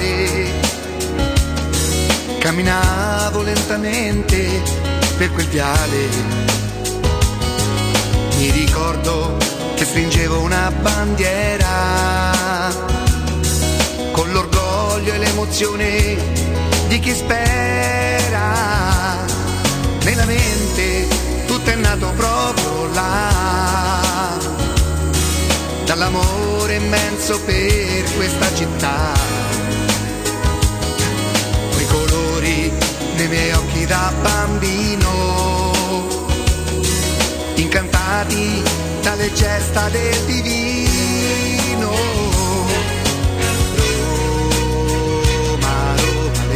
male. Camminavo lentamente per quel viale. Mi ricordo che stringevo una bandiera con l'orgoglio e l'emozione di chi spera. Nella mente tutto è nato proprio là, dall'amore immenso per questa città. Quei colori nei miei occhi da bambino, incantati dalle gesta del divino. Roma, Roma,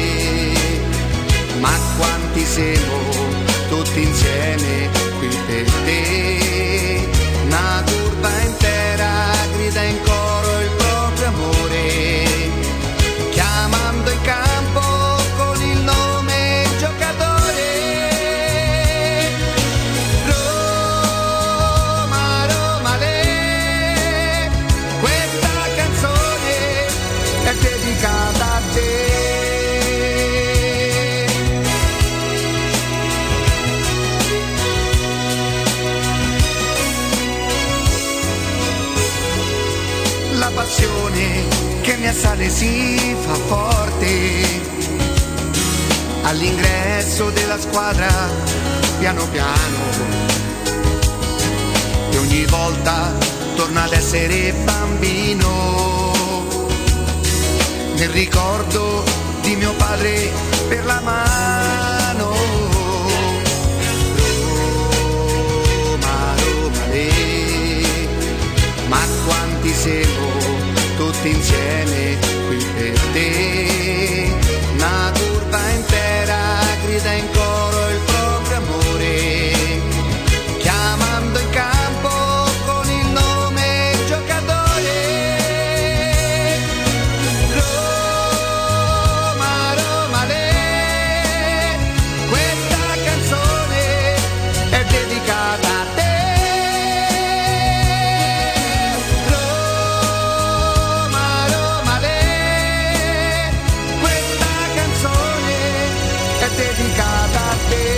ma quanti siamo tutti insieme qui per te. Una curva intera grida in coro il proprio amore, chiamando in campo con il nome giocatore. Roma, Roma, questa canzone è dedicata a te. La passione che mi assale si fa forte all'ingresso della squadra, piano piano, e ogni volta torna ad essere bambino nel ricordo di mio padre per la mano. Roma, Roma, ma quanti siamo tutti insieme qui per te. Una curva intera grida in coro il proprio amore, chiamando in campo con il nome giocatore. Roma, Roma, questa canzone è dedicata a te. Dedicata a te,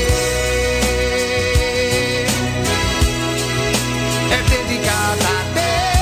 è dedicata a te.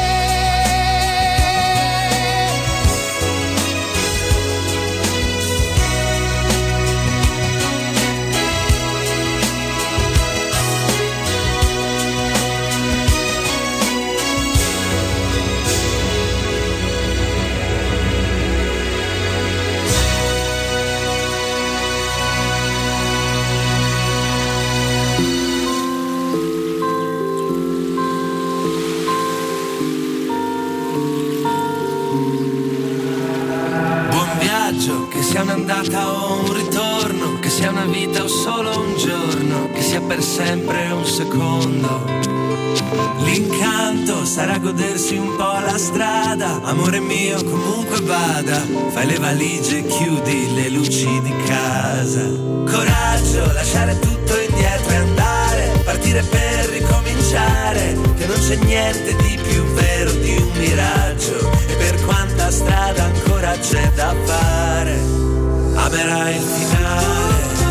Che sia un'andata o un ritorno, che sia una vita o solo un giorno, che sia per sempre un secondo. L'incanto sarà godersi un po' la strada, amore mio comunque vada, fai le valigie e chiudi le luci di casa. Coraggio, lasciare tutto indietro e andare, partire per ricominciare, che non c'è niente di più vero di un miraggio, e per quanta strada ancora c'è da fare, amerai il finale.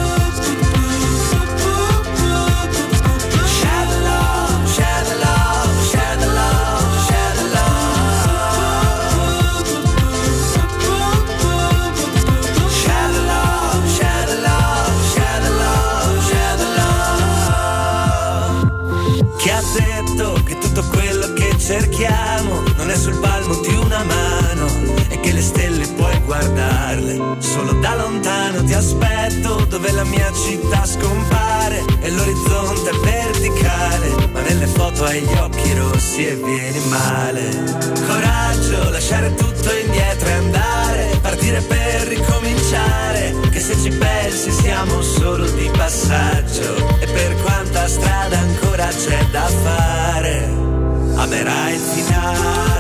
Cerchiamo non è sul palmo di una mano, e che le stelle puoi guardarle solo da lontano. Ti aspetto dove la mia città scompare e l'orizzonte è verticale, ma nelle foto hai gli occhi rossi e vieni male. Coraggio, lasciare tutto indietro e andare, partire per ricominciare, che se ci pensi siamo solo di passaggio, e per quanta strada ancora c'è da fare, amerai il finale.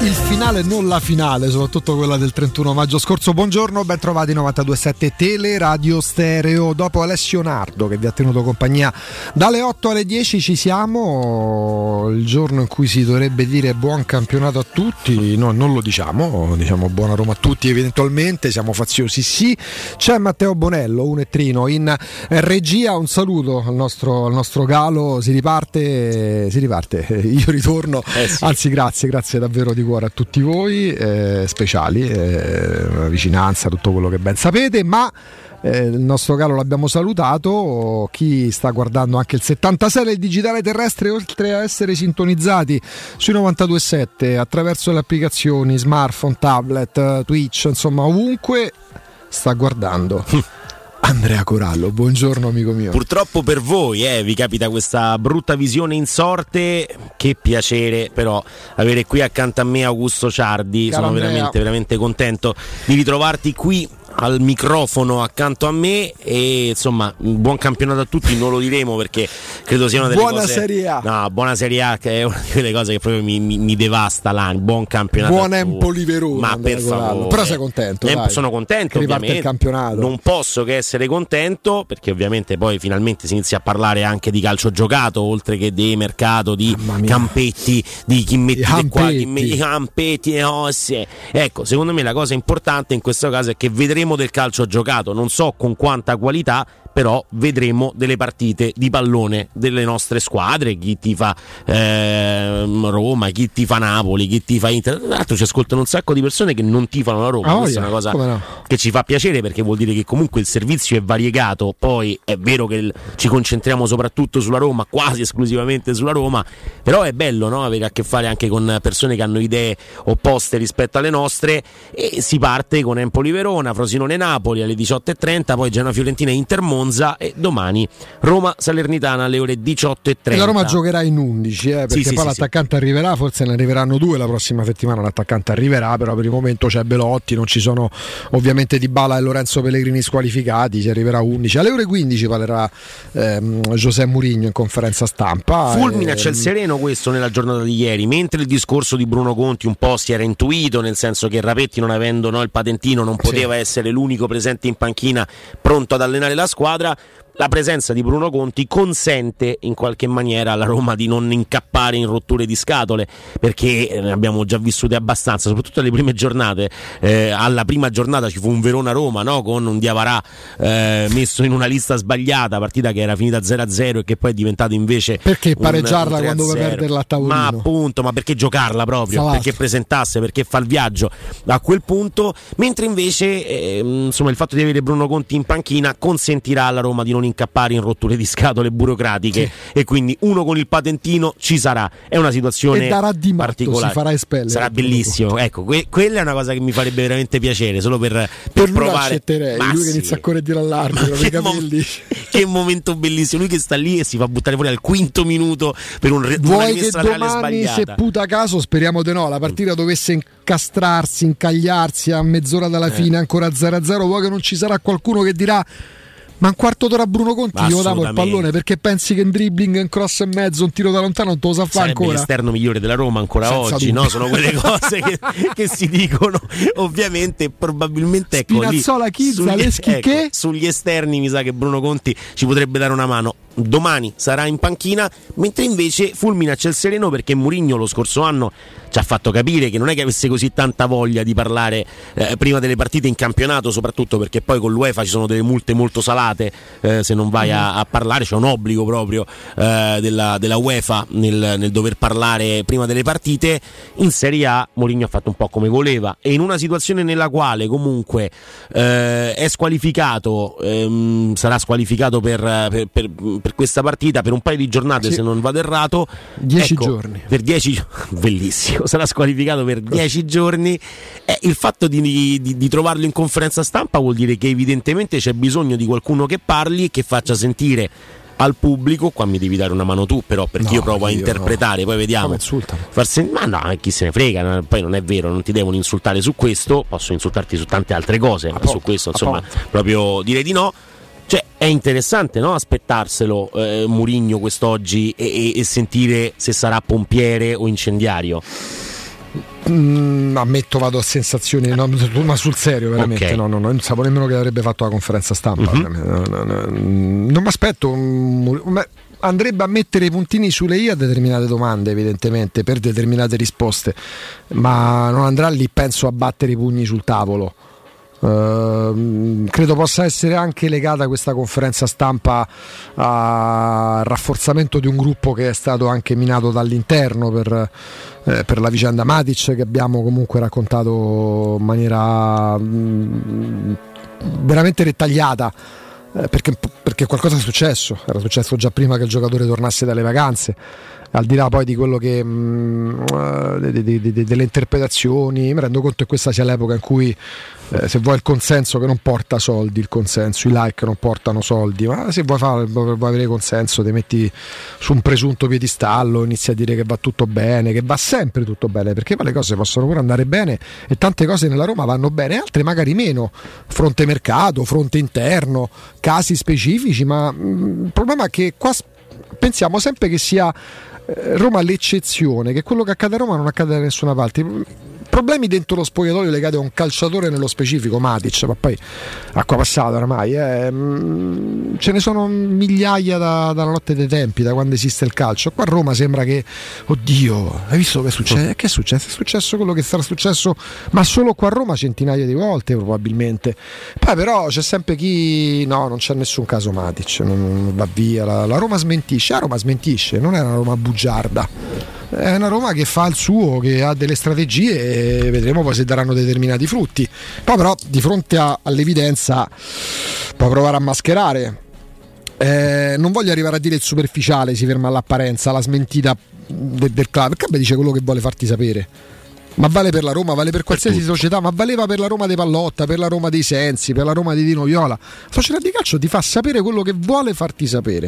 il finale, non la finale, soprattutto quella del 31 maggio scorso. Buongiorno, ben trovati 92.7 Tele Radio Stereo. Dopo Alessio Nardo che vi ha tenuto compagnia dalle 8 alle 10 ci siamo, il giorno in cui si dovrebbe dire buon campionato a tutti. No, non lo diciamo buona Roma a tutti eventualmente, siamo faziosi sì. C'è Matteo Bonello, un ettrino in regia, un saluto al nostro Galo, si riparte, io ritorno, sì. Anzi grazie davvero di cuore a tutti voi, speciali, vicinanza, tutto quello che ben sapete, ma il nostro Galo l'abbiamo salutato. Chi sta guardando anche il 76 del digitale terrestre, oltre a essere sintonizzati sui 92.7 attraverso le applicazioni smartphone, tablet, Twitch, insomma ovunque, sta guardando Andrea Corallo. Buongiorno amico mio. Purtroppo per voi vi capita questa brutta visione in sorte. Che piacere però avere qui accanto a me Augusto Ciardi. Caro sono Andrea, veramente contento di ritrovarti qui al microfono accanto a me, e insomma buon campionato a tutti. Non lo diremo perché credo sia una delle buona cose, Serie A. No, buona Serie A, che è una di quelle cose che proprio mi devasta l'animo. Buon campionato, buona Empoli Verona, ma per favore. Però sei contento, dai, sono contento, ovviamente il campionato. Non posso che essere contento, perché ovviamente poi finalmente si inizia a parlare anche di calcio giocato, oltre che di mercato, di campetti, di chi mette qua, chi mette i campetti, osse. Ecco, secondo me la cosa importante in questo caso è che vedremo del calcio giocato, non so con quanta qualità, però vedremo delle partite di pallone delle nostre squadre, chi tifa Roma, chi tifa Napoli, chi tifa Inter. Tra l'altro ci ascoltano un sacco di persone che non tifano la Roma, questa è una cosa che ci fa piacere, perché vuol dire che comunque il servizio è variegato. Poi è vero che ci concentriamo soprattutto sulla Roma, quasi esclusivamente sulla Roma, però è bello, no? Avere a che fare anche con persone che hanno idee opposte rispetto alle nostre, e si parte con Empoli Verona, Frosinone Napoli alle 18.30, poi Genoa Fiorentina e Inter Monza, e domani Roma Salernitana alle ore 18.30. E la Roma giocherà in 11, perché sì, poi l'attaccante arriverà, forse ne arriveranno 2 la prossima settimana, l'attaccante arriverà, però per il momento c'è Belotti, non ci sono ovviamente Dybala e Lorenzo Pellegrini squalificati, si arriverà a 11. Alle ore 15 parlerà José Mourinho in conferenza stampa. Fulmine a ciel sereno questo nella giornata di ieri, mentre il discorso di Bruno Conti un po' si era intuito, nel senso che Rapetti, non avendo il patentino, non poteva essere l'unico presente in panchina pronto ad allenare la squadra. La presenza di Bruno Conti consente in qualche maniera alla Roma di non incappare in rotture di scatole, perché ne abbiamo già vissute abbastanza, soprattutto alle prime giornate. Alla prima giornata ci fu un Verona-Roma, no? Con un Diawara messo in una lista sbagliata, partita che era finita 0-0 e che poi è diventato invece perché pareggiarla quando vuoi perderla a tavolino? Ma appunto, ma perché giocarla proprio? Salazzo. Perché presentasse, perché fa il viaggio a quel punto, mentre invece insomma il fatto di avere Bruno Conti in panchina consentirà alla Roma di non incappare in rotture di scatole burocratiche, e quindi uno con il patentino ci sarà. È una situazione e darà di matto, particolare, si farà espellere, sarà bellissimo. Ecco, quella è una cosa che mi farebbe veramente piacere, solo per provare. Lui che inizia a correggere all'arbitro con i capelli. Che momento bellissimo, lui che sta lì e si fa buttare fuori al quinto minuto per una rimessa laterale sbagliata. Se puta caso, speriamo di no, la partita dovesse incastrarsi, incagliarsi a mezz'ora dalla fine, ancora 0-0, vuoi che non ci sarà qualcuno che dirà: ma un quarto d'ora a Bruno Conti io davo il pallone, perché pensi che un dribbling, un cross e mezzo, un tiro da lontano non te lo sa fare ancora? L'esterno migliore della Roma ancora senza oggi, dubbio. no? Sono quelle cose che si dicono. Ovviamente probabilmente Spinazzola, Chiesa, Leschi, che sugli esterni mi sa che Bruno Conti ci potrebbe dare una mano. Domani sarà in panchina, mentre invece fulmina a ciel sereno, perché Mourinho lo scorso anno ci ha fatto capire che non è che avesse così tanta voglia di parlare prima delle partite in campionato, soprattutto perché poi con l'UEFA ci sono delle multe molto salate se non vai a parlare. C'è un obbligo proprio della UEFA nel dover parlare prima delle partite. In Serie A Mourinho ha fatto un po' come voleva, e in una situazione nella quale comunque è squalificato, sarà squalificato per questa partita per un paio di giornate, se non vado errato, 10 giorni per 10 bellissimo, sarà squalificato per 10 giorni. Il fatto di trovarlo in conferenza stampa vuol dire che evidentemente c'è bisogno di qualcuno che parli e che faccia sentire al pubblico. Qua mi devi dare una mano tu, però, perché io provo a interpretare, poi vediamo. Ma no, chi se ne frega, poi non è vero, non ti devono insultare su questo, posso insultarti su tante altre cose, ma su questo insomma proprio direi di no. Cioè è interessante, no? Aspettarselo Mourinho quest'oggi e sentire se sarà pompiere o incendiario. Ammetto, vado a sensazioni, no, ma sul serio veramente, okay. No, non sapevo nemmeno che avrebbe fatto la conferenza stampa. Non mi aspetto, andrebbe a mettere i puntini sulle i a determinate domande, evidentemente, per determinate risposte, ma non andrà lì, penso, a battere i pugni sul tavolo. Credo possa essere anche legata questa conferenza stampa al rafforzamento di un gruppo che è stato anche minato dall'interno per la vicenda Matic, che abbiamo comunque raccontato in maniera veramente dettagliata, perché qualcosa è successo, era successo già prima che il giocatore tornasse dalle vacanze, al di là poi di quello che delle interpretazioni. Mi rendo conto che questa sia l'epoca in cui se vuoi il consenso, che non porta soldi, il consenso, i like non portano soldi, ma se vuoi avere consenso ti metti su un presunto piedistallo, inizi a dire che va tutto bene, che va sempre tutto bene, perché poi le cose possono pure andare bene e tante cose nella Roma vanno bene, altre magari meno, fronte mercato, fronte interno, casi specifici, ma il problema è che qua pensiamo sempre che sia Roma l'eccezione, che quello che accade a Roma non accade da nessuna parte. Problemi dentro lo spogliatoio legati a un calciatore nello specifico, Matic, ma poi acqua passata oramai, ce ne sono migliaia dalla notte dei tempi, da quando esiste il calcio. Qua a Roma sembra che, oddio, hai visto che è successo? Che è successo? È successo quello che sarà successo, ma solo qua a Roma centinaia di volte probabilmente. Poi però c'è sempre chi, no, non c'è nessun caso Matic, non va via, la Roma smentisce, non è una Roma bugiarda. È una Roma che fa il suo, che ha delle strategie e vedremo poi se daranno determinati frutti. Poi però di fronte all'evidenza può provare a mascherare. Non voglio arrivare a dire il superficiale, si ferma all'apparenza, la smentita del club, perché dice quello che vuole farti sapere. Ma vale per la Roma, vale per qualsiasi società, ma valeva per la Roma dei Pallotta, per la Roma dei Sensi, per la Roma di Dino Viola. La società di calcio ti fa sapere quello che vuole farti sapere.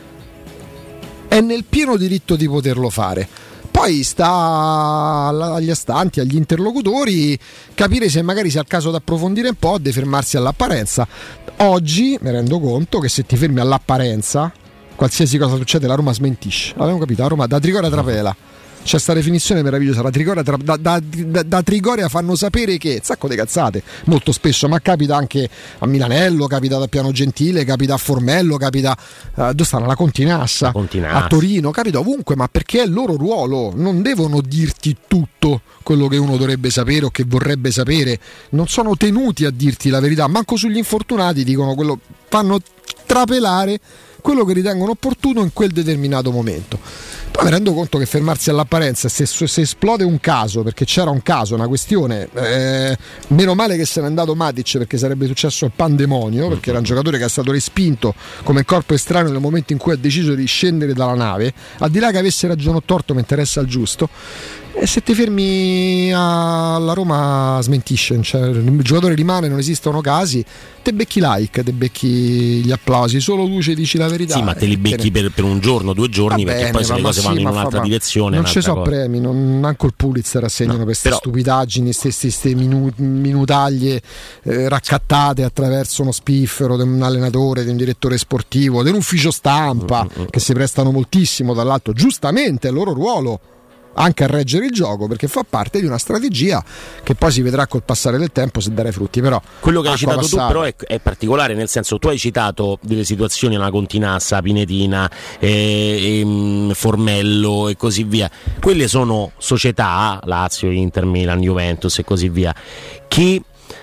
È nel pieno diritto di poterlo fare. Poi sta agli astanti, agli interlocutori, capire se magari sia il caso di approfondire un po', di fermarsi all'apparenza. Oggi mi rendo conto che se ti fermi all'apparenza, qualsiasi cosa succede, la Roma smentisce. Abbiamo capito, la Roma da Trigoria trapela. C'è sta definizione meravigliosa, la Trigoria da Trigoria fanno sapere che, sacco di cazzate, molto spesso, ma capita anche a Milanello, capita da Piano Gentile, capita a Formello, capita dove stanno, la Continassa, a Torino, capita ovunque, ma perché è il loro ruolo, non devono dirti tutto quello che uno dovrebbe sapere o che vorrebbe sapere, non sono tenuti a dirti la verità, manco sugli infortunati dicono quello, fanno trapelare quello che ritengono opportuno in quel determinato momento. Poi mi rendo conto che fermarsi all'apparenza, se esplode un caso, perché c'era un caso, una questione, meno male che se n'è andato Matic, perché sarebbe successo il pandemonio, perché era un giocatore che è stato respinto come corpo estraneo nel momento in cui ha deciso di scendere dalla nave, al di là che avesse ragione o torto mi interessa il giusto. E se ti fermi alla Roma smentisce, cioè, il giocatore rimane, non esistono casi, te becchi like, te becchi gli applausi, solo tu ci dici la verità. Sì, ma te li becchi per un giorno, 2 giorni, perché bene, poi se le cose vanno in un'altra direzione. Non ci sono premi, manco il Pulitzer assegnano per queste stupidaggini, queste minutaglie raccattate attraverso uno spiffero di un allenatore, di un direttore sportivo, di un ufficio stampa, che si prestano moltissimo, dall'altro, giustamente è il loro ruolo anche a reggere il gioco, perché fa parte di una strategia che poi si vedrà col passare del tempo se dare frutti. Però quello che hai citato tu però è particolare, nel senso, tu hai citato delle situazioni, alla Continassa, Pinetina, Formello e così via. Quelle sono società, Lazio, Inter, Milan, Juventus e così via, che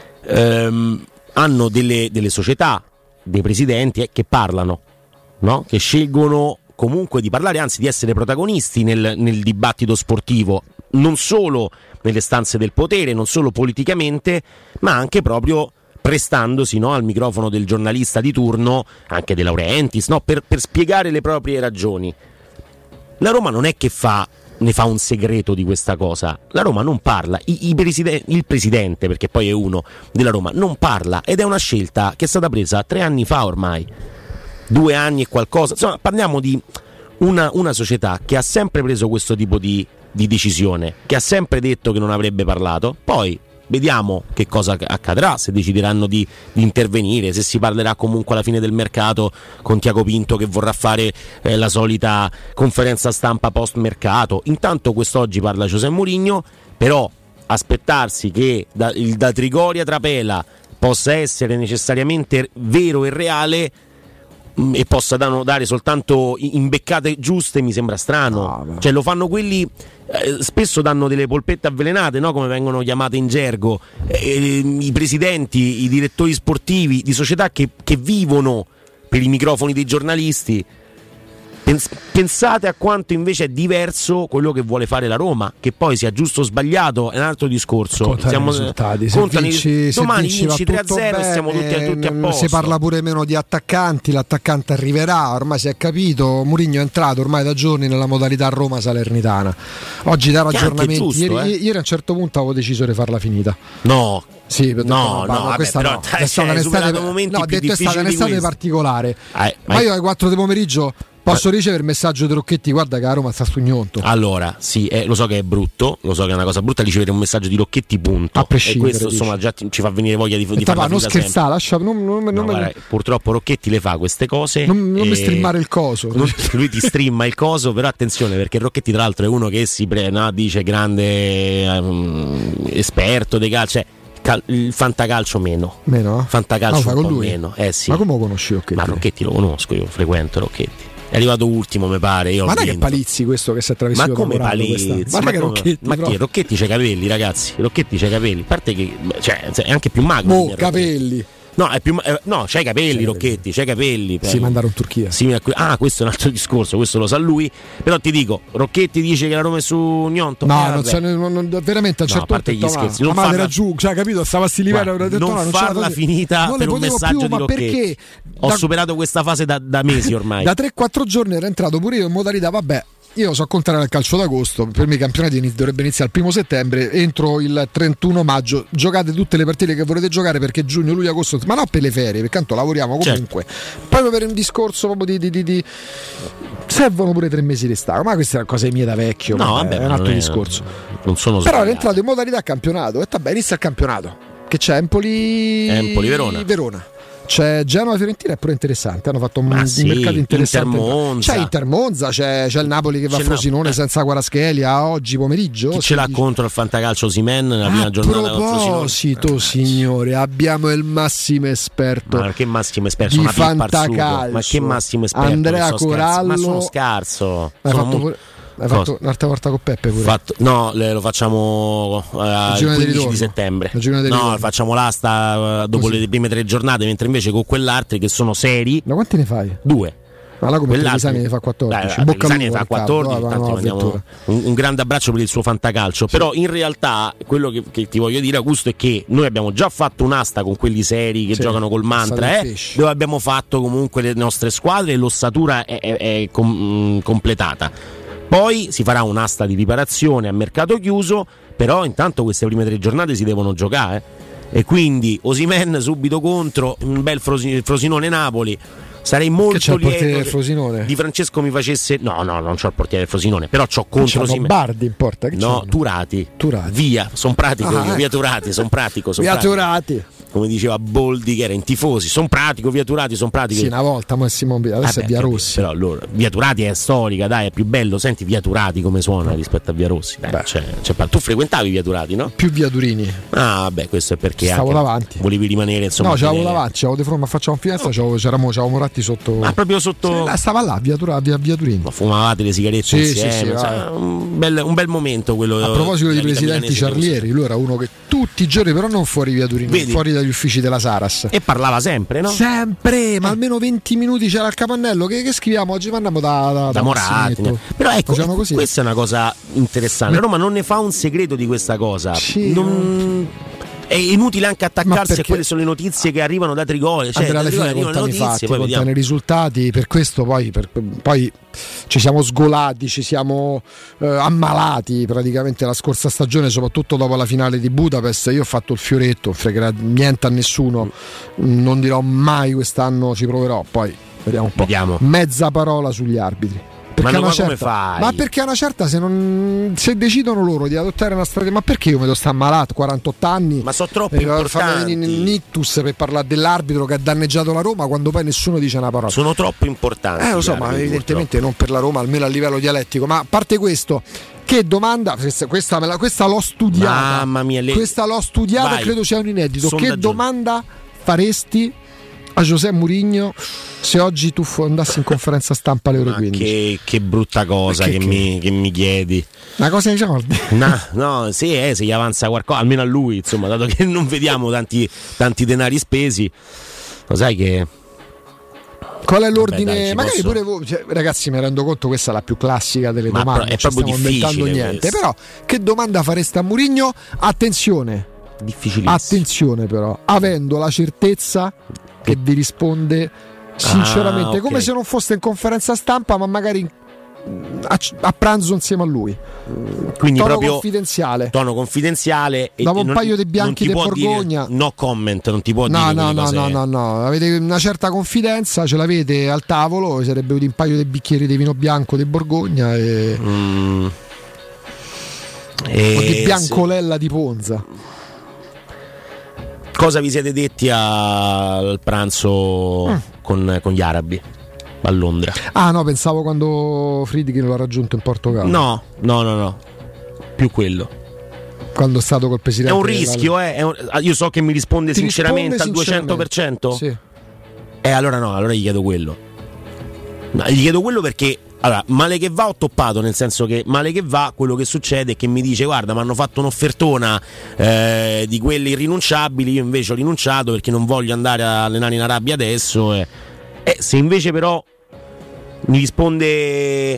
hanno delle società, dei presidenti che parlano, no? Che scelgono comunque di parlare, anzi di essere protagonisti nel dibattito sportivo, non solo nelle stanze del potere, non solo politicamente, ma anche proprio prestandosi, no, al microfono del giornalista di turno, anche De Laurentiis, no, per spiegare le proprie ragioni. La Roma non è che ne fa un segreto di questa cosa, la Roma non parla, il presidente, perché poi è uno della Roma, non parla, ed è una scelta che è stata presa 3 anni fa ormai, 2 anni e qualcosa, insomma parliamo di una società che ha sempre preso questo tipo di decisione, che ha sempre detto che non avrebbe parlato. Poi vediamo che cosa accadrà, se decideranno di intervenire, se si parlerà comunque alla fine del mercato con Tiago Pinto che vorrà fare la solita conferenza stampa post mercato. Intanto quest'oggi parla José Mourinho, però aspettarsi che da Trigoria Trapela possa essere necessariamente vero e reale e possa dare soltanto imbeccate giuste mi sembra strano. Cioè lo fanno quelli, spesso danno delle polpette avvelenate, no? Come vengono chiamate in gergo, i presidenti, i direttori sportivi di società che vivono per i microfoni dei giornalisti. Pensate a quanto invece è diverso quello che vuole fare la Roma, che poi sia giusto o sbagliato è un altro discorso. Contano i risultati, domani vinci 3-0 e siamo tutti a posto. Si parla pure meno di attaccanti, l'attaccante arriverà, ormai si è capito. Mourinho è entrato ormai da giorni nella modalità Roma-Salernitana. Oggi dà ragionamenti, giusto, ieri a un certo punto avevo deciso di farla finita. No. Sì, questa però, no. È stata un'estate particolare. Ma io alle 4 del pomeriggio posso ricevere il messaggio di Rocchetti, guarda che a Roma sta stugnonto. Allora, sì, lo so che è brutto, lo so che è una cosa brutta ricevere un messaggio di Rocchetti, punto. A prescindere. E questo insomma già ci fa venire voglia di farla non scherzare, lascia, purtroppo Rocchetti le fa queste cose. Non mi streamare il coso. Lui ti streama il coso, però attenzione, perché Rocchetti tra l'altro è uno che dice grande esperto dei calci. Il fantacalcio meno. Fantacalcio un po' lui? Meno. Sì. Ma come lo conosci Rocchetti? Ma Rocchetti lo conosco, io frequento Rocchetti. È arrivato ultimo, mi pare. Ma non è che Palizzi questo che si è travestito? Ma come Palizzi? Ma che Rocchetti? Ma che Rocchetti c'ha i capelli, ragazzi. Rocchetti c'ha i capelli. A parte che è anche più magro. Capelli. No, c'ha i capelli, Rocchetti, c'ha i capelli. Si mandarono in Turchia. Questo è un altro discorso, questo lo sa lui. Però ti dico, Rocchetti dice che la Roma è su Gnonto. No, veramente a un certo punto gli scherzi. Ma era giù, capito, stava a sti livello. Non farla finita per un messaggio di Rocchetti. Perché ho superato questa fase da mesi ormai. Da 3-4 giorni era entrato pure io in modalità, vabbè. Io so contrario al calcio d'agosto, per me i campionati dovrebbe iniziare il 1 settembre, entro il 31 maggio giocate tutte le partite che volete giocare, perché giugno, luglio, agosto, ma non per le ferie, perché tanto lavoriamo comunque. Proprio per un discorso proprio di servono pure 3 mesi di stacco, ma questa è una cosa mia da vecchio, è un altro discorso. Non sono però era entrato in modalità campionato e vabbè, inizia il campionato. Che c'è Empoli Verona. C'è Genova Fiorentina, è pure interessante. Hanno fatto un mercato interessante. C'è Inter Monza, c'è il Napoli che va a Frosinone senza Kvaratskhelia oggi pomeriggio. Chi ce l'ha contro il fantacalcio Osimhen nella prima giornata? A proposito, signore, abbiamo il massimo esperto. Ma che massimo esperto? Di fantacalcio. Ma che massimo esperto? Andrea Corallo. Ma sono scarso. Hai fatto un'altra volta con Peppe pure? Lo facciamo il 15 di settembre. Lo facciamo l'asta dopo le prime 3 giornate, mentre invece con quell'altri che sono seri. Ma quanti ne fai? 2. Ma là come Pisani ne fa 14. Pisani ne fa 14. Un grande abbraccio per il suo fantacalcio. Sì. Però in realtà quello che ti voglio dire, Augusto, è che noi abbiamo già fatto un'asta con quelli seri che giocano col mantra, dove abbiamo fatto comunque le nostre squadre e l'ossatura è completata. Poi si farà un'asta di riparazione a mercato chiuso, però intanto queste prime 3 giornate si devono giocare. E quindi Osimhen subito contro un bel Frosinone-Napoli. Sarei molto lieto di Francesco mi facesse. No, non c'ho il portiere del Frosinone, però c'ho contro Osimhen. Bardi in porta, che no, Turati. Via, son pratico io, via Turati, son pratico. Turati. Come diceva Boldi che era in tifosi, son pratico, via Turati, son pratico. Sì, una volta Massimo adesso è Via Rossi. Però allora, via Turati è storica, dai, è più bello, senti via Turati come suona rispetto a via Rossi. Tu frequentavi via Turati, no? Più via Turini. Ah, vabbè, questo è perché stavo davanti. Volevi rimanere, insomma. No, c'avevo davanti, c'avevo di fronte, ma facciamo finestra, c'avevo Moratti sotto. Ma proprio sotto. Stava là, via Turini. Ma fumavate le sigarette insieme. Sì, un bel momento quello. A proposito di presidenti Ciarlieri, lui era uno che tutti i giorni, però non fuori via Turini, fuori dagli uffici della Sara. E parlava sempre, no? Sempre, ma almeno 20 minuti c'era il capannello. Che scriviamo oggi? Mandiamo da Moratti. Però ecco, questa è una cosa interessante. Roma non ne fa un segreto di questa cosa. È inutile anche attaccarsi a quelle sono le notizie che arrivano da Trigoria. Alla fine contano i fatti, contano i risultati. Per questo poi ci siamo sgolati, ci siamo ammalati praticamente la scorsa stagione, soprattutto dopo la finale di Budapest. Io ho fatto il fioretto, non fregherà niente a nessuno, non dirò mai quest'anno ci proverò, poi vediamo un po'. Mezza parola sugli arbitri. Perché come fai? Ma perché a una certa se decidono loro di adottare una strategia, ma perché io mi devo stare ammalato 48 anni? Ma sono troppo importanti. Nictus per parlare dell'arbitro che ha danneggiato la Roma quando poi nessuno dice una parola. Sono troppo importanti. Lo so, ma evidentemente non per la Roma, almeno a livello dialettico. Ma a parte questo, Che domanda, questa l'ho studiata. Mamma mia, questa l'ho studiata e credo sia un inedito. Che domanda faresti a José Mourinho se oggi tu andassi in conferenza stampa alle ore 15? Che brutta cosa che mi chiedi. Una cosa di soldi? No, se gli avanza qualcosa, almeno a lui, insomma, dato che non vediamo tanti denari spesi, lo sai che... Qual è l'ordine? Vabbè, dai, magari pure voi, ragazzi, mi rendo conto questa è la più classica delle domande, non stiamo inventando niente, però che domanda fareste a Mourinho? Attenzione però, avendo la certezza che vi risponde sinceramente, okay, come se non foste in conferenza stampa, ma magari a pranzo insieme a lui. Quindi tono proprio tono confidenziale dopo un paio di bianchi di Borgogna, no comment, non ti può dire no, avete una certa confidenza, ce l'avete al tavolo, sarebbe venuti un paio di bicchieri di vino bianco di Borgogna o di Biancolella di Ponza. Cosa vi siete detti al pranzo con gli arabi a Londra? No, pensavo quando Friedkin l'ha raggiunto in Portogallo. No, più quello. Quando è stato col presidente. È un rischio, io so che mi risponde sinceramente al 200%. Sì. Allora gli chiedo quello. Gli chiedo quello perché male che va ho toppato, nel senso che male che va quello che succede è che mi dice guarda mi hanno fatto un'offertona di quelle irrinunciabili, io invece ho rinunciato perché non voglio andare a allenare in Arabia adesso se invece però mi risponde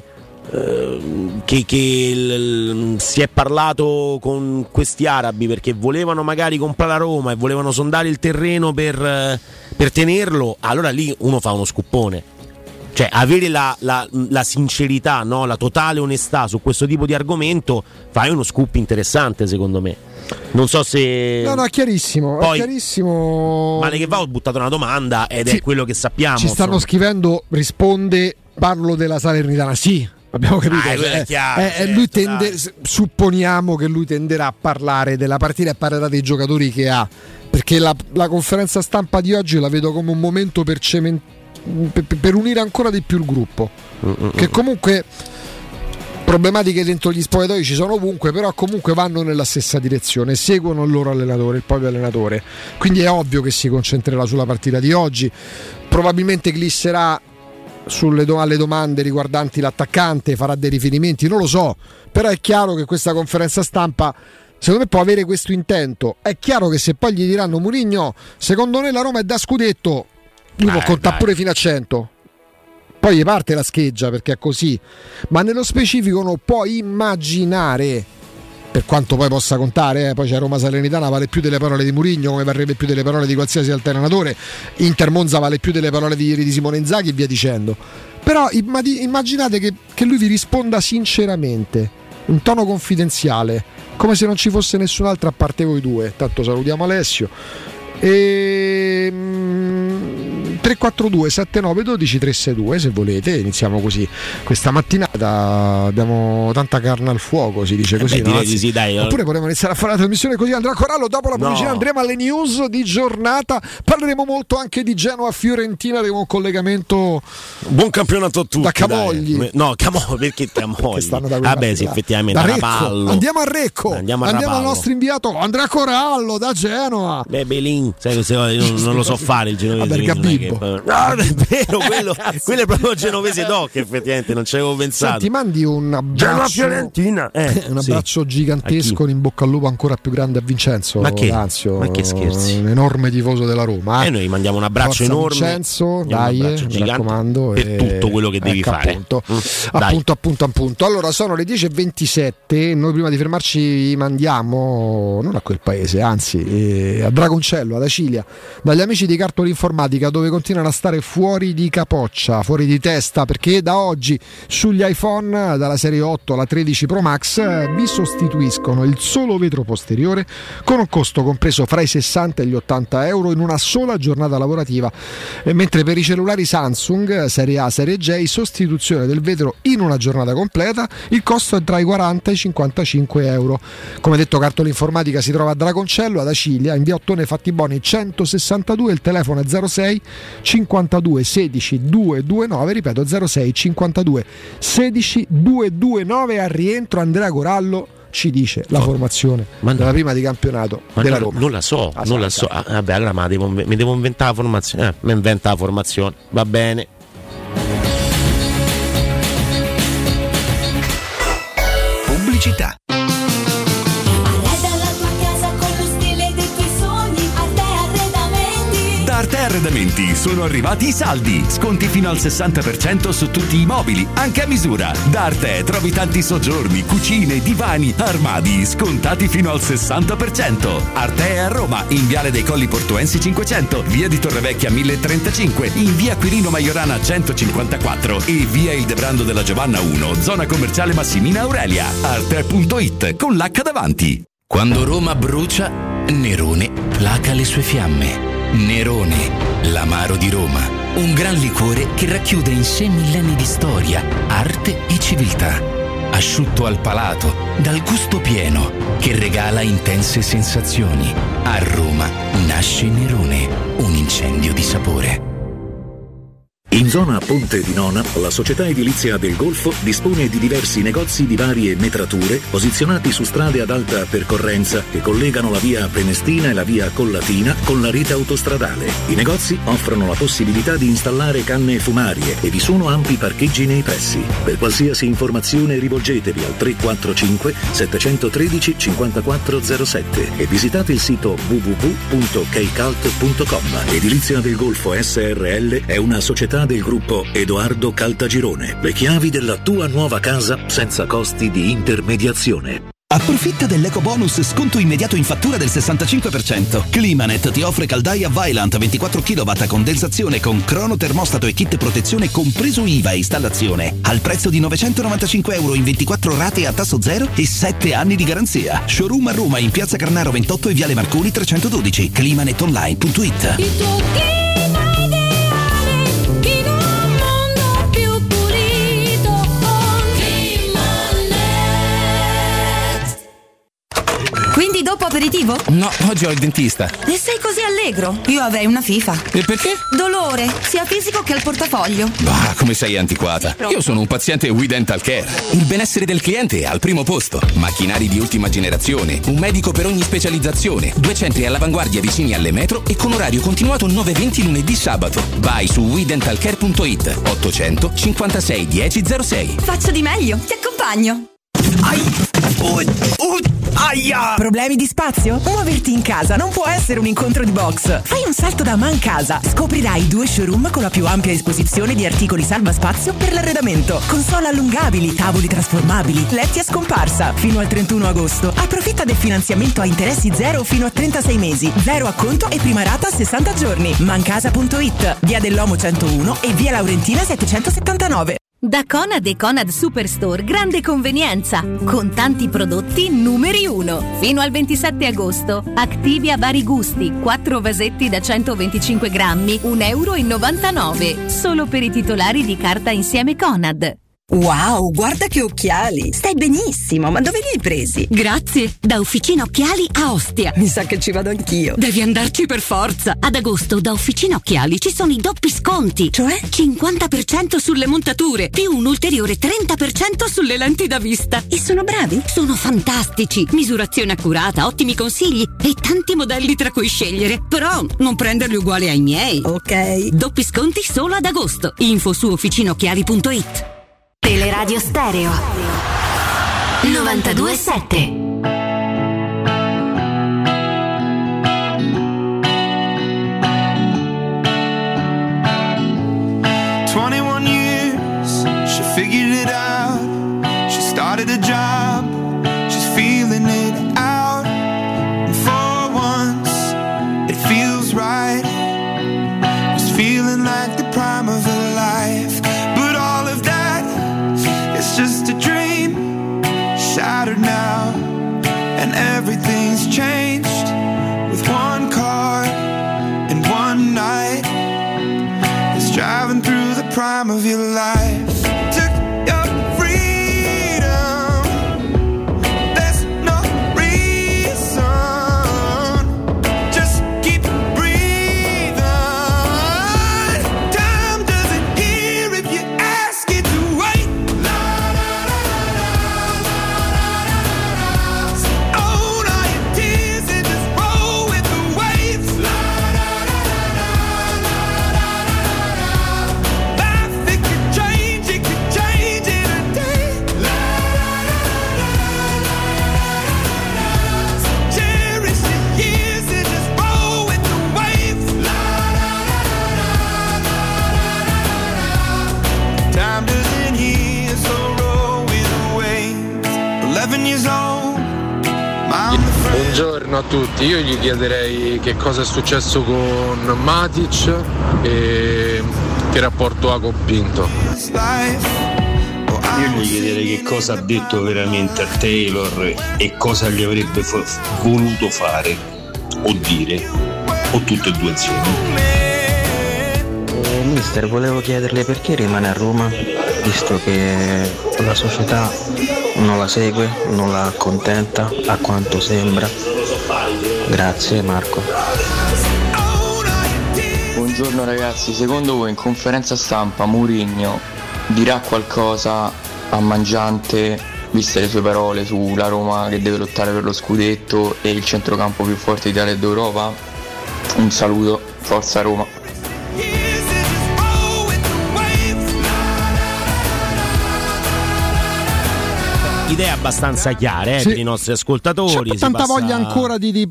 che si è parlato con questi arabi perché volevano magari comprare a Roma e volevano sondare il terreno per tenerlo, allora lì uno fa uno scuppone. Cioè avere la sincerità, no? La totale onestà su questo tipo di argomento, fai uno scoop interessante secondo me. Non so se... No, è chiarissimo. Poi, è chiarissimo. Male che va, ho buttato una domanda ed è quello che sappiamo. Ci stanno scrivendo, risponde, parlo della Salernitana. Sì, abbiamo capito. È chiaro, certo, lui supponiamo che lui tenderà a parlare della partita e parlerà dei giocatori che ha. Perché la conferenza stampa di oggi la vedo come un momento per unire ancora di più il gruppo, che comunque problematiche dentro gli spogliatoi ci sono ovunque, però comunque vanno nella stessa direzione, seguono il loro allenatore, il proprio allenatore, quindi è ovvio che si concentrerà sulla partita di oggi, probabilmente glisserà alle domande riguardanti l'attaccante, farà dei riferimenti, non lo so, però è chiaro che questa conferenza stampa secondo me può avere questo intento. È chiaro che se poi gli diranno Mourinho secondo noi la Roma è da scudetto, lui può contare pure fino a 100, poi gli parte la scheggia perché è così, ma nello specifico non può immaginare, per quanto poi possa contare, poi c'è Roma Salernitana, vale più delle parole di Mourinho come varrebbe più delle parole di qualsiasi altro allenatore, Inter Monza vale più delle parole di ieri di Simone Inzaghi e via dicendo, però immaginate che lui vi risponda sinceramente, in tono confidenziale, come se non ci fosse nessun altro a parte voi due. Tanto salutiamo Alessio. 342 79 12 362 se volete, iniziamo così questa mattinata, abbiamo tanta carne al fuoco, si dice così, no? Direi di sì, dai. Oppure vorremmo iniziare a fare la trasmissione così. Andrea Corallo, dopo la pubblicità andremo alle news di giornata, parleremo molto anche di Genoa-Fiorentina, avremo un collegamento. Buon campionato a tutti da Camogli, dai. No, perché Camogli? Vabbè, sì, effettivamente andiamo a Recco, andiamo al nostro inviato Andrea Corallo da Genova. Belin, sai, non lo so fare il genovese. No, è vero, quello è proprio genovese doc, effettivamente non ci avevo pensato. Ti mandi un abbraccio Fiorentina, un abbraccio gigantesco, un in bocca al lupo ancora più grande a Vincenzo Lazio, ma che scherzi, un enorme tifoso della Roma, e noi mandiamo un abbraccio enorme Vincenzo, dai, mi raccomando, per tutto quello che devi fare, appunto. Allora sono le 10:27, noi prima di fermarci mandiamo non a quel paese, anzi a Dragoncello, ad Acilia, dagli amici di Cartola Informatica, dove continuano a stare fuori di capoccia, fuori di testa, perché da oggi sugli iPhone dalla serie 8 alla 13 Pro Max vi sostituiscono il solo vetro posteriore con un costo compreso fra i 60 e gli 80 euro in una sola giornata lavorativa, mentre per i cellulari Samsung serie A, serie J, sostituzione del vetro in una giornata completa, il costo è tra i 40 e i 55 euro. Come detto, Cartola Informatica si trova a Dragoncello, ad Acilia, in via Ottone Fattiboni 162, il telefono è 06 52 16 229, ripeto 06 52 16 229. Al rientro Andrea Corallo ci dice la formazione della prima di campionato della Roma. Non la so. Vabbè, allora mi devo inventare la formazione. Mi inventa la formazione, va bene. Pubblicità. Da Arte Arredamenti sono arrivati i saldi, sconti fino al 60% su tutti i mobili, anche a misura. Da Arte trovi tanti soggiorni, cucine, divani, armadi, scontati fino al 60%. Arte è a Roma, in Viale dei Colli Portuensi 500, via di Torrevecchia 1035, in via Quirino Maiorana 154 e via Il Debrando della Giovanna 1, zona commerciale Massimina Aurelia. Arte.it con l'H davanti. Quando Roma brucia, Nerone placa le sue fiamme. Nerone, l'amaro di Roma, un gran liquore che racchiude in sé millenni di storia, arte e civiltà. Asciutto al palato, dal gusto pieno, che regala intense sensazioni. A Roma nasce Nerone, un incendio di sapore. In zona Ponte di Nona, la società edilizia del Golfo dispone di diversi negozi di varie metrature posizionati su strade ad alta percorrenza che collegano la via Prenestina e la via Collatina con la rete autostradale. I negozi offrono la possibilità di installare canne fumarie e vi sono ampi parcheggi nei pressi. Per qualsiasi informazione rivolgetevi al 345 713 5407 e visitate il sito www.keicalt.com. Edilizia del Golfo SRL è una società del gruppo Edoardo Caltagirone. Le chiavi della tua nuova casa senza costi di intermediazione. Approfitta dell'eco bonus sconto immediato in fattura del 65%. Climanet ti offre caldaia Vaillant 24 kW a condensazione con crono termostato e kit protezione compreso IVA e installazione al prezzo di €995 in 24 rate a tasso zero e 7 anni di garanzia. Showroom a Roma in Piazza Carnaro 28 e Viale Marconi 312. Climanetonline.it. Il tuo clima ideale in un mondo più pulito con Climanet. Quindi dopo aperitivo? No, oggi ho il dentista. E sei così allegro? Io avrei una FIFA. E perché? Dolore, sia fisico che al portafoglio. Bah, come sei antiquata. Io sono un paziente We Dental Care. Il benessere del cliente è al primo posto. Macchinari di ultima generazione, un medico per ogni specializzazione, 2 centri all'avanguardia vicini alle metro e con orario continuato 9-20 lunedì sabato. Vai su wedentalcare.it 800 56 1006. Faccio di meglio, ti accompagno. Aia! Problemi di spazio? Muoverti in casa non può essere un incontro di box. Fai un salto da Mancasa. Scoprirai 2 showroom con la più ampia esposizione di articoli salva spazio per l'arredamento. Console allungabili, tavoli trasformabili, letti a scomparsa. Fino al 31 agosto. Approfitta del finanziamento a interessi zero fino a 36 mesi. 0 acconto e prima rata a 60 giorni. Mancasa.it, via dell'Omo 101 e via Laurentina 779. Da Conad e Conad Superstore grande convenienza, con tanti prodotti numeri 1. Fino al 27 agosto, Activia vari gusti, 4 vasetti da 125 grammi, €1,99, solo per i titolari di carta insieme Conad. Wow, guarda che occhiali! Stai benissimo, ma dove li hai presi? Grazie, da Officina Occhiali a Ostia. Mi sa che ci vado anch'io. Devi andarci per forza. Ad agosto da Officina Occhiali ci sono i doppi sconti. Cioè? 50% sulle montature, più un ulteriore 30% sulle lenti da vista. E sono bravi? Sono fantastici. Misurazione accurata, ottimi consigli e tanti modelli tra cui scegliere. Però non prenderli uguali ai miei. Ok. Doppi sconti solo ad agosto. Info su officinaocchiali.it. Teleradio Stereo 92.7. She figured it out. She started a job. She's feeling it out. And for once, it feels right. It's feeling like the prime of her life. But all of that, it's just a dream. Shattered now. And everything's changed. With one car and one night. It's driving through the prime of your life. buongiorno a tutti. Io gli chiederei che cosa è successo con Matic e che rapporto ha con Pinto. Io gli chiederei che cosa ha detto veramente a Taylor e cosa gli avrebbe voluto fare o dire, o tutte e due insieme. Mister, volevo chiederle perché rimane a Roma, visto che la società non la segue, non la accontenta, a quanto sembra. Grazie Marco. Buongiorno ragazzi, secondo voi in conferenza stampa Mourinho dirà qualcosa a Mangiante, viste le sue parole sulla Roma che deve lottare per lo scudetto e il centrocampo più forte d'Italia ed Europa? Un saluto, forza Roma. Idee abbastanza chiare per i nostri ascoltatori. C'è tanta voglia ancora di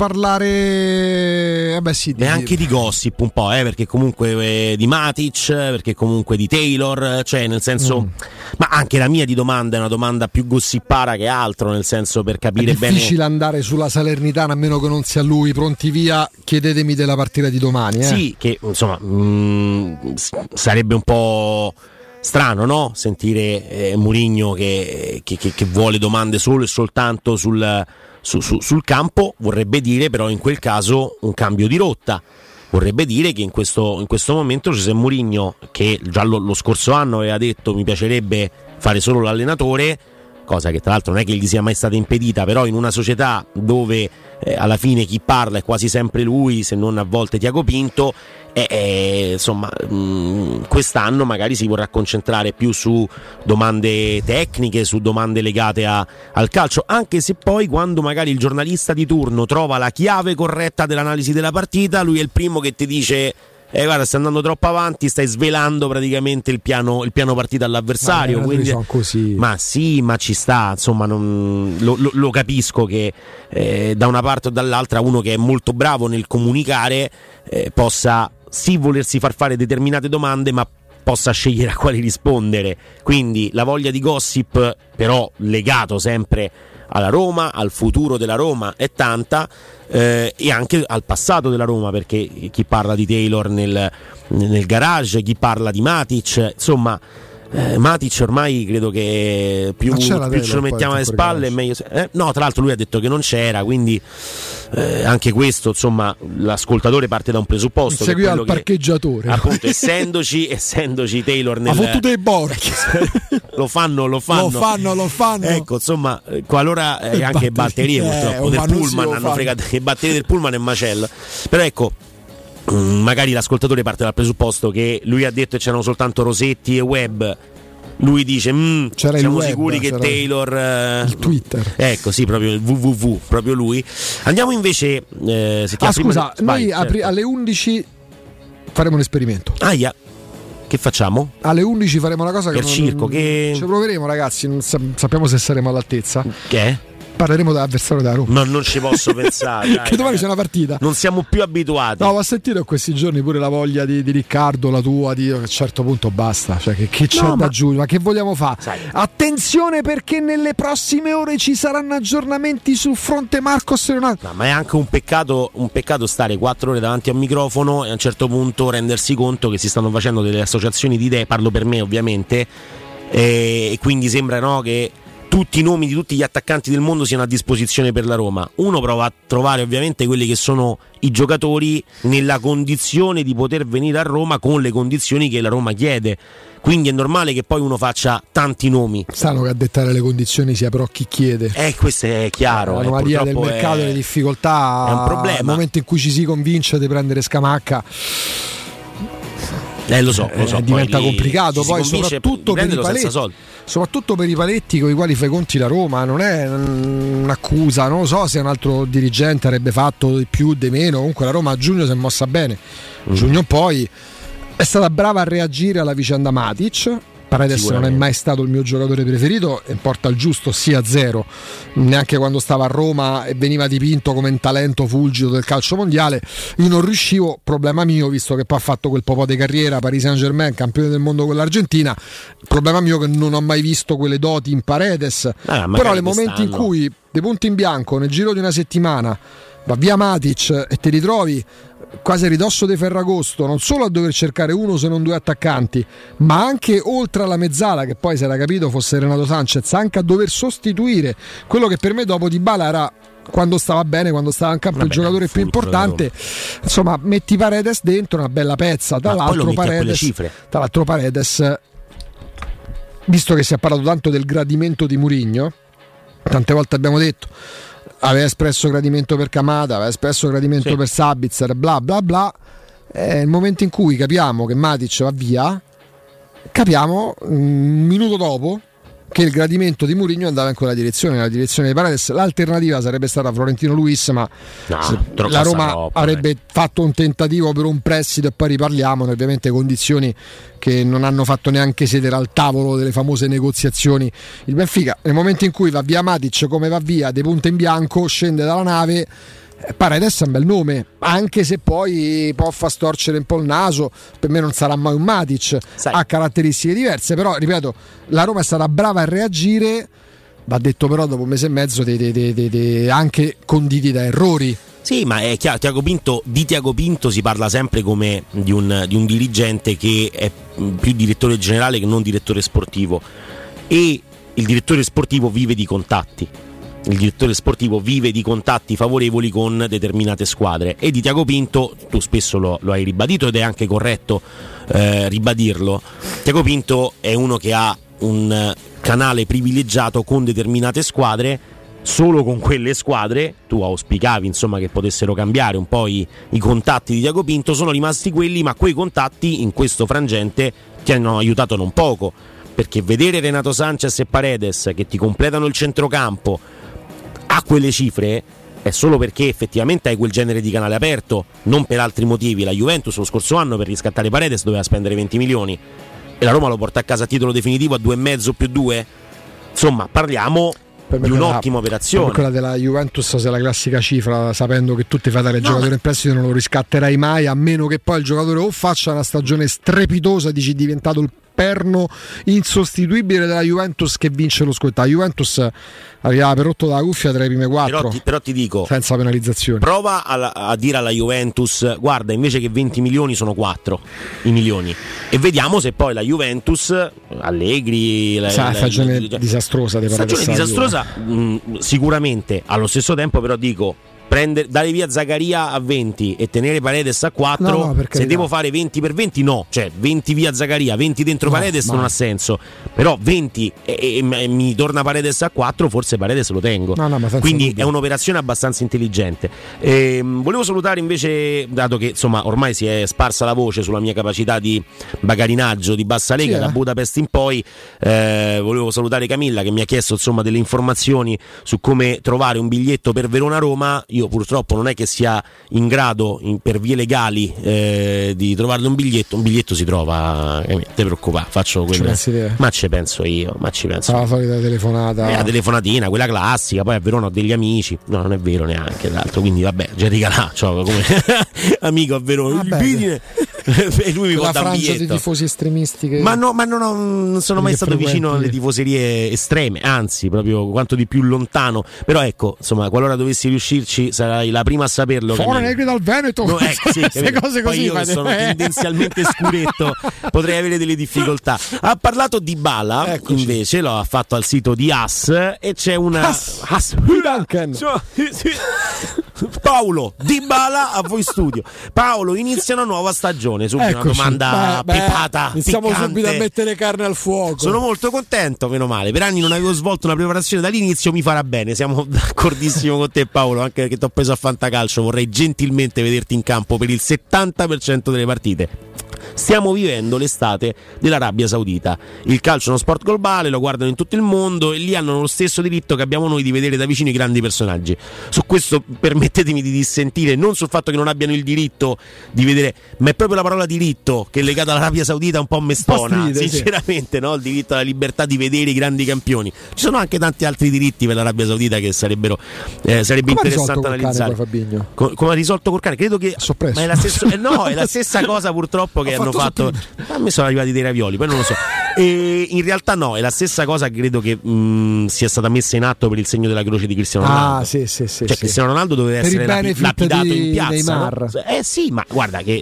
parlare e anche di gossip un po', perché comunque di Matic, perché comunque di Taylor, cioè nel senso ma anche la mia di domanda è una domanda più gossipara che altro, nel senso per capire bene. È difficile andare sulla Salernitana a meno che non sia lui, pronti via, chiedetemi della partita di domani. Sì, che insomma sarebbe un po' strano, no? Sentire Mourinho che vuole domande solo e soltanto sul campo. Vorrebbe dire però in quel caso un cambio di rotta. Vorrebbe dire che in questo momento c'è Mourinho, che già lo scorso anno aveva detto mi piacerebbe fare solo l'allenatore, cosa che tra l'altro non è che gli sia mai stata impedita, però in una società dove alla fine chi parla è quasi sempre lui, se non a volte Tiago Pinto, insomma quest'anno magari si vorrà concentrare più su domande tecniche, su domande legate al calcio, anche se poi quando magari il giornalista di turno trova la chiave corretta dell'analisi della partita, lui è il primo che ti dice guarda, stai andando troppo avanti, stai svelando praticamente il piano partita all'avversario. Quindi, sono così. Ma sì, ma ci sta, insomma, lo capisco che da una parte o dall'altra uno che è molto bravo nel comunicare possa sì volersi far fare determinate domande, ma possa scegliere a quali rispondere. Quindi la voglia di gossip, però legato sempre alla Roma, al futuro della Roma, è tanta, e anche al passato della Roma, perché chi parla di Taylor nel garage, chi parla di Matic, insomma Matic ormai credo che più ce lo mettiamo alle spalle meglio. No, tra l'altro lui ha detto che non c'era, quindi anche questo, insomma, l'ascoltatore parte da un presupposto, seguiva il parcheggiatore, appunto, essendoci Taylor nel lo fanno. Ecco, insomma, qualora anche batterie purtroppo del Pullman hanno fregato, le batterie del Pullman è un macello. Però ecco, magari l'ascoltatore parte dal presupposto che lui ha detto che c'erano soltanto Rosetti e Webb. Lui dice siamo sicuri che Taylor il Twitter, ecco, sì, proprio il www, proprio lui. Andiamo invece noi alle 11 faremo un esperimento. Che facciamo? Alle 11 faremo una cosa per circo che ci proveremo, ragazzi, non sappiamo se saremo all'altezza. Che è? Parleremo dell'avversario della Roma. No, non ci posso pensare. Dai, che domani c'è una partita. Non siamo più abituati. No, ho sentito questi giorni pure la voglia di Riccardo, la tua, che a un certo punto basta. Cioè, che c'è da giù? Ma che vogliamo fare? Attenzione, perché nelle prossime ore ci saranno aggiornamenti sul fronte Marcos Leonardo. No, ma è anche un peccato stare 4 ore davanti a un microfono e a un certo punto rendersi conto che si stanno facendo delle associazioni di idee, parlo per me ovviamente, e quindi sembra, no, che tutti i nomi di tutti gli attaccanti del mondo siano a disposizione per la Roma. Uno prova a trovare ovviamente quelli che sono i giocatori nella condizione di poter venire a Roma con le condizioni che la Roma chiede. Quindi è normale che poi uno faccia tanti nomi. Sanno che a dettare le condizioni sia però chi chiede. Questo è chiaro. L'anomalia del mercato e le difficoltà è un problema. Nel momento in cui ci si convince di prendere Scamacca, lo so. Diventa complicato poi soprattutto per i paletti. Soprattutto per i paletti con i quali fai conti la Roma, non è un'accusa, non lo so se un altro dirigente avrebbe fatto di più, di meno. Comunque la Roma a giugno si è mossa bene. Giugno poi è stata brava a reagire alla vicenda Matic. Paredes non è mai stato il mio giocatore preferito e porta il giusto sia a 0, neanche quando stava a Roma e veniva dipinto come un talento fulgido del calcio mondiale. Io non riuscivo, problema mio, visto che poi ha fatto quel po' di carriera, Paris Saint-Germain, campione del mondo con l'Argentina, problema mio che non ho mai visto quelle doti in Paredes. Però nei momenti in cui dei punti in bianco nel giro di una settimana va via Matic e ti ritrovi quasi a ridosso di Ferragosto, non solo a dover cercare uno se non due attaccanti, ma anche oltre alla mezzala, che poi si era capito fosse Renato Sanchez, anche a dover sostituire quello che per me dopo Dybala era, quando stava bene, quando stava in campo, il giocatore più importante. Insomma, metti Paredes dentro, una bella pezza. Tra l'altro Paredes, visto che si è parlato tanto del gradimento di Mourinho, tante volte abbiamo detto aveva espresso gradimento per Kamada, aveva espresso gradimento per Sabitzer, bla bla bla. Nel momento in cui capiamo che Matic va via, capiamo un minuto dopo che il gradimento di Mourinho andava in quella direzione, nella direzione di Paredes. L'alternativa sarebbe stata Florentino Luis, ma la Roma avrebbe fatto un tentativo per un prestito, e poi riparliamo, ovviamente condizioni che non hanno fatto neanche sedere al tavolo delle famose negoziazioni il Benfica. Nel momento in cui va via Matic, come va via De punta in bianco, scende dalla nave, Paredes è un bel nome, anche se poi può far storcere un po' il naso. Per me non sarà mai un Matic, ha caratteristiche diverse, però ripeto, la Roma è stata brava a reagire, va detto, però dopo un mese e mezzo anche conditi da errori. Sì, ma è chiaro, Tiago Pinto si parla sempre come di un dirigente che è più direttore generale che non direttore sportivo, e il direttore sportivo vive di contatti. Il direttore sportivo vive di contatti favorevoli con determinate squadre, e di Tiago Pinto tu spesso lo hai ribadito, ed è anche corretto ribadirlo. Tiago Pinto è uno che ha un canale privilegiato con determinate squadre, solo con quelle squadre. Tu auspicavi insomma che potessero cambiare un po' i contatti di Tiago Pinto, sono rimasti quelli, ma quei contatti in questo frangente ti hanno aiutato non poco, perché vedere Renato Sanchez e Paredes che ti completano il centrocampo a quelle cifre è solo perché effettivamente hai quel genere di canale aperto, non per altri motivi. La Juventus lo scorso anno per riscattare Paredes doveva spendere 20 milioni e la Roma lo porta a casa a titolo definitivo a 2,5 più 2. Insomma, parliamo di un'ottima operazione. Quella della Juventus, se la classica cifra, sapendo che tu ti fai dare il giocatore in prestito, non lo riscatterai mai, a meno che poi il giocatore o faccia una stagione strepitosa, dici è diventato il perno insostituibile della Juventus che vince lo scudetto. La Juventus arrivava per rotto dalla cuffia tra i prime 4, però ti dico, senza penalizzazioni. Prova a dire alla Juventus: guarda, invece che 20 milioni sono 4 i milioni, e vediamo se poi la Juventus, Allegri, stagione disastrosa, sicuramente. Allo stesso tempo però dico, dare via Zaccaria a 20 e tenere Paredes a 4, no, se devo fare 20 per 20 no, cioè 20 via Zaccaria, 20 dentro Paredes non ha senso, però 20 e mi torna Paredes a 4, forse Paredes lo tengo, quindi dubbio. È un'operazione abbastanza intelligente. Volevo salutare invece, dato che insomma ormai si è sparsa la voce sulla mia capacità di bagarinaggio di bassa lega, da Budapest in poi, volevo salutare Camilla che mi ha chiesto insomma delle informazioni su come trovare un biglietto per Verona-Roma. Io purtroppo non è che sia in grado per vie legali di trovarle un biglietto. Un biglietto si trova, non ti preoccupare, faccio quello. Ma ci penso io, ma ci penso. La solita telefonata. La telefonatina, quella classica. Poi a Verona ho degli amici. No, non è vero neanche, tra l'altro. Quindi vabbè, Gerry Calà, cioè, come amico a Verona. E lui mi può dare un biglietto. Di tifosi estremisti che... Ma non sono mai stato vicino alle tifoserie estreme, anzi proprio quanto di più lontano. Però ecco, insomma, qualora dovessi riuscirci sarai la prima a saperlo. Fuori negri dal Veneto. No, sì, queste cose così. Poi io che sono tendenzialmente scuretto potrei avere delle difficoltà. Ha parlato di Dybala, invece lo ha fatto al sito di AS, e c'è una Paolo Dybala a voi studio. Paolo, inizia una nuova stagione. Subito una domanda pepata. Iniziamo piccante. subito a mettere carne al fuoco. Sono molto contento, meno male. Per anni non avevo svolto una preparazione dall'inizio, mi farà bene. Siamo d'accordissimo con te, Paolo. Anche perché ti ho preso a Fantacalcio, vorrei gentilmente vederti in campo per il 70% delle partite. Stiamo vivendo l'estate dell'Arabia Saudita. Il calcio è uno sport globale, lo guardano in tutto il mondo e lì hanno lo stesso diritto che abbiamo noi di vedere da vicino i grandi personaggi. Su questo permettetemi di dissentire, non sul fatto che non abbiano il diritto di vedere, ma è proprio la parola diritto che è legata all'Arabia Saudita un po' mestona, sinceramente, no? Il diritto alla libertà di vedere i grandi campioni. Ci sono anche tanti altri diritti per l'Arabia Saudita che sarebbe interessante analizzare. Come ha risolto col cane? Credo che ma è la stessa, è la stessa cosa purtroppo che hanno fatto. A me sono arrivati dei ravioli, poi non lo so. E in realtà no, è la stessa cosa, credo che sia stata messa in atto per il segno della croce di Cristiano Ronaldo. Sì, cioè Cristiano Ronaldo doveva per essere lapidato in piazza, Neymar. No? Sì, ma guarda che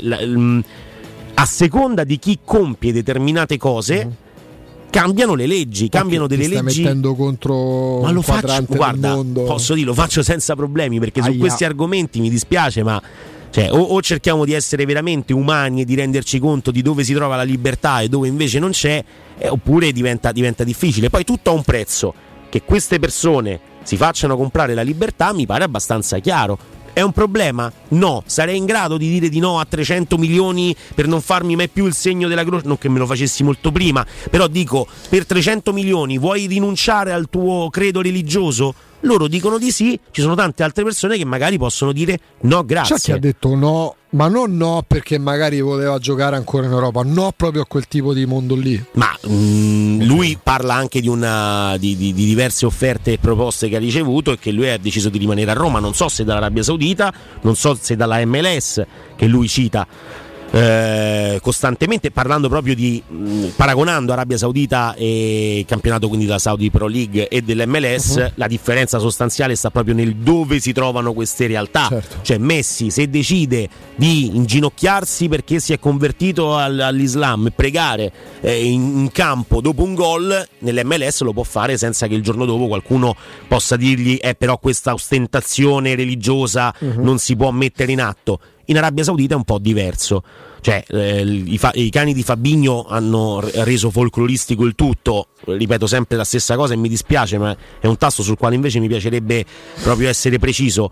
a seconda di chi compie determinate cose cambiano le leggi, cambiano delle leggi. Stai mettendo contro ma lo un faccio, quadrante guarda, del mondo. posso dire, lo faccio senza problemi, perché su questi argomenti mi dispiace, ma cioè, o cerchiamo di essere veramente umani e di renderci conto di dove si trova la libertà e dove invece non c'è, oppure diventa difficile. Poi tutto ha un prezzo. Che queste persone si facciano comprare la libertà mi pare abbastanza chiaro. È un problema? No. Sarei in grado di dire di no a 300 milioni per non farmi mai più il segno della croce? Non che me lo facessi molto prima, però dico, per 300 milioni vuoi rinunciare al tuo credo religioso? Loro dicono di sì, ci sono tante altre persone che magari possono dire no grazie. C'è chi ha detto no, ma non no perché magari voleva giocare ancora in Europa, no proprio a quel tipo di mondo lì. Ma lui parla anche di diverse offerte e proposte che ha ricevuto e che lui ha deciso di rimanere a Roma, non so se dall'Arabia Saudita, non so se dalla MLS che lui cita costantemente, parlando proprio di paragonando Arabia Saudita e campionato, quindi della Saudi Pro League e dell'MLS. La differenza sostanziale sta proprio nel dove si trovano queste realtà. Cioè Messi, se decide di inginocchiarsi perché si è convertito all'Islam e pregare in campo dopo un gol, nell'MLS lo può fare senza che il giorno dopo qualcuno possa dirgli però questa ostentazione religiosa non si può mettere in atto. In Arabia Saudita è un po' diverso, cioè i cani di Fabinho hanno reso folcloristico il tutto. Ripeto sempre la stessa cosa e mi dispiace, ma è un tasto sul quale invece mi piacerebbe proprio essere preciso.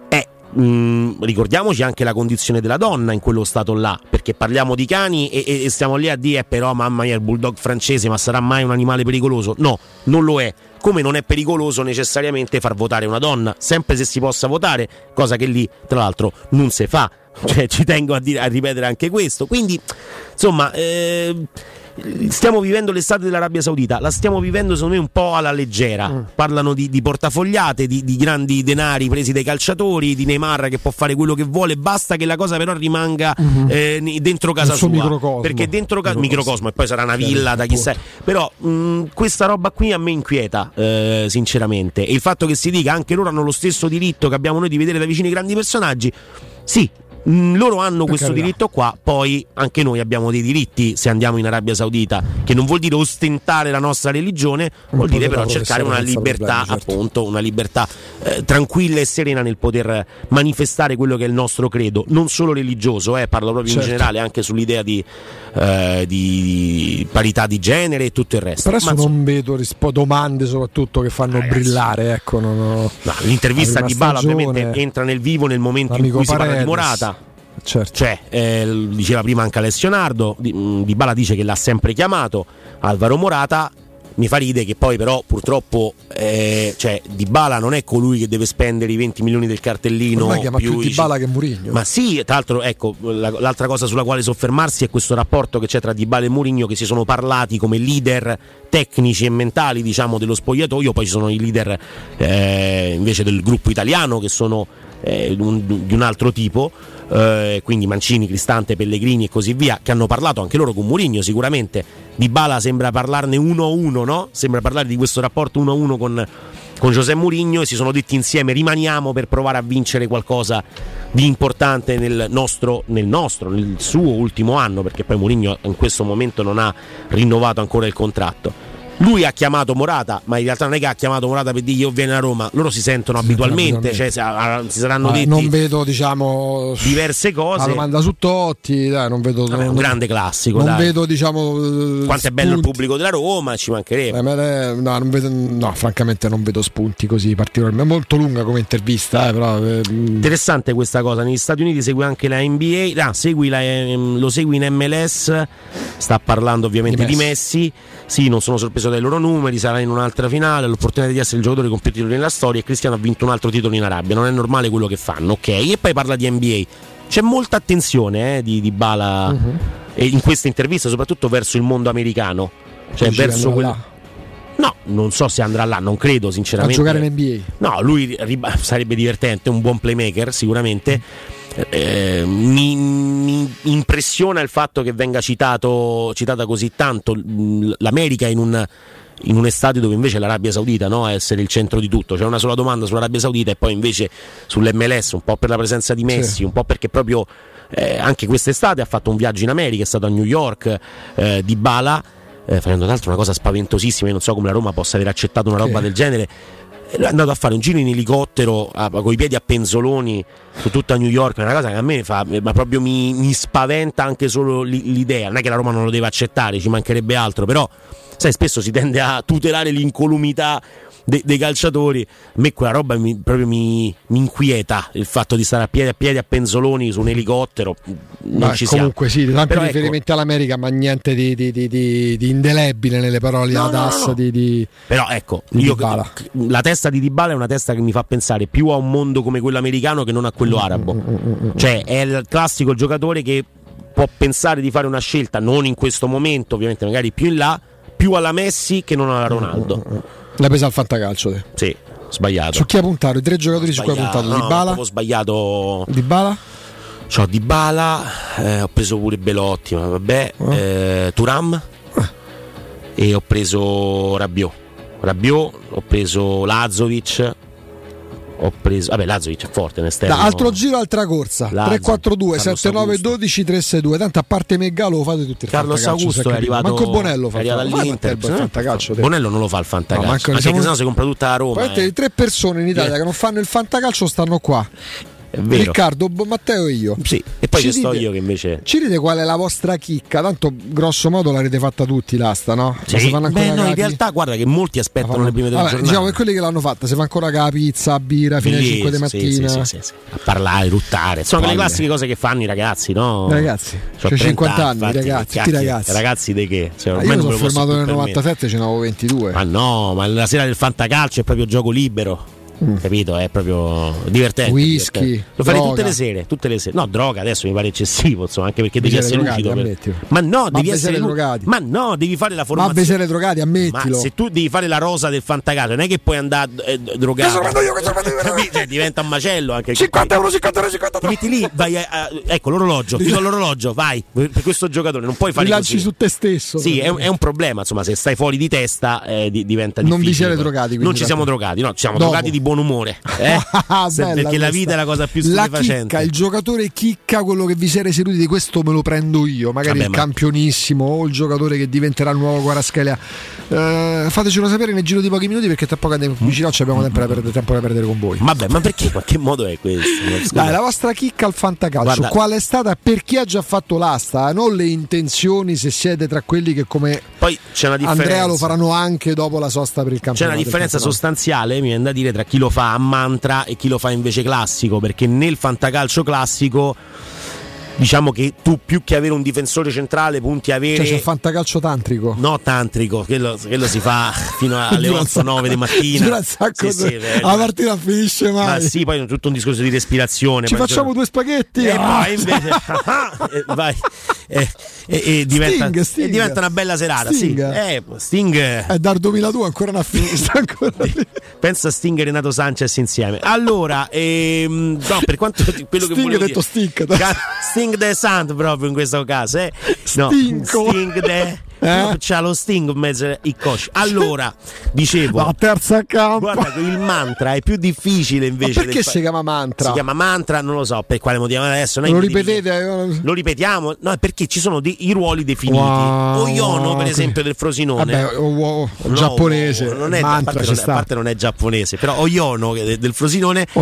Ricordiamoci anche la condizione della donna in quello stato là, perché parliamo di cani e stiamo lì a dire però mamma mia il bulldog francese, ma sarà mai un animale pericoloso? No, non lo è. Come non è pericoloso necessariamente far votare una donna, sempre se si possa votare, cosa che lì tra l'altro non si fa. Cioè, ci tengo a ripetere anche questo. Quindi insomma stiamo vivendo l'estate dell'Arabia Saudita, la stiamo vivendo secondo me un po' alla leggera. Parlano di portafogliate, di grandi denari presi dai calciatori, di Neymar che può fare quello che vuole, basta che la cosa però rimanga dentro casa sua, microcosmo. Perché dentro microcosmo e poi sarà una villa da chissà. Però questa roba qui a me inquieta sinceramente, e il fatto che si dica anche loro hanno lo stesso diritto che abbiamo noi di vedere da vicino i grandi personaggi, sì, loro hanno questo diritto qua, poi anche noi abbiamo dei diritti se andiamo in Arabia Saudita, che non vuol dire ostentare la nostra religione, vuol dire però cercare una libertà, appunto una libertà tranquilla e serena nel poter manifestare quello che è il nostro credo, non solo religioso, parlo proprio in generale, anche sull'idea di parità di genere e tutto il resto. Per adesso non vedo domande soprattutto che fanno brillare, ecco, no, l'intervista di Dybala ovviamente entra nel vivo nel momento in cui si parla di Morata. Certo. Cioè, diceva prima anche Alessio Nardo, Dybala dice che l'ha sempre chiamato Alvaro Morata. Mi fa ride che poi però purtroppo cioè Dybala non è colui che deve spendere i 20 milioni del cartellino. Ormai chiama più Dybala che Mourinho. Ma sì, tra l'altro ecco, l'altra cosa sulla quale soffermarsi è questo rapporto che c'è tra Dybala e Mourinho, che si sono parlati come leader tecnici e mentali, diciamo, dello spogliatoio. Poi ci sono i leader invece del gruppo italiano che sono di un altro tipo, quindi Mancini, Cristante, Pellegrini e così via, che hanno parlato anche loro con Mourinho sicuramente. Dybala sembra parlarne 1-1, no? Sembra parlare di questo rapporto 1-1 con José Mourinho, e si sono detti insieme rimaniamo per provare a vincere qualcosa di importante nel suo ultimo anno, perché poi Mourinho in questo momento non ha rinnovato ancora il contratto. Lui ha chiamato Morata, ma in realtà non è che ha chiamato Morata per dirgli io vengo a Roma, loro si sentono abitualmente, cioè si saranno detti, non vedo, diciamo, diverse cose. La domanda su Totti, dai, non vedo. Vabbè, un grande classico. Non vedo, diciamo, quanto è bello il pubblico della Roma, ci mancherebbe. No, francamente non vedo spunti così particolarmente. È molto lunga come intervista, però. Interessante questa cosa. Negli Stati Uniti segue anche la NBA, lo segui in MLS, sta parlando ovviamente di Messi. Sì, non sono sorpreso dai loro numeri, sarà in un'altra finale, l'opportunità di essere il giocatore con più titoli nella storia, e Cristiano ha vinto un altro titolo in Arabia, non è normale quello che fanno, ok? E poi parla di NBA. C'è molta attenzione di Dybala in questa intervista, soprattutto verso il mondo americano, cioè verso quel... No, non so se andrà là, non credo sinceramente. A giocare in NBA? No, lui sarebbe divertente, un buon playmaker sicuramente. mi impressiona il fatto che venga citata così tanto l'America in un'estate dove invece l'Arabia Saudita, no, è essere il centro di tutto. C'è una sola domanda sull'Arabia Saudita e poi invece sull'MLS, un po' per la presenza di Messi, sì, un po' perché proprio anche quest'estate ha fatto un viaggio in America, è stato a New York, Dybala, facendo tra l'altro una cosa spaventosissima. Io non so come la Roma possa aver accettato una roba del genere. È andato a fare un giro in elicottero con i piedi a penzoloni su tutta New York, è una cosa che a me ma proprio mi spaventa anche solo l'idea. Non è che la Roma non lo deve accettare, ci mancherebbe altro, però sai, spesso si tende a tutelare l'incolumità dei calciatori. A me quella roba proprio mi inquieta, il fatto di stare a piedi a penzoloni su un elicottero. Non ci comunque siamo. Sì, tanti riferimenti all'America, ma niente di indelebile nelle parole ad Assa. Però ecco, la testa di Dybala è una testa che mi fa pensare più a un mondo come quello americano che non a quello arabo. Cioè è il classico giocatore che può pensare di fare una scelta, non in questo momento, ovviamente magari più in là, più alla Messi che non alla Ronaldo. L'ha presa al fantacalcio te? Sì, sbagliato. Su chi ha puntato? I 3 giocatori su cui ha puntato? Dybala? Ho sbagliato. Dybala? C'ho Dybala, ho preso pure Belotti, ma vabbè, Thuram e ho preso Rabiot, ho preso Lazovic. Lazovic è forte in esterno. Altro giro, altra corsa. 3-4-2, 7-9-12, 3-6-2. Tanto a parte Meggalo lo fate tutti il Carlos Augusto è arrivato. Manco Bonello fa all'Inter. Fantacalcio. Bonello non lo fa il fantacalcio. Anche che sennò si compra tutta la Roma. Le 3 persone in Italia che non fanno il fantacalcio stanno qua. Riccardo, Matteo e io. Sì, e poi ci sto io che invece. Ci dite qual è la vostra chicca? Tanto grosso modo l'avete fatta tutti l'asta, no? Sì. No, in realtà guarda che molti aspettano le prime 2 giornate. Diciamo che quelli che l'hanno fatta si fa ancora la pizza, la birra fino alle 5 di mattina. Sì. A parlare, ruttare. Sono quelle classiche cose che fanno i ragazzi, no? Ragazzi, c'ho 50 anni, ragazzi. Tutti ragazzi. Ragazzi di che? Io mi sono fermato nel 97, ce n'avevo 22. Ma no, ma la sera del fantacalcio è proprio gioco libero. Capito? È proprio divertente. Whisky, divertente. Lo farei tutte le sere. No, droga adesso mi pare eccessivo, insomma, anche perché devi essere lucido. Ma no, devi essere drogati. Ma no, devi fare la formazione. Ma essere drogati, ammettilo. Ma se tu devi fare la rosa del fantacalcio, non è che puoi andare drogato. Cioè, diventa un macello anche. 50 euro, 50 euro, 50 euro. Ti metti lì, vai ecco l'orologio, ti do l'orologio, vai. Per questo giocatore non puoi fare rilanci così. Su te stesso. Sì, è un problema, insomma, se stai fuori di testa diventa difficile. Non vi siete drogati, non ci siamo drogati, no, ci siamo drogati di buon umore. Perché la vita è la cosa più stupefacente. La chicca, il giocatore chicca, quello che vi siete seduti, di questo me lo prendo io. Magari il campionissimo o il giocatore che diventerà il nuovo Kvaratskhelia. Fatecelo sapere nel giro di pochi minuti, perché tra poco andiamo in pubblicità, abbiamo tempo da perdere con voi. Vabbè, ma perché? Ma che modo è questo? Dai, la vostra chicca al fantacalcio. Guarda, qual è stata per chi ha già fatto l'asta? Non le intenzioni, se siete tra quelli che come poi c'è una differenza. Andrea lo faranno anche dopo la sosta per il campionato. C'è una differenza sostanziale, mi viene da dire, tra chi lo fa a mantra e chi lo fa invece classico, perché nel fantacalcio classissico diciamo che tu più che avere un difensore centrale punti a avere. Cioè c'è il fantacalcio tantrico? No, tantrico, quello si fa fino alle 8-9 di mattina. Dura un sacco la partita finisce mai. Ma sì, poi è tutto un discorso di respirazione. Ci facciamo 2 spaghetti e poi invece vai. E diventa una bella serata. Sting è dal 2002 ancora una finita. Pensa a Sting e Renato Sanchez insieme. Allora, no, per quanto quello Sting che volevo detto dire, Sting de Sant proprio in questo caso, no, Sting de c'ha lo Sting in mezzo ai coach. Allora, dicevo, la terza campo. Guarda, il mantra è più difficile invece. Ma perché si chiama mantra? Si chiama mantra, non lo so per quale motivo adesso. Lo ripetete? Lo ripetiamo? No, è perché ci sono i ruoli definiti. Oyono, per esempio, del Frosinone. Vabbè, giapponese. Non è, a parte non è giapponese, però Oyono del Frosinone è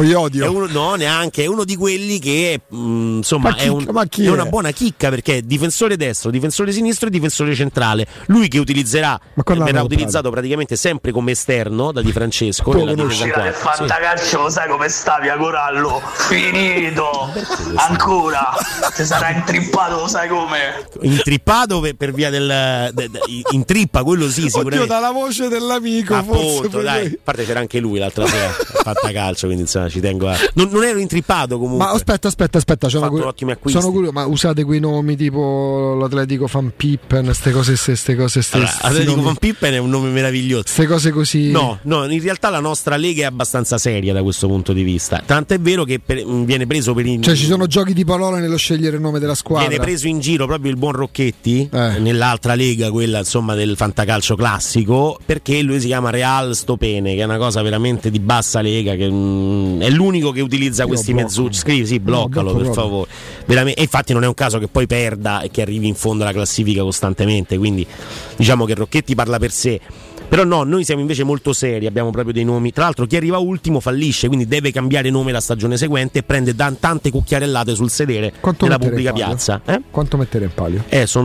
uno di quelli che insomma è una buona chicca, perché è difensore destro, difensore sinistro e difensore centrale. Lui che verrà utilizzato praticamente sempre come esterno da Di Francesco nella difesa in quattro. Fantacalcio, lo sai come stavi a Corallo? Finito ancora, ti sarà intrippato, lo sai come? Intrippato per via del intrippa, quello sì, sicuramente. Oddio, dalla voce dell'amico, appunto, forse dai, a parte c'era anche lui l'altra sera Fantacalcio, quindi insomma ci tengo a non ero intrippato comunque. Ma aspetta, sono curioso, ma usate quei nomi tipo l'Atletico Van Pippen, queste cose queste cose. Allora, Atletico Van Pippen è un nome meraviglioso. Queste cose così. No, in realtà la nostra lega è abbastanza seria da questo punto di vista. Tanto è vero che viene preso per Cioè ci sono giochi di parole nello scegliere il nome della squadra. Viene preso in giro proprio il buon Rocchetti nell'altra lega, quella insomma del fantacalcio classico, perché lui si chiama Real Stopene, che è una cosa veramente di bassa lega, che è l'unico che utilizza questi mezzucci. Scrivi, bloccalo per favore. Veramente. E infatti non è un caso che poi perda e che arrivi in fondo alla classifica costantemente, quindi diciamo che Rocchetti parla per sé. Però no, noi siamo invece molto seri, abbiamo proprio dei nomi. Tra l'altro chi arriva ultimo fallisce, quindi deve cambiare nome la stagione seguente e prende tante cucchiarellate sul sedere nella pubblica piazza. Quanto mettere in palio?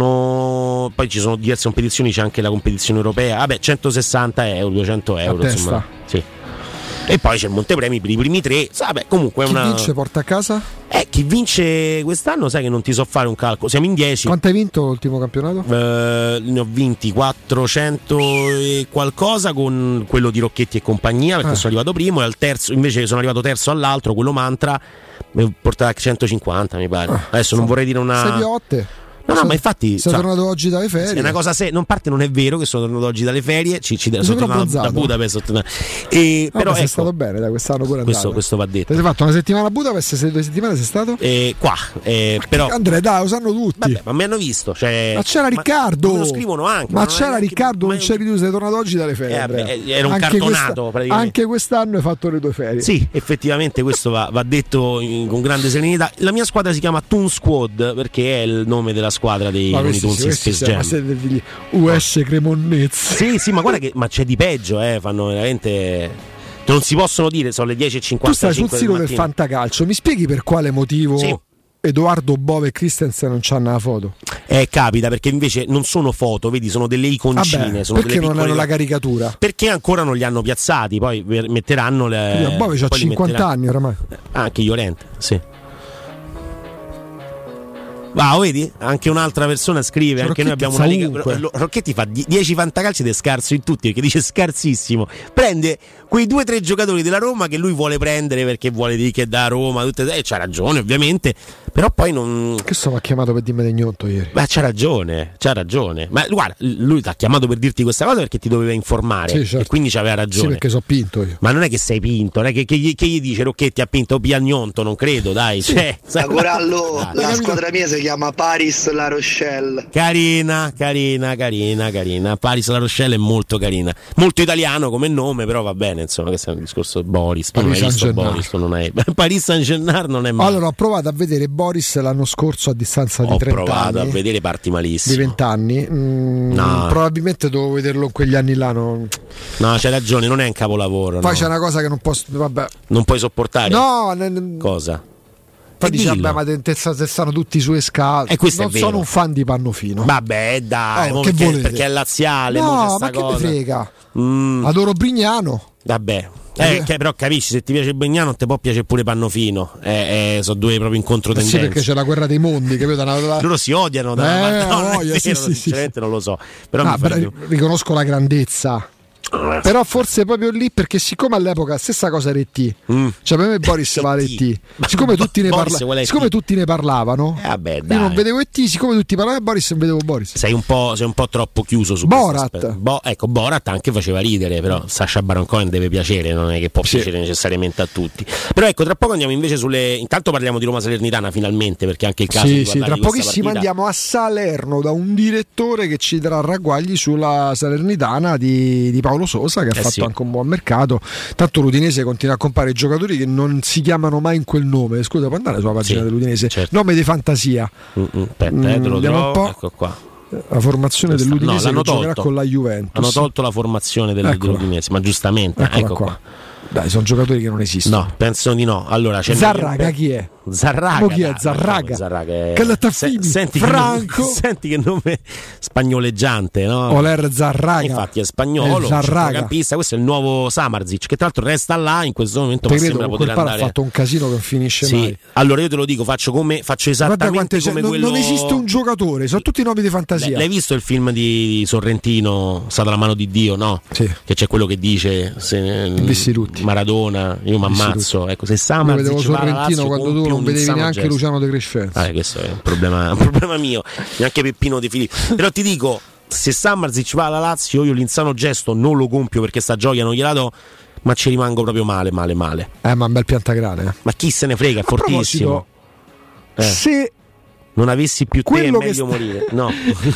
Poi ci sono diverse competizioni, c'è anche la competizione europea. Vabbè, 160 euro, 200 euro, insomma. Sì. E poi c'è il montepremi per i primi 3. Vabbè, comunque chi vince porta a casa? Chi vince quest'anno, sai che non ti so fare un calcolo. Siamo in 10. Quanto hai vinto l'ultimo campionato? Ne ho vinti 400 e qualcosa con quello di Rocchetti e compagnia, perché sono arrivato primo, e al terzo invece sono arrivato terzo all'altro, quello Mantra, mi portava a 150 mi pare. Adesso non vorrei dire una... Sei piotte. No, ma infatti sei tornato oggi dalle ferie. È una cosa non è vero che sono tornato oggi dalle ferie, sono tornato da Budapest. Però sei stato bene da quest'anno pure questo va detto. Ti sei fatto una settimana a Budapest, 2 settimane sei stato? Qua, però Andrea, dai, lo sanno tutti. Vabbè, ma mi hanno visto, ma c'era Riccardo. Me lo scrivono anche. Ma c'era Riccardo, non c'eri tu, sei tornato oggi dalle ferie. Era un cartonato praticamente. Anche quest'anno hai fatto le tue ferie. Sì, effettivamente questo va detto con grande serenità. La mia squadra si chiama Toon Squad perché è il nome della squadra dei Space Jam. US Cremonnezza. Sì, ma guarda che c'è di peggio, fanno veramente. Non si possono dire, sono le 10:55. Tu stai sul sito del Fantacalcio, mi spieghi per quale motivo Edoardo Bove e Christensen non c'hanno la foto? Capita, perché invece non sono foto, vedi, sono delle iconcine. Sono perché non hanno la caricatura? Perché ancora non li hanno piazzati, poi metteranno le. Bove c'ha 50 anni oramai. Anche Llorente, sì. Vedi? Anche un'altra persona scrive, anche noi abbiamo una lega. Rocchetti fa 10 fantacalci ed è scarso in tutti, perché dice scarsissimo. Prende quei 2 o 3 giocatori della Roma che lui vuole prendere perché vuole dire che è da Roma, c'ha ragione ovviamente, però poi non. Che mi ha chiamato per dirmi del gnotto ieri? Ma c'ha ragione. Ma guarda, lui ti ha chiamato per dirti questa cosa perché ti doveva informare, e quindi c'aveva ragione. Sì, perché sono pinto io. Ma non è che sei pinto, non è che gli dice Rocchetti ha pinto Piagnonto, non credo, dai. Sì. Corallo, la squadra mia si chiama Paris La Rochelle. Carina. Paris La Rochelle è molto carina, molto italiano come nome, però va bene, insomma. Questo è un discorso Boris. Paris Saint-Germain non è male. Allora ho provato a vedere Boris l'anno scorso a distanza di 30 anni. Ho provato a vedere parti malissimo. Di 20 anni. No. Probabilmente dovevo vederlo in quegli anni là. No, c'hai ragione, non è un capolavoro. Poi c'è una cosa che non posso. Vabbè. Non puoi sopportare? No. Cosa? Poi dice, vabbè, ma se stanno tutti sue scale. Non sono un fan di Pannofino. Vabbè, dai, perché è laziale. No, ma che me frega? Adoro Brignano. Vabbè. Però capisci, se ti piace Brignano non ti può piacere pure Pannofino. Sono due proprio in controtendenza. Sì, perché c'è la guerra dei mondi, capito? Loro si odiano. Sinceramente non lo so. Però riconosco la grandezza. Però forse proprio lì, perché siccome all'epoca stessa cosa RT, cioè per me Boris vale ET, siccome tutti ne parlavano, dai. Io non vedevo ET, siccome tutti parlavano di Boris non vedevo Boris. Sei un po' troppo chiuso su Borat. Borat anche faceva ridere, però Sacha Baron Cohen deve piacere, non è che può piacere necessariamente a tutti. Però ecco, tra poco andiamo invece intanto parliamo di Roma Salernitana finalmente, perché anche il caso di tra pochissimo andiamo a Salerno da un direttore che ci darà ragguagli sulla Salernitana di Paolo Sosa, che ha fatto anche un buon mercato. Tanto l'Udinese continua a comprare giocatori che non si chiamano mai in quel nome. Scusa, puoi andare sulla pagina dell'Udinese? Certo. Nome di fantasia. Aspetta, te lo trovo. Ecco qua. La formazione dell'Udinese che giocherà con la Juventus. Hanno tolto la formazione dell'Udinese, ma giustamente. Ecco qua. Dai, sono giocatori che non esistono. No, penso di no. Allora, c'è Zarraga, chi è? Zarraga. Chi è Zarraga? Senti Franco. Senti che nome spagnoleggiante, no? Oler Zarraga. Infatti è spagnolo, centrocampista. Questo è il nuovo Samardzic, che tra l'altro resta là in questo momento, ma sembra poter andare. Ha fatto un casino che non finisce mai. Allora io te lo dico, faccio esattamente come quello. Non esiste un giocatore, sono tutti nomi di fantasia. L'hai visto il film di Sorrentino, Stata la mano di Dio, no? Sì. Che c'è quello che dice visti tutti. Maradona, io mi ammazzo. Ecco, se Samardzic vedevo Sorrentino quando tu non vedevi neanche Luciano De Crescenzo. Questo è un problema mio, neanche Peppino De Filippo. Però ti dico, se Sammarzic va alla Lazio, io l'insano gesto non lo compio perché sta gioia non gliela do, ma ci rimango proprio male. Ma un bel piantacrane. Ma chi se ne frega, è fortissimo. Se non avessi più te è meglio morire. No.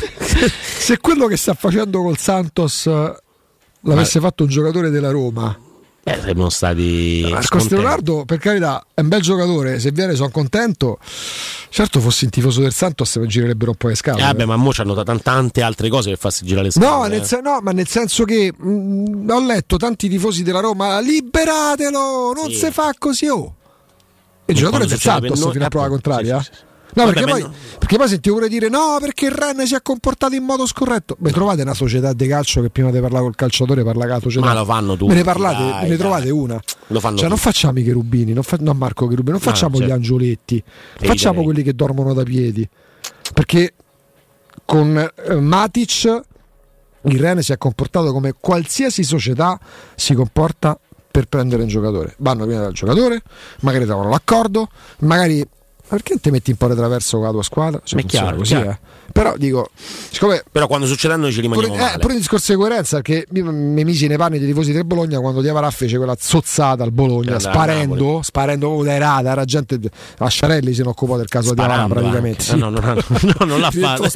Se quello che sta facendo col Santos l'avesse fatto un giocatore della Roma, saremmo stati Marcos Leonardo, per carità, è un bel giocatore, se viene sono contento. Certo, fossi un tifoso del Santos mi girerebbero un po' le scale. Vabbè, ma mo c'hanno tante altre cose per farsi girare le scale. No, ma nel senso che ho letto tanti tifosi della Roma, liberatelo, non si fa così. E il giocatore del Santos fino a prova contraria. Sì. No, perché poi sentivo pure dire no, perché il Rennes si è comportato in modo scorretto. Beh, trovate una società di calcio che prima di parlare col calciatore parla con la società. Ma lo fanno tutti. Me ne trovate una. Lo fanno non facciamo i cherubini, non Marco Cherubini, non facciamo gli angioletti, facciamo quelli che dormono da piedi. Perché con Matic il Rennes si è comportato come qualsiasi società si comporta per prendere un giocatore. Vanno prima dal giocatore, magari trovano l'accordo, magari. Ma perché non ti metti un po' di traverso con la tua squadra? È chiaro, così, Però dico, siccome però quando succede a noi ci rimaniamo male. Pure il discorso di coerenza, perché mi misi nei panni dei tifosi del Bologna quando Diavara fece quella zozzata al Bologna, sparendo dai radar, gente, Asciarelli se ne occupò del caso di Diavara praticamente. No, non l'ha fatto.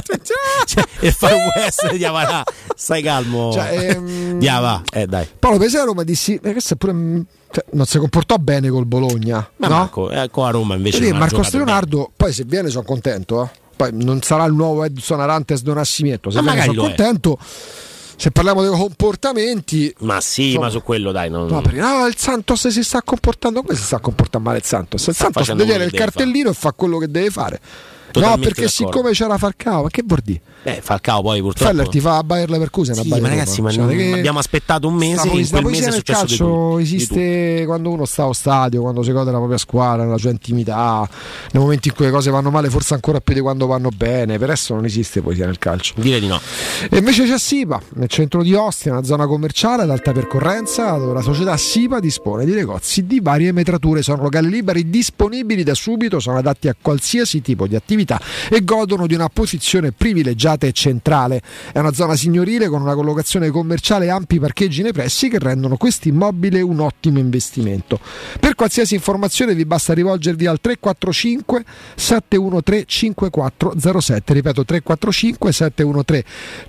E fa un West di Diavara, stai calmo. Diava, dai. Paolo Pesaro mi dissi, questo è pure non si comportò bene col Bologna, ma no? Marco, a Roma invece Marcos Leonardo, poi se viene sono contento, poi non sarà il nuovo Edson Arantes do Nascimento, se viene sono contento. Se parliamo dei comportamenti, ma sì, ma su quello dai, perché il Santos si sta comportando come si sta comportando male il Santos deve avere il cartellino e fa quello che deve fare. Totalmente perché d'accordo. Siccome c'era Falcao, ma che vuol dire? Falcao poi purtroppo Feller ti fa a Bayer Leverkusen, sì, ma ragazzi, ma abbiamo aspettato un mese, in quel mese è successo di tutto. Esiste quando uno sta allo stadio, quando si gode la propria squadra, nella sua intimità, nei momenti in cui le cose vanno male, forse ancora più di quando vanno bene. Per adesso non esiste poesia nel calcio. Direi di no. E invece c'è Sipa, nel centro di Ostia, una zona commerciale ad alta percorrenza, dove la società Sipa dispone di negozi di varie metrature. Sono locali liberi disponibili da subito, sono adatti a qualsiasi tipo di attività e godono di una posizione privilegiata e centrale. È una zona signorile con una collocazione commerciale e ampi parcheggi nei pressi che rendono questo immobile un ottimo investimento. Per qualsiasi informazione vi basta rivolgervi al 345 713 5407, ripeto 345 713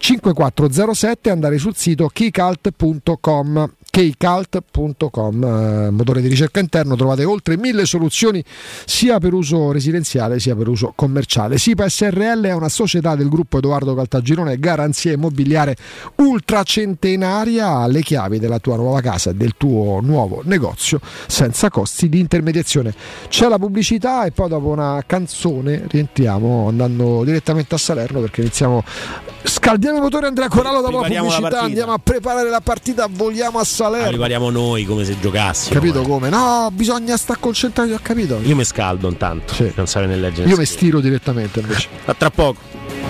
5407 e andare sul sito keycult.com. Motore di ricerca interno, trovate oltre 1000 soluzioni sia per uso residenziale sia per uso commerciale. Sipa SRL è una società del gruppo Edoardo Caltagirone, garanzia immobiliare ultracentenaria, alle chiavi della tua nuova casa e del tuo nuovo negozio senza costi di intermediazione. C'è la pubblicità e poi dopo una canzone rientriamo andando direttamente a Salerno, perché scaldiamo i motori. Andrea Corallo, dopo la pubblicità andiamo a preparare la partita, voliamo a Salerno. Arrivariamo noi come se giocassimo. Capito come? No, bisogna stare concentrati, ho capito. Io mi scaldo intanto, non sape né leggere. Io mi stiro direttamente invece. A tra poco.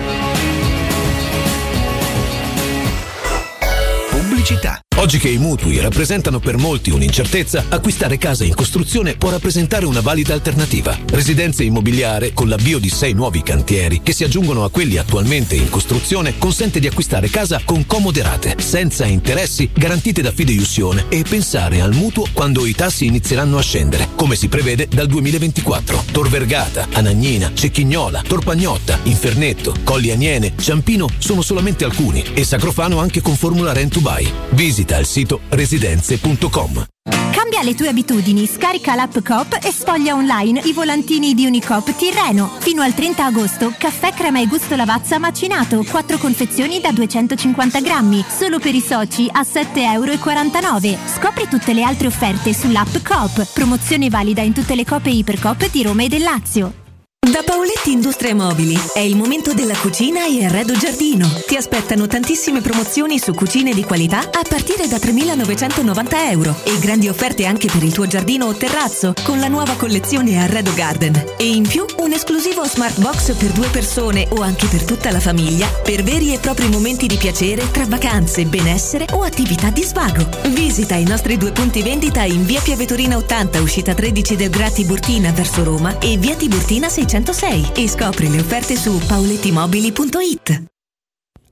Pubblicità. Oggi che i mutui rappresentano per molti un'incertezza, acquistare casa in costruzione può rappresentare una valida alternativa. Residenze Immobiliare, con l'avvio di 6 nuovi cantieri che si aggiungono a quelli attualmente in costruzione, consente di acquistare casa con comode rate, senza interessi, garantite da fideiussione, e pensare al mutuo quando i tassi inizieranno a scendere, come si prevede dal 2024. Tor Vergata, Anagnina, Cecchignola, Tor Pagnotta, Infernetto, Colli Aniene, Ciampino sono solamente alcuni, e Sacrofano anche con formula Rent to Buy. Visita il sito residenze.com. Cambia le tue abitudini, scarica l'app Coop e sfoglia online i volantini di Unicoop Tirreno. Fino al 30 agosto, caffè crema e gusto Lavazza macinato, 4 confezioni da 250 grammi, solo per i soci a €7,49. Scopri tutte le altre offerte sull'app Coop. Promozione valida in tutte le Coop e Ipercoop di Roma e del Lazio. Da Paoletti Industrie Mobili è il momento della cucina e arredo giardino. Ti aspettano tantissime promozioni su cucine di qualità a partire da €3.990 e grandi offerte anche per il tuo giardino o terrazzo con la nuova collezione Arredo Garden. E in più un esclusivo smart box per 2 persone o anche per tutta la famiglia per veri e propri momenti di piacere tra vacanze, benessere o attività di svago. Visita i nostri 2 punti vendita in via Piavetorina 80, uscita 13 del Gra Tiburtina verso Roma, e via Tiburtina 606, e scopri le offerte su paolettimobili.it.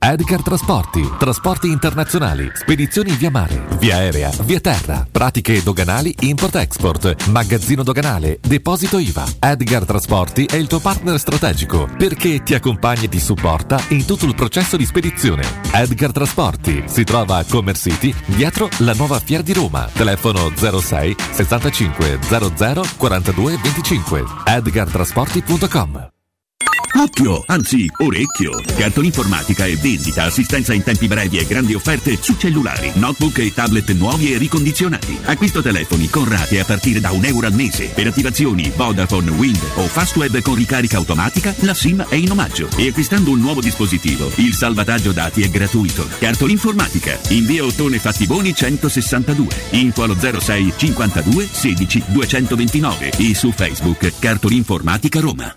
Edgar Trasporti, trasporti internazionali, spedizioni via mare, via aerea, via terra, pratiche doganali import-export, magazzino doganale, deposito IVA. Edgar Trasporti è il tuo partner strategico perché ti accompagna e ti supporta in tutto il processo di spedizione. Edgar Trasporti si trova a Commerce City, dietro la nuova Fiera di Roma. Telefono 06 65 00 42 25. edgartrasporti.com. Occhio, anzi orecchio. Cartoni Informatica e vendita, assistenza in tempi brevi e grandi offerte su cellulari, notebook e tablet nuovi e ricondizionati. Acquisto telefoni con rate a partire da €1 al mese. Per attivazioni Vodafone, Wind o Fastweb con ricarica automatica, la SIM è in omaggio. E acquistando un nuovo dispositivo, il salvataggio dati è gratuito. Cartoni Informatica, in via Ottone Fattiboni 162. Info allo 06 52 16 229 e su Facebook Cartoni Informatica Roma.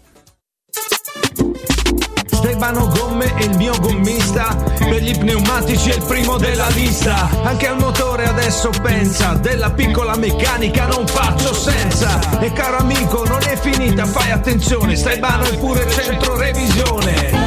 Staibano Gomme è il mio gommista, per gli pneumatici è il primo della lista. Anche al motore adesso pensa, della piccola meccanica non faccio senza. E caro amico non è finita, fai attenzione, Staibano è pure centro revisione.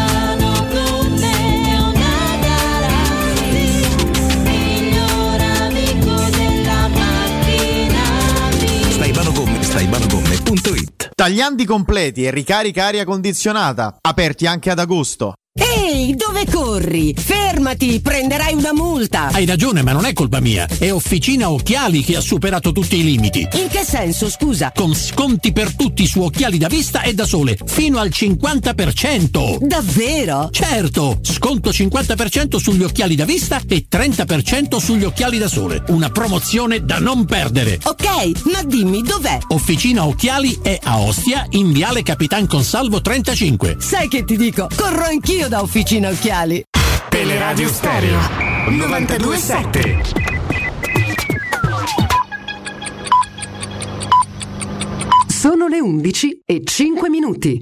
Staibanogomme.it. Tagliandi completi e ricarica aria condizionata, aperti anche ad agosto. Ehi, dove corri? Fermati, prenderai una multa. Hai ragione, ma non è colpa mia. È Officina Occhiali che ha superato tutti i limiti. In che senso, scusa? Con sconti per tutti su occhiali da vista e da sole, fino al 50%. Davvero? Certo, sconto 50% sugli occhiali da vista e 30% sugli occhiali da sole. Una promozione da non perdere. Ok, ma dimmi dov'è? Officina Occhiali è a Ostia, in Viale Capitan Consalvo 35. Sai che ti dico? Corro anch'io da Officina Occhiali. Teleradio Stereo 92.7. Sono le 11:05.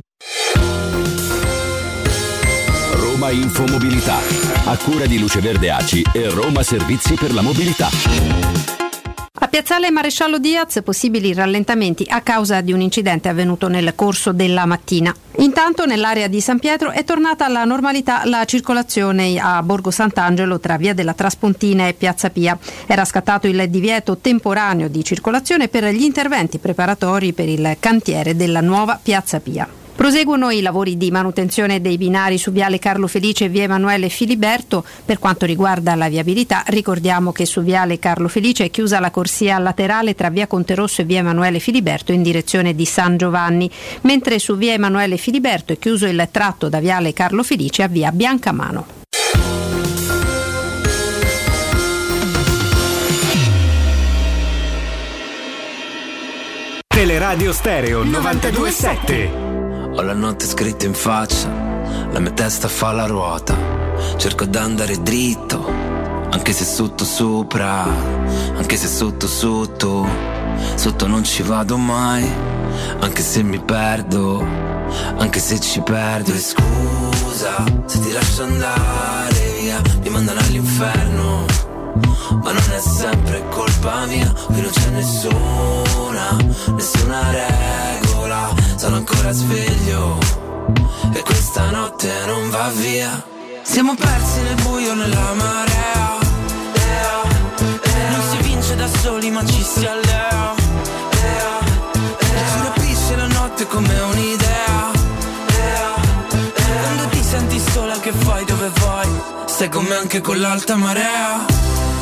Roma Infomobilità, a cura di Luce Verde ACI e Roma Servizi per la Mobilità. A Piazzale Maresciallo Diaz possibili rallentamenti a causa di un incidente avvenuto nel corso della mattina. Intanto nell'area di San Pietro è tornata alla normalità la circolazione a Borgo Sant'Angelo tra Via della Traspontina e Piazza Pia. Era scattato il divieto temporaneo di circolazione per gli interventi preparatori per il cantiere della nuova Piazza Pia. Proseguono i lavori di manutenzione dei binari su Viale Carlo Felice e Via Emanuele Filiberto. Per quanto riguarda la viabilità, ricordiamo che su Viale Carlo Felice è chiusa la corsia laterale tra Via Conterosso e Via Emanuele Filiberto in direzione di San Giovanni, mentre su Via Emanuele Filiberto è chiuso il tratto da Viale Carlo Felice a Via Biancamano. Teleradio Stereo 92.7. Ho la notte scritta in faccia, la mia testa fa la ruota. Cerco d'andare dritto, anche se sotto sopra, anche se sotto sotto. Sotto non ci vado mai, anche se mi perdo, anche se ci perdo. E scusa se ti lascio andare via, mi mandano all'inferno, ma non è sempre colpa mia. Qui non c'è nessuna regola, sono ancora sveglio e questa notte non va via. Siamo persi nel buio, nella marea, non si vince da soli ma ci si allea, ci rapisce la notte come un'idea. Quando ti senti sola che fai, dove vai? Stai con me anche con l'alta marea.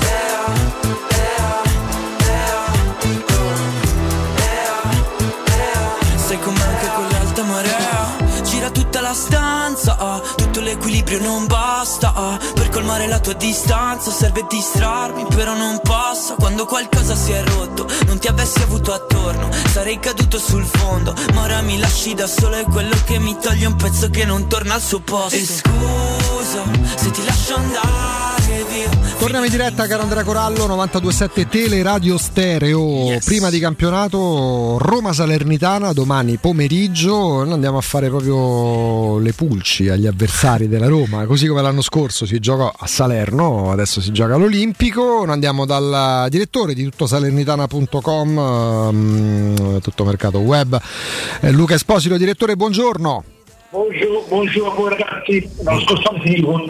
Sei come anche con l'alta marea. Gira tutta la stanza, tutto l'equilibrio non basta, per colmare la tua distanza serve distrarmi, però non passa. Quando qualcosa si è rotto, non ti avessi avuto attorno, sarei caduto sul fondo, ma ora mi lasci da solo, è quello che mi toglie un pezzo che non torna al suo posto. E scusa se ti lascio andare via. Torniamo in diretta, caro Andrea Corallo, 92.7 Teleradio Stereo. Yes. Prima di campionato Roma-Salernitana domani pomeriggio. Noi andiamo a fare proprio le pulci agli avversari della Roma, così come l'anno scorso si giocò a Salerno, adesso si gioca all'Olimpico. Noi andiamo dal direttore di tuttosalernitana.com, tutto mercato web, Luca Esposito. Direttore, buongiorno. Buongiorno a voi ragazzi. Lo scorso anno finì con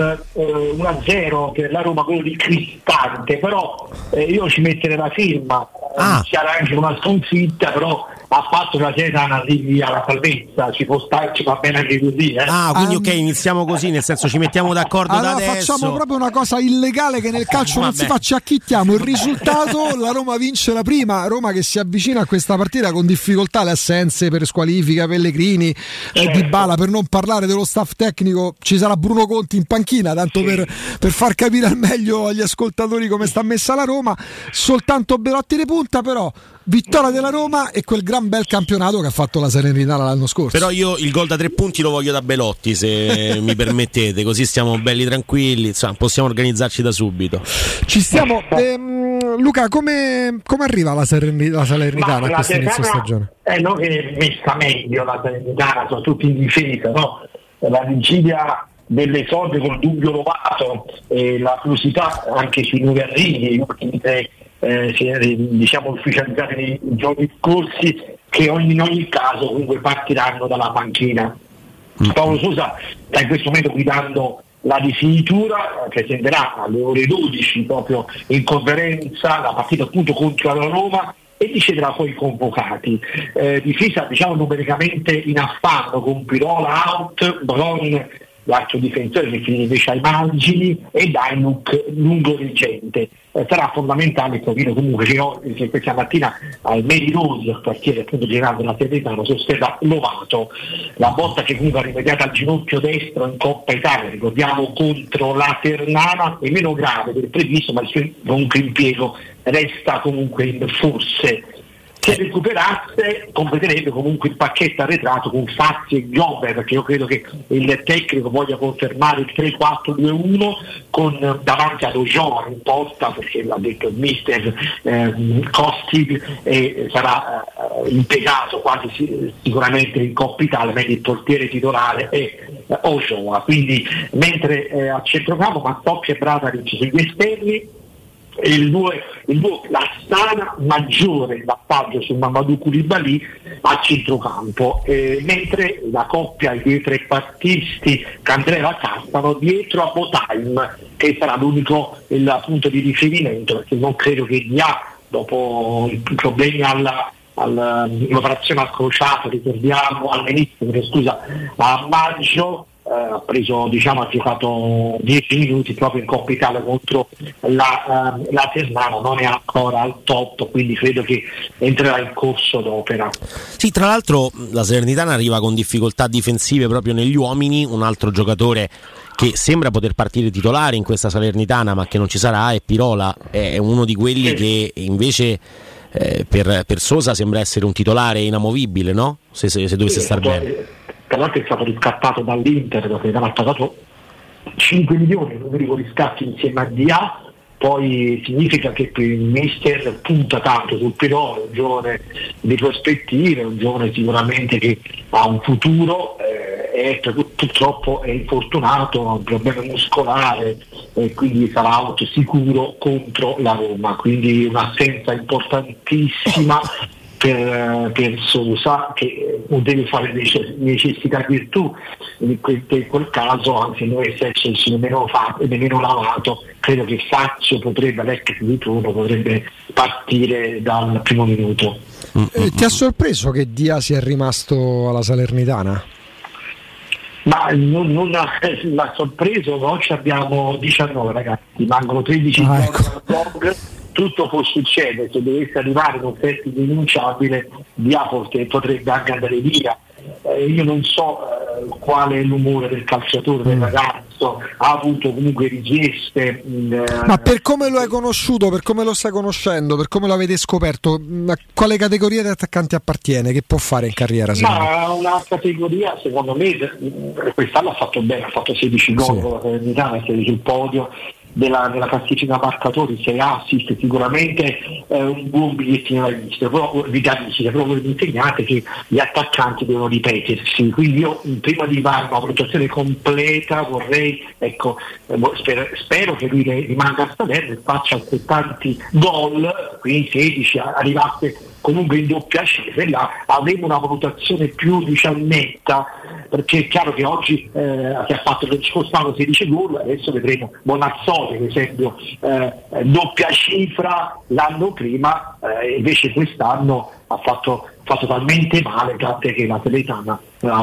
1-0 per la Roma, quello di Cristante, però io ci metterei la firma. C'era anche una sconfitta, però ha fatto la Salernitana arrivi alla salvezza, ci può stare, ci va bene anche così. Quindi ok, iniziamo così, nel senso ci mettiamo d'accordo allora da adesso. Facciamo proprio una cosa illegale che nel calcio non si fa, ci acchittiamo il risultato, la Roma vince la prima, Roma che si avvicina a questa partita con difficoltà, le assenze per squalifica, Pellegrini, Dybala, per non parlare dello staff tecnico, ci sarà Bruno Conti in panchina, tanto per far capire al meglio agli ascoltatori come sta messa la Roma, soltanto Belotti di punta, però vittoria della Roma e quel gran bel campionato che ha fatto la Salernitana l'anno scorso. Però io il gol da 3 punti lo voglio da Belotti, se mi permettete, così stiamo belli tranquilli, insomma, possiamo organizzarci da subito. Ci stiamo. Luca, come arriva la Salernitana a questo inizio stagione? No, che è messa meglio la Salernitana, soprattutto in difesa, no? La vigilia delle solde col dubbio Lovato e la curiosità anche sui nuovi arrivi, diciamo ufficializzati nei giorni scorsi, che in ogni caso comunque partiranno dalla panchina. Paolo Sousa sta in questo momento guidando la rifinitura, presenterà alle ore 12 proprio in conferenza la partita appunto contro la Roma e ricederà poi i convocati. Difesa diciamo numericamente in affanno, con Pirola out, Bron l'altro difensore che finì invece ai margini e Dainuk lungo reggente. Sarà fondamentale capire comunque che questa mattina al Meri Rose, al quartiere appunto generale della Salernitana, sosterrà Lovato, la botta che comunque ha rimediato al ginocchio destro in Coppa Italia, ricordiamo contro la Ternana, è meno grave del previsto, ma il suo comunque impiego resta comunque in forse. Se recuperasse completerebbe comunque il pacchetto arretrato con Fazio e Giober, perché io credo che il tecnico voglia confermare il 3-4-2-1 con davanti ad Ojoa in porta, perché l'ha detto il mister Kostic, e sarà impiegato quasi sicuramente in Coppa Italia, mentre il portiere titolare è Ojoa. Quindi mentre a centrocampo Mazzocchi e Brataric sugli esterni, il duo la sana maggiore l'appoggio su Mamadou Koulibaly a centrocampo, mentre la coppia, i due trequartisti Candreva Castano dietro a Botheim, che sarà l'unico il punto di riferimento, perché non credo che dopo i problemi all'operazione al crociato, ricordiamo al ministro, a maggio ha giocato 10 minuti proprio in Coppa Italia contro la Ternana, non è ancora al top, quindi credo che entrerà in corso d'opera. Sì, tra l'altro la Salernitana arriva con difficoltà difensive proprio negli uomini, un altro giocatore che sembra poter partire titolare in questa Salernitana ma che non ci sarà è Pirola, è uno di quelli che invece per Sousa sembra essere un titolare inamovibile, no? Se dovesse star bene. Tra l'altro è stato riscattato dall'Inter, perché ha pagato 5 milioni, non mi ricordo riscatti insieme a Dia, poi significa che il mister punta tanto sul Pirola, un giovane di prospettive, un giovane sicuramente che ha un futuro, e purtroppo è infortunato, ha un problema muscolare e quindi sarà out sicuro contro la Roma, quindi un'assenza importantissima per Sousa, che non deve fare necessità virtù in quel caso, anzi non esserci nemmeno lavato, credo che Fazio l'ex di turno potrebbe partire dal primo minuto. Ti ha sorpreso che Dia sia rimasto alla Salernitana? Ma non l'ha sorpreso, oggi abbiamo 19 ragazzi, mancano 13 giorni al blog. Tutto può succedere, se dovesse arrivare un effetto irrinunciabile Diaporte potrebbe anche andare via. Io non so qual è l'umore del calciatore, del ragazzo, ha avuto comunque richieste. Ma per come lo hai conosciuto, per come lo stai conoscendo, per come lo avete scoperto, a quale categoria di attaccanti appartiene? Che può fare in carriera? Ma una categoria, secondo me, quest'anno ha fatto bene, ha fatto 16 gol con la Salernitana, 16 sul podio nella classifica marcatori, 6 assist, sicuramente un buon bigliettino da visita, però voi mi insegnate che gli attaccanti devono ripetersi, quindi io prima di fare una valutazione completa vorrei, spero che lui rimanga a Salerno e faccia altrettanti gol, quindi 16, arrivasse comunque in doppia cifra, e là avremo una valutazione più netta, perché è chiaro che oggi che ha fatto lo scorso anno 16 gol, adesso vedremo Bonazzoli per esempio doppia cifra l'anno prima, invece quest'anno ha fatto talmente male, tant'è che la Salernitana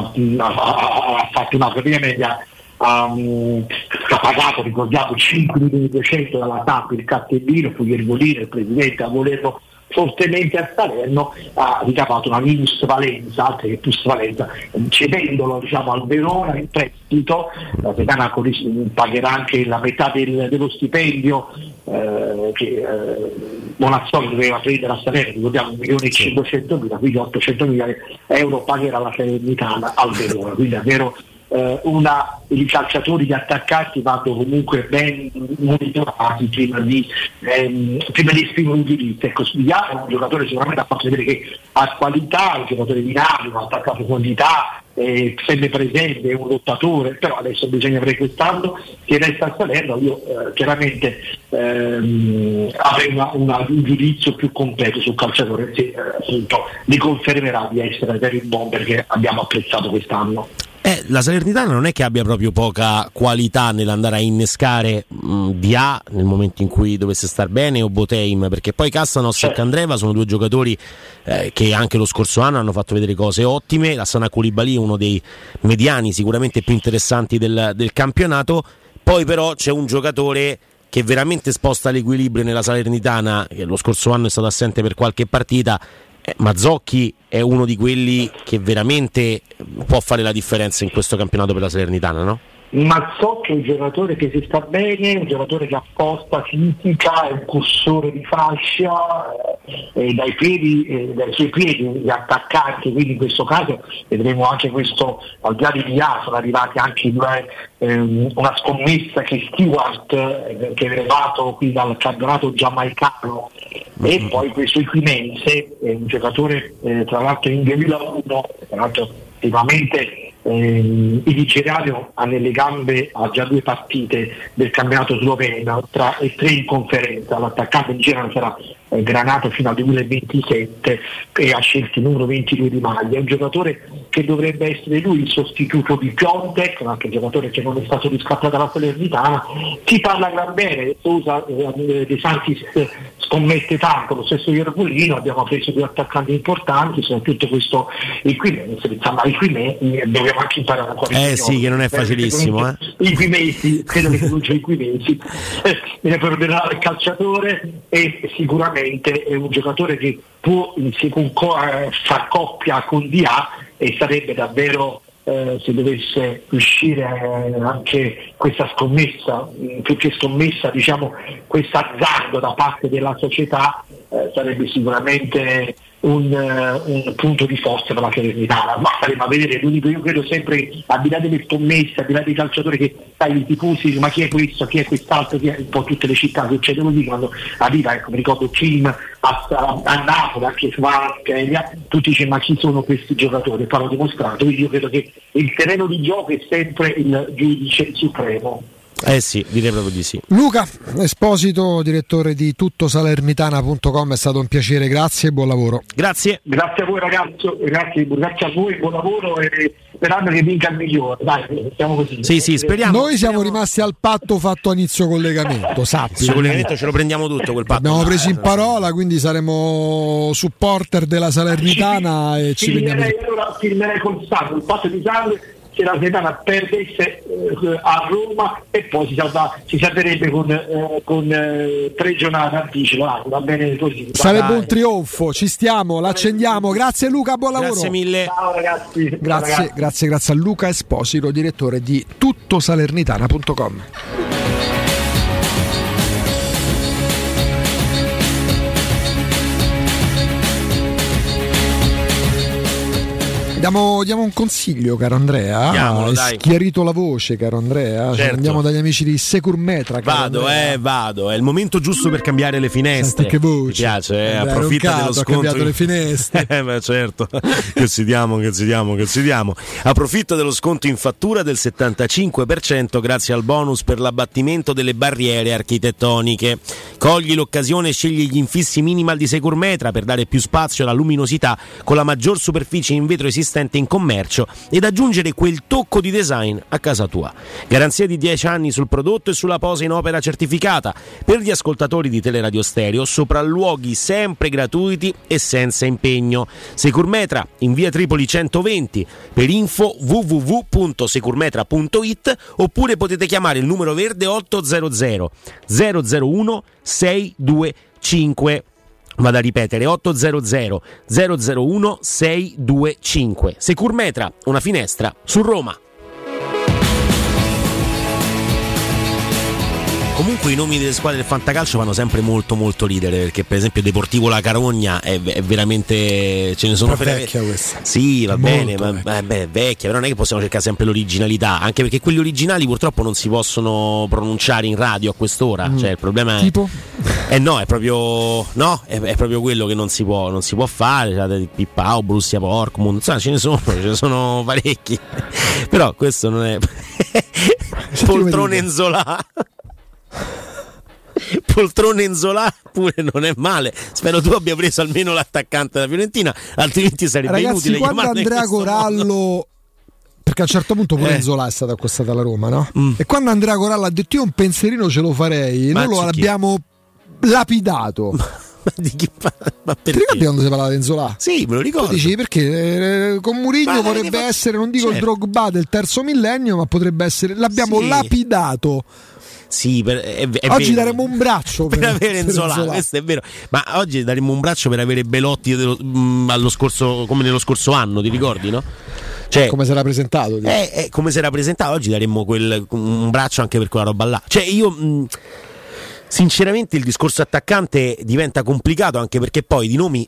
ha fatto una media, ha pagato, ricordiamo, 5.200.000 dalla TAP il cartellino, fu Iervolino il presidente a volerlo fortemente a Salerno, ha ricavato una minusvalenza, altra che plusvalenza, cedendolo al Verona in prestito. La Salernitana pagherà anche la metà dello stipendio che Bonazzoli doveva prendere a Salerno, ricordiamo 1.500.000, quindi 800.000 euro pagherà la Salernitana al Verona, quindi davvero i calciatori, gli attaccanti vanno comunque ben monitorati prima di esprimere un utilizzo. Ecco, Sbigliano è un giocatore sicuramente ha fatto vedere che ha qualità, è un giocatore dinamico, ha attaccato profondità, sempre presente, è un lottatore, però adesso bisogna vedere quest'anno che resta a Salerno. Io chiaramente avrei un giudizio più completo sul calciatore, se appunto li confermerà di essere per il bomber che abbiamo apprezzato quest'anno. La Salernitana non è che abbia proprio poca qualità nell'andare a innescare Dia nel momento in cui dovesse star bene, o Boteim, perché poi Castanos e Candreva sono due giocatori che anche lo scorso anno hanno fatto vedere cose ottime. La Sana Koulibaly è uno dei mediani sicuramente più interessanti del campionato. Poi però c'è un giocatore che veramente sposta l'equilibrio nella Salernitana, che lo scorso anno è stato assente per qualche partita. Mazzocchi è uno di quelli che veramente può fare la differenza in questo campionato per la Salernitana, no? Mazzocchi è un giocatore che si sta bene, un giocatore che apposta fisica, è un cursore di fascia, dai suoi piedi gli attaccanti, quindi in questo caso vedremo anche questo, al di là di Dia sono arrivati anche una scommessa che Stewart che è arrivato qui dal campionato giamaicano, e poi questo Equimense è un giocatore tra l'altro in 2001, tra l'altro sicuramente il Nigerio ha nelle gambe, ha già 2 partite del campionato sloveno e 3 in conferenza. L'attaccante nigeriano sarà granato fino al 2027 e ha scelto il numero 22 di maglia. È un giocatore che dovrebbe essere lui il sostituto di Piontek, anche un giocatore che non è stato riscattato dalla Salernitana. Si parla gran bene, Sousa De Santis scommette tanto, lo stesso Iervolino, abbiamo preso 2 attaccanti importanti, soprattutto questo Equimense, dobbiamo anche imparare ancora. Sì, che non è facilissimo. Equimense, credo che pronunci Equimense, viene per ordenare il calciatore, e sicuramente è un giocatore che può far coppia con Dia, e sarebbe davvero, se dovesse uscire anche questa scommessa, più che scommessa diciamo questo azzardo da parte della società, sarebbe sicuramente un punto di forza per la Salernitana. Ma staremo a vedere. L'unico, io credo sempre, al di là delle scommesse, al di là dei calciatori che i tifosi, ma chi è questo, chi è quest'altro, chi è un po' tutte le città succede così quando arriva, ecco, mi ricordo Kim a Napoli, anche Svanca, tutti dicono ma chi sono questi giocatori, l'hanno dimostrato. Quindi io credo che il terreno di gioco è sempre il giudice supremo. Sì, direi proprio di sì. Luca Esposito, direttore di tuttosalernitana.com, è stato un piacere, grazie e buon lavoro. Grazie a voi ragazzi, grazie a voi, buon lavoro, e sperando che vinca il migliore. Dai, siamo così. Sì, speriamo. Noi siamo rimasti al patto fatto a inizio collegamento, sappi. Il collegamento ce lo prendiamo tutto quel patto. Abbiamo preso in parola, quindi saremo supporter della Salernitana e ci vediamo. Allora firmerei col sangue, il patto di sangue. Se la Salernitana perdesse a Roma, e poi si salverebbe con 3 giornate anticipo, va bene così. Sarebbe un trionfo, ci stiamo, l'accendiamo. Grazie Luca, buon lavoro. Grazie mille. Ciao ragazzi. Grazie a Luca Esposito, direttore di tuttosalernitana.com. Diamo un consiglio, caro Andrea. Hai schiarito la voce, caro Andrea. Certo. Andiamo dagli amici di Securmetra. Vado. È il momento giusto per cambiare le finestre. Senti che voce. Mi piace, approfitta dello sconto. Ha cambiato le finestre. Beh, certo. che ci diamo. Approfitto dello sconto in fattura del 75% grazie al bonus per l'abbattimento delle barriere architettoniche. Cogli l'occasione e scegli gli infissi minimal di Securmetra per dare più spazio alla luminosità con la maggior superficie in vetro esistente in commercio ed aggiungere quel tocco di design a casa tua. Garanzia di 10 anni sul prodotto e sulla posa in opera certificata. Per gli ascoltatori di Teleradio Stereo, sopralluoghi sempre gratuiti e senza impegno. Securmetra in via Tripoli 120. Per info www.securmetra.it oppure potete chiamare il numero verde 800 001 625. Vado a ripetere 800 001 625. Securmetra, una finestra su Roma. Comunque i nomi delle squadre del fantacalcio fanno sempre molto molto ridere, perché per esempio Deportivo La Carogna è veramente, ce ne sono vecchia questa. Sì, va bene, ma è vecchia, però non è che possiamo cercare sempre l'originalità, anche perché quelli originali purtroppo non si possono pronunciare in radio a quest'ora, cioè il problema è tipo? È proprio quello che non si può fare, cioè, Pippao, Borussia Dortmund, insomma ce ne sono parecchi. Però questo non è Poltrone Enzolà. Poltrone Enzolà pure non è male. Spero tu abbia preso almeno l'attaccante della Fiorentina, altrimenti sarebbe inutile quando Andrea Corallo, perché a un certo punto pure Enzolà è stato acquistato alla Roma, no? E quando Andrea Corallo ha detto io un pensierino ce lo farei, noi lo abbiamo lapidato. Ma di chi ma perché? Ti ricordi quando si parlava di Enzolà? Sì, me lo ricordo. Tu dici perché con Mourinho vorrebbe essere, non dico il Drogba del terzo millennio, ma potrebbe essere, l'abbiamo lapidato. Sì, oggi vero. Daremo un braccio per avere Enzolà, questo è vero. Ma oggi daremo un braccio per avere Belotti allo scorso, come nello scorso anno, ti ricordi, no? Cioè, come si era presentato? Come si era presentato, oggi daremmo un braccio anche per quella roba là. Cioè io sinceramente il discorso attaccante diventa complicato, anche perché poi di nomi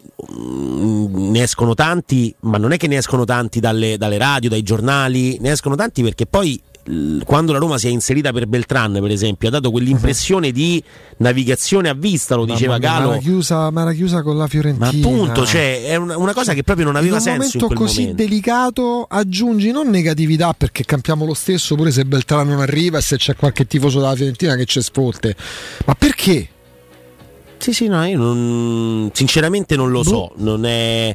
ne escono tanti, ma non è che ne escono tanti dalle radio, dai giornali, ne escono tanti perché poi quando la Roma si è inserita per Beltran, per esempio, ha dato quell'impressione di navigazione a vista, lo diceva Galo. Ma era chiusa con la Fiorentina. Ma appunto, cioè, è una cosa che proprio non aveva senso in quel momento. In un momento così delicato aggiungi non negatività, perché campiamo lo stesso pure se Beltran non arriva e se c'è qualche tifoso della Fiorentina che ci sfotte. Ma perché? Sì, no, io sinceramente non lo so, non è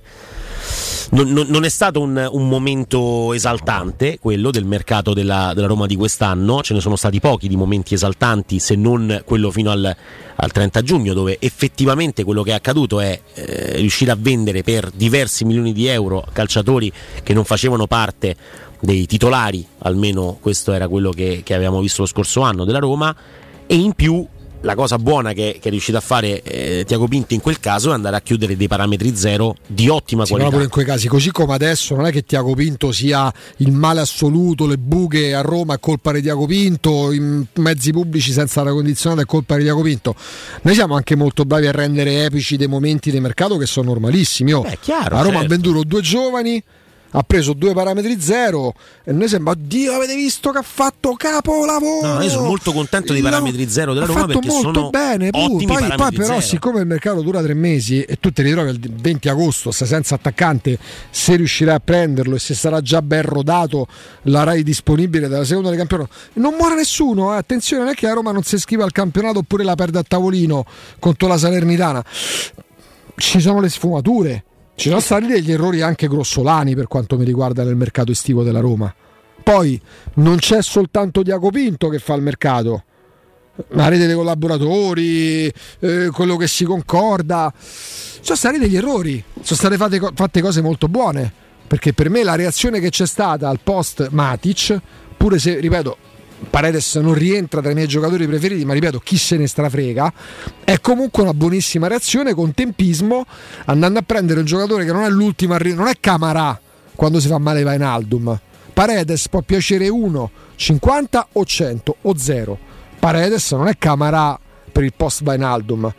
stato un momento esaltante quello del mercato della Roma di quest'anno. Ce ne sono stati pochi di momenti esaltanti, se non quello fino al 30 giugno, dove effettivamente quello che è accaduto è riuscire a vendere per diversi milioni di euro calciatori che non facevano parte dei titolari, almeno questo era quello che avevamo visto lo scorso anno della Roma, e in più la cosa buona che è riuscito a fare Tiago Pinto in quel caso è andare a chiudere dei parametri zero di ottima qualità. Proprio in quei casi, così come adesso, non è che Tiago Pinto sia il male assoluto, le buche a Roma è colpa di Tiago Pinto, i mezzi pubblici senza aria condizionata è colpa di Tiago Pinto. Noi siamo anche molto bravi a rendere epici dei momenti di mercato che sono normalissimi. Chiaro, la Roma certo. ha venduto 2 giovani, ha preso 2 parametri zero e noi sembra, oddio, avete visto che ha fatto capolavoro. No, io sono molto contento dei parametri zero della Roma, perché sono bene, ottimi poi però zero. Siccome il mercato dura 3 mesi e tu ti ritrovi il 20 agosto stai senza attaccante, se riuscirai a prenderlo e se sarà già ben rodato la Rai disponibile dalla seconda del campionato, non muore nessuno, attenzione, non è che la Roma non si iscrive al campionato oppure la perde a tavolino contro la Salernitana, ci sono le sfumature. Ci sono stati degli errori anche grossolani per quanto mi riguarda nel mercato estivo della Roma. Poi non c'è soltanto Tiago Pinto che fa il mercato, la rete dei collaboratori, quello che si concorda. Ci sono stati degli errori, sono state fatte cose molto buone, perché per me la reazione che c'è stata al post Matic, pure se, ripeto, Paredes non rientra tra i miei giocatori preferiti, ma ripeto, chi se ne strafrega, è comunque una buonissima reazione con tempismo, andando a prendere un giocatore che non è l'ultimo non è Camarà quando si fa male Wijnaldum. Paredes può piacere 1, 50 o 100 o 0. Paredes non è Camarà per il post Wijnaldum.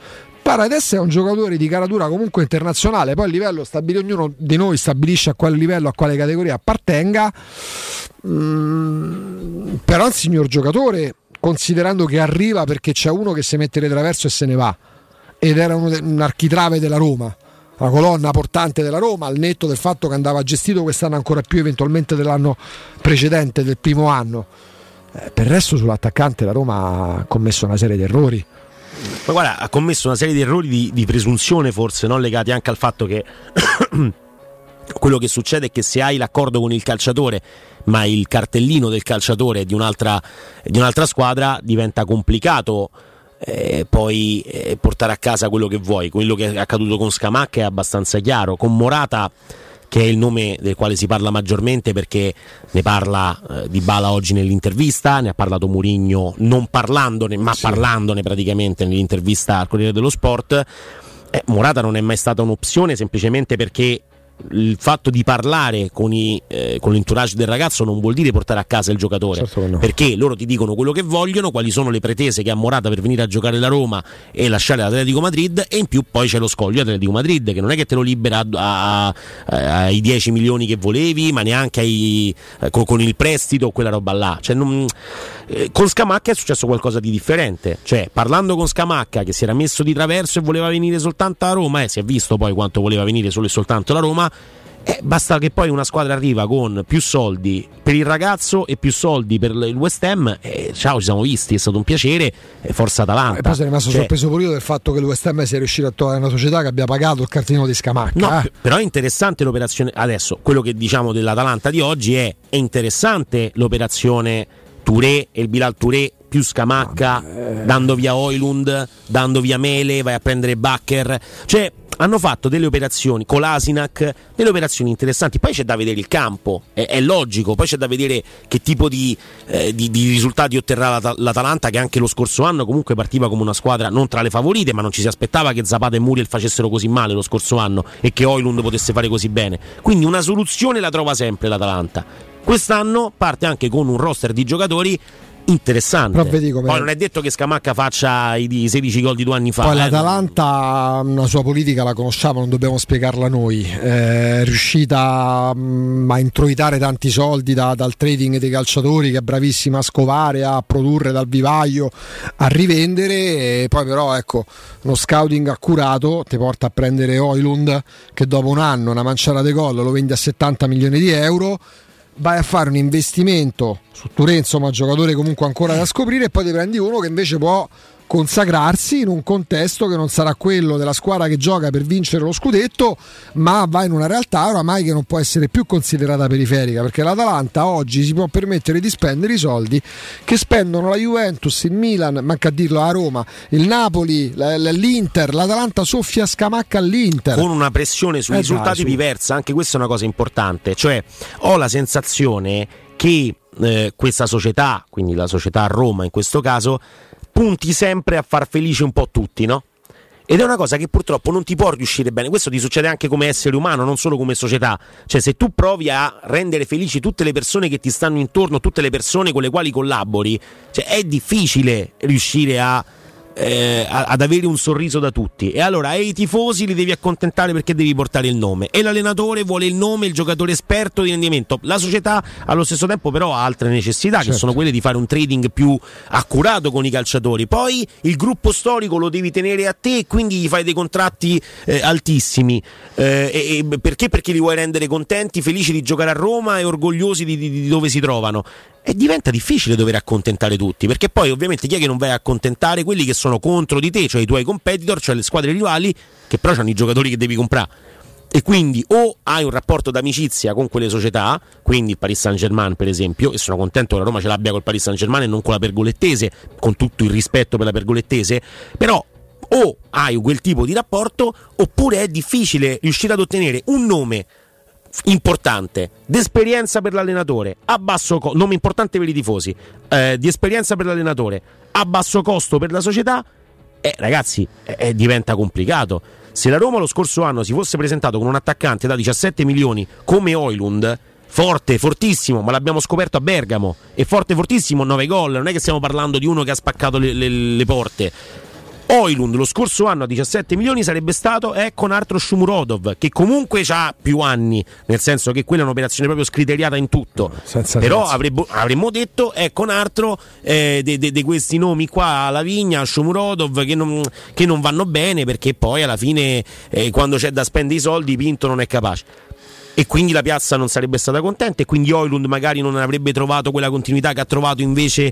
Paredes è un giocatore di caratura comunque internazionale, poi il livello ognuno di noi stabilisce a quale livello, a quale categoria appartenga, però è un signor giocatore, considerando che arriva perché c'è uno che si mette retroverso e se ne va, ed era un architrave della Roma, la colonna portante della Roma, al netto del fatto che andava gestito quest'anno ancora più eventualmente dell'anno precedente, del primo anno. Per il resto sull'attaccante la Roma ha commesso una serie di errori. Ma guarda, ha commesso una serie di errori di presunzione, forse, no? Legati anche al fatto che quello che succede è che se hai l'accordo con il calciatore ma il cartellino del calciatore è di un'altra squadra, diventa complicato poi portare a casa quello che vuoi. Quello che è accaduto con Scamacca è abbastanza chiaro. Con Morata, che è il nome del quale si parla maggiormente perché ne parla Dybala oggi nell'intervista, ne ha parlato Mourinho non parlandone ma parlandone praticamente nell'intervista al Corriere dello Sport. Morata non è mai stata un'opzione semplicemente perché il fatto di parlare con l'entourage del ragazzo non vuol dire portare a casa il giocatore, perché loro ti dicono quello che vogliono, quali sono le pretese che ha Morata per venire a giocare la Roma e lasciare l'Atletico Madrid, e in più poi c'è lo scoglio Atletico Madrid che non è che te lo libera ai 10 milioni che volevi, ma neanche con il prestito o quella roba là. Cioè, con Scamacca è successo qualcosa di differente, cioè parlando con Scamacca che si era messo di traverso e voleva venire soltanto a Roma, si è visto poi quanto voleva venire solo e soltanto la Roma. Basta che poi una squadra arriva con più soldi per il ragazzo e più soldi per il West Ham, ciao, ci siamo visti, è stato un piacere, forza Atalanta. E poi sei rimasto sorpreso pure io del fatto che il West Ham sia riuscito a trovare una società che abbia pagato il cartellino di Scamacca. No, però è interessante l'operazione. Adesso quello che diciamo dell'Atalanta di oggi è interessante l'operazione Touré e il Bilal Touré più Scamacca, dando via Højlund, dando via Mele, vai a prendere Bakker, cioè hanno fatto delle operazioni con l'Asinac, delle operazioni interessanti. Poi c'è da vedere il campo, è logico, poi c'è da vedere che tipo di risultati otterrà l'Atalanta, che anche lo scorso anno comunque partiva come una squadra non tra le favorite, ma non ci si aspettava che Zapata e Muriel facessero così male lo scorso anno e che Højlund potesse fare così bene, quindi una soluzione la trova sempre l'Atalanta. Quest'anno parte anche con un roster di giocatori interessante. Poi non è detto che Scamacca faccia i 16 gol di 2 anni fa. Poi l'Atalanta una sua politica la conosciamo, non dobbiamo spiegarla noi. È riuscita a introitare tanti soldi dal trading dei calciatori, che è bravissima a scovare, a produrre dal vivaio, a rivendere, e poi però ecco, uno scouting accurato ti porta a prendere Højlund, che dopo un anno, una manciata di gol, lo vendi a 70 milioni di euro. Vai a fare un investimento su Touré, insomma, giocatore comunque ancora da scoprire, e poi ti prendi uno che invece può consacrarsi in un contesto che non sarà quello della squadra che gioca per vincere lo scudetto, ma va in una realtà oramai che non può essere più considerata periferica, perché l'Atalanta oggi si può permettere di spendere i soldi che spendono la Juventus, il Milan, manca a dirlo, a Roma, il Napoli, l'Inter. L'Atalanta soffia Scamacca all'Inter con una pressione sui risultati diversa. Anche questa è una cosa importante, cioè ho la sensazione che questa società, quindi la società a Roma in questo caso, punti sempre a far felice un po' tutti, no? Ed è una cosa che purtroppo non ti può riuscire bene. Questo ti succede anche come essere umano, non solo come società. Cioè, se tu provi a rendere felici tutte le persone che ti stanno intorno, tutte le persone con le quali collabori, cioè è difficile riuscire ad avere un sorriso da tutti. E allora i tifosi li devi accontentare perché devi portare il nome, e l'allenatore vuole il nome, il giocatore esperto di rendimento. La società allo stesso tempo però ha altre necessità, che sono quelle di fare un trading più accurato con i calciatori. Poi il gruppo storico lo devi tenere a te, quindi gli fai dei contratti altissimi, perché li vuoi rendere contenti, felici di giocare a Roma e orgogliosi di dove si trovano. E diventa difficile dover accontentare tutti, perché poi ovviamente chi è che non vai a accontentare? Quelli che sono contro di te, cioè i tuoi competitor, cioè le squadre rivali, che però hanno i giocatori che devi comprare. E quindi o hai un rapporto d'amicizia con quelle società, quindi il Paris Saint-Germain per esempio, e sono contento che la Roma ce l'abbia col Paris Saint-Germain e non con la Pergolettese, con tutto il rispetto per la Pergolettese, però o hai quel tipo di rapporto, oppure è difficile riuscire ad ottenere un nome importante, d'esperienza per l'allenatore a basso costo, nome importante per i tifosi, di esperienza per l'allenatore a basso costo per la società. Ragazzi, diventa complicato. Se la Roma lo scorso anno si fosse presentato con un attaccante da 17 milioni come Højlund, forte, fortissimo, ma l'abbiamo scoperto a Bergamo, e forte, fortissimo, 9 gol, non è che stiamo parlando di uno che ha spaccato le porte. Højlund lo scorso anno a 17 milioni sarebbe stato con Arturo Shomurodov, che comunque ha più anni, nel senso che quella è un'operazione proprio scriteriata in tutto, però avremmo detto con Arturo di questi nomi qua, Lavigna, Shomurodov, che non vanno bene, perché poi alla fine quando c'è da spendere i soldi Pinto non è capace. E quindi la piazza non sarebbe stata contenta, e quindi Højlund magari non avrebbe trovato quella continuità che ha trovato invece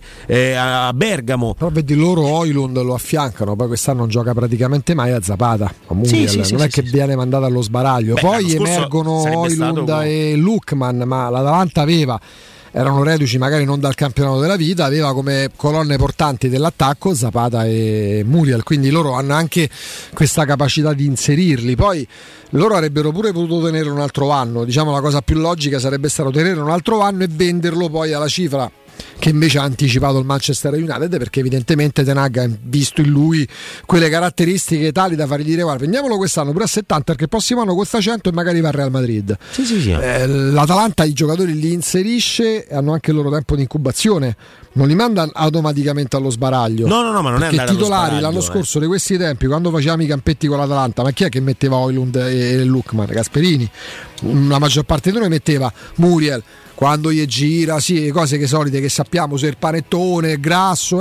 a Bergamo. Però vedi, loro Højlund lo affiancano, poi quest'anno non gioca praticamente mai a Zapata, non è che viene mandato allo sbaraglio. Poi emergono Højlund e Lukman, ma l'Atalanta erano reduci magari non dal campionato della vita, aveva come colonne portanti dell'attacco Zapata e Muriel, quindi loro hanno anche questa capacità di inserirli. Poi loro avrebbero pure potuto tenere un altro anno, diciamo la cosa più logica sarebbe stato tenere un altro anno e venderlo poi alla cifra che invece ha anticipato il Manchester United, perché evidentemente Ten Hag ha visto in lui quelle caratteristiche tali da fargli dire: guarda, prendiamolo quest'anno pure a 70, perché il prossimo anno costa 100 e magari va al Real Madrid. L'Atalanta i giocatori li inserisce e hanno anche il loro tempo di incubazione, non li manda automaticamente allo sbaraglio. No, ma non è andare titolari l'anno scorso di questi tempi, quando facevamo i campetti con l'Atalanta, ma chi è che metteva Højlund e Lukman? Gasperini. La maggior parte di noi metteva Muriel quando gli gira, le cose che solite che sappiamo, se il panettone, grasso,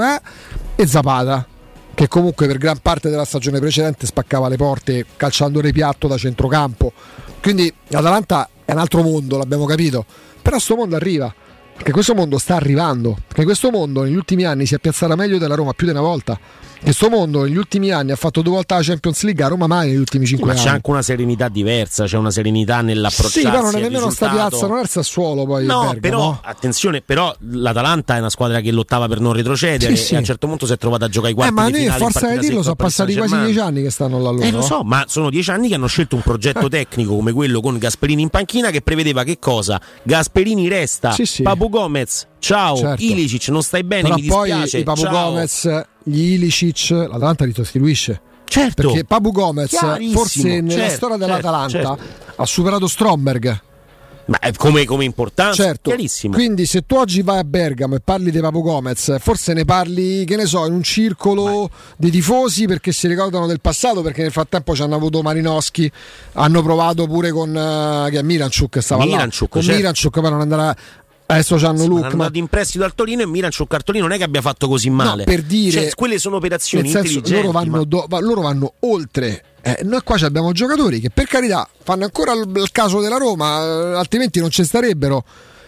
e Zapata, che comunque per gran parte della stagione precedente spaccava le porte calciando repiatto da centrocampo. Quindi l'Atalanta è un altro mondo, l'abbiamo capito, però sto mondo arriva, perché questo mondo sta arrivando, perché questo mondo negli ultimi anni si è piazzata meglio della Roma più di una volta. Questo mondo negli ultimi anni ha fatto 2 volte la Champions League, a Roma mai negli ultimi 5 anni. Ma c'è anche una serenità diversa, c'è una serenità nell'approcciarsi. Sì, però non è nemmeno sta piazza, non è il Sassuolo poi. No, Bergamo. però attenzione, però l'Atalanta è una squadra che lottava per non retrocedere, e a un certo punto si è trovata a giocare ai quarti di finale. Ma forza di dirlo, sono passati quasi 10 anni che stanno là loro. Lo so, ma sono 10 anni che hanno scelto un progetto tecnico come quello con Gasperini in panchina, che prevedeva che cosa? Gasperini resta, Papu Gomez, ciao, certo. Ilicic non stai bene, però mi dispiace, poi Papu Gomez, gli Ilicic, l'Atalanta li sostituisce. Certo. Perché Papu Gomez forse nella storia dell'Atalanta ha superato Stromberg. Ma come importanza, certo. Chiarissimo. Quindi se tu oggi vai a Bergamo e parli di Papu Gomez, forse ne parli, che ne so, in un circolo di tifosi, perché si ricordano del passato, perché nel frattempo ci hanno avuto Malinowski, hanno provato pure con Miranchuk, stava Miranchuk, là con Miranchuk, per non andare adesso c'hanno Luke, ma in prestito al Torino, e Miranchuk al Torino non è che abbia fatto così male, per dire, quelle sono operazioni intelligenti, loro vanno oltre. Noi qua abbiamo giocatori che per carità fanno ancora il caso della Roma, altrimenti non ci starebbero.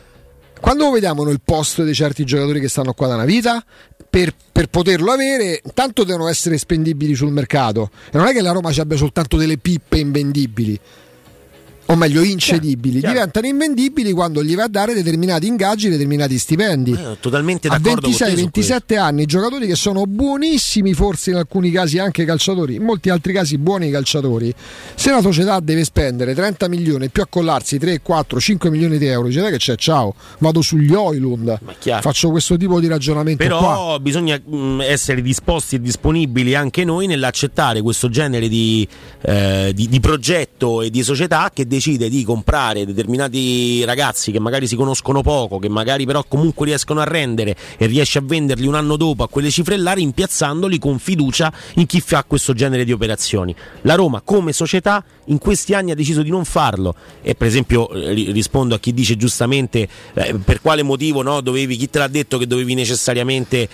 Quando vediamo noi il posto di certi giocatori che stanno qua da una vita, per poterlo avere, intanto devono essere spendibili sul mercato, e non è che la Roma ci abbia soltanto delle pippe invendibili, o meglio incedibili, diventano invendibili quando gli vai a dare determinati ingaggi, determinati stipendi. Totalmente d'accordo. A 26-27 anni, giocatori che sono buonissimi, forse in alcuni casi anche calciatori, in molti altri casi buoni calciatori. Se una società deve spendere 30 milioni più accollarsi 3, 4, 5 milioni di euro, dice: che c'è, ciao, vado sugli Højlund, faccio questo tipo di ragionamento. Però qua bisogna essere disposti e disponibili anche noi nell'accettare questo genere di progetto e di società che decide di comprare determinati ragazzi che magari si conoscono poco, che magari però comunque riescono a rendere, e riesce a venderli un anno dopo a quelle cifre là, rimpiazzandoli con fiducia in chi fa questo genere di operazioni. La Roma come società in questi anni ha deciso di non farlo, e per esempio rispondo a chi dice giustamente per quale motivo chi te l'ha detto che dovevi necessariamente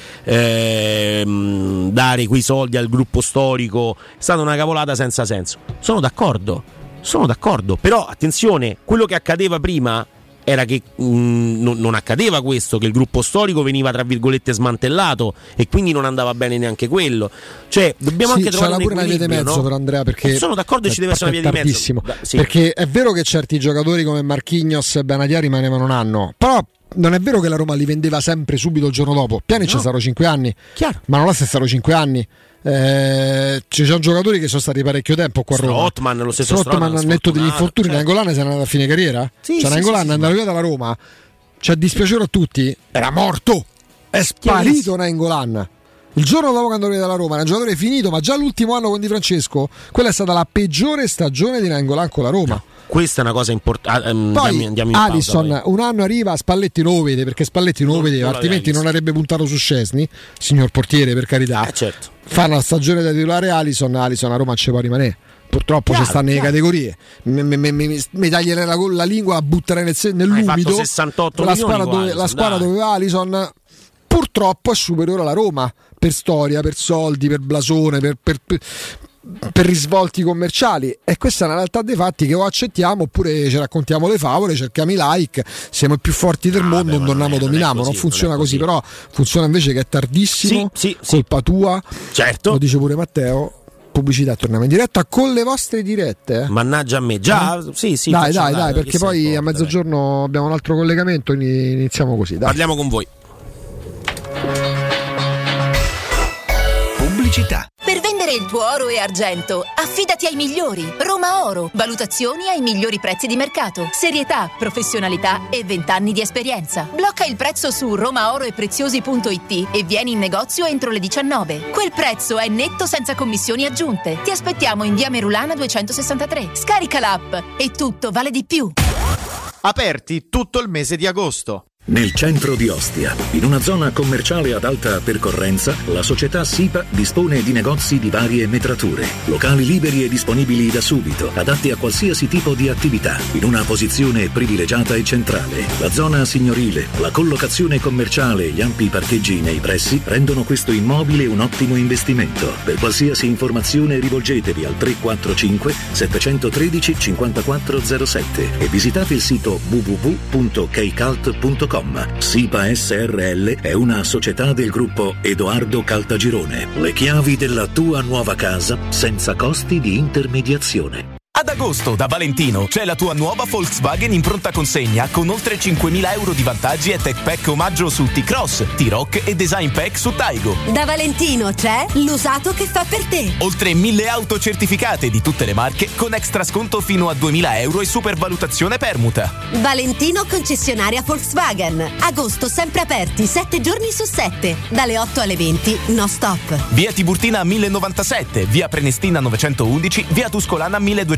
dare quei soldi al gruppo storico? È stata una cavolata senza senso. Sono d'accordo, però attenzione, quello che accadeva prima era che non accadeva questo, che il gruppo storico veniva tra virgolette smantellato, e quindi non andava bene neanche quello. Cioè dobbiamo anche trovare un equilibrio, una via di mezzo, però, Andrea, perché sono d'accordo, ci deve essere una via di mezzo. Perché è vero che certi giocatori come Marquinhos e Benatia rimanevano un anno, però non è vero che la Roma li vendeva sempre subito il giorno dopo. Pjanic c'è stato 5 anni, ma non è stato 5 anni. Ci sono giocatori che sono stati parecchio tempo qua a Roma. Strootman al netto degli infortuni, Nainggolan se n'è andato a fine carriera. Nainggolan è andato via dalla Roma, ci ha dispiaciuto a tutti, era morto, è sparito Nainggolan il giorno dopo che andò via dalla Roma. Era un giocatore finito, ma già l'ultimo anno con Di Francesco quella è stata la peggiore stagione di Nainggolan con la Roma. Questa è una cosa importante. Poi Alisson un anno arriva, Spalletti non lo vede, perché Spalletti non lo vedeva, altrimenti non avrebbe puntato su Szczesny, signor portiere, per carità. Certo. fa una stagione da titolare Alisson a Roma non ci può rimanere. Purtroppo ci stanno le categorie. Mi taglierei la lingua, la butterei nell'umido. 68 la squadra dove va Alisson purtroppo è superiore alla Roma per storia, per soldi, per blasone, per risvolti commerciali, e questa è una realtà dei fatti che o accettiamo oppure ci raccontiamo le favole, cerchiamo i like, siamo i più forti del mondo, non torniamo, dominiamo. Non funziona così, però funziona invece che è tardissimo, colpa tua, certo, lo dice pure Matteo. Pubblicità, torniamo in diretta con le vostre dirette. Mannaggia a me, già sì, dai, perché poi a mezzogiorno abbiamo un altro collegamento, quindi iniziamo così, dai. Parliamo con voi. Pubblicità. Per vendere il tuo oro e argento, affidati ai migliori. Roma Oro. Valutazioni ai migliori prezzi di mercato. Serietà, professionalità e 20 anni di esperienza. Blocca il prezzo su romaoroepreziosi.it e vieni in negozio entro le 19. Quel prezzo è netto senza commissioni aggiunte. Ti aspettiamo in via Merulana 263. Scarica l'app e tutto vale di più. Aperti tutto il mese di agosto. Nel centro di Ostia, in una zona commerciale ad alta percorrenza, la società SIPA dispone di negozi di varie metrature, locali liberi e disponibili da subito, adatti a qualsiasi tipo di attività, in una posizione privilegiata e centrale. La zona signorile, la collocazione commerciale e gli ampi parcheggi nei pressi rendono questo immobile un ottimo investimento. Per qualsiasi informazione rivolgetevi al 345 713 5407 e visitate il sito www.keicalt.com. SIPA SRL è una società del gruppo Edoardo Caltagirone. Le chiavi della tua nuova casa senza costi di intermediazione. Ad agosto da Valentino c'è la tua nuova Volkswagen in pronta consegna con oltre 5.000 euro di vantaggi e tech pack omaggio su T-Cross, T-Rock e design pack su Taigo. Da Valentino c'è l'usato che fa per te. Oltre 1.000 auto certificate di tutte le marche con extra sconto fino a 2.000 euro e supervalutazione permuta. Valentino concessionaria Volkswagen. Agosto sempre aperti 7 giorni su 7. Dalle 8 alle 20 no stop. Via Tiburtina 1097, via Prenestina 911, via Tuscolana 1233.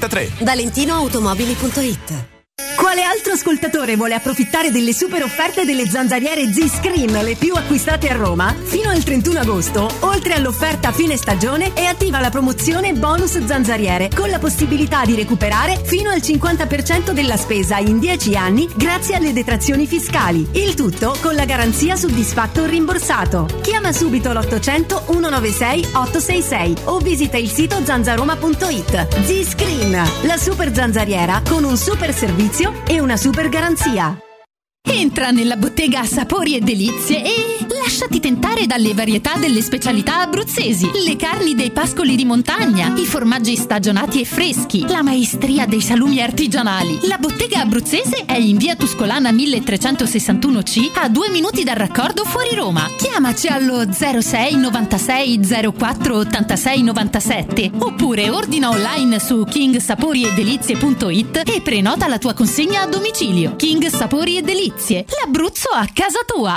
ValentinoAutomobili.it. Quale altro ascoltatore vuole approfittare delle super offerte delle zanzariere Z-Screen, le più acquistate a Roma? Fino al 31 agosto, oltre all'offerta fine stagione, è attiva la promozione bonus zanzariere, con la possibilità di recuperare fino al 50% della spesa in 10 anni grazie alle detrazioni fiscali. Il tutto con la garanzia soddisfatto o rimborsato. Chiama subito l'800 196 866 o visita il sito zanzaroma.it. Z-Screen, la super zanzariera con un super servizio e una super garanzia. Entra nella bottega Sapori e Delizie e lasciati tentare dalle varietà delle specialità abruzzesi, le carni dei pascoli di montagna, i formaggi stagionati e freschi, la maestria dei salumi artigianali. La bottega abruzzese è in via Tuscolana 1361C, a 2 minuti dal raccordo fuori Roma. Chiamaci allo 06 96 04 86 97 oppure ordina online su kingsaporiedelizie.it e prenota la tua consegna a domicilio. King Sapori e Delizie, l'Abruzzo a casa tua.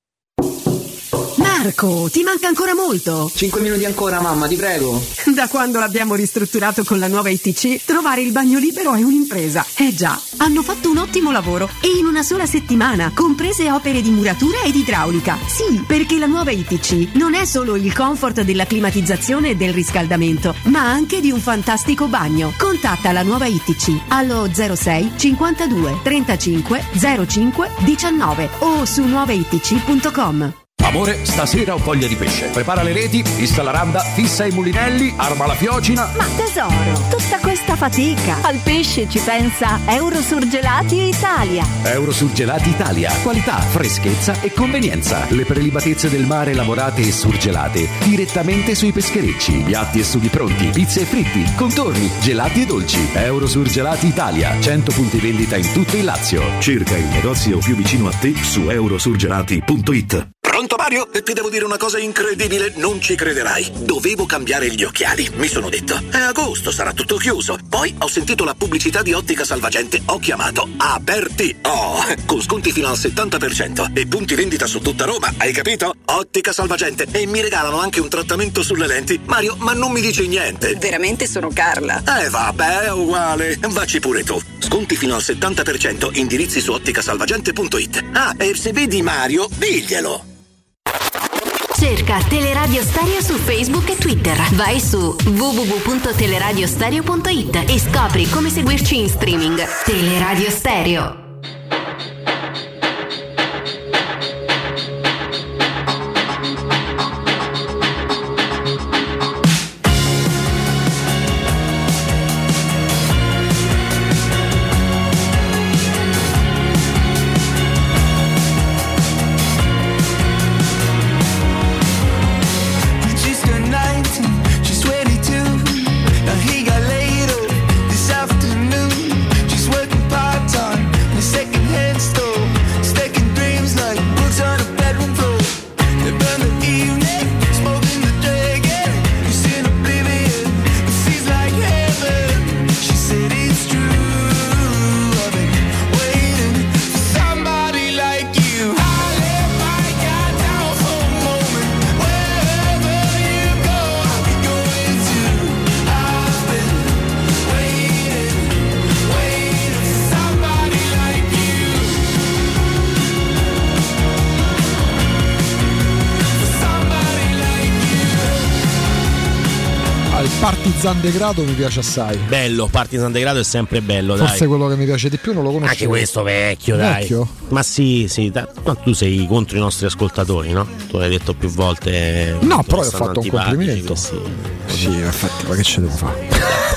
Marco, ti manca ancora molto. 5 minuti ancora, mamma, ti prego. Da quando l'abbiamo ristrutturato con la nuova ITC, trovare il bagno libero è un'impresa. Già, hanno fatto un ottimo lavoro e in una sola settimana, comprese opere di muratura ed idraulica. Sì, perché la nuova ITC non è solo il comfort della climatizzazione e del riscaldamento, ma anche di un fantastico bagno. Contatta la nuova ITC allo 06 52 35 05 19 o su nuovaitc.com. Amore, stasera ho voglia di pesce. Prepara le reti, fissa la randa, fissa i mulinelli, arma la fiocina. Ma tesoro, tutta questa fatica. Al pesce ci pensa Eurosurgelati Italia. Eurosurgelati Italia. Qualità, freschezza e convenienza. Le prelibatezze del mare lavorate e surgelate direttamente sui pescherecci. Piatti e sughi pronti, pizze e fritti, contorni, gelati e dolci. Eurosurgelati Italia. 100 punti vendita in tutto il Lazio. Cerca il negozio più vicino a te su eurosurgelati.it. Pronto Mario? E ti devo dire una cosa incredibile, non ci crederai. Dovevo cambiare gli occhiali, mi sono detto. È agosto, sarà tutto chiuso. Poi ho sentito la pubblicità di Ottica Salvagente, ho chiamato Aperti con sconti fino al 70% e punti vendita su tutta Roma, hai capito? Ottica Salvagente, e mi regalano anche un trattamento sulle lenti. Mario, ma non mi dici niente. Veramente sono Carla. Vabbè, è uguale. Vacci pure tu. Sconti fino al 70%, indirizzi su otticasalvagente.it. E se vedi Mario, diglielo. Cerca Teleradio Stereo su Facebook e Twitter. Vai su www.teleradiostereo.it e scopri come seguirci in streaming. Teleradio Stereo. Partizan Degrado mi piace assai. Bello, Partizan Degrado è sempre bello. Forse dai. Quello che mi piace di più non lo conosco. Anche questo vecchio, dai. Vecchio? Ma sì, ma tu sei contro i nostri ascoltatori, no? Tu l'hai detto più volte. No, però ho fatto un complimento. Sì, infatti, ma che ce devo fare?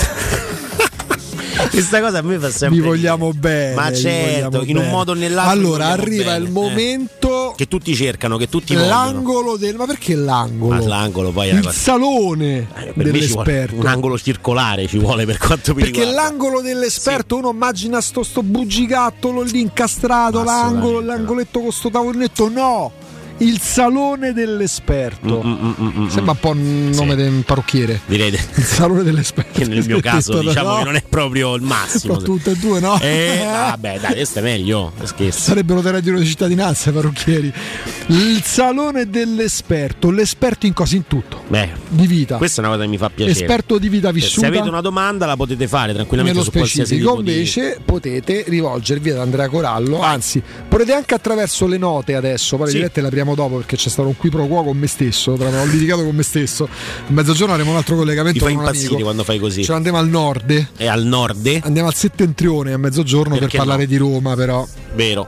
Questa cosa a me fa sempre. Vi vogliamo bene. Ma certo, in un modo o nell'altro. Allora arriva il momento che tutti cercano, che tutti l'angolo del. Ma perché l'angolo? Ma l'angolo poi è il salone dell'esperto. Un angolo circolare ci vuole per quanto mi riguarda. Perché l'angolo dell'esperto, uno immagina sto bugigattolo lì incastrato, l'angoletto con sto tavolinetto. No! Il salone dell'esperto. Sembra un po' un nome di un parrucchiere. Direi il salone dell'esperto. Che nel mio caso diciamo che non è proprio il massimo. Però tutte e due, no? Vabbè, dai, questo è meglio. Sarebbero dei reddito di cittadinanza i parrucchieri. Il salone dell'esperto. L'esperto in cosa? In tutto. Di vita. Questa è una cosa che mi fa piacere. Esperto di vita vissuta. Se avete una domanda la potete fare tranquillamente nello su qualsiasi tipo invece potete rivolgervi ad Andrea Corallo. Anzi, potete anche attraverso le note adesso. Poi le dirette le apriamo dopo perché c'è stato un qui pro quo con me stesso. Ho litigato con me stesso. A mezzogiorno avremo un altro collegamento. Mi fa impazzire quando fai così. Ce andiamo al nord. E al nord? Andiamo al settentrione a mezzogiorno perché per parlare di Roma, però. Vero.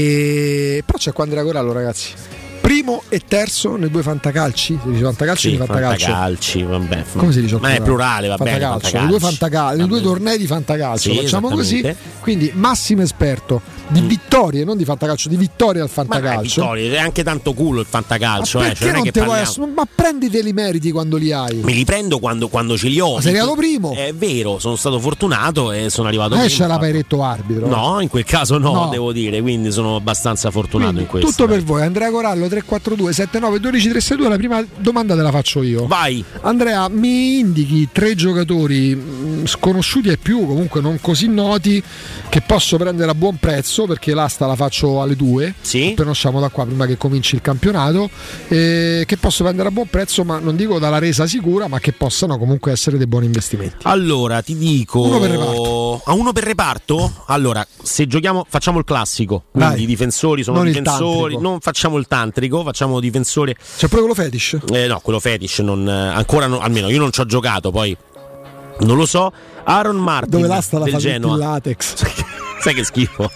Però c'è qua Andrea Corallo, ragazzi. Primo e terzo nei due fantacalci. Si dice fantacalci? Sì, fantacalci, vabbè. Come si dice? Ma è plurale, va bene. Nei due fantacalci, nei due tornei di fantacalcio. Facciamo così. Quindi massimo esperto di vittorie, non di fantacalcio, di vittorie al fantacalcio. Ma vittorie, è anche tanto culo il fantacalcio. Perché non te vuoi ma prenditi i meriti quando li hai. Me li prendo quando ce li ho. Ma sei arrivato primo. È vero, sono stato fortunato e sono arrivato primo. C'era Pairetto arbitro. No, in quel caso no, devo dire. Quindi sono abbastanza fortunato quindi, in questo. Tutto per voi. Andrea Corallo 342 79 12 362. La prima domanda te la faccio io. Vai. Andrea, mi indichi 3 giocatori sconosciuti e più, comunque non così noti, che posso prendere a buon prezzo, perché l'asta la faccio alle 2. Sì. Appena usciamo da qua, prima che cominci il campionato, che posso prendere a buon prezzo, ma non dico dalla resa sicura, ma che possano comunque essere dei buoni investimenti. Allora ti dico uno per reparto. Uno per reparto? Allora, se giochiamo facciamo il classico, quindi i difensori sono non difensori, non facciamo il tantrico, facciamo difensore. C'è pure quello fetish? No, quello fetish ancora almeno io non ci ho giocato, poi non lo so. Aaron Martin dove l'asta del la fa Genoa. Il latex. Sai che schifo.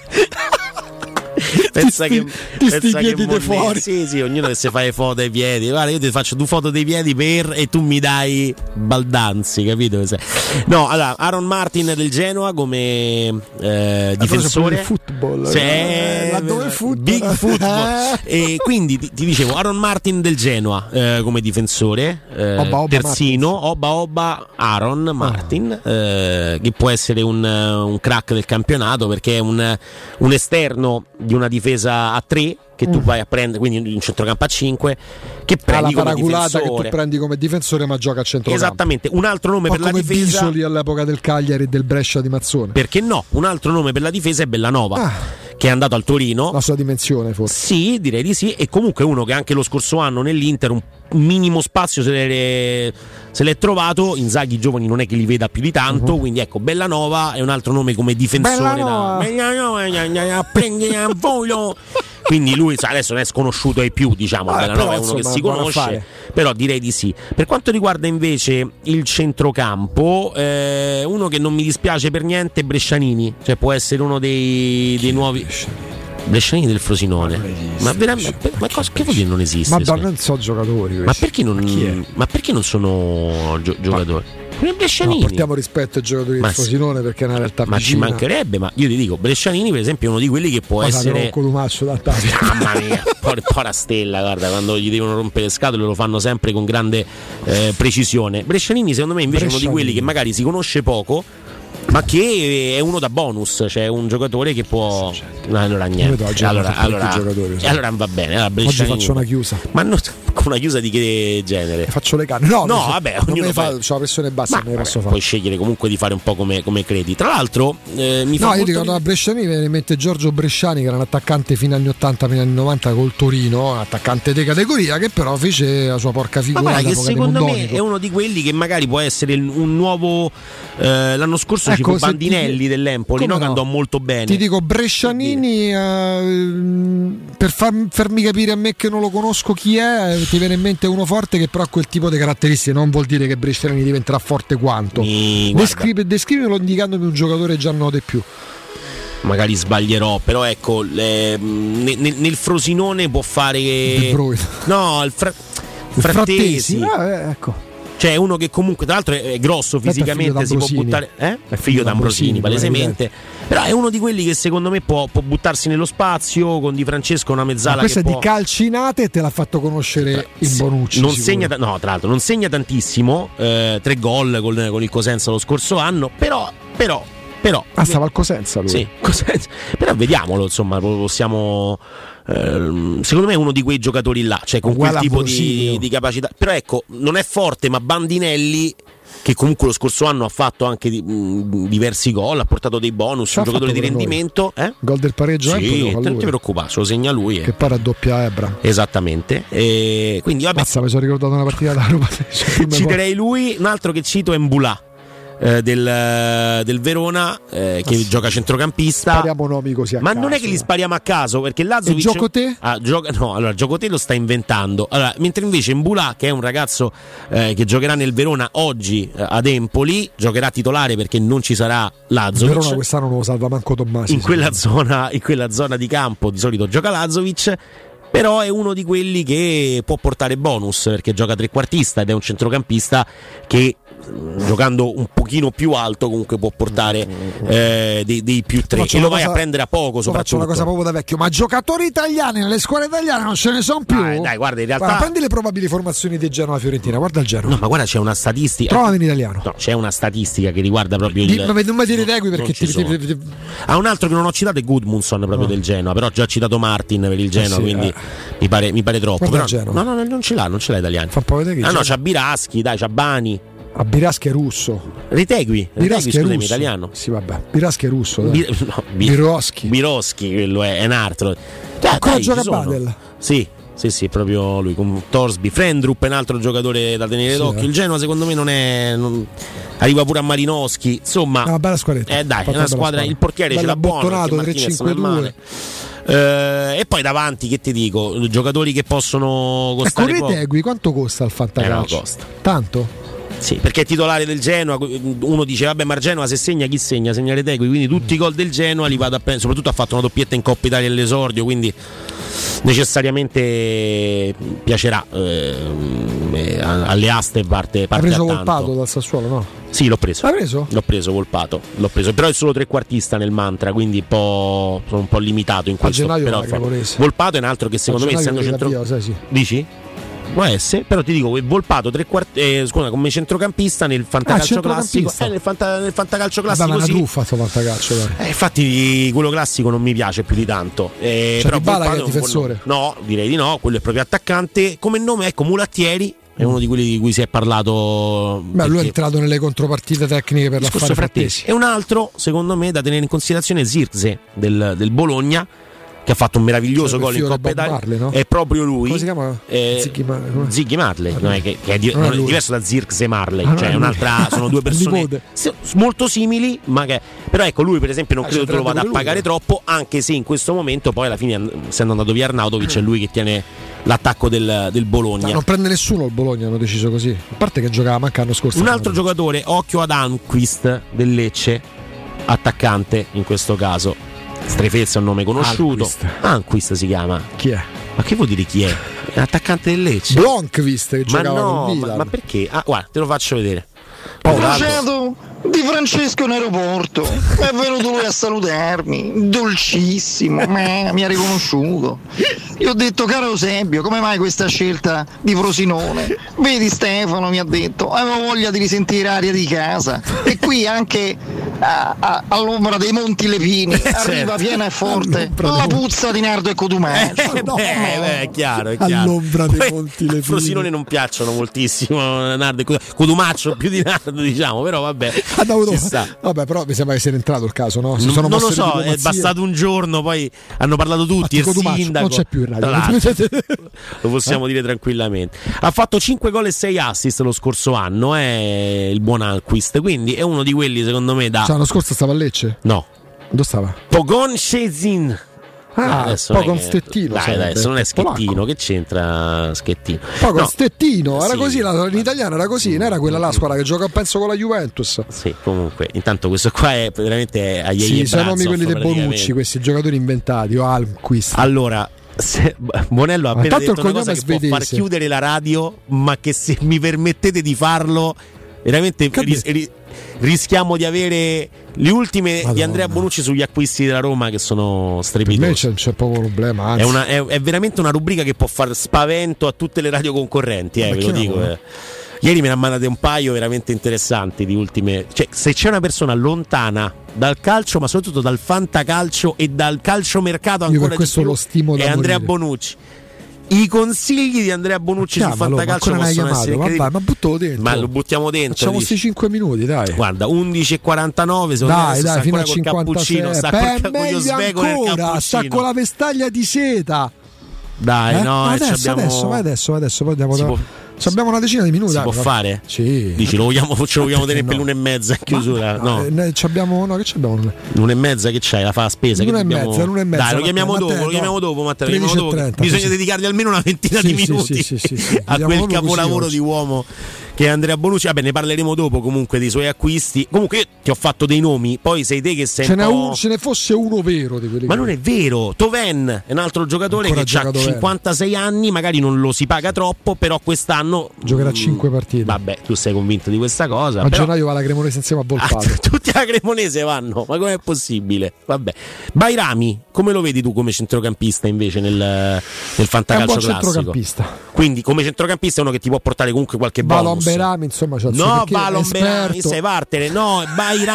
Pensa che fuori. Sì, ognuno che si fa le foto ai piedi. Guarda, io ti faccio 2 foto dei piedi e tu mi dai baldanzi, capito? No, allora Aaron Martin del Genoa come difensore. Football. Laddove football. Big football. E quindi ti dicevo Aaron Martin del Genoa come difensore, terzino, Oba Aaron Martin, che può essere un crack del campionato perché è un esterno di una difesa a 3 che tu vai a prendere, quindi in centrocampo a 5, che prendi come difensore, che tu prendi come difensore ma gioca a centrocampo. Esattamente. Un altro nome per la difesa, come Bisoli all'epoca del Cagliari e del Brescia di Mazzone. Perché no? Un altro nome per la difesa è Bellanova, che è andato al Torino. La sua dimensione forse. Sì, direi di sì. E comunque uno che anche lo scorso anno nell'Inter un minimo spazio se l'è trovato. Inzaghi giovani non è che li veda più di tanto, quindi ecco, Bellanova è un altro nome come difensore. Bellanova prendi a volo. quindi lui adesso non è sconosciuto ai più, diciamo, Bellanova è uno che si conosce, però direi di sì. Per quanto riguarda invece il centrocampo, uno che non mi dispiace per niente è Brescianini, cioè può essere uno dei nuovi Brescianini del Frosinone. Ma veramente, che vuol dire non esiste? Ma non so giocatori ma perché non sono giocatori? No, portiamo rispetto ai giocatori del Frosinone, perché è una realtà ma vicina. ci mancherebbe, ma io ti dico, Brescianini per esempio è uno di quelli che può essere Columaccio da mamma mia, pora stella, guarda, quando gli devono rompere le scatole lo fanno sempre con grande precisione. Brescianini secondo me invece è uno di quelli che magari si conosce poco, ma che è uno da bonus, cioè un giocatore che può. Allora niente. Allora va bene. Allora, oggi faccio una chiusa. Ma no, una chiusa di che genere? Faccio le canne. No, vabbè, ognuno c'ho la pressione bassa, ma posso fare. Puoi scegliere comunque di fare un po' come credi. Tra l'altro, mi fa. No, io dico da Bresciani mi mette Giorgio Bresciani, che era un attaccante fino agli 80, fino agli anni 90 col Torino, un attaccante di categoria che però fece la sua porca figura. Ma che secondo me è uno di quelli che magari può essere un nuovo. L'anno scorso ci fu Bandinelli dell'Empoli, no? Che andò molto bene. Ti dico Brescianini, per farmi capire a me che non lo conosco chi è, ti viene in mente uno forte che però ha quel tipo di caratteristiche. Non vuol dire che Brescianini diventerà forte quanto. Descrivilo indicandomi un giocatore già noto più. Magari sbaglierò, però ecco, nel Frosinone può fare no, il Frattesi. Ecco. Cioè uno che comunque tra l'altro è grosso fisicamente, si può buttare, è figlio d'Ambrosini palesemente, però è uno di quelli che secondo me può buttarsi nello spazio con Di Francesco, una mezzala. Ma questa che è di Calcinate e te l'ha fatto conoscere il Bonucci. Non segna, no, tra l'altro non segna tantissimo, 3 gol con il Cosenza lo scorso anno, però stava al Cosenza lui. Sì, Cosenza. Però vediamolo, insomma, possiamo. Secondo me è uno di quei giocatori là, cioè con quel tipo di capacità. Però ecco, non è forte, ma Bandinelli, che comunque lo scorso anno ha fatto anche diversi gol, ha portato dei bonus, un giocatore di rendimento. Gol del pareggio, sì, non ti preoccupare, se lo segna lui. Che pare a doppia Ebra. Esattamente. Quindi vabbè. Mazza, mi sono ricordato una partita da Roma. Citerei lui, un altro che cito è Mbulà. Del Verona, che gioca centrocampista. Spariamo nomi così a ma caso, non è che li spariamo a caso, perché Lazovic. E Giocoté? Giocoté lo sta inventando. Allora, mentre invece Mbulà, che è un ragazzo che giocherà nel Verona oggi ad Empoli, giocherà titolare perché non ci sarà Lazovic. Verona quest'anno non lo salva manco Tommasi. In quella zona di campo di solito gioca Lazovic. Però è uno di quelli che può portare bonus, perché gioca trequartista ed è un centrocampista che giocando un pochino più alto comunque può portare dei più 3 e lo vai a prendere a poco. Soprattutto faccio una cosa proprio da vecchio, ma giocatori italiani nelle scuole italiane non ce ne sono più. Dai, guarda, in realtà prendi le probabili formazioni di Genova Fiorentina, guarda il Genova. No, ma guarda, c'è una statistica. Trovami in italiano. No, c'è una statistica che riguarda proprio il. Non mi dire Regui perché un altro che non ho citato è Gudmundsson proprio del Genoa, però ho già citato Martin per il Genoa, quindi mi pare troppo. Però, no, non ce l'ha italiano. Fa un po' vedere che no, c'ha Biraschi, dai, c'ha Bani. A Biraschi è russo. Ritegui, scusami, italiano. Sì, vabbè. Biraschi è russo. Biroschi, quello è un altro. Ancora gioca Badel. Sì, proprio lui con Torsby. Frendrup è un altro giocatore da tenere d'occhio. Il Genoa secondo me non è. Arriva pure a Malinowski. Insomma, una bella squadretta. Dai, è una squadra. Il portiere ce l'ha buono. 3-5-2. E poi davanti, che ti dico, giocatori che possono costare poco. Retegui, quanto costa il fantacalcio? Costa tanto? Sì, perché è titolare del Genoa. Uno dice vabbè, ma il Genoa se segna chi segna? Segna Retegui, quindi tutti i gol del Genoa li vado a prendere. Soprattutto ha fatto una doppietta in Coppa Italia all'esordio, quindi necessariamente piacerà alle aste parte. Ha preso Volpato dal Sassuolo, no? Sì, l'ho preso. L'hai preso? L'ho preso Volpato, però è solo trequartista nel mantra, quindi sono un po' limitato in questo. Però Volpato è un altro che secondo me, essendo Dici? Può essere, però ti dico che Volpato come centrocampista nel fantacalcio classico. Nel fantacalcio classico. Ma una truffa sto fantacalcio. Infatti quello classico non mi piace più di tanto. Però Dybala che è difensore. No, direi di no, quello è proprio attaccante. Come nome, ecco, Mulattieri. È uno di quelli di cui si è parlato. Beh, lui è entrato nelle contropartite tecniche per l'affare Frattesi. E un altro, secondo me, da tenere in considerazione è Zirkzee del Bologna, che ha fatto un meraviglioso gol in Coppa Italia, Marley, no? È proprio lui. Come si chiama? Ziggy Marley, non è che è diverso da Zirkzee Marley, cioè è un'altra, sono due persone molto simili, ma che però ecco, lui per esempio non credo tu lo vada a pagare troppo, anche se in questo momento poi alla fine, essendo andato via Arnautovic, è lui che tiene l'attacco del Bologna. Non prende nessuno il Bologna, hanno deciso così, a parte che giocava manca l'anno scorso. Un altro giocatore, occhio ad Almqvist del Lecce, attaccante in questo caso. Strefezza è un nome conosciuto. Almqvist si chiama. Chi è? Ma che vuol dire chi è? È attaccante del Lecce. Blomqvist che giocava con Milan. Ma perché? Guarda, te lo faccio vedere. Procedo di Francesco in aeroporto, è venuto lui a salutarmi, dolcissimo, mi ha riconosciuto. Io ho detto: caro Eusebio, come mai questa scelta di Frosinone? Vedi, Stefano mi ha detto, avevo voglia di risentire aria di casa, e qui anche all'ombra dei Monti Lepini arriva piena e forte la puzza di Nardo e Cotumaccio. È chiaro. All'ombra dei Monti Lepini. Frosinone non piacciono moltissimo Nardo e Cotumaccio, più di Nardo, diciamo, però vabbè. Vabbè, però mi sembra che sia entrato il caso, no? Non lo so, è bastato un giorno, poi hanno parlato tutti, il sindaco non c'è più in radio. Lo possiamo dire tranquillamente. Ha fatto 5 gol e 6 assist lo scorso anno, è il buon Almqvist, quindi è uno di quelli secondo me da... L'anno scorso stava a Lecce? No. Dove stava? Pogon Szczecin. Pogon Stettino. Dai, adesso non è Schettino, polacco. Che c'entra Schettino? Pogon Stettino, era sì. Così, in italiano era così, non era quella la squadra che gioca penso con la Juventus. Sì, comunque, intanto questo qua è veramente agli Sì, sono nomi quelli dei Bonucci, questi giocatori inventati, o Almqvist. Allora, Bonello ha appena detto una cosa che svedese. può far chiudere la radio, ma che se mi permettete di farlo, veramente rischiamo di avere le ultime di Andrea Bonucci sugli acquisti della Roma, che sono strepitosi. Non c'è poco problema, anzi. È veramente una rubrica che può far spavento a tutte le radio concorrenti, ve lo dico. Ieri me ne ha mandate un paio veramente interessanti di ultime. Cioè, se c'è una persona lontana dal calcio, ma soprattutto dal fantacalcio e dal calciomercato ancora per questo di più, lo stimo da è Andrea morire. Bonucci. I consigli di Andrea Bonucci sul fantacalcio possono essere ma buttalo dentro. Ma lo buttiamo dentro. Facciamo questi 5 minuti, dai. Guarda, 11:49, secondo me fino a col cappuccino, sta col meglio svego nel ancora, cappuccino. sta con la vestaglia di seta. Dai, no, adesso poi andiamo abbiamo una decina di minuti. Si può fare? Sì. Dici, ce lo vogliamo tenere per l'1:30 in chiusura? No. Che abbiamo? L'1:30 che c'hai? La fa la spesa? L'1:30. Dai, lo chiamiamo dopo, Matteo. Bisogna dedicargli almeno una ventina di minuti a quel capolavoro di uomo che è Andrea Bonucci. Vabbè, ne parleremo dopo comunque dei suoi acquisti. Comunque io ti ho fatto dei nomi, poi sei te che sei ce ne fosse uno vero di quelli. Ma non è vero. Toven è un altro giocatore che ha 56 anni, magari non lo si paga troppo, però quest'anno giocherà 5 partite. Vabbè, tu sei convinto di questa cosa. A gennaio va la Cremonese insieme a Volpato. Tutti alla Cremonese vanno, ma com'è possibile? Vabbè. Bairami, come lo vedi tu come centrocampista invece nel fantacalcio classico? Centrocampista. Quindi come centrocampista è uno che ti può portare comunque qualche bonus. Berami, insomma, no, Berami, sei Vartene, no,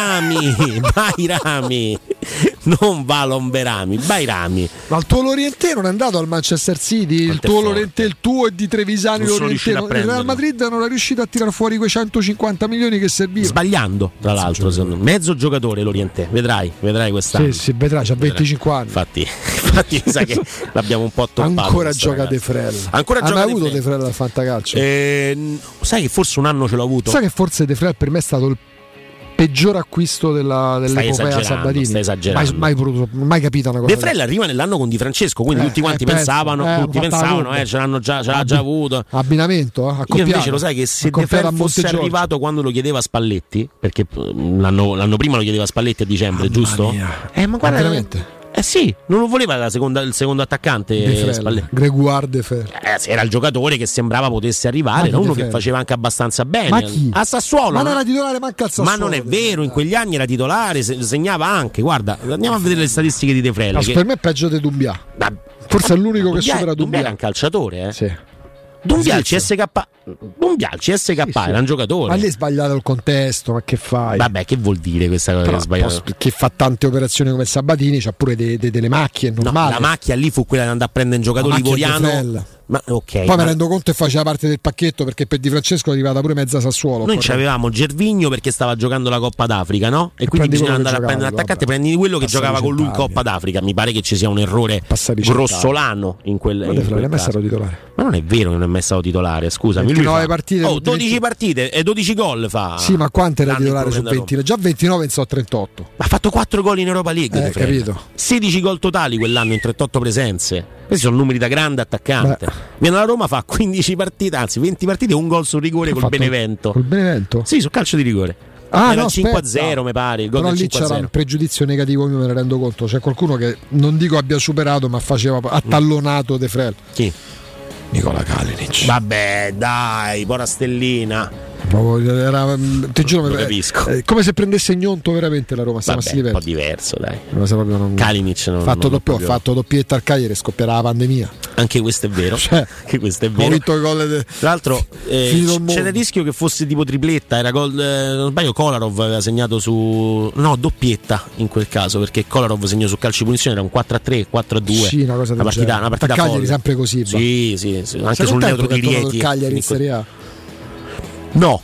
Bairami. Non Berami. Ma il tuo Lorientè non è andato al Manchester City? Il tuo è di Trevisani. Lorientè. Il Real Madrid non è riuscito a tirare fuori quei 150 milioni che servivano. Sbagliando, tra l'altro, mezzo giocatore Lorientè. Vedrai quest'anno. Sì, vedrai, c'ha 25 anni. Infatti sai che l'abbiamo un po' toppato. Ancora gioca De Frel. Hai mai avuto De Frel al fantacalcio? Sai che forse un anno ce l'ho avuto. Sai che forse De Frel per me è stato il peggior acquisto dell'epopea Sabatini. Stai esagerando. Mai capito una cosa. De Frel arriva nell'anno con Di Francesco, quindi tutti quanti pensavano, ce l'hanno già avuto. Abbinamento, accoppiato. Io invece lo sai che se De Frel fosse arrivato quando lo chiedeva Spalletti, perché l'anno prima lo chiedeva Spalletti a dicembre, giusto? Ma guarda, veramente. Sì, non lo voleva il secondo attaccante Spalletti. Gregoire De Frel. Era il giocatore che sembrava potesse arrivare, era uno che faceva anche abbastanza bene. Ma chi? A Sassuolo. Ma non era titolare manca al Sassuolo. Ma non è vero, in quegli anni era titolare, segnava anche. Guarda, andiamo a vedere le statistiche di De Frel. Per me è peggio di Dumbia. Forse è l'unico che supera Dumbia. Era un calciatore, Sì. Dumbia al CSK. un Bialci SK era un giocatore. Ma lì è sbagliato il contesto, ma che fai? Vabbè, che vuol dire questa cosa? Che è sbagliato? Che fa tante operazioni come Sabatini, c'ha pure delle macchie, normale. La macchia lì fu quella di andare a prendere un giocatore livoriano. Ma ok. Poi mi rendo conto che faceva parte del pacchetto, perché per Di Francesco è arrivata pure mezza Sassuolo. Noi avevamo Gervigno perché stava giocando la Coppa d'Africa, no? E quindi bisogna andare a prendere un attaccante, prendi quello che giocava con lui in Coppa d'Africa. Mi pare che ci sia un errore grossolano in quel non è mai stato titolare. Ma non è vero che non è mai stato titolare, scusami. 29 partite, 12 partite e 12 gol fa. Sì, ma quante era titolare su 20? Già 29 in so 38. Ha fatto 4 gol in Europa League, capito. 16 gol totali quell'anno in 38 presenze. Questi sono numeri da grande attaccante. Viene alla Roma, fa 15 partite, anzi 20 partite e un gol sul rigore col Benevento. Col Benevento? Sì, sul calcio di rigore. Era 5-0 mi pare, il gol però del lì 5-0. C'era un pregiudizio negativo, io me ne rendo conto. C'è qualcuno che non dico abbia superato, ma faceva attallonato De Frel. Chi? Nicola Kalinic. Vabbè, dai, pora stellina. Era, ti giuro, capisco. Come se prendesse Gnonto veramente la Roma. Vabbè, un po' diverso, dai. Kalinic ha fatto doppietta al Cagliari e scoppierà la pandemia. Anche questo è vero. Anche questo è vero. Tra l'altro c'era il rischio che fosse tipo tripletta. Era gol, non sbaglio, Kolarov aveva segnato su. No, doppietta in quel caso, perché Kolarov segnò su calcio di punizione. Era un 4-3, 4-2. Sì, una partita Cagliari folle. Sempre così. Sì. Anche sul neutro di Rieti. Cagliari in Serie A. No.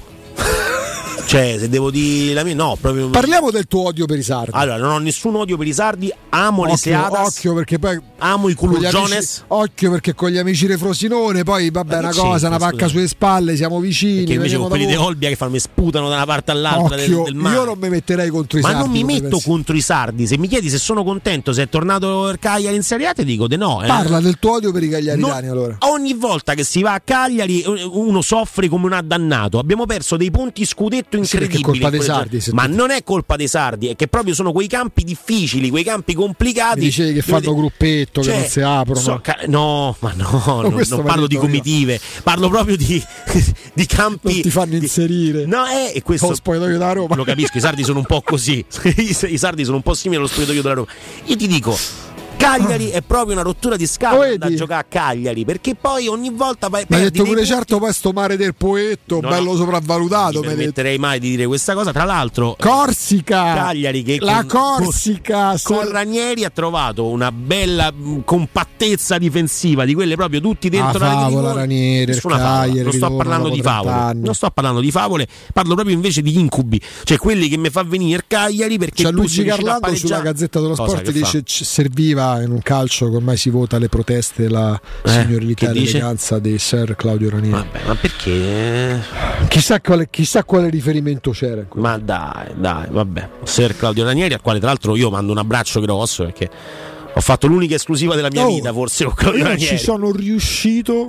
Cioè, se devo dire la mia, no, proprio. Parliamo del tuo odio per i sardi. Allora, non ho nessun odio per i sardi, amo le Seadas. Occhio, perché poi amo i Culugiones. Occhio, perché con gli amici di Frosinone, poi vabbè, una cosa, una pacca sulle spalle, siamo vicini. Perché invece con quelli di Olbia che fanno, mi sputano da una parte all'altra del mare. Io non mi metterei contro i sardi. Ma non mi metto contro i sardi. Se mi chiedi se sono contento, se è tornato il Cagliari in Serie A, ti dico di no. Parla del tuo odio per i cagliaritani, allora. Ogni volta che si va a Cagliari uno soffre come un addannato. Abbiamo perso dei punti scudetto incredibili. Sardi, ma non è colpa dei sardi, è che proprio sono quei campi difficili, quei campi complicati. Mi dicevi che fanno gruppetto, che non si aprono. Non parlo di comitive, parlo proprio di campi. Non ti fanno inserire. No, e questo lo spogliatoio della Roma. Lo capisco, i sardi sono un po' così. I sardi sono un po' simili allo spogliatoio della Roma. Io ti dico, Cagliari è proprio una rottura di scatole da giocare a Cagliari, perché poi ogni volta vai. Ma hai detto pure certo, poi sto mare del Poetto, bello sopravvalutato. Non permetterei mai di dire questa cosa. Tra l'altro, Corsica, Cagliari che Corsica con Ranieri ha trovato una bella compattezza difensiva di quelle proprio tutti dentro la favola Ranieri. Non sto parlando di favole, non sto parlando di favole, parlo proprio invece di incubi, cioè quelli che mi fa venire Cagliari, perché c'è Luigi Carlando sulla Gazzetta dello Sport dice serviva in un calcio che ormai si vota le proteste, la signorilità e l'eleganza di Sir Claudio Ranieri. Vabbè, ma perché? Chissà quale riferimento c'era. Ma dai, vabbè. Sir Claudio Ranieri, al quale tra l'altro io mando un abbraccio grosso, perché ho fatto l'unica esclusiva della mia vita, forse con Claudio Ranieri. Ci sono riuscito.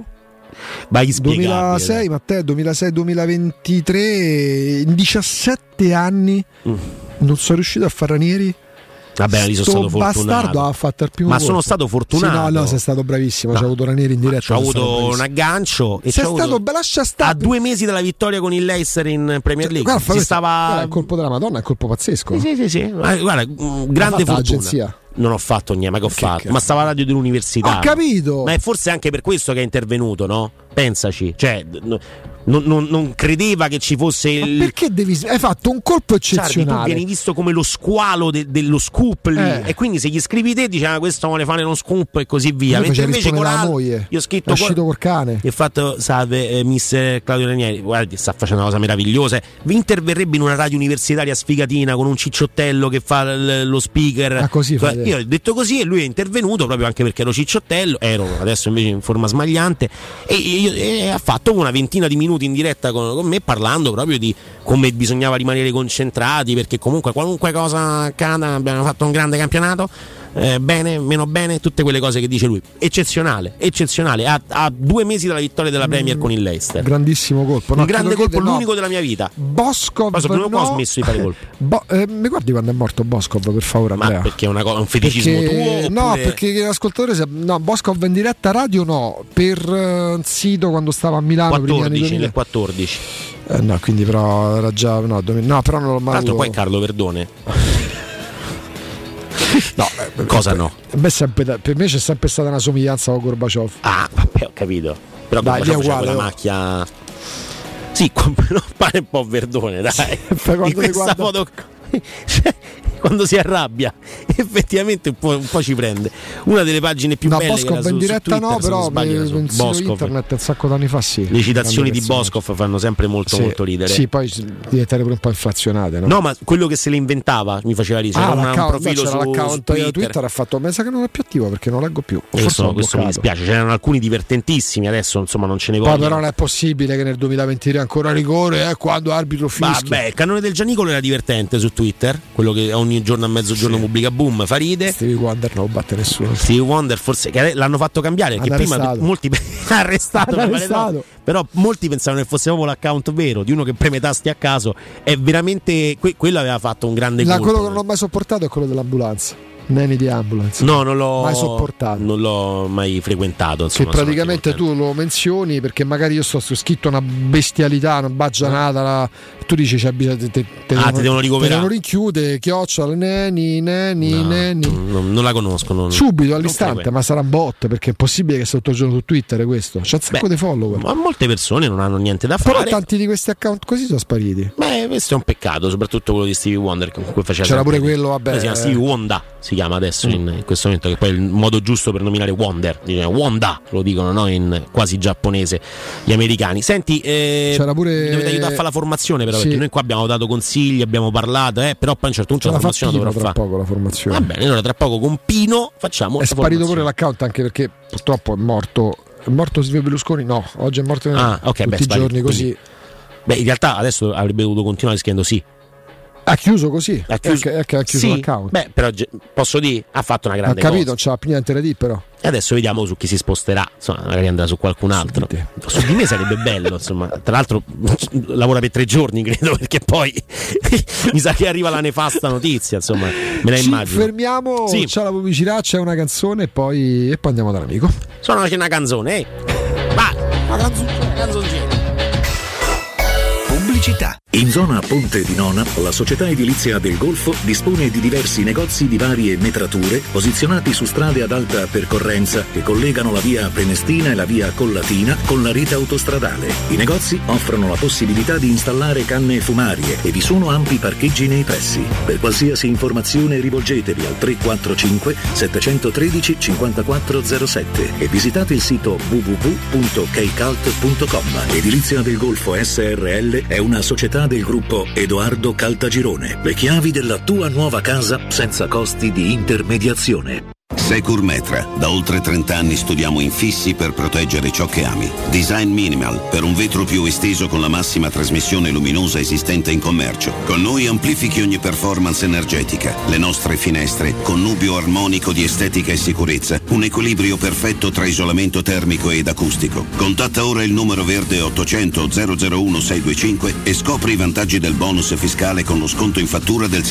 2006, Matteo, 2006-2023, in 17 anni non sono riuscito a fare Ranieri. Vabbè, lì sono stato fortunato. Bastardo ha fatto il primo ma gol. Sono stato fortunato. Sì, no, sei stato bravissimo. C'ha avuto Ranieri in diretta. C'ha avuto un aggancio. E sei stato lascia stare. A 2 mesi dalla vittoria con il Leicester in Premier League. Guarda, il colpo della Madonna, è colpo pazzesco. Sì. Guarda, grande fortuna. L'agenzia. Non ho fatto niente, ma che ho fatto? Ma stava alla radio dell'università. Ho capito. Ma è forse anche per questo che è intervenuto, no? Pensaci, cioè non credeva che ci fosse il. Ma perché hai fatto un colpo eccezionale? Sardi, tu vieni visto come lo squalo dello scoop lì, e quindi se gli scrivi te diceva questo vuole fare uno scoop e così via. Mentre invece con la moglie, io ho scritto col cane. E ho fatto salve mister Claudio Ranieri, guardi, sta facendo una cosa meravigliosa. Vi interverrebbe in una radio universitaria sfigatina con un cicciottello che fa lo speaker. Così io ho detto così e lui è intervenuto proprio anche perché ero cicciottello, adesso invece in forma smagliante e ha fatto una ventina di minuti in diretta con me parlando proprio di come bisognava rimanere concentrati, perché comunque qualunque cosa accada abbiamo fatto un grande campionato, bene, meno bene, tutte quelle cose che dice lui. Eccezionale a 2 mesi dalla vittoria della Premier con il Leicester. Grandissimo colpo, un grande colpo, l'unico della mia vita. Boskov ho smesso di fare colpi. Mi guardi quando è morto Boskov, per favore, Andrea? Ma perché è un feticismo tuo? No, perché l'ascoltatore Boskov in diretta radio no, per un sito quando stava a Milano 14, nel 14. No, quindi però era già no, però non l'ho mai. Tra l'altro poi Carlo Verdone. No, cosa no? Per me c'è sempre stata una somiglianza con Gorbaciov. Ah, vabbè, ho capito. Però Gorbaciov c'ha quella macchia. Sì, però pare un po' Verdone, dai. In questa foto cioè, quando si arrabbia effettivamente un po' ci prende. Una delle pagine più belle Boscov che in diretta Twitter, no, però Boscov. internet un sacco d'anni fa sì. Le citazioni di Boscov fanno sempre molto ridere. Sì, poi diventare pure un po' inflazionate, no? No, ma quello che se le inventava mi faceva ridere. C'era un profilo su l'account Twitter. Twitter ha fatto, ma sa che non è più attivo perché non leggo più. Questo mi dispiace, c'erano alcuni divertentissimi, adesso insomma non ce ne vogliono. Poi però non è possibile che nel 2023 ancora rigore quando arbitro fischia. Vabbè, il Cannone del Gianicolo era divertente su Twitter, quello che ogni giorno a mezzogiorno pubblica Boom, fa ride. Stevie Wonder non batte nessuno. Stevie Wonder forse che l'hanno fatto cambiare perché prima molti arrestato. Però molti pensavano che fosse proprio l'account vero di uno che preme tasti a caso. È veramente quello aveva fatto un grande colpo. Quello che non ho mai sopportato è quello dell'ambulanza. Neni di ambulance. No, non l'ho mai sopportato. Non l'ho mai frequentato. Insomma, che praticamente tu lo menzioni perché magari io sto scritto una bestialità, una baggianata. Tu dici c'è bisogno. Ti devono ricoverare. Ti devono rinchiudere, chiocciola, neni. Non la conosco. Subito all'istante, ma sarà bot perché è possibile che sotto il giorno su Twitter questo. C'è un sacco di follower. Ma molte persone non hanno niente da fare. Però tanti di questi account così sono spariti. Beh, questo è un peccato, soprattutto quello di Stevie Wonder che comunque faceva. C'era pure quello, vabbè. Si chiama Stevie Wonder. Si chiama adesso in questo momento, che poi è il modo giusto per nominare Wonder, Wanda lo dicono, no? In quasi giapponese gli americani. Senti, c'era pure dovete aiutare a fare la formazione però, perché noi qua abbiamo dato consigli, abbiamo parlato, però poi a un certo punto la formazione dovrà fare. Tra poco la formazione. Va bene, allora tra poco con Pino facciamo. È sparito pure l'account anche perché purtroppo è morto Silvio Berlusconi. No, oggi è morto tutti i giorni così. Beh, in realtà adesso avrebbe dovuto continuare scrivendo sì. Ha chiuso così, ha chiuso sì, l'account. Beh, però posso dire, ha fatto una grande cosa. Ha capito, non c'ha più niente da dire però. E adesso vediamo su chi si sposterà, insomma, magari andrà su qualcun altro. Su di me sarebbe bello, insomma. Tra l'altro lavora per 3 giorni, credo, perché poi mi sa che arriva la nefasta notizia, insomma, me la immagino. Fermiamo, c'è la pubblicità, c'è una canzone e poi andiamo dall'amico. C'è una canzone, vai, una canzoncina. Pubblicità. In zona Ponte di Nona, la società edilizia del Golfo dispone di diversi negozi di varie metrature posizionati su strade ad alta percorrenza che collegano la via Prenestina e la via Collatina con la rete autostradale. I negozi offrono la possibilità di installare canne fumarie e vi sono ampi parcheggi nei pressi. Per qualsiasi informazione rivolgetevi al 345 713 5407 e visitate il sito www.keicalt.com. Edilizia del Golfo SRL è una società del gruppo Edoardo Caltagirone. Le chiavi della tua nuova casa senza costi di intermediazione. Securmetra. Da oltre 30 anni studiamo infissi per proteggere ciò che ami. Design minimal per un vetro più esteso con la massima trasmissione luminosa esistente in commercio. Con noi amplifichi ogni performance energetica. Le nostre finestre, connubio armonico di estetica e sicurezza. Un equilibrio perfetto tra isolamento termico ed acustico. Contatta ora il numero verde 800 001 625 e scopri i vantaggi del bonus fiscale con lo sconto in fattura del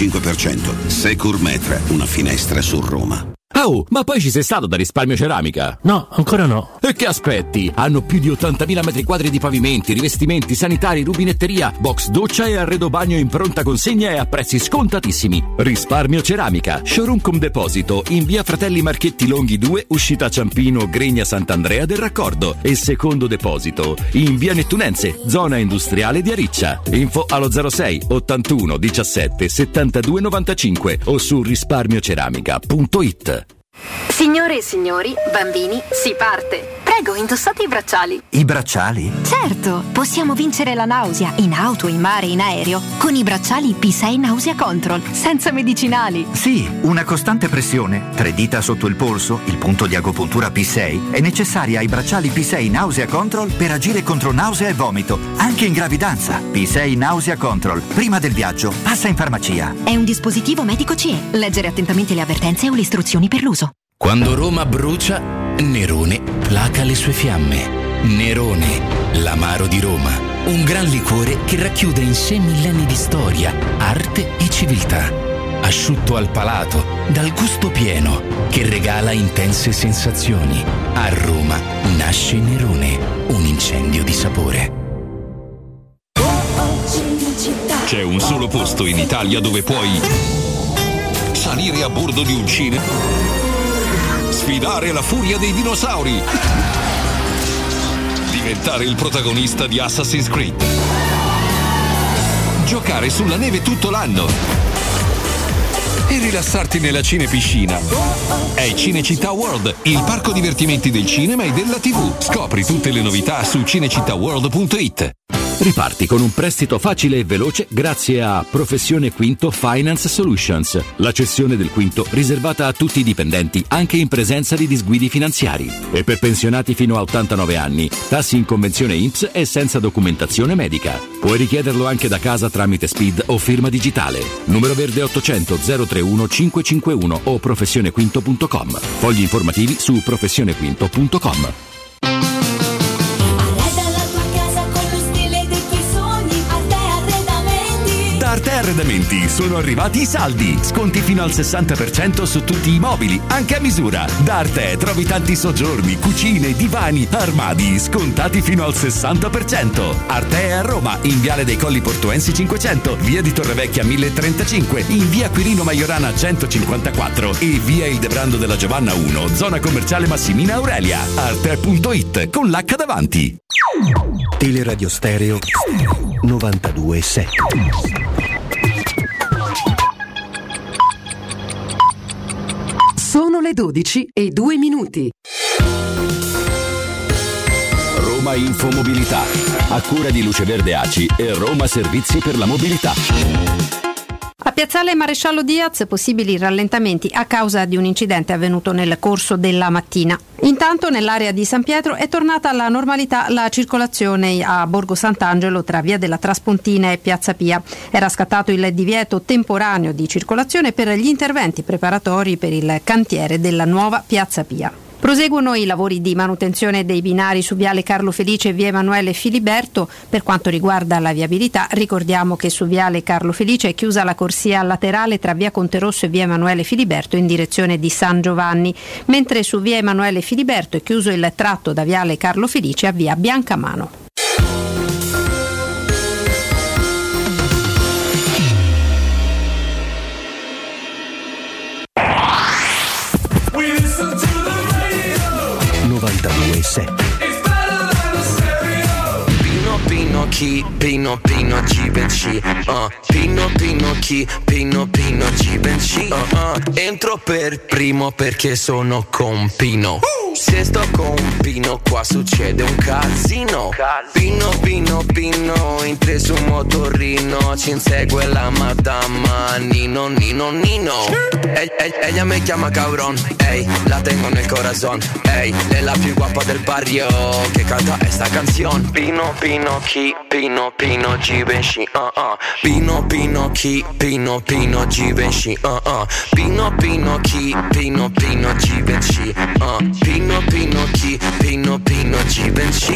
75%. Securmetra, una finestra su Roma. Oh, ma poi ci sei stato da Risparmio Ceramica? No, ancora no. E che aspetti? Hanno più di 80.000 metri quadri di pavimenti, rivestimenti, sanitari, rubinetteria, box doccia e arredo bagno in pronta consegna e a prezzi scontatissimi. Risparmio Ceramica, showroom con deposito in via Fratelli Marchetti Longhi 2, uscita Ciampino, Gregna Sant'Andrea del Raccordo, e secondo deposito in via Nettunense, zona industriale di Ariccia. Info allo 06 81 17 72 95 o su risparmioceramica.it. Signore e signori, bambini, si parte. Prego, indossate i bracciali. I bracciali? Certo, possiamo vincere la nausea in auto, in mare, in aereo con i bracciali P6 Nausea Control, senza medicinali. Sì, una costante pressione, 3 dita sotto il polso, il punto di agopuntura P6 è necessaria ai bracciali P6 Nausea Control per agire contro nausea e vomito, anche in gravidanza. P6 Nausea Control, prima del viaggio, passa in farmacia. È un dispositivo medico CE. Leggere attentamente le avvertenze o le istruzioni per l'uso. Quando Roma brucia, Nerone placa le sue fiamme. Nerone, l'amaro di Roma. Un gran liquore che racchiude in sé millenni di storia, arte e civiltà. Asciutto al palato, dal gusto pieno, che regala intense sensazioni. A Roma nasce Nerone, un incendio di sapore. C'è un solo posto in Italia dove puoi salire a bordo di un cine, sfidare la furia dei dinosauri, Diventare il protagonista di Assassin's Creed. Giocare sulla neve tutto l'anno. E rilassarti nella cinepiscina. È Cinecittà World, il parco divertimenti del cinema e della TV. Scopri tutte le novità su cinecittàworld.it. Riparti con un prestito facile e veloce grazie a Professione Quinto Finance Solutions, la cessione del quinto riservata a tutti i dipendenti anche in presenza di disguidi finanziari. E per pensionati fino a 89 anni, tassi in convenzione INPS e senza documentazione medica. Puoi richiederlo anche da casa tramite SPID o firma digitale. Numero verde 800 031 551 o professionequinto.com. Fogli informativi su professionequinto.com. Arte Arredamenti, sono arrivati i saldi, sconti fino al 60% su tutti i mobili, anche a misura. Da Arte trovi tanti soggiorni, cucine, divani, armadi, scontati fino al 60%. Arte è a Roma, in Viale dei Colli Portuensi 500, via di Torrevecchia 1035, in via Quirino Maiorana 154 e via Il Debrando della Giovanna 1, zona commerciale Massimina Aurelia. Arte.it con l'H davanti. Teleradio Stereo 92.7. Sono le 12:02. Roma Infomobilità, a cura di Luce Verde ACI e Roma Servizi per la Mobilità. A Piazzale Maresciallo Diaz possibili rallentamenti a causa di un incidente avvenuto nel corso della mattina. Intanto nell'area di San Pietro è tornata alla normalità la circolazione a Borgo Sant'Angelo tra via della Traspontina e Piazza Pia. Era scattato il divieto temporaneo di circolazione per gli interventi preparatori per il cantiere della nuova Piazza Pia. Proseguono i lavori di manutenzione dei binari su Viale Carlo Felice e via Emanuele Filiberto. Per quanto riguarda la viabilità, ricordiamo che su Viale Carlo Felice è chiusa la corsia laterale tra via Conterosso e via Emanuele Filiberto in direzione di San Giovanni, mentre su via Emanuele Filiberto è chiuso il tratto da Viale Carlo Felice a via Biancamano. Pino chi, Pino Givenchy, Pino chi, Pino Givenchy, entro per primo perché sono con Pino. Se sto con Pino qua succede un casino. Pino, in su motorino, ci insegue la madama Nino. Ella me chiama cabrón, ey, la tengo nel corazón, ey, è la più guapa del barrio che canta esta canción. Pino chi, Pino Givenchy, Pino chi, Pino Givenchy, Pino chi, Pino Givenchy, Pino chi, Pino Givenchy,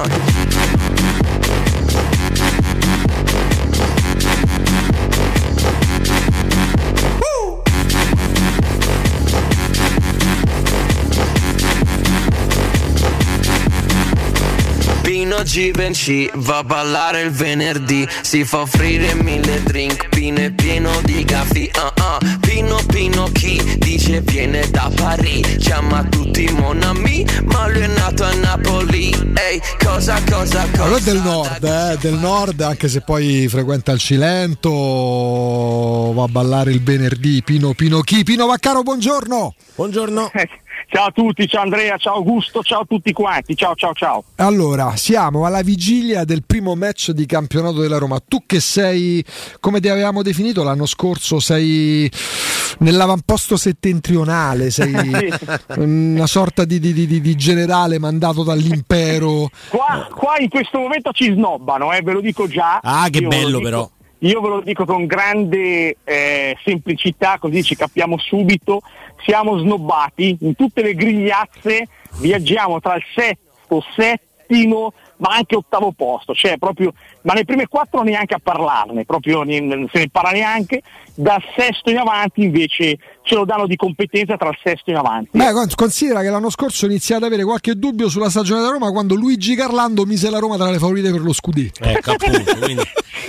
Pino Givenchy va a ballare il venerdì, si fa offrire 1000 drink, Pino è pieno di gaffi, Pino chi dice viene da Parigi, chiama tutti mon ami, ma lui è nato a Napoli, ehi, cosa. Allora è del nord, anche se poi frequenta il Cilento, va a ballare il venerdì, Pino chi? Pino Vaccaro, buongiorno. Buongiorno. Ciao a tutti, ciao Andrea, ciao Augusto, ciao a tutti quanti, ciao. Allora, siamo alla vigilia del primo match di campionato della Roma. Tu che sei, come ti avevamo definito l'anno scorso, sei nell'avamposto settentrionale, sei una sorta di generale mandato dall'impero. Qua in questo momento ci snobbano, ve lo dico già. Ah, che bello però. Io ve lo dico con grande semplicità, così ci capiamo subito. Siamo snobbati in tutte le grigliazze, viaggiamo tra il sesto, settimo, ma anche ottavo posto, cioè proprio, ma nelle prime 4 neanche a parlarne, proprio non se ne parla neanche. Dal sesto in avanti invece ce lo danno di competenza tra il sesto in avanti. Beh, considera che l'anno scorso iniziai ad avere qualche dubbio sulla stagione della Roma quando Luigi Garlando mise la Roma tra le favorite per lo scudetto. Appunto, quindi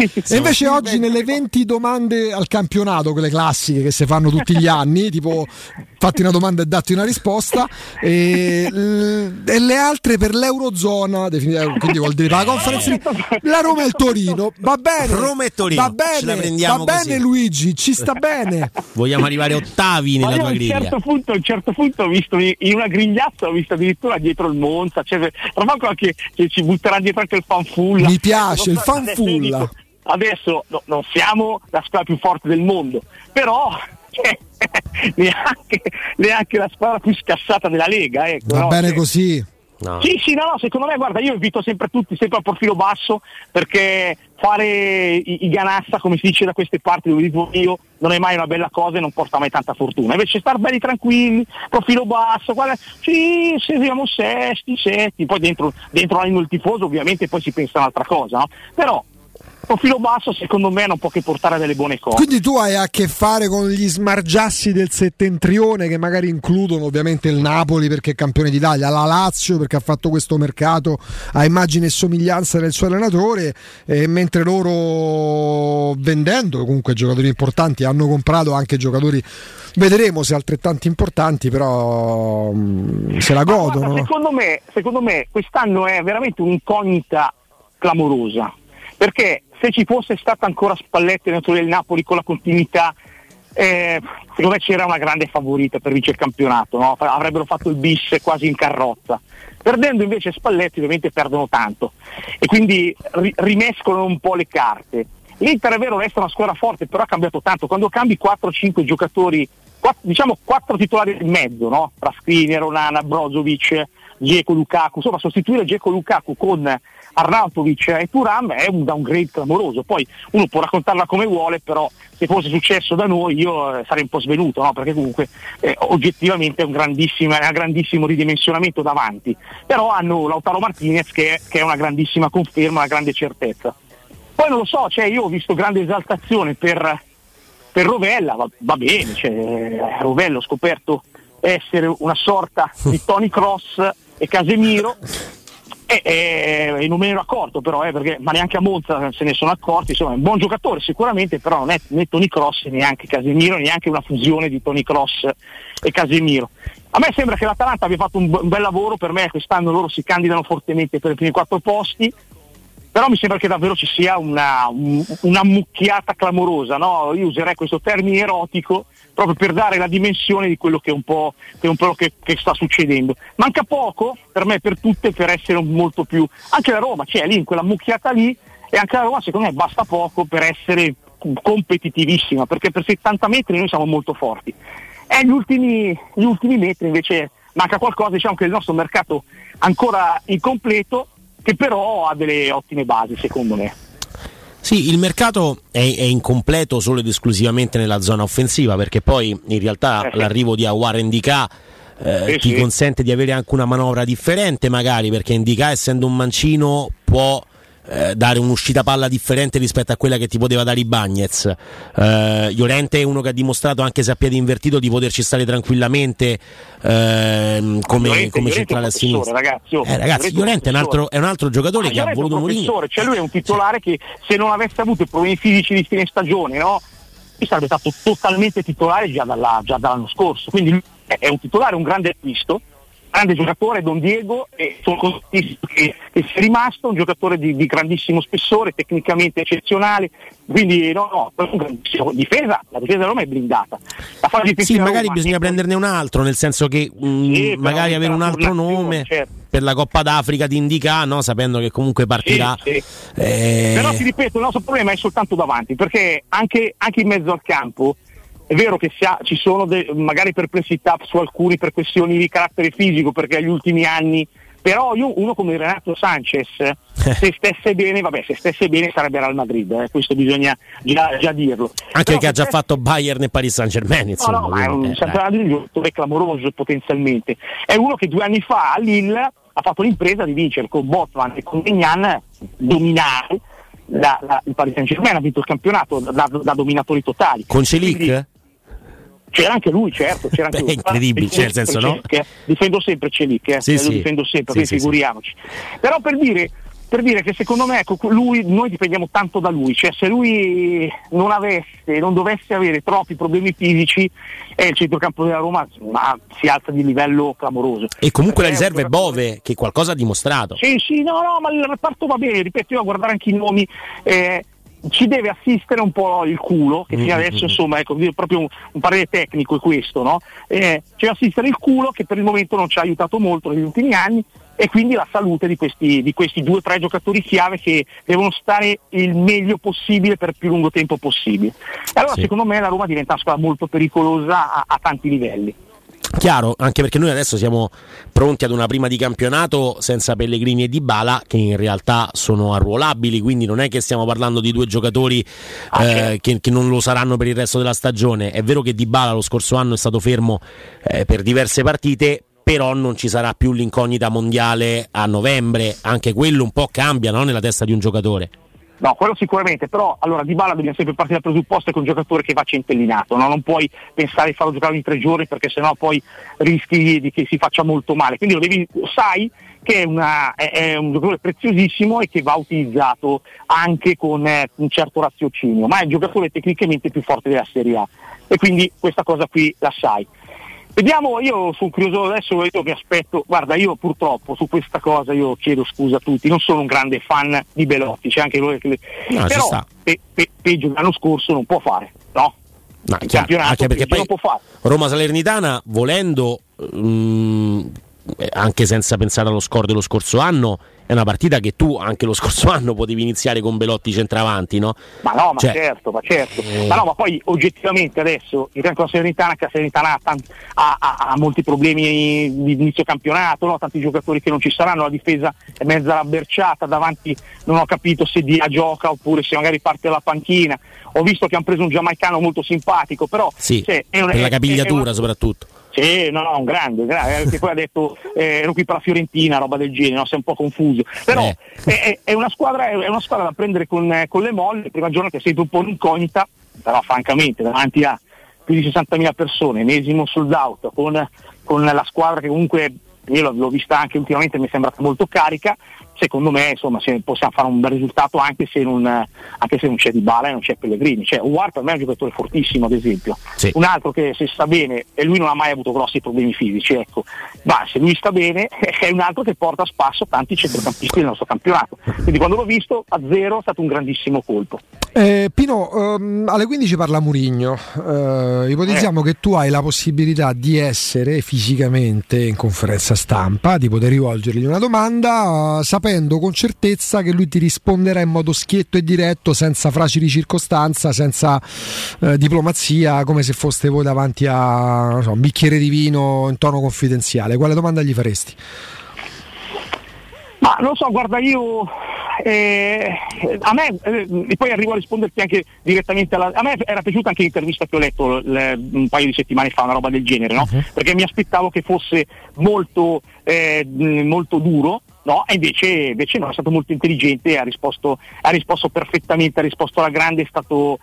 E invece oggi nelle 20 domande al campionato, quelle classiche che si fanno tutti gli anni, tipo fatti una domanda e datti una risposta, e le altre per l'Eurozona, quindi vuol dire la Conference League, la Roma e il Torino. Va bene, Roma e Torino, va bene Luigi, ci sta bene. Vogliamo arrivare ottavi nella tua griglia. A un certo punto ho visto in una grigliazza, ho visto addirittura dietro il Monza, tra l'altro che ci butterà dietro anche il Fanfulla. Mi piace il Fanfulla. Adesso non siamo la squadra più forte del mondo, però neanche la squadra più scassata della Lega, ecco. Va bene così. No. Sì, secondo me, guarda, io invito sempre tutti, sempre a profilo basso, perché fare i ganassa, come si dice da queste parti dove vivo io, non è mai una bella cosa e non porta mai tanta fortuna. Invece star belli tranquilli, profilo basso, guarda, sì, siamo sesti, poi dentro l'animo il tifoso ovviamente poi si pensa a un'altra cosa, no? Però profilo basso secondo me non può che portare a delle buone cose. Quindi tu hai a che fare con gli smargiassi del settentrione, che magari includono ovviamente il Napoli perché è campione d'Italia, la Lazio perché ha fatto questo mercato a immagine e somiglianza del suo allenatore, mentre loro, vendendo comunque giocatori importanti, hanno comprato anche giocatori, vedremo se altrettanto importanti, però se la godono. Guarda, secondo me quest'anno è veramente un'incognita clamorosa, perché se ci fosse stata ancora Spalletti allenatore del Napoli con la continuità, secondo me c'era una grande favorita per vincere il campionato, no? Avrebbero fatto il bis quasi in carrozza. Perdendo invece Spalletti ovviamente perdono tanto e quindi rimescolano un po' le carte. L'Inter è vero, resta una squadra forte, però ha cambiato tanto. Quando cambi 4-5 giocatori, 4 titolari in mezzo, no? Tra Skriniar, Onana, Brozovic, Dzeko, Lukaku, insomma sostituire Dzeko e Lukaku con Arnautovic e Thuram è un downgrade clamoroso. Poi uno può raccontarla come vuole, però se fosse successo da noi io sarei un po' svenuto, no? Perché comunque oggettivamente è un grandissimo ridimensionamento davanti, però hanno Lautaro Martinez che è una grandissima conferma, una grande certezza. Poi non lo so, io ho visto grande esaltazione per Rovella, va bene, Rovella ho scoperto essere una sorta di Toni Kroos e Casemiro, e non me ne ero accorto però, perché ma neanche a Monza se ne sono accorti. Insomma è un buon giocatore sicuramente, però non è né Toni Kroos neanche Casemiro, neanche una fusione di Toni Kroos e Casemiro. A me sembra che l'Atalanta abbia fatto un bel lavoro, per me quest'anno loro si candidano fortemente per i primi 4 posti, però mi sembra che davvero ci sia una mucchiata clamorosa, no? Io userei questo termine erotico proprio per dare la dimensione di quello che è un po' che sta succedendo. Manca poco per me, per tutte, per essere molto più. Anche la Roma c'è lì in quella mucchiata lì, e anche la Roma secondo me basta poco per essere competitivissima, perché per 70 metri noi siamo molto forti. Gli ultimi metri invece manca qualcosa, diciamo che il nostro mercato ancora incompleto, che però ha delle ottime basi secondo me. Sì, il mercato è incompleto solo ed esclusivamente nella zona offensiva, perché poi in realtà l'arrivo di Aouar Ndicà ti consente di avere anche una manovra differente magari, perché Ndicà, essendo un mancino, può dare un'uscita palla differente rispetto a quella che ti poteva dare Ibañez. Llorente è uno che ha dimostrato, anche se a piedi invertito, di poterci stare tranquillamente come centrale a sinistra. Ragazzi, Llorente è un altro giocatore che ha voluto Mourinho. Cioè lui è un titolare che, se non avesse avuto i problemi fisici di fine stagione, no, sarebbe stato totalmente titolare già dall'anno scorso. Quindi lui è un titolare, un grande acquisto, grande giocatore, Don Diego, e sono contentissimo che sia rimasto un giocatore di grandissimo spessore, tecnicamente eccezionale, quindi no, un grandissimo difesa. La difesa di Roma è blindata. La fase sì, magari bisogna prenderne un altro, nel senso che magari avere un altro nome, certo, per la Coppa d'Africa di Ndicà, no? Sapendo che comunque partirà. Sì. Però ti ripeto, il nostro problema è soltanto davanti, perché anche in mezzo al campo è vero che ci sono magari perplessità su alcuni per questioni di carattere fisico, perché negli ultimi anni, però uno come Renato Sanchez, se stesse bene sarebbe Real Madrid, questo bisogna già dirlo. Anche però che ha già fatto Bayern e Paris Saint-Germain, insomma. No, ma è un giocatore clamoroso potenzialmente. È uno che 2 anni fa a Lille ha fatto l'impresa di vincere con Botman e con Maignan, dominare il Paris Saint-Germain, ha vinto il campionato da dominatori totali. Con Celik? C'era anche lui, certo. C'era anche lui. Incredibile, nel senso, no? Difendo sempre Celik, sì. Difendo sempre, quindi figuriamoci. Però per dire, per dire che secondo me, ecco, noi dipendiamo tanto da lui, cioè se lui non dovesse avere troppi problemi fisici, il centrocampo della Roma si alza di livello clamoroso. E comunque la riserva è Bove, che qualcosa ha dimostrato. Sì, no, ma il reparto va bene, ripeto, io a guardare anche i nomi, ci deve assistere un po' il culo, che fino adesso insomma, ecco, proprio un parere tecnico è questo, no? Ci deve assistere il culo, che per il momento non ci ha aiutato molto negli ultimi anni, e quindi la salute di questi 2 o 3 giocatori chiave che devono stare il meglio possibile per il più lungo tempo possibile. E allora secondo me la Roma diventa una squadra molto pericolosa a tanti livelli. Chiaro, anche perché noi adesso siamo pronti ad una prima di campionato senza Pellegrini e Dybala, che in realtà sono arruolabili, quindi non è che stiamo parlando di 2 giocatori che non lo saranno per il resto della stagione. È vero che Dybala lo scorso anno è stato fermo per diverse partite, però non ci sarà più l'incognita mondiale a novembre, anche quello un po' cambia, no? Nella testa di un giocatore. No, quello sicuramente, però allora Dybala dobbiamo sempre partire dal presupposto che è un giocatore che va centellinato, no? Non puoi pensare di farlo giocare in 3 giorni, perché sennò poi rischi di che si faccia molto male, quindi sai che è un giocatore preziosissimo e che va utilizzato anche con un certo raziocinio, ma è un giocatore tecnicamente più forte della Serie A, e quindi questa cosa qui la sai. Vediamo, io sono curioso adesso, io mi aspetto, guarda, io purtroppo su questa cosa io chiedo scusa a tutti, non sono un grande fan di Belotti, c'è anche lui che però peggio l'anno scorso non può fare, no? No, chiaro, anche perché poi Roma Salernitana, volendo anche senza pensare allo score dello scorso anno, è una partita che tu anche lo scorso anno potevi iniziare con Belotti centravanti, no? Ma no, certo. Ma no, ma poi oggettivamente adesso il rank della Salernitana, che la Salernitana ha molti problemi di inizio campionato, no? Tanti giocatori che non ci saranno, la difesa è mezza rabberciata, davanti non ho capito se Dia gioca oppure se magari parte dalla panchina. Ho visto che hanno preso un giamaicano molto simpatico, però sì, per la capigliatura soprattutto. Sì, no, un grande, che poi ha detto ero qui per la Fiorentina, roba del genere, no? Si è un po' confuso. Però è una squadra da prendere con le molle. Il prima giorno che sei un po' un'incognita, però francamente davanti a più di 60.000 persone, ennesimo sold out, con la squadra che comunque io l'ho vista anche ultimamente, mi è sembrata molto carica. Secondo me insomma possiamo fare un bel risultato anche se non c'è Dybala e non c'è Pellegrini. Cioè Uguar per me è un giocatore fortissimo, ad esempio, un altro che se sta bene, e lui non ha mai avuto grossi problemi fisici, ecco, ma se lui sta bene è un altro che porta a spasso tanti centrocampisti del nostro campionato, quindi quando l'ho visto a 0 è stato un grandissimo colpo. Pino, alle 15 parla Mourinho, ipotizziamo che tu hai la possibilità di essere fisicamente in conferenza stampa, di poter rivolgergli una domanda sapendo con certezza che lui ti risponderà in modo schietto e diretto, senza frasi di circostanza, senza diplomazia, come se foste voi davanti a un bicchiere di vino in tono confidenziale. Quale domanda gli faresti? Ma non so, guarda, io a me e poi arrivo a risponderti anche direttamente a me era piaciuta anche l'intervista che ho letto un paio di settimane fa, una roba del genere, no? Perché mi aspettavo che fosse molto duro, no? E invece no, è stato molto intelligente, ha risposto perfettamente, ha risposto alla grande, è stato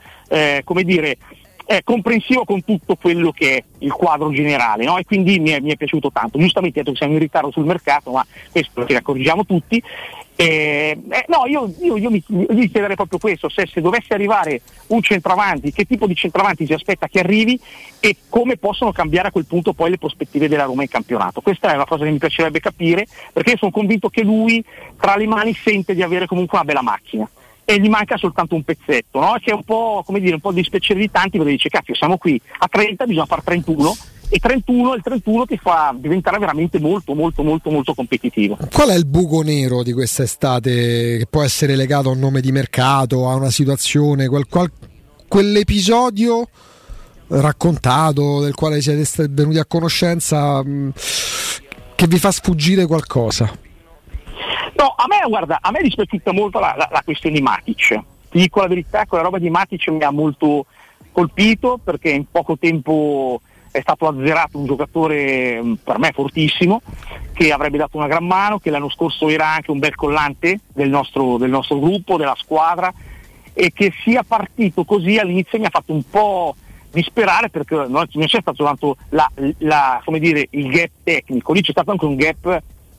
è comprensivo con tutto quello che è il quadro generale, no? E quindi mi è piaciuto tanto. Giustamente ha detto che siamo in ritardo sul mercato, ma questo ce ne accorgiamo tutti. No, io gli chiederei proprio questo, se dovesse arrivare un centravanti, che tipo di centravanti si aspetta che arrivi e come possono cambiare a quel punto poi le prospettive della Roma in campionato. Questa è una cosa che mi piacerebbe capire, perché io sono convinto che lui tra le mani sente di avere comunque una bella macchina e gli manca soltanto un pezzetto, no? Che è un po', come dire, un po' dispiacere di tanti, perché dice cacchio, siamo qui a 30, bisogna fare 31 e il 31 ti fa diventare veramente molto molto molto molto competitivo. Qual è il buco nero di quest'estate, che può essere legato a un nome di mercato, a una situazione, quell'episodio raccontato del quale siete venuti a conoscenza, che vi fa sfuggire qualcosa? No, a me dispiaciuta molto la questione di Matic. Ti dico la verità, quella roba di Matic mi ha molto colpito, perché in poco tempo è stato azzerato un giocatore per me fortissimo, che avrebbe dato una gran mano, che l'anno scorso era anche un bel collante del nostro gruppo, della squadra, e che sia partito così all'inizio mi ha fatto un po' disperare, perché non c'è stato soltanto come dire, il gap tecnico, lì c'è stato anche un gap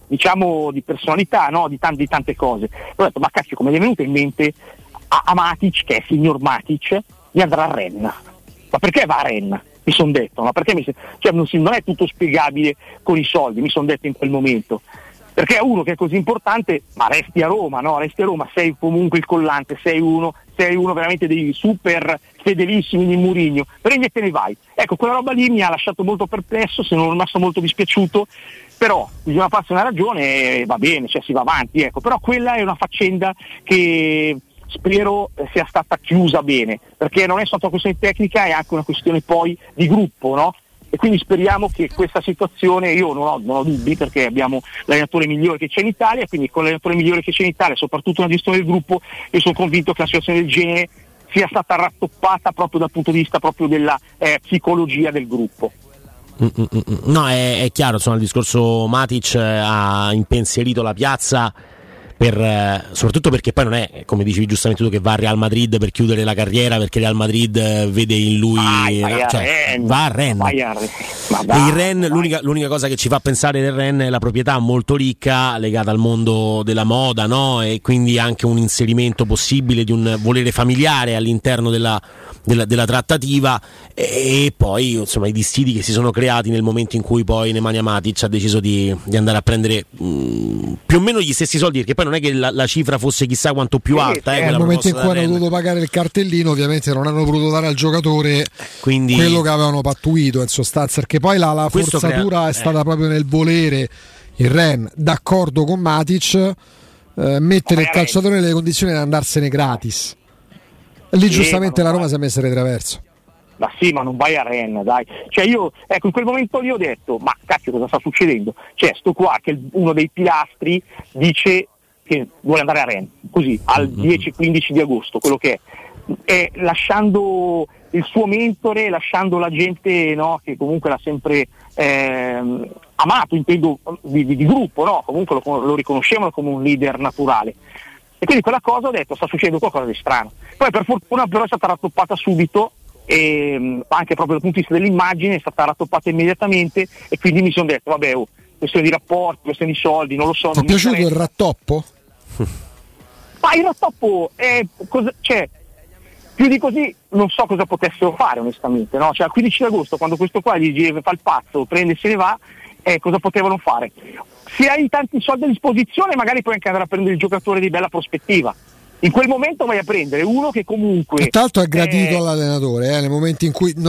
diciamo di personalità, no? di tante cose. Ho detto, ma cacchio, come gli è venuto in mente a Matic, che è signor Matic, di andare a Rennes? Ma perché va a Rennes? Mi sono detto, ma perché non è tutto spiegabile con i soldi, mi sono detto in quel momento. Perché è uno che è così importante, ma resti a Roma, no? Resti a Roma, sei comunque il collante, sei uno veramente dei super fedelissimi di Mourinho, prendi e te ne vai. Ecco, quella roba lì mi ha lasciato molto perplesso, se non rimasto molto dispiaciuto, però bisogna farsi una ragione e va bene, cioè si va avanti, ecco. Però quella è una faccenda che spero sia stata chiusa bene, perché non è stata una questione tecnica, è anche una questione poi di gruppo, no? E quindi speriamo che questa situazione, io non ho dubbi, perché abbiamo l'allenatore migliore che c'è in Italia, quindi con l'allenatore migliore che c'è in Italia, soprattutto una gestione del gruppo, io sono convinto che una situazione del genere sia stata rattoppata proprio dal punto di vista proprio della psicologia del gruppo. No, è chiaro, insomma, il discorso Matic ha impensierito la piazza, soprattutto perché poi non è, come dicevi giustamente tu, che va al Real Madrid per chiudere la carriera, perché Real Madrid vede in lui va a Rennes. E il Rennes, l'unica cosa che ci fa pensare del Rennes è la proprietà molto ricca legata al mondo della moda, no? E quindi anche un inserimento possibile di un volere familiare all'interno della trattativa, e poi insomma i dissidi che si sono creati nel momento in cui poi Nemanja Matic ha deciso di andare a prendere più o meno gli stessi soldi, perché poi non è che la cifra fosse chissà quanto più alta. Nel momento in cui hanno dovuto pagare il cartellino, ovviamente non hanno voluto dare al giocatore quello che avevano pattuito in sostanza, perché poi la forzatura è stata proprio nel volere il Rennes, d'accordo con Matic, mettere il calciatore nelle condizioni di andarsene gratis. E lì giustamente la Roma si è messa di traverso. Ma sì, ma non vai a Rennes, dai. Cioè io, ecco, in quel momento lì ho detto, ma cacchio, cosa sta succedendo? Cioè, sto qua che uno dei pilastri dice che vuole andare a Rennes, così, al 10-15 di agosto, quello che è, lasciando il suo mentore, lasciando la gente, no, che comunque l'ha sempre amato, intendo di gruppo, no? Comunque lo riconoscevano come un leader naturale. E quindi quella cosa ho detto, sta succedendo qualcosa di strano. Poi per fortuna però è stata rattoppata subito, e anche proprio dal punto di vista dell'immagine è stata rattoppata immediatamente, e quindi mi sono detto, vabbè, questione di rapporti, questione di soldi, non lo so. Ti è piaciuto il rattoppo? Ma il rattoppo è cioè, più di così non so cosa potessero fare onestamente, no? Cioè al 15 di agosto, quando questo qua gli fa il pazzo, prende e se ne va, cosa potevano fare? Se hai tanti soldi a disposizione magari puoi anche andare a prendere il giocatore di bella prospettiva. In quel momento vai a prendere uno che comunque e tanto è gradito all'allenatore, nel momento in cui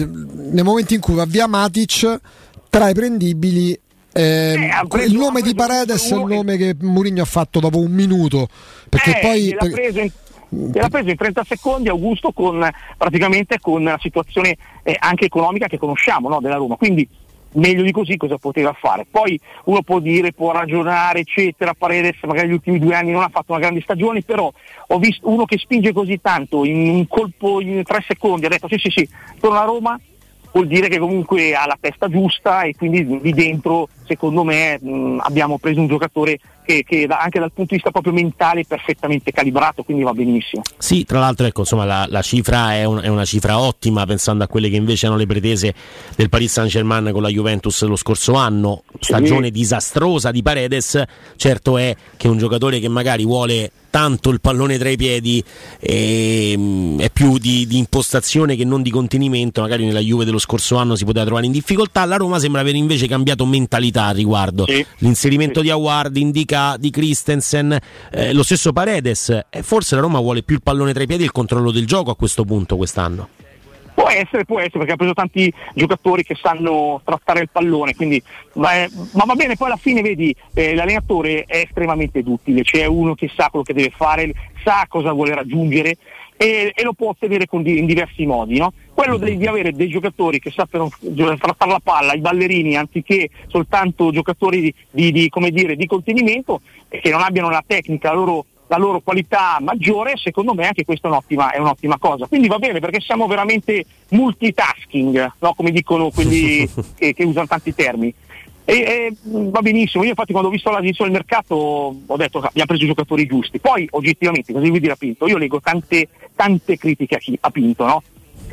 va via Matic, tra i prendibili il nome di Paredes è il nome che Mourinho ha fatto dopo un minuto, perché poi l'ha preso in 30 secondi Augusto, praticamente con la situazione anche economica che conosciamo, no, della Roma, quindi meglio di così cosa poteva fare? Poi uno può dire, può ragionare eccetera, Paredes magari gli ultimi 2 anni non ha fatto una grande stagione, però ho visto uno che spinge così tanto in un colpo in 3 secondi, ha detto sì, torna a Roma, vuol dire che comunque ha la testa giusta, e quindi lì dentro secondo me abbiamo preso un giocatore che anche dal punto di vista proprio mentale è perfettamente calibrato, quindi va benissimo. Sì, tra l'altro ecco, insomma la cifra è una cifra ottima, pensando a quelle che invece erano le pretese del Paris Saint-Germain con la Juventus lo scorso anno, stagione disastrosa di Paredes. Certo è che un giocatore che magari vuole tanto il pallone tra i piedi, è più di impostazione che non di contenimento, magari nella Juve dello scorso anno si poteva trovare in difficoltà. La Roma sembra aver invece cambiato mentalità al riguardo, l'inserimento di Aouar, Indica, di Christensen, lo stesso Paredes, forse la Roma vuole più il pallone tra i piedi e il controllo del gioco a questo punto quest'anno. Può essere, perché ha preso tanti giocatori che sanno trattare il pallone, quindi ma va bene. Poi alla fine vedi, l'allenatore è estremamente duttile, c'è uno che sa quello che deve fare, sa cosa vuole raggiungere e lo può ottenere in diversi modi, no? Quello di avere dei giocatori che sappiano trattare la palla, i ballerini, anziché soltanto giocatori di contenimento, e che non abbiano la tecnica, la loro qualità maggiore, secondo me anche questa è un'ottima cosa. Quindi va bene, perché siamo veramente multitasking, no? Come dicono quelli che usano tanti termini. E va benissimo. Io infatti quando ho visto la posizione del mercato ho detto che abbiamo preso i giocatori giusti. Poi oggettivamente, cosa vuol dire a Pinto? Io leggo tante critiche a Pinto, no?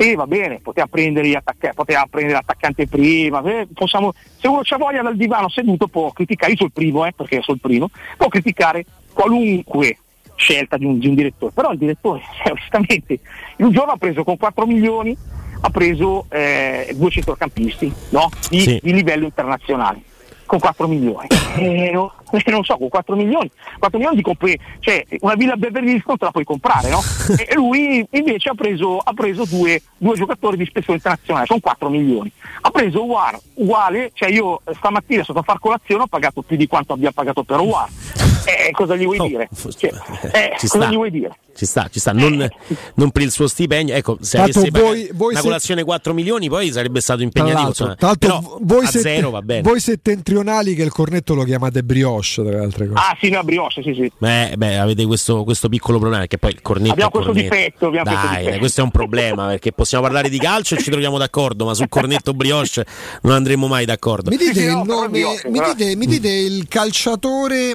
Sì, va bene, poteva prendere l'attaccante prima, se uno c'ha voglia dal divano seduto può criticare, io sono il primo, perché sono il primo, può criticare qualunque scelta di un direttore, però il direttore onestamente in un giorno ha preso con 4 milioni, ha preso 2 centrocampisti, no? Di livello internazionale, con 4 milioni. Non so, con 4 milioni di compri, cioè una Villa Beverly Hills non te la puoi comprare, no? E lui invece ha preso 2 giocatori di spessore internazionale, sono 4 milioni. Ha preso Aouar uguale, cioè io stamattina sono stato a far colazione, ho pagato più di quanto abbia pagato per Aouar. Cosa gli vuoi dire? Cosa gli vuoi dire? Ci sta, non per il suo stipendio. Ecco, se avesse una colazione 4 milioni poi sarebbe stato impegnativo. Tra l'altro va bene. Voi settentrionali che il cornetto lo chiamate brioche, tra le altre cose. Ah sì, no, brioche, sì. Beh, avete questo piccolo problema, che poi il cornetto abbiamo questo difetto. Questo è un problema, perché possiamo parlare di calcio e ci troviamo d'accordo, ma sul cornetto brioche non andremo mai d'accordo. Mi dite il nome, mi dite il calciatore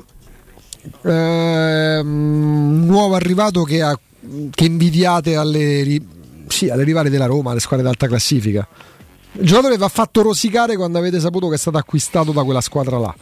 nuovo arrivato che invidiate alle rivali della Roma, alle squadre d'alta classifica. Il giocatore va fatto rosicare quando avete saputo che è stato acquistato da quella squadra là.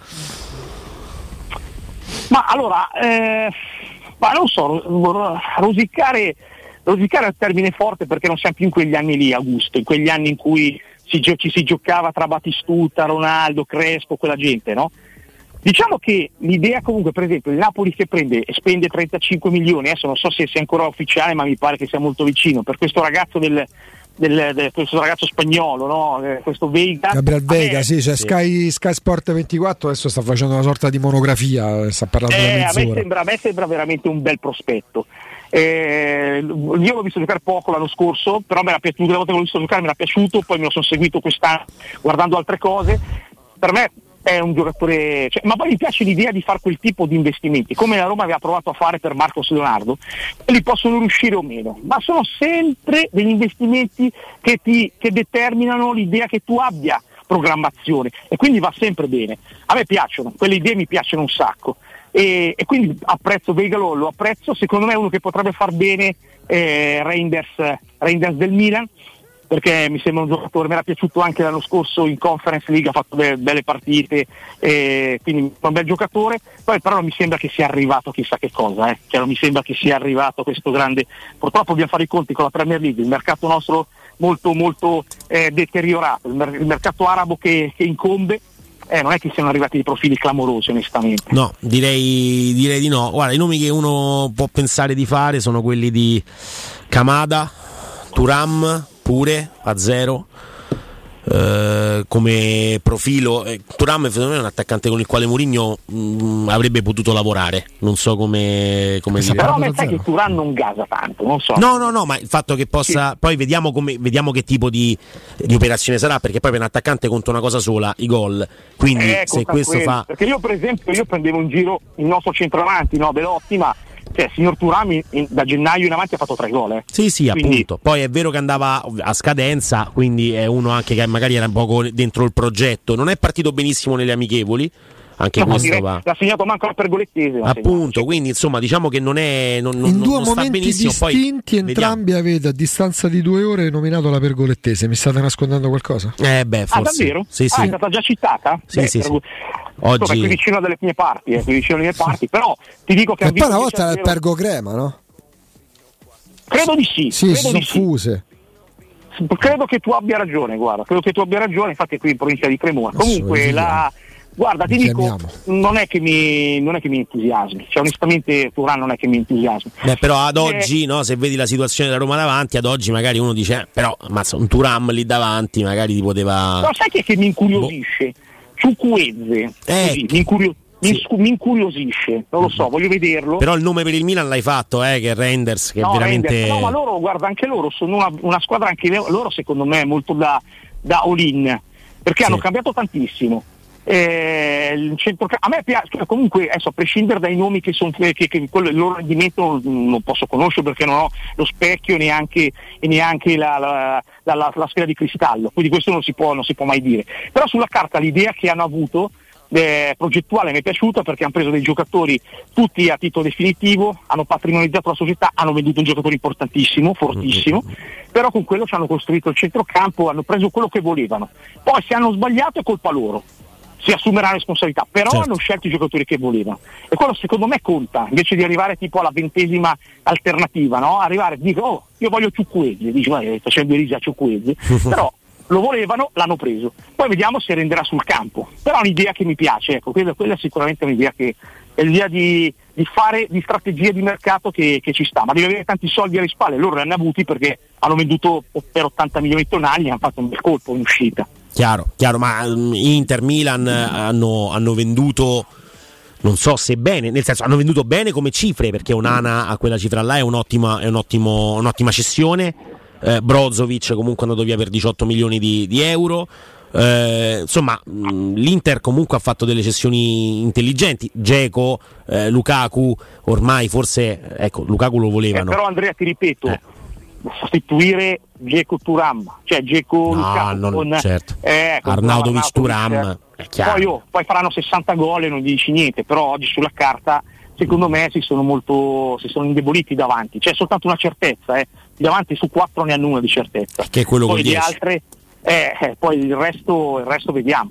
Ma allora, non so, rosicare è un termine forte, perché non siamo più in quegli anni lì, Augusto, in quegli anni in cui ci si giocava tra Batistuta, Ronaldo, Crespo, quella gente, no? Diciamo che l'idea, comunque, per esempio il Napoli che prende e spende 35 milioni, adesso non so se sia ancora ufficiale, ma mi pare che sia molto vicino, per questo ragazzo questo ragazzo spagnolo, no? Questo Veiga. Gabriel Veiga, sì, c'è Sky Sport 24 adesso sta facendo una sorta di monografia, sta parlando da mezz'ora. A me sembra veramente un bel prospetto. Io l'ho visto giocare poco l'anno scorso, però mi era piaciuto, le volte che l'ho visto giocare mi era piaciuto, poi me lo sono seguito quest'anno guardando altre cose. Per me è un giocatore, ma poi mi piace l'idea di fare quel tipo di investimenti, come la Roma aveva provato a fare per Marcos Leonardo. Quelli possono riuscire o meno, ma sono sempre degli investimenti che determinano l'idea che tu abbia programmazione, e quindi va sempre bene. A me piacciono, quelle idee mi piacciono un sacco, e quindi apprezzo Veiga, lo apprezzo. Secondo me è uno che potrebbe far bene Reinders del Milan, perché mi sembra un giocatore, mi era piaciuto anche l'anno scorso in Conference League, ha fatto belle partite, quindi un bel giocatore. Poi però non mi sembra che sia arrivato chissà che cosa, cioè non mi sembra che sia arrivato questo grande, purtroppo dobbiamo fare i conti con la Premier League, il mercato nostro molto molto deteriorato, il mercato arabo che incombe. Non è che siano arrivati dei profili clamorosi, onestamente. No, direi di no. Guarda, i nomi che uno può pensare di fare sono quelli di Kamada, Thuram, pure a 0 come profilo. Thuram secondo me è un attaccante con il quale Mourinho avrebbe potuto lavorare, non so come dire. Però a me sai che Thuram non gasa tanto, non so. No, ma il fatto che possa poi vediamo che tipo di operazione sarà, perché poi per un attaccante conta una cosa sola, i gol, quindi se questo fa, perché io per esempio prendevo in giro il nostro centravanti, no, Belotti, ma signor Thuram da gennaio in avanti ha fatto 3 gol. Sì, quindi, appunto. Poi è vero che andava a scadenza, quindi è uno anche che magari era un poco dentro il progetto. Non è partito benissimo nelle amichevoli, anche questo va. L'ha segnato manco per Pergolettese. Appunto, quindi insomma diciamo che non è. Non in due non momenti benissimo, distinti, poi entrambi avete a distanza di 2 ore nominato la Pergolettese. Mi state nascondendo qualcosa? Forse. Davvero? Sì. È stata già citata? Sì. Oggi è qui vicino alle mie parti, però ti dico che poi una volta era il Pergo Crema, no? Credo di sì. Sì, si sono fuse. Credo che tu abbia ragione, infatti è qui in provincia di Cremona. Comunque guarda, ti dico, non è che mi entusiasmi, cioè onestamente Thuram non è che mi entusiasmi. Però ad oggi, no, se vedi la situazione della Roma davanti, ad oggi magari uno dice però ammazza, un Thuram lì davanti magari ti poteva. No, sai che mi incuriosisce? Ciucuezze, mi incuriosisce, non lo so, voglio vederlo. Però il nome per il Milan l'hai fatto, che è Reinders, che è veramente. Reinders, no, ma loro, guarda, anche loro sono una squadra, anche loro secondo me molto da all-in, perché hanno cambiato tantissimo. A me piace, comunque adesso a prescindere dai nomi che sono che il loro rendimento non posso conoscere, perché non ho lo specchio e neanche la sfera di cristallo, quindi questo non si può mai dire. Però sulla carta l'idea che hanno avuto progettuale mi è piaciuta perché hanno preso dei giocatori tutti a titolo definitivo, hanno patrimonializzato la società, hanno venduto un giocatore importantissimo, fortissimo, però con quello ci hanno costruito il centrocampo, hanno preso quello che volevano. Poi se hanno sbagliato è colpa loro, si assumerà la responsabilità, però hanno scelto i giocatori che volevano e quello secondo me conta, invece di arrivare tipo alla 20ª alternativa, no? Arrivare e dire io voglio Ciukwueze, dici facendo risi a Ciukwueze, però lo volevano, l'hanno preso, poi vediamo se renderà sul campo, però è un'idea che mi piace, ecco, quella è sicuramente un'idea che è l'idea di fare di strategia di mercato che ci sta, ma devi avere tanti soldi alle spalle, loro li hanno avuti perché hanno venduto per 80 milioni di tonali e hanno fatto un bel colpo in uscita. Chiaro, ma Inter, Milan hanno venduto, non so se bene, nel senso hanno venduto bene come cifre, perché Onana a quella cifra là è un'ottima cessione. Brozovic comunque è andato via per 18 milioni di euro. Insomma, l'Inter comunque ha fatto delle cessioni intelligenti. Dzeko, Lukaku, ormai forse Lukaku lo volevano. Però Andrea, ti ripeto, sostituire Dzeko Thuram, cioè Dzeko Lukaku certo. Arnautovic Thuram, poi faranno 60 gol e non dici niente, però oggi sulla carta secondo me si sono indeboliti davanti, c'è soltanto una certezza, davanti su 4 ne hanno una di certezza, che è quello poi di altre poi il resto vediamo,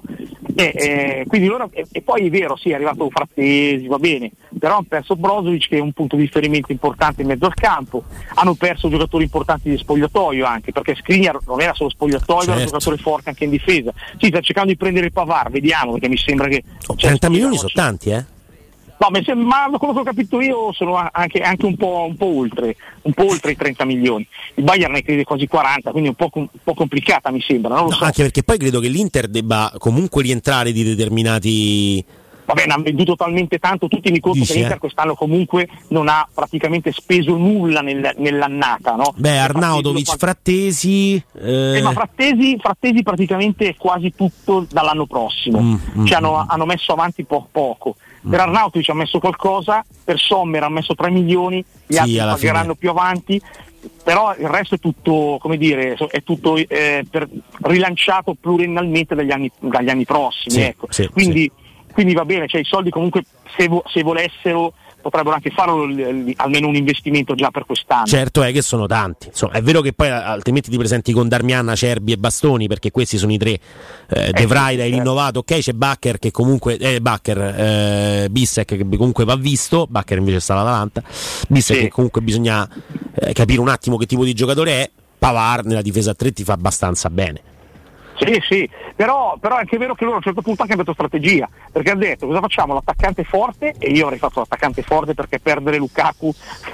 quindi loro, e poi è vero, sì, è arrivato Frattesi, va bene, però hanno perso Brozovic che è un punto di riferimento importante in mezzo al campo, hanno perso giocatori importanti di spogliatoio anche, perché Skriniar non era solo spogliatoio, era un giocatore forte anche in difesa, sì, sta cercando di prendere il Pavard, vediamo, perché mi sembra che 30 milioni sono tanti, No, ma quello che ho capito io sono anche un po' oltre i 30 milioni. Il Bayern ne crede quasi 40, quindi è un po' complicata, mi sembra. Non lo so. Anche perché poi credo che l'Inter debba comunque rientrare di determinati. Vabbè, ne hanno venduto talmente tanto, tutti mi conto che l'Inter quest'anno comunque non ha praticamente speso nulla nell'annata, no? Beh, Arnautovic, Frattesi. Ma Frattesi praticamente quasi tutto dall'anno prossimo. Hanno messo avanti poco. Per Arnautovic ha messo qualcosa, per Sommer ha messo 3 milioni, gli altri pagheranno più avanti, però il resto è tutto, come dire, è tutto rilanciato pluriennalmente dagli anni prossimi, quindi va bene, cioè i soldi comunque se volessero potrebbero anche farlo almeno un investimento già per quest'anno. Certo è che sono tanti, insomma, è vero che poi altrimenti ti presenti con Darmian, Acerbi e Bastoni, perché questi sono i tre. De Vrij hai rinnovato, ok, c'è Bakker che comunque Bissek che comunque va visto, Bakker invece sta all'Atalanta, Bissek che comunque bisogna capire un attimo che tipo di giocatore è. Pavard nella difesa a 3 ti fa abbastanza bene. Sì, però è anche vero che loro a un certo punto hanno cambiato strategia, perché hanno detto cosa facciamo, l'attaccante forte, e io avrei fatto l'attaccante forte perché perdere Lukaku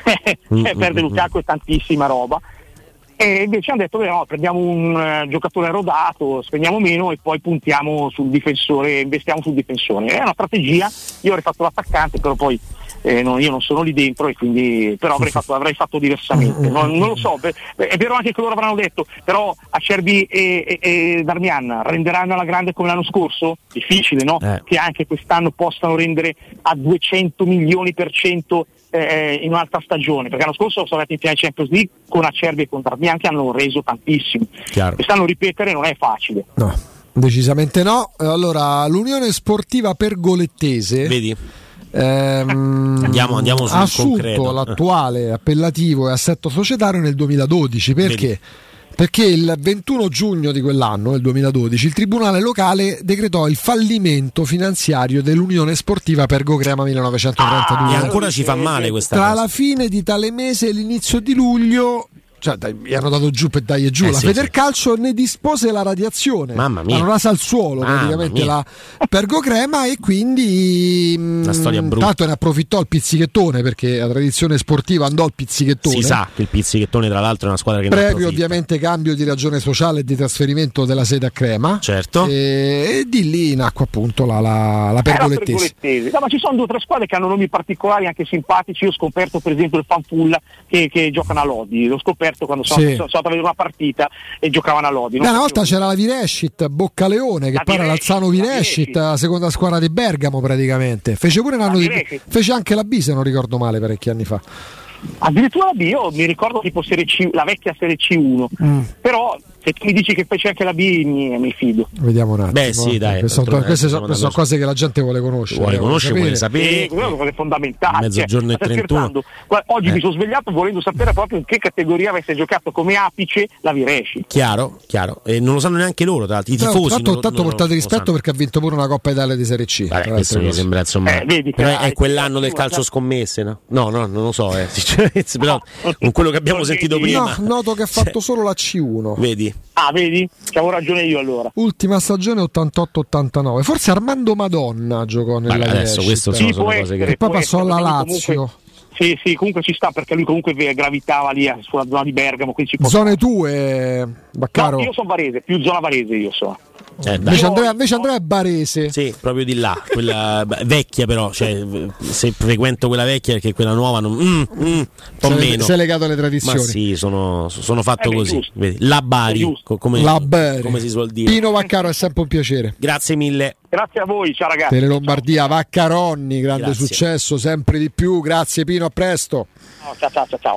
Lukaku è tantissima roba, e invece hanno detto no, prendiamo un giocatore rodato, spendiamo meno e poi puntiamo sul difensore, investiamo sul difensore. È una strategia, io avrei fatto l'attaccante, però poi io non sono lì dentro e quindi però avrei fatto diversamente, non lo so, è vero anche che loro avranno detto però Acerbi e Darmian renderanno alla grande come l'anno scorso? Difficile, no? Che anche quest'anno possano rendere a 200 milioni % in un'altra stagione, perché l'anno scorso sono andati in finale Champions League con Acerbi e con Darmian che hanno reso tantissimo. Quest'anno ripetere non è facile. No, decisamente no. Allora, l'Unione Sportiva Pergolettese, vedi? Andiamo sul ha assunto concreto. L'attuale appellativo e assetto societario nel 2012 perché il 21 giugno di quell'anno, nel 2012, il tribunale locale decretò il fallimento finanziario dell'Unione Sportiva Pergo Crema 1932 e ancora ci fa male questa tra cosa. La fine di tale mese e l'inizio di luglio, cioè gli hanno dato giù per dargli giù, la Federcalcio ne dispose la radiazione, l'hanno rasa al suolo praticamente la Pergo Crema, e quindi una storia brutta. Tanto ne approfittò il pizzichettone, perché la tradizione sportiva andò al pizzichettone. Si sa che il pizzichettone tra l'altro è una squadra che previo ovviamente cambio di ragione sociale e di trasferimento della sede a Crema, certo, e di lì nacque appunto la Pergolettese. No, ma ci sono 2 o 3 squadre che hanno nomi particolari anche simpatici. Io ho scoperto per esempio il Fanfulla che giocano a Lodi, l'ho scoperto quando sono andato a vedere una partita e giocavano a Lodi. Una volta c'era la Virescit Boccaleone, che pare l'Alzano Virescit, la seconda squadra di Bergamo praticamente. Fece pure un anno fece anche la B, se non ricordo male, parecchi anni fa. Addirittura la B, io mi ricordo tipo Serie C, la vecchia Serie C1, però Se tu mi dici che c'è anche la B, mi fido. Vediamo un attimo. Beh, sì, dai. Queste sono cose che la gente vuole conoscere. Vuole sapere. Sono cose fondamentali. Mezzogiorno e 31. Oggi mi sono svegliato volendo sapere proprio in che categoria avesse giocato come apice la Viresci. Chiaro. E non lo sanno neanche loro, tra l'altro. I tifosi. Tanto portate rispetto perché ha vinto pure una Coppa Italia di Serie C. Questo mi sembra, insomma. Però è quell'anno del calcio scommesse, no? No, non lo so. Però con quello che abbiamo sentito prima. No, noto che ha fatto solo la C1. Vedi? Vedi? C'avevo ragione io allora. Ultima stagione 88-89. Forse Armando Madonna giocò nella adesso questo sono cose che... E poi passò alla Lazio. Sì, comunque ci sta perché lui comunque gravitava lì sulla zona di Bergamo. Zone tue, Baccaro? No, io sono Varese, più zona Varese io sono. Invece Andrea è barese. Sì, proprio di là, quella vecchia però, cioè se frequento quella vecchia perché quella nuova un po' meno. Sei legato alle tradizioni. Ma sì, sono fatto così. Vedi, la Bari, come si suol dire. Pino Vaccaro, è sempre un piacere. Grazie mille. Grazie a voi, ciao ragazzi. Tele Lombardia, Vaccaronni, grande successo, sempre di più. Grazie Pino, a presto. Ciao.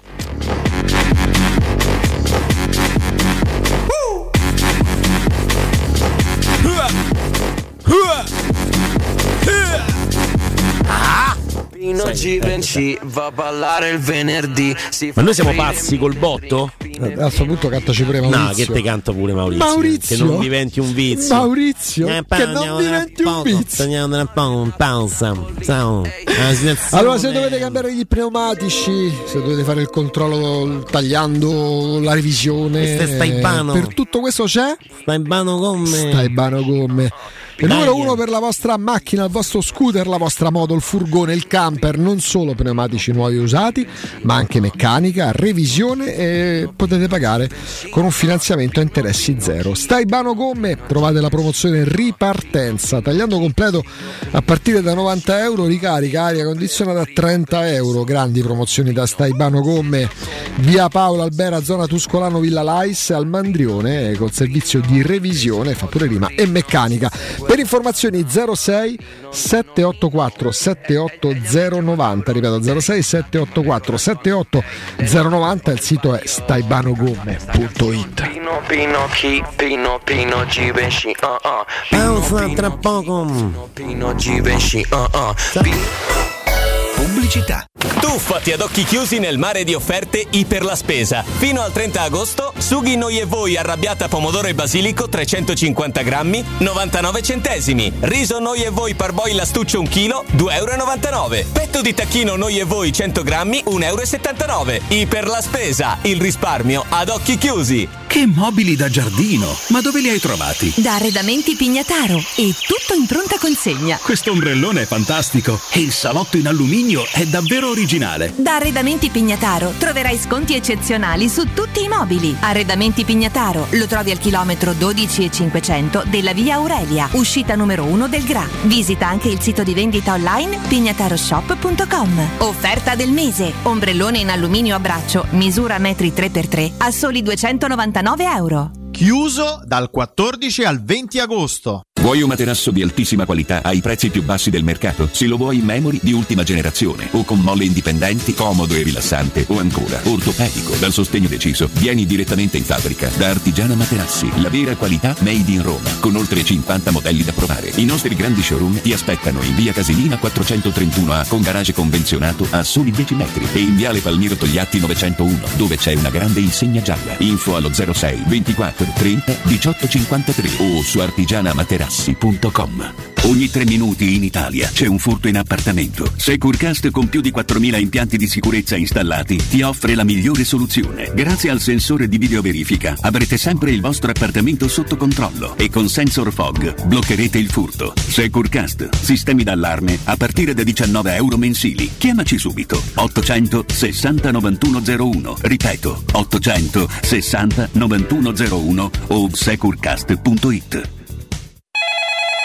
Va a ballare il venerdì. Ma noi siamo pazzi col botto? A questo punto cantaci pure Maurizio. No, che te canta pure Maurizio. Che non diventi un vizio. Maurizio, che non diventi un vizio. Allora, se dovete cambiare gli pneumatici, se dovete fare il controllo tagliando la revisione, per tutto questo c'è Staibano Gomme. Il numero 1 per la vostra macchina, il vostro scooter, la vostra moto, il furgone, il camper, non solo pneumatici nuovi e usati, ma anche meccanica, revisione, e potete pagare con un finanziamento a interessi zero. Staibano Gomme, trovate la promozione ripartenza, tagliando completo a partire da €90, ricarica aria condizionata a €30. Grandi promozioni da Staibano Gomme, via Paolo Albera, zona Tuscolano Villa Lais, al Mandrione, col servizio di revisione, fa pure rima, e meccanica. Per informazioni 06 784 78090, ripeto 06 784 78090, il sito è staibanogomme.it. Pino Givenchy, pausa tra poco. Pino Givenchy, Pubblicità. Tuffati ad occhi chiusi nel mare di offerte Iper la Spesa. Fino al 30 agosto, sughi Noi e Voi arrabbiata pomodoro e basilico 350 grammi, 99 centesimi. Riso Noi e Voi parboil astuccio 1 chilo, €2,99. Petto di tacchino Noi e Voi 100 grammi, €1,79. Iper la Spesa, il risparmio ad occhi chiusi. Che mobili da giardino! Ma dove li hai trovati? Da Arredamenti Pignataro, e tutto in pronta consegna. Questo ombrellone è fantastico e il salotto in alluminio è davvero originale. Da Arredamenti Pignataro troverai sconti eccezionali su tutti i mobili. Arredamenti Pignataro lo trovi al chilometro 12,500 della via Aurelia, uscita numero 1 del GRA. Visita anche il sito di vendita online pignataroshop.com. Offerta del mese: ombrellone in alluminio a braccio, misura metri 3x3 a soli €299. Chiuso dal 14 al 20 agosto. Vuoi un materasso di altissima qualità ai prezzi più bassi del mercato? Se lo vuoi in memory di ultima generazione o con molle indipendenti, comodo e rilassante, o ancora ortopedico dal sostegno deciso, vieni direttamente in fabbrica da Artigiana Materassi, la vera qualità made in Roma, con oltre 50 modelli da provare. I nostri grandi showroom ti aspettano in via Casilina 431A con garage convenzionato a soli 10 metri e in viale Palmiro Togliatti 901, dove c'è una grande insegna gialla. Info allo 06 24 30 18 53 o su artigianamaterassi.com. Ogni 3 minuti in Italia c'è un furto in appartamento. Securcast, con più di 4.000 impianti di sicurezza installati, ti offre la migliore soluzione. Grazie al sensore di videoverifica avrete sempre il vostro appartamento sotto controllo e con Sensor Fog bloccherete il furto. Securcast, sistemi d'allarme a partire da €19 mensili. Chiamaci subito 860 9101. Ripeto 860 9101 o securcast.it.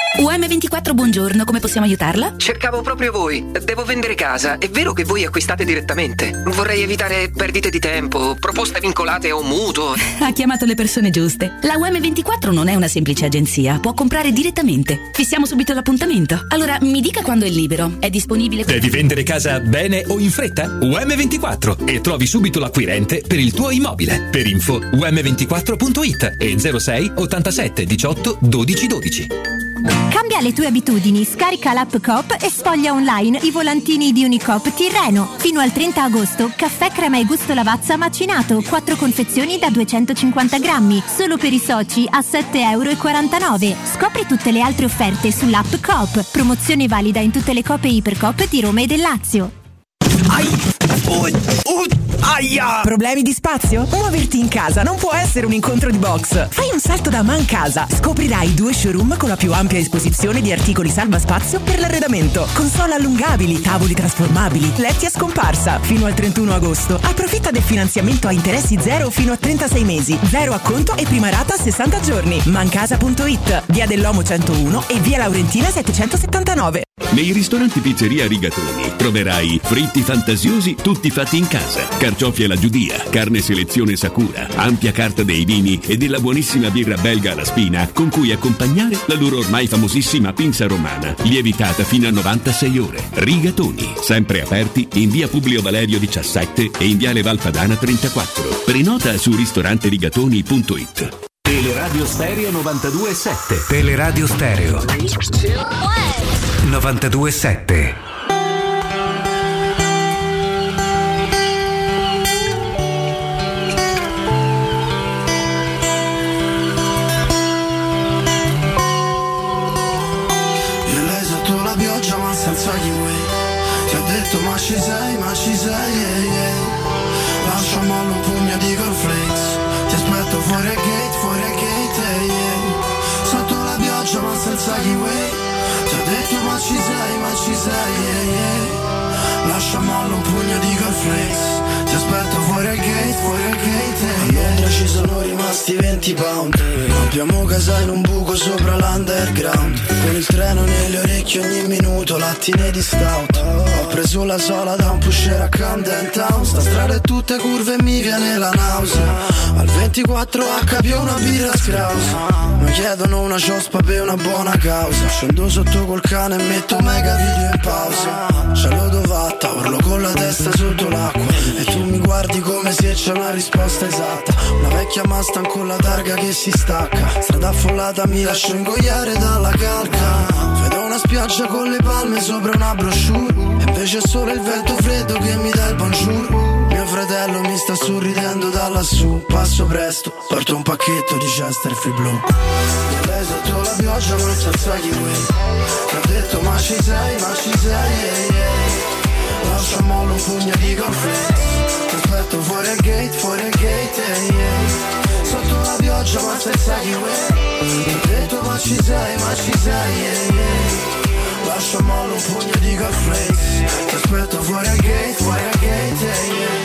UM24, buongiorno, come possiamo aiutarla? Cercavo proprio voi. Devo vendere casa. È vero che voi acquistate direttamente? Vorrei evitare perdite di tempo, proposte vincolate o mutuo. Ha chiamato le persone giuste. La UM24 non è una semplice agenzia, può comprare direttamente. Fissiamo subito l'appuntamento. Allora, mi dica quando è libero. È disponibile? Devi vendere casa bene o in fretta? UM24 e trovi subito l'acquirente per il tuo immobile. Per info um24.it e 06 87 18 12 12. Cambia le tue abitudini, scarica l'app Coop e sfoglia online i volantini di Unicoop Tirreno. Fino al 30 agosto, caffè crema e gusto Lavazza macinato, 4 confezioni da 250 grammi, solo per i soci a €7,49. Scopri tutte le altre offerte sull'app Coop. Promozione valida in tutte le Coop e Ipercoop di Roma e del Lazio. Aia! Problemi di spazio? Muoverti in casa non può essere un incontro di box. Fai un salto da Mancasa. Scoprirai 2 showroom con la più ampia esposizione di articoli salva spazio per l'arredamento. Console allungabili, tavoli trasformabili, letti a scomparsa. Fino al 31 agosto. Approfitta del finanziamento a interessi zero fino a 36 mesi. 0 acconto e prima rata a 60 giorni. Mancasa.it, via dell'Omo 101 e via Laurentina 779. Nei ristoranti Pizzeria Rigatoni troverai fritti fantasiosi tutti fatti in casa, carciofi alla giudia, carne selezione Sakura, ampia carta dei vini e della buonissima birra belga alla spina con cui accompagnare la loro ormai famosissima pinza romana, lievitata fino a 96 ore. Rigatoni, sempre aperti in via Publio Valerio 17 e in viale Valpadana 34. Prenota su ristoranterigatoni.it. Teleradio Stereo 92.7. Teleradio Stereo 92.7. Ma senza kiwi. Ti ho detto ma ci sei, yeah, yeah. Lascia molle un pugno di cornflakes. Ti aspetto fuori al gate, yeah. Sotto la pioggia ma senza kiwi. Ti ho detto ma ci sei, yeah, yeah. Lascia molle un pugno di cornflakes. Ti aspetto fuori al gate, yeah. A Londra ci sono rimasti 20 pound. Abbiamo casa in un buco sopra l'underground. Con il treno nelle orecchie ogni minuto, lattine di stout. Ho preso la sola da un pusher a Camden Town. Sta strada è tutte curve e mi viene la nausea. Al 24H più una birra scrausa. Mi chiedono una ciospa per una buona causa. Scendo sotto col cane e metto mega video in pausa. Ce l'ho dovata, urlo con la testa sotto l'acqua. E tu mi guardi come se c'è una risposta esatta. Una vecchia Mustang con la targa che si stacca. Strada affollata mi lascio ingoiare dalla calca. Vedo una spiaggia con le palme sopra una brochure. E invece è solo il vento freddo che mi dà il bonjour. Mio fratello mi sta sorridendo da lassù. Passo presto, porto un pacchetto di Chesterfield Blue. E lei sotto la pioggia non senza kiwi. Ti ho detto ma ci sei, yeah, yeah. Lascia molle un pugno di cornflakes. Ti aspetto fuori al gate, yeah. Sotto la pioggia ma senza kiwi. Ti ho detto ma ci sei, yeah, yeah. Lascia molle un pugno di cornflakes. Ti aspetto fuori al gate, yeah.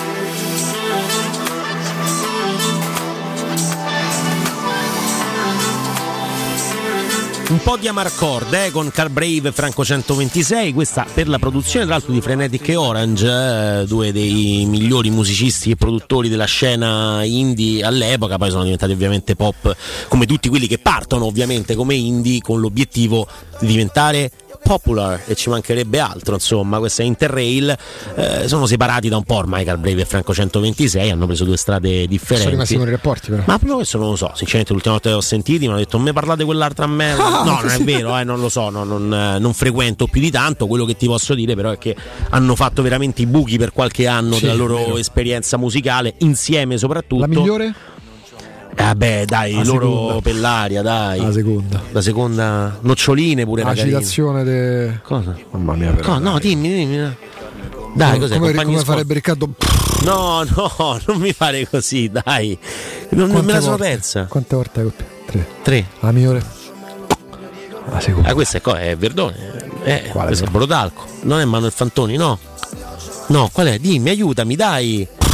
Un po' di Amarcord con Carl Brave e Franco 126, questa per la produzione tra l'altro di Frenetic e Orange, due dei migliori musicisti e produttori della scena indie all'epoca. Poi sono diventati ovviamente pop come tutti quelli che partono ovviamente come indie con l'obiettivo di diventare popular, e ci mancherebbe altro. Insomma, questa è Interrail. Sono separati da un po' ormai Carl Brave e Franco 126, hanno preso due strade differenti. Sono rimasti con i rapporti però. Ma proprio questo non lo so, sinceramente l'ultima volta che ho sentiti mi hanno detto: me parlate quell'altra merda. No, non è vero, non lo so, non frequento più di tanto. Quello che ti posso dire però è che hanno fatto veramente i buchi per qualche anno della loro esperienza musicale, insieme soprattutto. La migliore? Dai, la loro seconda. Pellaria, dai. La seconda noccioline pure. La citazione de... Cosa? Mamma mia, però. No, dimmi. Dai, cos'è? Come farebbe Riccardo? No, non mi fare così, dai. Non me la sono persa. Quante volte hai copiato? 3. La migliore? La seconda. Questa è Verdone. Questo è Brodalco. Non è Manuel Fantoni, no? No, qual è? Dimmi, aiutami, dai.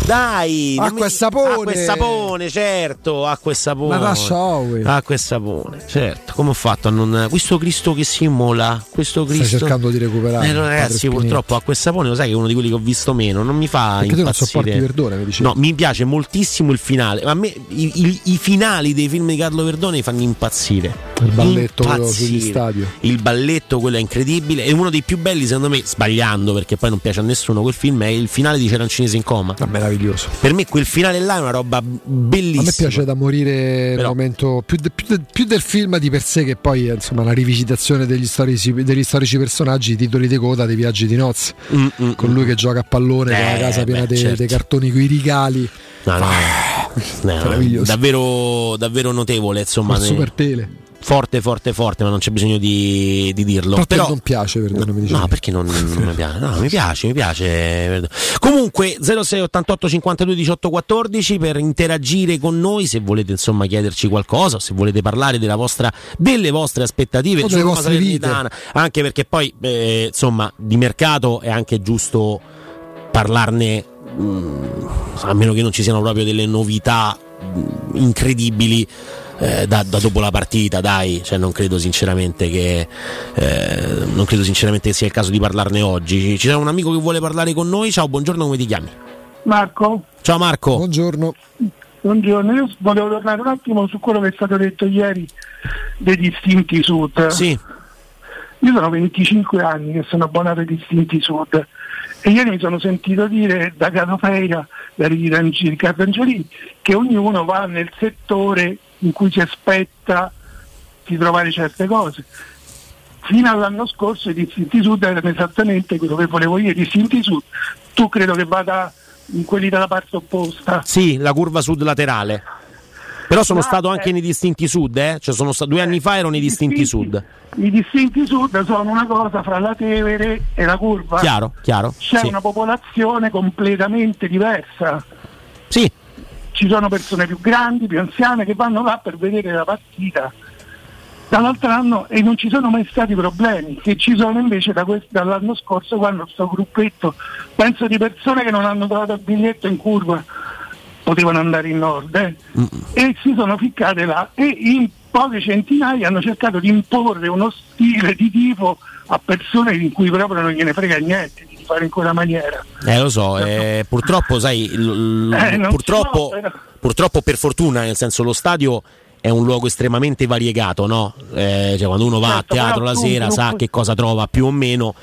Dai, acqua e sapone. Acqua e sapone, certo, acqua e sapone. Acqua e sapone, certo. Come ho fatto a non... Questo Cristo che si immola, questo Cristo... Stai cercando di recuperare. Ragazzi, purtroppo acqua e sapone, lo sai che è uno di quelli che ho visto meno, non mi fa perché impazzire. Tu non sopporti Verdone, mi dicevi. No, mi piace moltissimo il finale. Ma a me i finali dei film di Carlo Verdone mi fanno impazzire. Il balletto quello sugli stadio. Il balletto, quello è incredibile. È uno dei più belli, secondo me, sbagliando, perché poi non piace a nessuno quel film, è il finale di C'era un cinese in coma. Meraviglioso. Per me quel finale là è una roba bellissima. A me piace da morire il momento più del film di per sé, che poi insomma la rivisitazione degli storici personaggi, i titoli di coda dei Viaggi di nozze, con lui che gioca a pallone con la casa piena dei cartoni coi rigali. Davvero notevole, insomma. Super tele. Forte, ma non c'è bisogno di dirlo. Però non piace Verdone, mi dice. No, perché non mi piace? No, mi piace. Comunque 06 88 52 18 14 per interagire con noi, se volete insomma chiederci qualcosa, se volete parlare delle vostre aspettative sulla vostre vite. Anche perché poi insomma di mercato è anche giusto parlarne, a meno che non ci siano proprio delle novità incredibili. Da dopo la partita, dai, cioè non credo sinceramente che sia il caso di parlarne oggi. C'è un amico che vuole parlare con noi. Ciao, buongiorno, come ti chiami? Marco. Ciao Marco. Buongiorno. Io volevo tornare un attimo su quello che è stato detto ieri dei Distinti Sud. Sì. Io sono 25 anni che sono abbonato ai Distinti Sud e ieri mi sono sentito dire da Cato Feira, da Riccardo Angelini, che ognuno va nel settore in cui si aspetta di trovare certe cose. Fino all'anno scorso i Distinti Sud erano esattamente quello che volevo io. I Distinti Sud, tu credo che vada in quelli dalla parte opposta. Sì, la curva sud laterale. Però sono stato anche nei Distinti Sud, cioè 2 anni fa ero nei Distinti Sud. I Distinti Sud sono una cosa fra la Tevere e la curva. Chiaro. C'è una popolazione completamente diversa. Sì. Ci sono persone più grandi, più anziane che vanno là per vedere la partita dall'altro anno e non ci sono mai stati problemi, che ci sono invece dall'anno scorso, quando questo gruppetto, penso di persone che non hanno trovato il biglietto in curva, potevano andare in nord e si sono ficcate là e in poche centinaia hanno cercato di imporre uno stile di tifo a persone in cui proprio non gliene frega niente di fare in quella maniera. Lo so, purtroppo sai, purtroppo per fortuna, nel senso, lo stadio è un luogo estremamente variegato, no? Cioè, quando uno va a teatro la sera sa che cosa trova più o meno.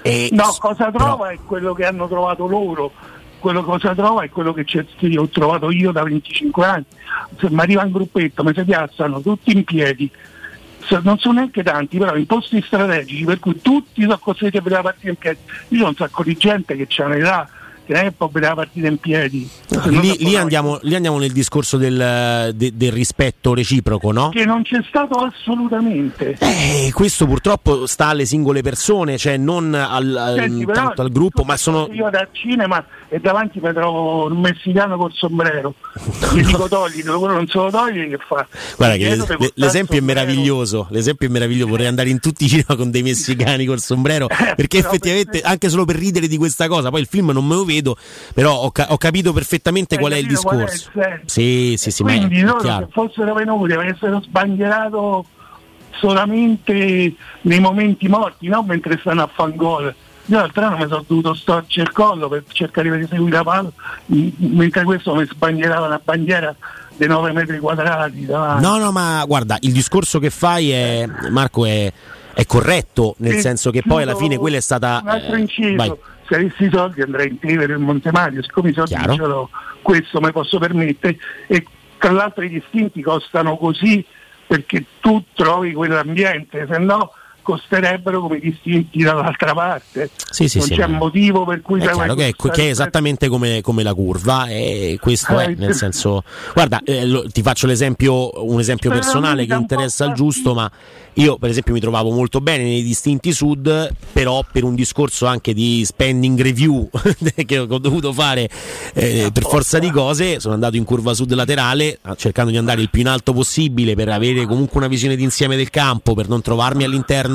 Cosa trova è quello che hanno trovato loro. Quello cosa trova è quello che ho trovato io da 25 anni. Se mi arriva un gruppetto, mi si piazzano tutti in piedi, non sono neanche tanti, però in posti strategici, per cui tutti sono costretti a vedere la partita in piedi. Io ho un sacco di gente che c'ha un'età che non è può vedere la partita in piedi. Lì andiamo nel discorso del rispetto reciproco, no? Che non c'è stato assolutamente. Questo purtroppo sta alle singole persone, cioè non tanto al gruppo, ma sono... Io da cinema e davanti mi trovo un messicano col sombrero, gli dico togli, loro non se lo togli, che fa? Guarda che l'esempio è meraviglioso, vorrei andare in tutti i cinema con dei messicani col sombrero, perché effettivamente anche solo per ridere di questa cosa, poi il film non me lo vedo, però ho capito perfettamente qual è il discorso. Sì, quindi ma loro se fossero venuti avessero sbandierato solamente nei momenti morti, non mentre stanno a fan gol. Io l'altro anno mi sono dovuto storcere il collo per cercare di seguire la palla, mentre questo mi sbandierava una bandiera dei 9 metri quadrati davanti. No, ma guarda, il discorso che fai Marco è corretto, nel senso che poi alla fine quella è stata un altro inciso. Se avessi i soldi andrei in Tevere e in Montemario, siccome i soldi ce l'ho, questo me posso permettere, e tra l'altro i Distinti costano così perché tu trovi quell'ambiente, se no costerebbero come i Distinti dall'altra parte. Non c'è motivo per cui è chiaro che è esattamente come la curva, e questo è, nel senso, guarda, ti faccio un esempio personale che interessa al giusto, ma io per esempio mi trovavo molto bene nei Distinti Sud, però per un discorso anche di spending review che ho dovuto fare per forza di cose, sono andato in curva sud laterale cercando di andare il più in alto possibile per avere comunque una visione d'insieme del campo, per non trovarmi all'interno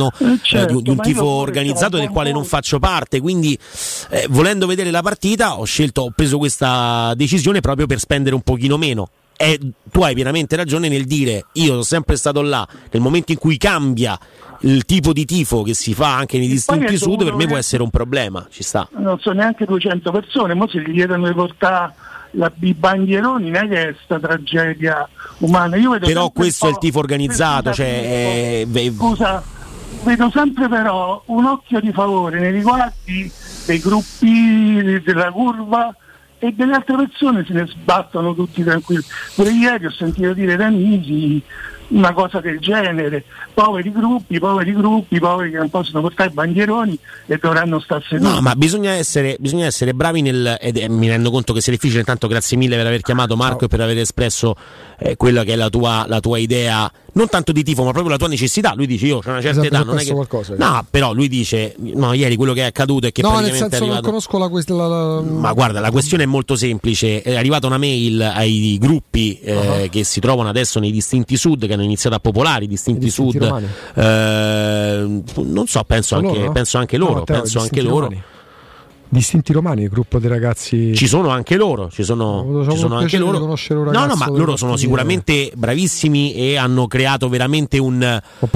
all'interno di un tifo organizzato del quale non faccio parte, quindi volendo vedere la partita ho preso questa decisione proprio per spendere un pochino meno. E tu hai pienamente ragione nel dire, io sono sempre stato là, nel momento in cui cambia il tipo di tifo che si fa anche nei distinti sud, per me può essere un problema, ci sta. Non so neanche 200 persone, mo se gli chiedono di portare i bandieroni, non è che è sta tragedia umana. Io vedo però questo è il tifo organizzato, scusa, vedo sempre però un occhio di favore nei riguardi dei gruppi della curva e delle altre persone, se ne sbattono tutti tranquilli. Pure ieri ho sentito dire da Nisi una cosa del genere, poveri gruppi poveri che non possono portare i bandieroni e dovranno stare seduti. No, ma bisogna essere bravi mi rendo conto che sia difficile. Intanto grazie mille per aver chiamato, Marco, e per aver espresso quella che è la tua idea, non tanto di tifo ma proprio la tua necessità. Lui dice, io ho una certa età, non è che qualcosa, no, però lui dice, no, ieri quello che è accaduto è che praticamente nel senso, è arrivato... non conosco la Ma guarda, la questione è molto semplice. È arrivata una mail ai gruppi che si trovano adesso nei distinti sud, che hanno iniziato a popolare i distinti sud, non so, penso anche loro. Distinti romani, il gruppo dei ragazzi. Ci sono anche loro, ci sono anche loro. No, ma loro sono sicuramente bravissimi e hanno creato veramente un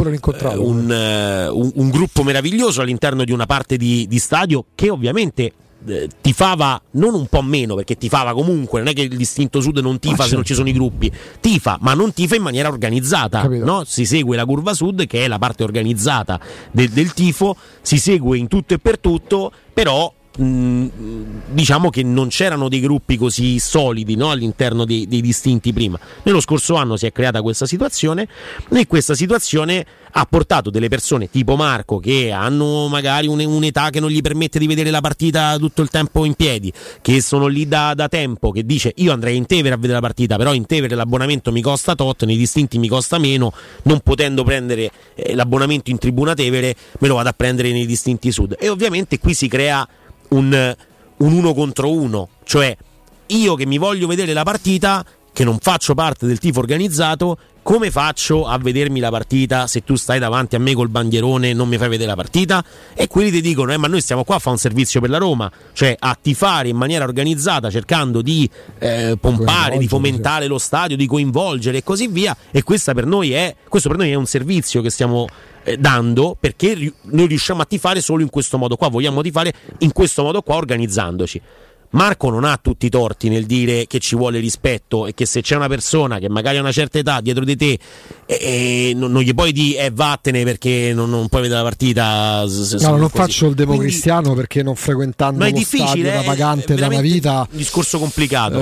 gruppo meraviglioso all'interno di una parte di stadio che ovviamente tifava non un po' meno, perché tifava comunque, non è che il distinto sud non tifa se non ci sono i gruppi, tifa, ma non tifa in maniera organizzata, no? Si segue la curva sud, che è la parte organizzata del tifo, si segue in tutto e per tutto, però diciamo che non c'erano dei gruppi così solidi, no? All'interno dei distinti prima. Nello scorso anno si è creata questa situazione e questa situazione ha portato delle persone tipo Marco, che hanno magari un'età che non gli permette di vedere la partita tutto il tempo in piedi, che sono lì da tempo, che dice io andrei in Tevere a vedere la partita, però in Tevere l'abbonamento mi costa tot, nei distinti mi costa meno, non potendo prendere l'abbonamento in Tribuna Tevere me lo vado a prendere nei distinti sud. E ovviamente qui si crea un uno contro uno, cioè io che mi voglio vedere la partita, che non faccio parte del tifo organizzato, come faccio a vedermi la partita se tu stai davanti a me col bandierone e non mi fai vedere la partita? E quelli ti dicono ma noi stiamo qua a fare un servizio per la Roma, cioè a tifare in maniera organizzata, cercando di pompare, di fomentare lo stadio, di coinvolgere e così via, e questo per noi è un servizio che stiamo dando, perché noi riusciamo a tifare solo in questo modo qua, vogliamo tifare in questo modo qua organizzandoci. Marco non ha tutti i torti nel dire che ci vuole rispetto e che se c'è una persona che magari ha una certa età dietro di te non gli puoi dire vattene perché non puoi vedere la partita. Non faccio il democristiano perché non frequentando lo stadio da pagante da una vita, un discorso complicato,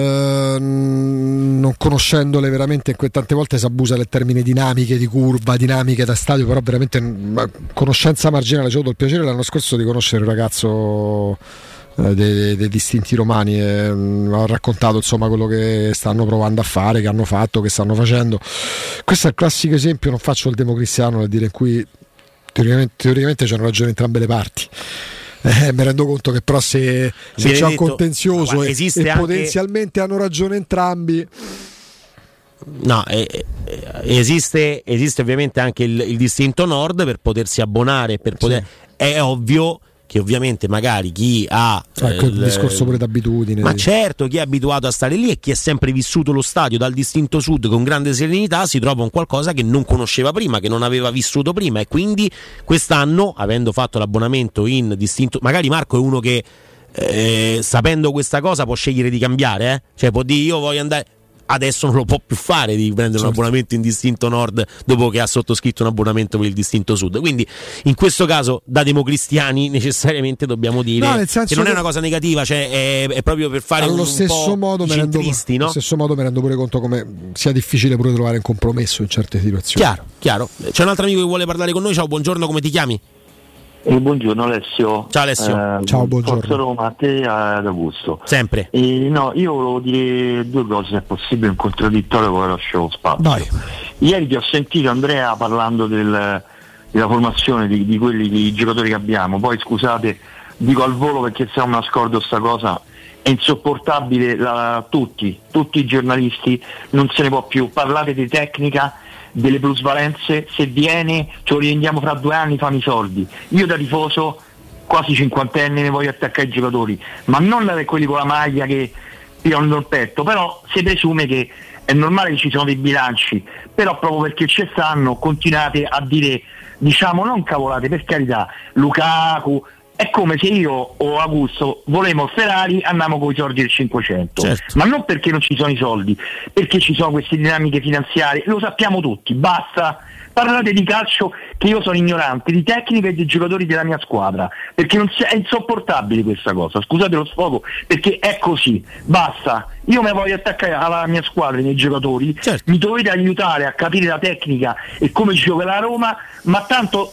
non conoscendole veramente, tante volte si abusa del termine dinamiche di curva, dinamiche da stadio, però veramente conoscenza marginale. Ho avuto il piacere l'anno scorso di conoscere un ragazzo dei distinti romani, ha raccontato insomma quello che stanno provando a fare, che hanno fatto, che stanno facendo. Questo è il classico esempio, non faccio il democristiano, nel dire in cui teoricamente c'hanno ragione entrambe le parti. Mi rendo conto che però se c'è un contenzioso e potenzialmente hanno ragione entrambi. No, esiste ovviamente anche il distinto nord per potersi abbonare, per poter. È ovvio che ovviamente magari chi ha il discorso pure d'abitudine, ma certo, chi è abituato a stare lì e chi è sempre vissuto lo stadio dal distinto sud con grande serenità si trova un qualcosa che non conosceva prima, che non aveva vissuto prima, e quindi quest'anno, avendo fatto l'abbonamento in distinto, magari Marco è uno che sapendo questa cosa può scegliere di cambiare, cioè può dire io voglio andare. Adesso non lo può più fare di prendere un abbonamento in distinto nord dopo che ha sottoscritto un abbonamento per il distinto sud. Quindi in questo caso da democristiani necessariamente dobbiamo dire che non è una cosa negativa, cioè è proprio per fare allo stesso modo mi rendo pure conto come sia difficile pure trovare un compromesso in certe situazioni. Chiaro. C'è un altro amico che vuole parlare con noi. Ciao, buongiorno, come ti chiami? Buongiorno Alessio. Ciao Alessio. Ciao, buongiorno. Forza Roma, a te ad Augusto. Sempre. No, io volevo dire due cose, se è possibile, un contraddittorio, poi lascio lo spazio. Vai. Ieri ti ho sentito Andrea parlando della formazione di quelli di giocatori che abbiamo. Poi scusate, dico al volo perché se non me la scordo sta cosa, è insopportabile, tutti i giornalisti, non se ne può più, parlate di tecnica, delle plusvalenze, se viene ce lo rivendiamo fra 2 anni, fammi i soldi. Io da tifoso quasi 50enne ne voglio attaccare i giocatori, ma non da quelli con la maglia che tirano il petto, però si presume che è normale che ci sono dei bilanci, però proprio perché ci stanno continuate a dire, diciamo, non cavolate, per carità. Lukaku è come se io o Augusto volevamo Ferrari, andiamo con i soldi del 500, certo. Ma non perché non ci sono i soldi, perché ci sono queste dinamiche finanziarie, lo sappiamo tutti, basta. Parlate di calcio, che io sono ignorante, di tecnica e dei giocatori della mia squadra, perché è insopportabile questa cosa, scusate lo sfogo, perché è così, basta. Io mi voglio attaccare alla mia squadra, ai miei giocatori, certo. Mi dovete aiutare a capire la tecnica e come gioca la Roma, ma tanto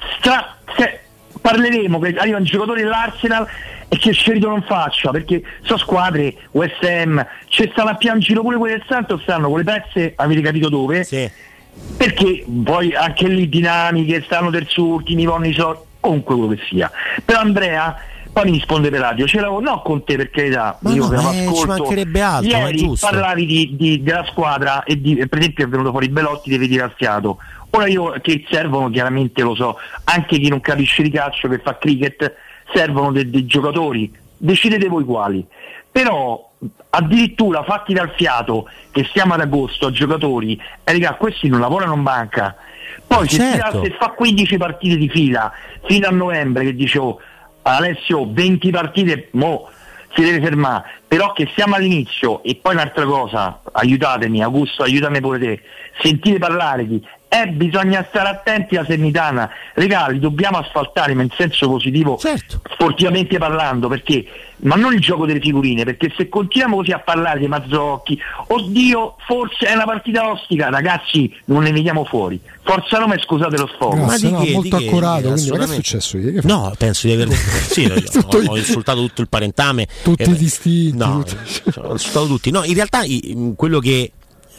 parleremo che arrivano i giocatori dell'Arsenal e che Scerito non faccia, perché sono squadre West Ham, ci stanno a piangere pure quelli del Santos, stanno con le pezze, avete capito dove? Sì. Perché poi anche lì dinamiche, stanno terzultimi, vanno i soldi, comunque quello che sia. Però Andrea poi mi risponde per radio, ce l'avevo no con te, perché io che ascolto, ci mancherebbe altro, ieri parlavi della squadra e per esempio è venuto fuori Belotti, deve tirare fiato. Ora io che servono, chiaramente lo so, anche chi non capisce di calcio, che fa cricket, servono dei giocatori, decidete voi quali. Però addirittura fatti dal fiato, che stiamo ad agosto, a giocatori, raga, questi non lavorano in banca. Poi se fa 15 partite di fila fino a novembre, che dicevo Alessio 20 partite, mo si deve fermare, però che siamo all'inizio. E poi un'altra cosa, aiutatemi, Augusto, aiutami pure te, sentite parlare di bisogna stare attenti alla Salernitana, regali, dobbiamo asfaltare, ma in senso positivo, certo. Sportivamente parlando, perché ma non il gioco delle figurine, perché se continuiamo così a parlare di Mazzocchi, oddio, forse è una partita ostica, ragazzi, non ne veniamo fuori. Forza Roma, e scusate lo sfogo. Grazie, ma molto accorato, quindi ma che è successo ieri? No, penso di aver ho insultato tutto il parentame, tutti i distinti, ho insultato tutti. No, in realtà quello che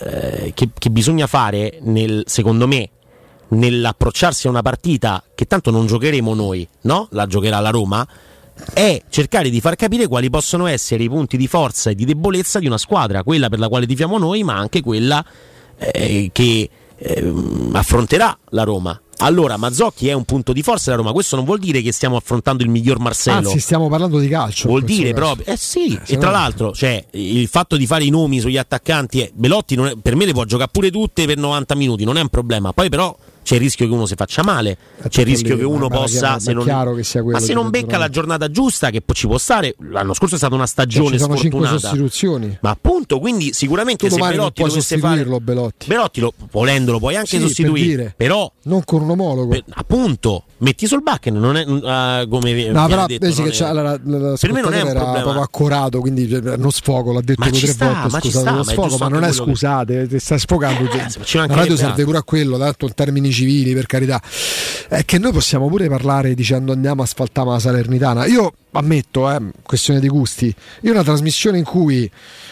bisogna fare secondo me nell'approcciarsi a una partita che tanto non giocheremo noi, no? La giocherà la Roma, è cercare di far capire quali possono essere i punti di forza e di debolezza di una squadra, quella per la quale tifiamo noi, ma anche quella che affronterà la Roma. Allora, Mazzocchi è un punto di forza della Roma, questo non vuol dire che stiamo affrontando il miglior Marcelo. Anzi, stiamo parlando di calcio. Vuol dire proprio, sì, e tra l'altro, cioè, il fatto di fare i nomi sugli attaccanti, Belotti per me le può giocare pure tutte per 90 minuti, non è un problema. Poi però c'è il rischio che uno si faccia male, c'è il rischio che uno possa, se non becca la giornata giusta, che ci può stare. L'anno scorso è stata una stagione sfortunata. 5 sostituzioni. Ma appunto, quindi sicuramente se Belotti dovesse fare Belotti volendolo puoi anche sostituire, però non con un omologo. Appunto, metti sul backen, non è come no, però detto, che per me non è un problema. Proprio accorato, quindi non sfogo, l'ha detto 2 o 3 volte, scusate lo sfogo, ma non è scusate, ti stai sfogando. La radio serve pure a quello, tanto in termini civili, per carità. È che noi possiamo pure parlare dicendo andiamo a asfaltare la Salernitana. Io ammetto, questione di gusti, io una trasmissione in cui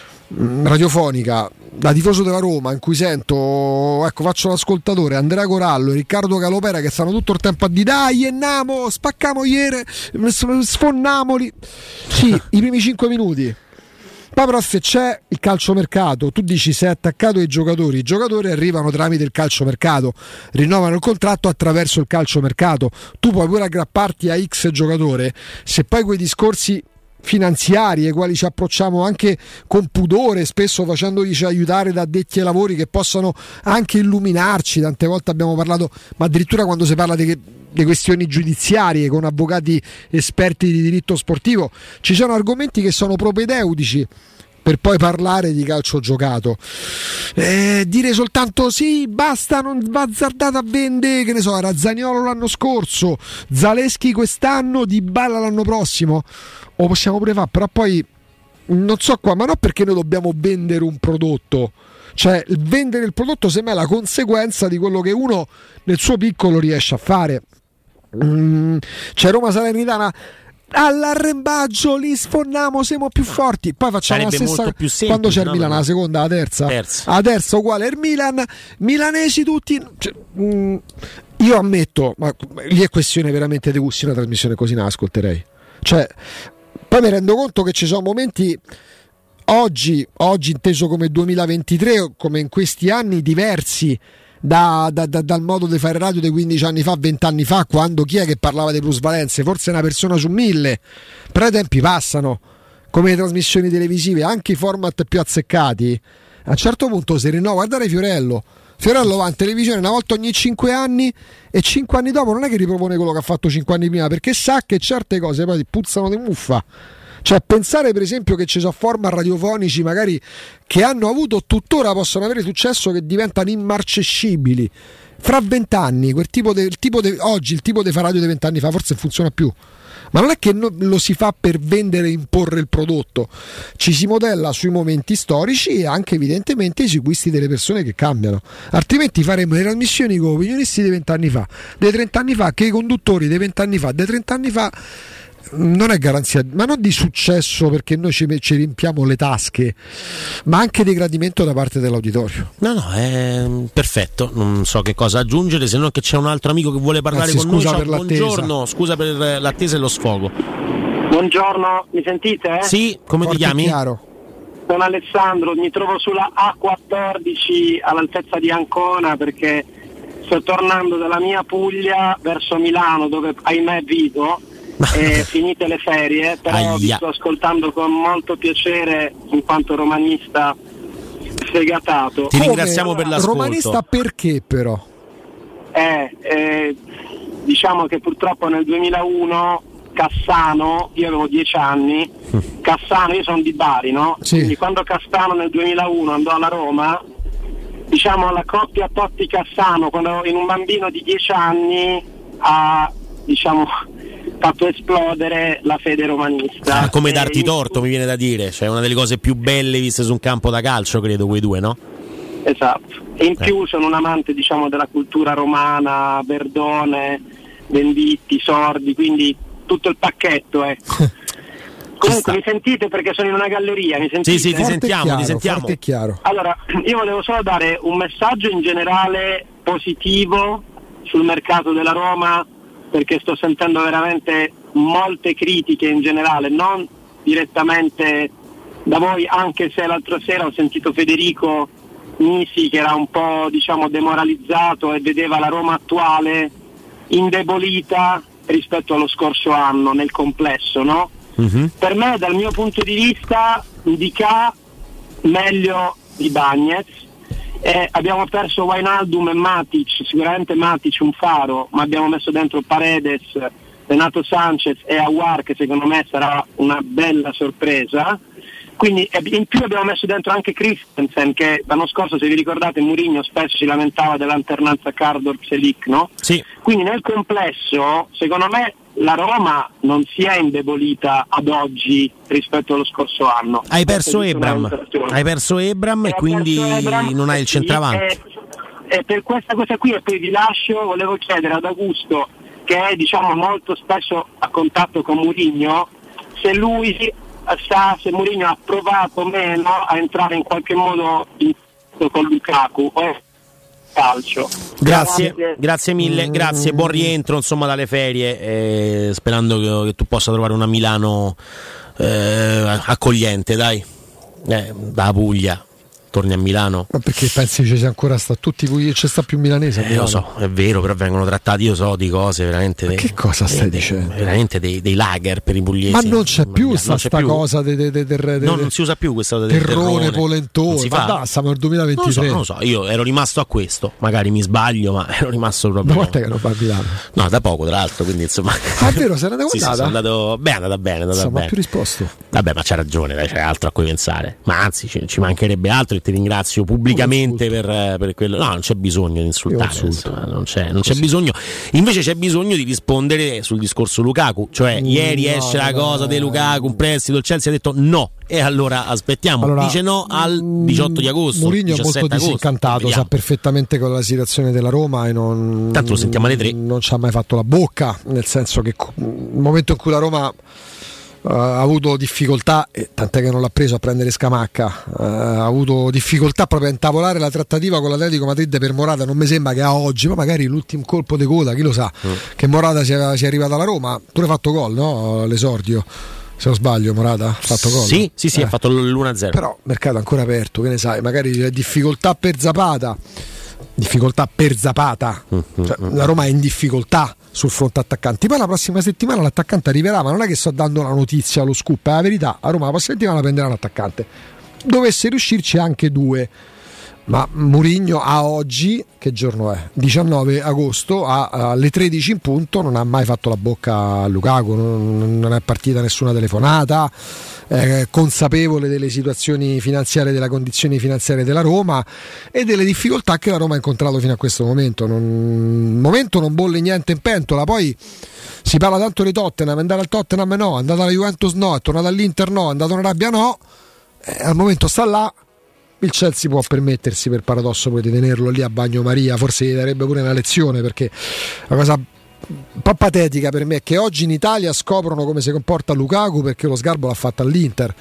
radiofonica da tifoso della Roma, in cui sento, faccio l'ascoltatore, Andrea Corallo e Riccardo Calopera che stanno tutto il tempo a dire dai, enniamo, spaccamo ieri, sfonnamoli, sì, i primi 5 minuti. Poi però se c'è il calciomercato, tu dici sei attaccato ai giocatori, i giocatori arrivano tramite il calciomercato, rinnovano il contratto attraverso il calciomercato, tu puoi pure aggrapparti a X giocatore, se poi quei discorsi finanziari ai quali ci approcciamo anche con pudore, spesso facendoci aiutare da addetti ai lavori che possano anche illuminarci, tante volte abbiamo parlato, ma addirittura quando si parla di questioni giudiziarie con avvocati esperti di diritto sportivo, ci sono argomenti che sono propedeutici per poi parlare di calcio giocato. Dire soltanto sì, basta, non va azzardata a vendere, che ne so, era Zaniolo l'anno scorso, Zaleschi quest'anno, Dybala l'anno prossimo, o possiamo pure fare, però poi non so qua, ma non perché noi dobbiamo vendere un prodotto, cioè vendere il prodotto semmai è la conseguenza di quello che uno nel suo piccolo riesce a fare. C'è Roma Salernitana, all'arrembaggio li sfondiamo, siamo più forti, poi facciamo sarebbe la stessa molto più semplice, quando c'è il Milan, la seconda, la terza uguale il Milan, milanesi tutti, cioè, io ammetto, ma lì è questione veramente di gusti, una trasmissione così non ascolterei, cioè poi mi rendo conto che ci sono momenti oggi inteso come 2023, come in questi anni diversi, dal modo di fare radio dei 15 anni fa, 20 anni fa, quando chi è che parlava di plusvalenze? Forse una persona su 1000. Però i tempi passano, come le trasmissioni televisive, anche i format più azzeccati. A un certo punto si rinnova. Guardate Fiorello va in televisione una volta ogni 5 anni e 5 anni dopo non è che ripropone quello che ha fatto 5 anni prima, perché sa che certe cose poi puzzano di muffa. Cioè, pensare per esempio che ci sono format radiofonici magari che hanno avuto, tuttora possono avere successo, che diventano immarcescibili. Fra 20 anni oggi il tipo di fare radio di 20 anni fa forse funziona più. Ma non è che lo si fa per vendere e imporre il prodotto, ci si modella sui momenti storici e anche evidentemente sui gusti delle persone che cambiano. Altrimenti faremo le trasmissioni con opinionisti dei 20 anni fa, dei 30 anni fa, che i conduttori dei 20 anni fa, dei 30 anni fa. Non è garanzia, ma non di successo perché noi ci riempiamo le tasche, ma anche di gradimento da parte dell'auditorio. No, è perfetto, non so che cosa aggiungere, se non che c'è un altro amico che vuole parlare con noi. Per buongiorno, scusa per l'attesa e lo sfogo. Buongiorno, mi sentite? Sì, come Forte ti chiami? Chiaro. Sono Alessandro, mi trovo sulla A14 all'altezza di Ancona perché sto tornando dalla mia Puglia verso Milano, dove ahimè vivo. Finite le ferie, però vi sto ascoltando con molto piacere in quanto romanista sfegatato. Ti ringraziamo per l'ascolto. Romanista perché però? Diciamo che purtroppo nel 2001 Cassano, io avevo 10 anni, Cassano, io sono di Bari, no? Sì. Quindi quando Cassano nel 2001 andò alla Roma, diciamo la coppia Totti-Cassano, quando in un bambino di 10 anni ha, diciamo, fatto esplodere la fede romanista. Come darti torto, mi viene da dire, cioè una delle cose più belle viste su un campo da calcio, credo, quei due, no? Esatto. E in più sono un amante, diciamo, della cultura romana, Verdone, Venditti, Sordi, quindi tutto il pacchetto, Comunque mi sentite perché sono in una galleria, mi sentite? Sì, ti sentiamo, ti sentiamo. Forte e chiaro. Allora, io volevo solo dare un messaggio in generale positivo sul mercato della Roma, perché sto sentendo veramente molte critiche in generale, non direttamente da voi, anche se l'altra sera ho sentito Federico Nisi che era un po', diciamo, demoralizzato e vedeva la Roma attuale indebolita rispetto allo scorso anno nel complesso, no? Mm-hmm. Per me, dal mio punto di vista, Ndicà meglio di Bagnez. Abbiamo perso Wijnaldum e Matic, sicuramente Matic un faro, ma abbiamo messo dentro Paredes, Renato Sanchez e Aouar, che secondo me sarà una bella sorpresa. Quindi in più abbiamo messo dentro anche Christensen, che l'anno scorso, se vi ricordate, Mourinho spesso si lamentava dell'alternanza Kardorp-Selic, no? Sì. Quindi nel complesso, secondo me, la Roma non si è indebolita ad oggi rispetto allo scorso anno. Hai perso Ebram e quindi non hai il centravanti. E per questa cosa qui, e poi vi lascio, volevo chiedere ad Augusto, che è, diciamo, molto spesso a contatto con Mourinho, se lui sa, se Mourinho ha provato meno a entrare in qualche modo con Lukaku o calcio. Grazie mille, grazie, buon rientro insomma dalle ferie, sperando che tu possa trovare una Milano accogliente, dai, da Puglia torni a Milano. Ma perché pensi ci sia ancora tutti c'è sta più milanese? Lo so, è vero, però vengono trattati, io so, di cose veramente. Ma che cosa stai dicendo? Veramente dei lager per i pugliesi. Ma non c'è più sta cosa no, non si usa più questa cosa del terrone polentone. Ma siamo nel 2023. Non lo so, io ero rimasto a questo, magari mi sbaglio, ma ero rimasto proprio. Da quant'è che non va a Milano? No, da poco tra l'altro, quindi insomma. Ah, è vero, sei andato sì, sono andato bene, Ma più risposto. Vabbè, ma c'ha ragione, dai, c'è altro a cui pensare. Ma anzi, ci mancherebbe altro e ti ringrazio pubblicamente per quello. No, non c'è bisogno di insultare, non c'è bisogno. Invece c'è bisogno di rispondere sul discorso Lukaku, cioè ieri esce la cosa di Lukaku, un prestito, il Chelsea ha detto no, e allora aspettiamo, dice no al 18 di agosto. Mourinho è molto disincantato, sa perfettamente con la situazione della Roma e tanto lo sentiamo alle 3, non ci ha mai fatto la bocca, nel senso che nel momento in cui la Roma ha avuto difficoltà, tant'è che non l'ha preso a prendere Scamacca, ha avuto difficoltà proprio a intavolare la trattativa con l'Atletico Madrid per Morata. Non mi sembra che a oggi, ma magari l'ultimo colpo di coda, chi lo sa, che Morata sia arrivato alla Roma. Pure fatto gol, no? L'esordio, se non sbaglio, Morata ha fatto gol. Sì, ha fatto l'1-0. Però mercato ancora aperto, che ne sai, magari c'è difficoltà per Zapata. difficoltà per Zapata, cioè, la Roma è in difficoltà sul fronte attaccanti. Poi la prossima settimana l'attaccante arriverà, ma non è che sto dando la notizia, lo scoop, è la verità. A Roma la prossima settimana prenderà un attaccante, dovesse riuscirci anche 2. Ma Mourinho a oggi, che giorno è? 19 agosto, alle 13 in punto, non ha mai fatto la bocca a Lukaku, non è partita nessuna telefonata, consapevole delle situazioni finanziarie, della condizione finanziaria della Roma e delle difficoltà che la Roma ha incontrato fino a questo momento. Non bolle niente in pentola. Poi si parla tanto di Tottenham, è andare al Tottenham no, è andata alla Juventus no, è tornata all'Inter no, è andato in Arabia no, al momento sta là. Il Chelsea può permettersi, per paradosso, poi di tenerlo lì a bagnomaria, forse gli darebbe pure una lezione, perché la cosa un po' patetica per me è che oggi in Italia scoprono come si comporta Lukaku perché lo sgarbo l'ha fatto all'Inter,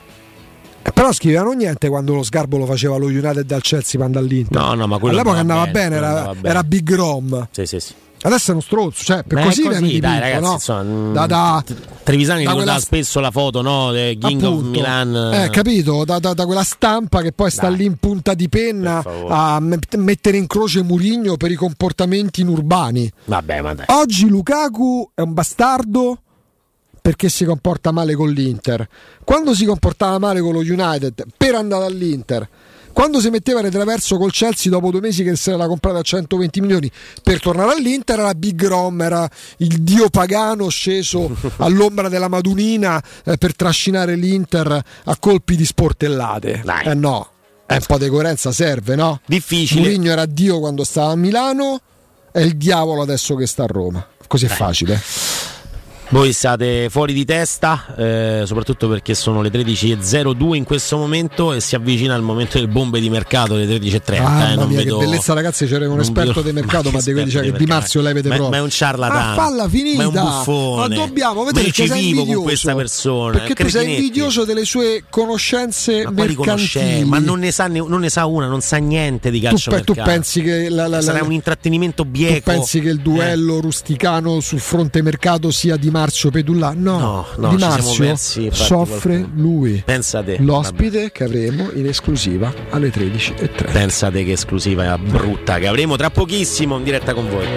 però scrivevano niente quando lo sgarbo lo faceva lo United dal Chelsea quando all'Inter. No, ma quello all'epoca andava bene, era Big Rom. Sì. Adesso è uno stronzo, cioè per così viene dipinto, dai ragazzi, no? Insomma, Trevisani ricordava spesso la foto, no? The King of Milan, capito, da quella stampa che poi sta lì in punta di penna a mettere in croce Mourinho per i comportamenti inurbani. Vabbè, ma dai. Oggi Lukaku è un bastardo perché si comporta male con l'Inter. Quando si comportava male con lo United per andare all'Inter, quando si metteva retroverso col Chelsea dopo 2 mesi che se l'era comprata a 120 milioni per tornare all'Inter, era Big Rom, era il dio pagano sceso all'ombra della Madunina per trascinare l'Inter a colpi di sportellate. No, un po' di coerenza serve, no? Difficile. Mourinho era Dio quando stava a Milano, è il diavolo adesso che sta a Roma. Così è facile. Voi state fuori di testa, soprattutto perché sono le 13.02 in questo momento e si avvicina il momento del bombe di mercato, le 13.30. Non mia, vedo, che bellezza ragazzi, c'era un esperto del mercato, ma devo dire che Di Marzio lei vede proprio. Ma è un ciarlatano, palla finita, ma è un buffone. Ma dobbiamo vedere che sei invidioso con questa persona, perché tu sei invidioso delle sue conoscenze mercantili. Ma non ne sa una, non sa niente di calcio mercato. Tu pensi che sarà un intrattenimento bieco? Tu pensi che il duello rusticano sul fronte mercato sia Di Marzio Pedulla? No, Di Marzio soffre lui. Pensate, l'ospite che avremo in esclusiva alle 13.30. Pensate che esclusiva brutta che avremo tra pochissimo in diretta con voi.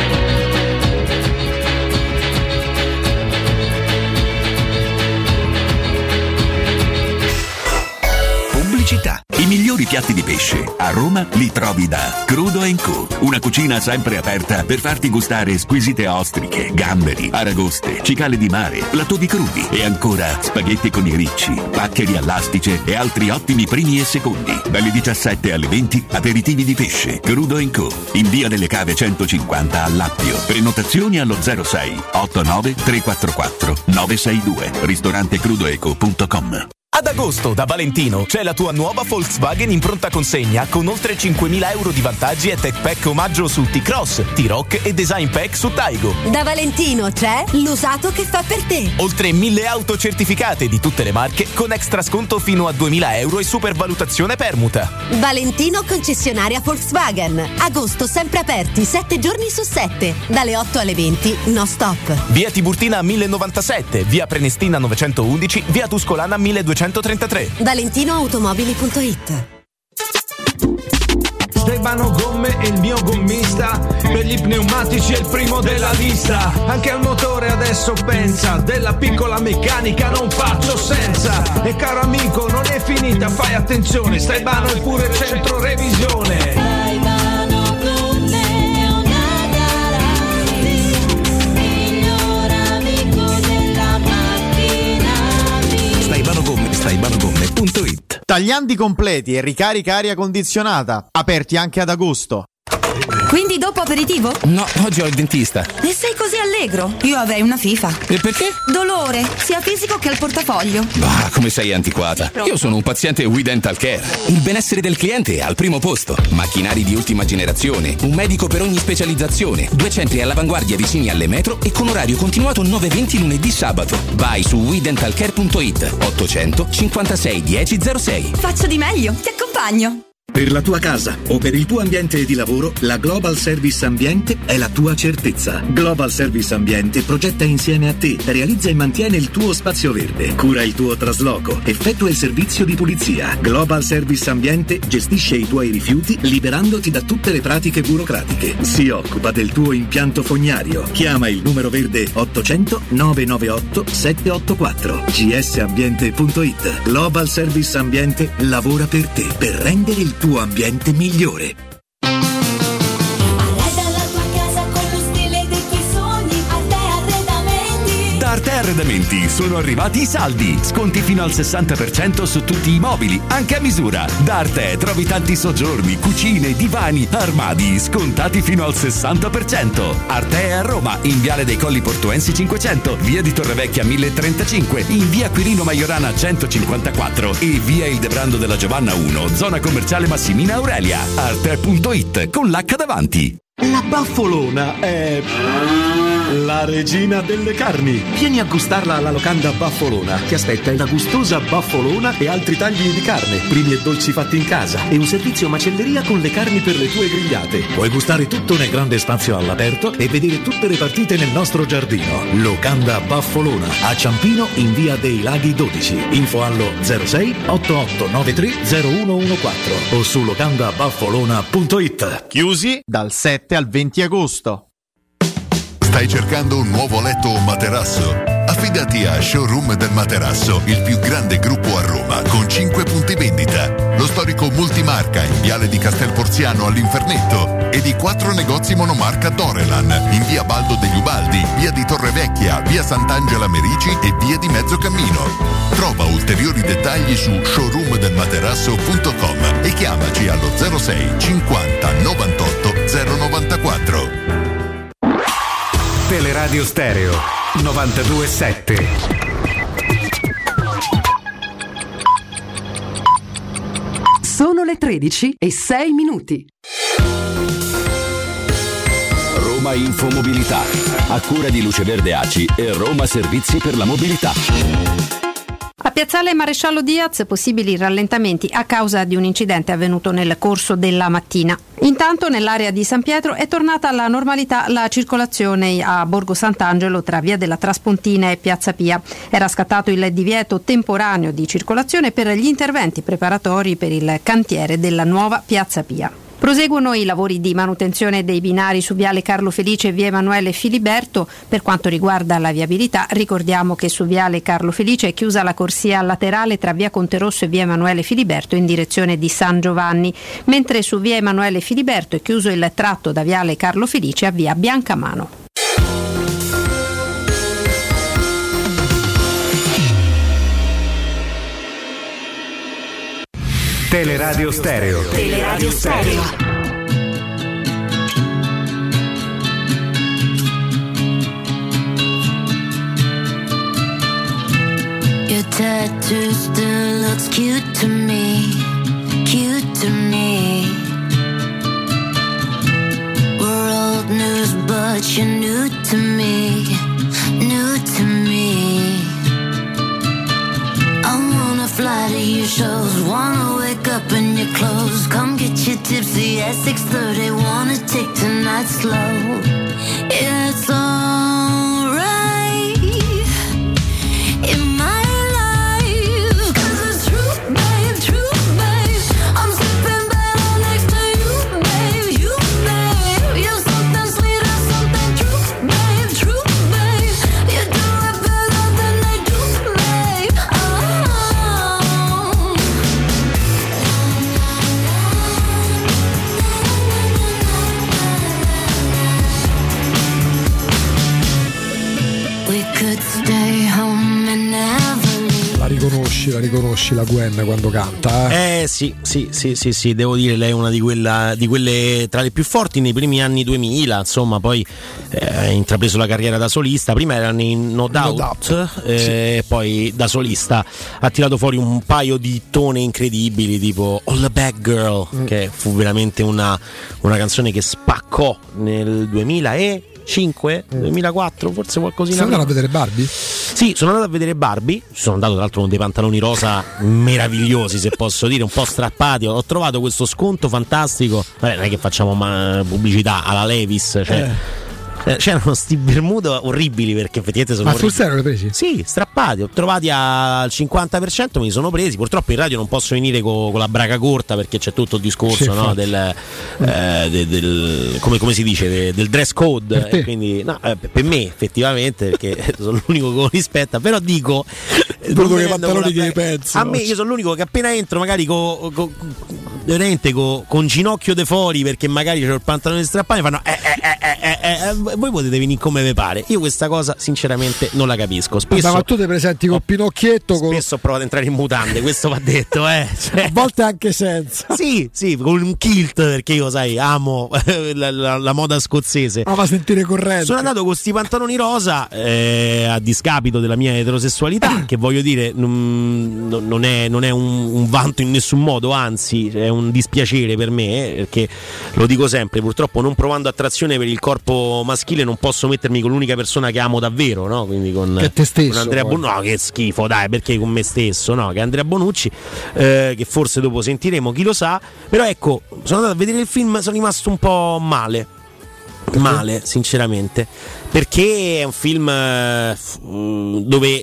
Pubblicità. I migliori piatti di pesce a Roma li trovi da Crudo & Co. Una cucina sempre aperta per farti gustare squisite ostriche, gamberi, aragoste, cicale di mare, platò di crudi e ancora spaghetti con i ricci, paccheri all'astice e altri ottimi primi e secondi. Dalle 17 alle 20 aperitivi di pesce. Crudo & Co. in via delle Cave 150 a Lappio. Prenotazioni allo 06 89 344 962. Ristorante crudoeco.com. Ad agosto da Valentino c'è la tua nuova Volkswagen in pronta consegna con oltre 5.000 euro di vantaggi e tech pack omaggio su T-Cross, T-Rock e design pack su Taigo. Da Valentino c'è l'usato che fa per te. Oltre 1.000 auto certificate di tutte le marche con extra sconto fino a 2.000 euro e supervalutazione permuta. Valentino concessionaria Volkswagen. Agosto sempre aperti 7 giorni su 7. Dalle 8 alle 20 no stop. Via Tiburtina 1097, via Prenestina 911, via Tuscolana 1233. ValentinoAutomobili.it. Stefano Gomme è il mio gommista, per gli pneumatici è il primo della lista. Anche al motore adesso pensa, della piccola meccanica non faccio senza. E caro amico non è finita, fai attenzione, Stefano è pure centro revisione. Staibanogomme.it. Tagliandi completi e ricarica aria condizionata, aperti anche ad agosto. Quindi dopo aperitivo? No, oggi ho il dentista. E sei così allegro? Io avrei una FIFA. E perché? Dolore, sia fisico che al portafoglio. Bah, come sei antiquata. Io sono un paziente We Dental Care. Il benessere del cliente è al primo posto. Macchinari di ultima generazione, un medico per ogni specializzazione, 2 centri all'avanguardia vicini alle metro e con orario continuato 9-20 lunedì sabato. Vai su WeDentalCare.it 800 56 10 06. Faccio di meglio, ti accompagno. Per la tua casa o per il tuo ambiente di lavoro, la Global Service Ambiente è la tua certezza. Global Service Ambiente progetta insieme a te, realizza e mantiene il tuo spazio verde, cura il tuo trasloco, effettua il servizio di pulizia. Global Service Ambiente gestisce i tuoi rifiuti liberandoti da tutte le pratiche burocratiche. Si occupa del tuo impianto fognario. Chiama il numero verde 800 998 784. gsambiente.it. Global Service Ambiente lavora per te, per rendere il tuo ambiente migliore. Da Arte Arredamenti sono arrivati i saldi. Sconti fino al 60% su tutti i mobili, anche a misura. Da Arte trovi tanti soggiorni, cucine, divani, armadi, scontati fino al 60%. Arte è a Roma, in Viale dei Colli Portuensi 500, Via di Torrevecchia 1035, in Via Quirino Maiorana 154 e Via Il Debrando della Giovanna 1, zona commerciale Massimina Aurelia. Arte.it con l'H davanti. La Baffolona è la regina delle carni. Vieni a gustarla alla locanda Baffolona. Ti aspetta una gustosa baffolona e altri tagli di carne, primi e dolci fatti in casa e un servizio macelleria con le carni per le tue grigliate. Puoi gustare tutto nel grande spazio all'aperto e vedere tutte le partite nel nostro giardino. Locanda Baffolona a Ciampino in via dei Laghi 12. Info allo 06 8893 0114 o su locandabaffolona.it. Chiusi dal 7 al 20 agosto. Stai cercando un nuovo letto o materasso? Affidati a Showroom del Materasso, il più grande gruppo a Roma, con 5 punti vendita. Lo storico multimarca in Viale di Castel Porziano all'Infernetto e di 4 negozi monomarca Dorelan in via Baldo degli Ubaldi, via di Torrevecchia, via Sant'Angela Merici e via di Mezzocammino. Trova ulteriori dettagli su showroomdelmaterasso.com e chiamaci allo 06 50 98 094. Teleradio Stereo 92.7. Sono le 13:06. Roma Infomobilità, a cura di Luce Verde ACI e Roma Servizi per la Mobilità. A Piazzale Maresciallo Diaz possibili rallentamenti a causa di un incidente avvenuto nel corso della mattina. Intanto nell'area di San Pietro è tornata alla normalità la circolazione a Borgo Sant'Angelo tra via della Traspontina e Piazza Pia. Era scattato il divieto temporaneo di circolazione per gli interventi preparatori per il cantiere della nuova Piazza Pia. Proseguono i lavori di manutenzione dei binari su Viale Carlo Felice e via Emanuele Filiberto. Per quanto riguarda la viabilità, ricordiamo che su Viale Carlo Felice è chiusa la corsia laterale tra via Conterosso e via Emanuele Filiberto in direzione di San Giovanni, mentre su via Emanuele Filiberto è chiuso il tratto da Viale Carlo Felice a via Biancamano. Teleradio Stereo. Teleradio Stereo. Your tattoo still looks cute to me, cute to me. We're old news, but you're new to me, new to me. I wanna fly to your shows, wanna wake up in your clothes, come get you tipsy at 6:30, wanna take tonight slow. It's alright in my life, 'cause it's true, babe, I'm sleeping better next to you, babe, you're something sweet and something true, babe, you do it better than they do, babe, we could stay home and never leave. La riconosci la Gwen quando canta? Sì, devo dire, lei è una di quelle tra le più forti nei primi anni 2000, insomma, poi ha intrapreso la carriera da solista, prima era in No Doubt, sì. Poi da solista ha tirato fuori un paio di tone incredibili, tipo All the Bad Girl, che fu veramente una canzone che spaccò nel 2005 2005, 2004, forse qualcosina. Sei andato a vedere Barbie? Sì, sono andato a vedere Barbie. Sono andato tra l'altro con dei pantaloni rosa meravigliosi, se posso dire, un po' strappati. Ho trovato questo sconto fantastico. Vabbè, non è che facciamo pubblicità alla Levi's, cioè. C'erano sti bermuda orribili, perché effettivamente sono sul serio li hai presi? Sì, strappati, ho trovati al 50%, me li sono presi. Purtroppo in radio non posso venire con la braga corta, perché c'è tutto il discorso, sì, no? del come si dice, del dress code, e quindi per me effettivamente, perché sono l'unico che lo rispetta, però dico che pantaloni che penso. A me, io sono l'unico che appena entro magari con ginocchio de fuori, perché magari c'ho il pantalone strappato, fanno voi potete venire come vi pare. Io questa cosa sinceramente non la capisco. Spesso, ma tu ti presenti con Pinocchietto, spesso ho provato ad entrare in mutande, questo va detto, cioè, a volte anche senza. Sì, con un kilt, perché io amo la moda scozzese. Ma sentire corrente. Sono andato con questi pantaloni rosa, a discapito della mia eterosessualità, che voglio dire non è un vanto in nessun modo, anzi è un dispiacere per me, perché lo dico sempre, purtroppo non provando attrazione per il corpo maschile non posso mettermi con l'unica persona che amo davvero, no? Quindi con te stesso, con Andrea Bonucci. No, che schifo, dai, perché con me stesso, no? Che Andrea Bonucci, che forse dopo sentiremo, chi lo sa. Però ecco, sono andato a vedere il film, sono rimasto un po' male, sinceramente, perché è un film dove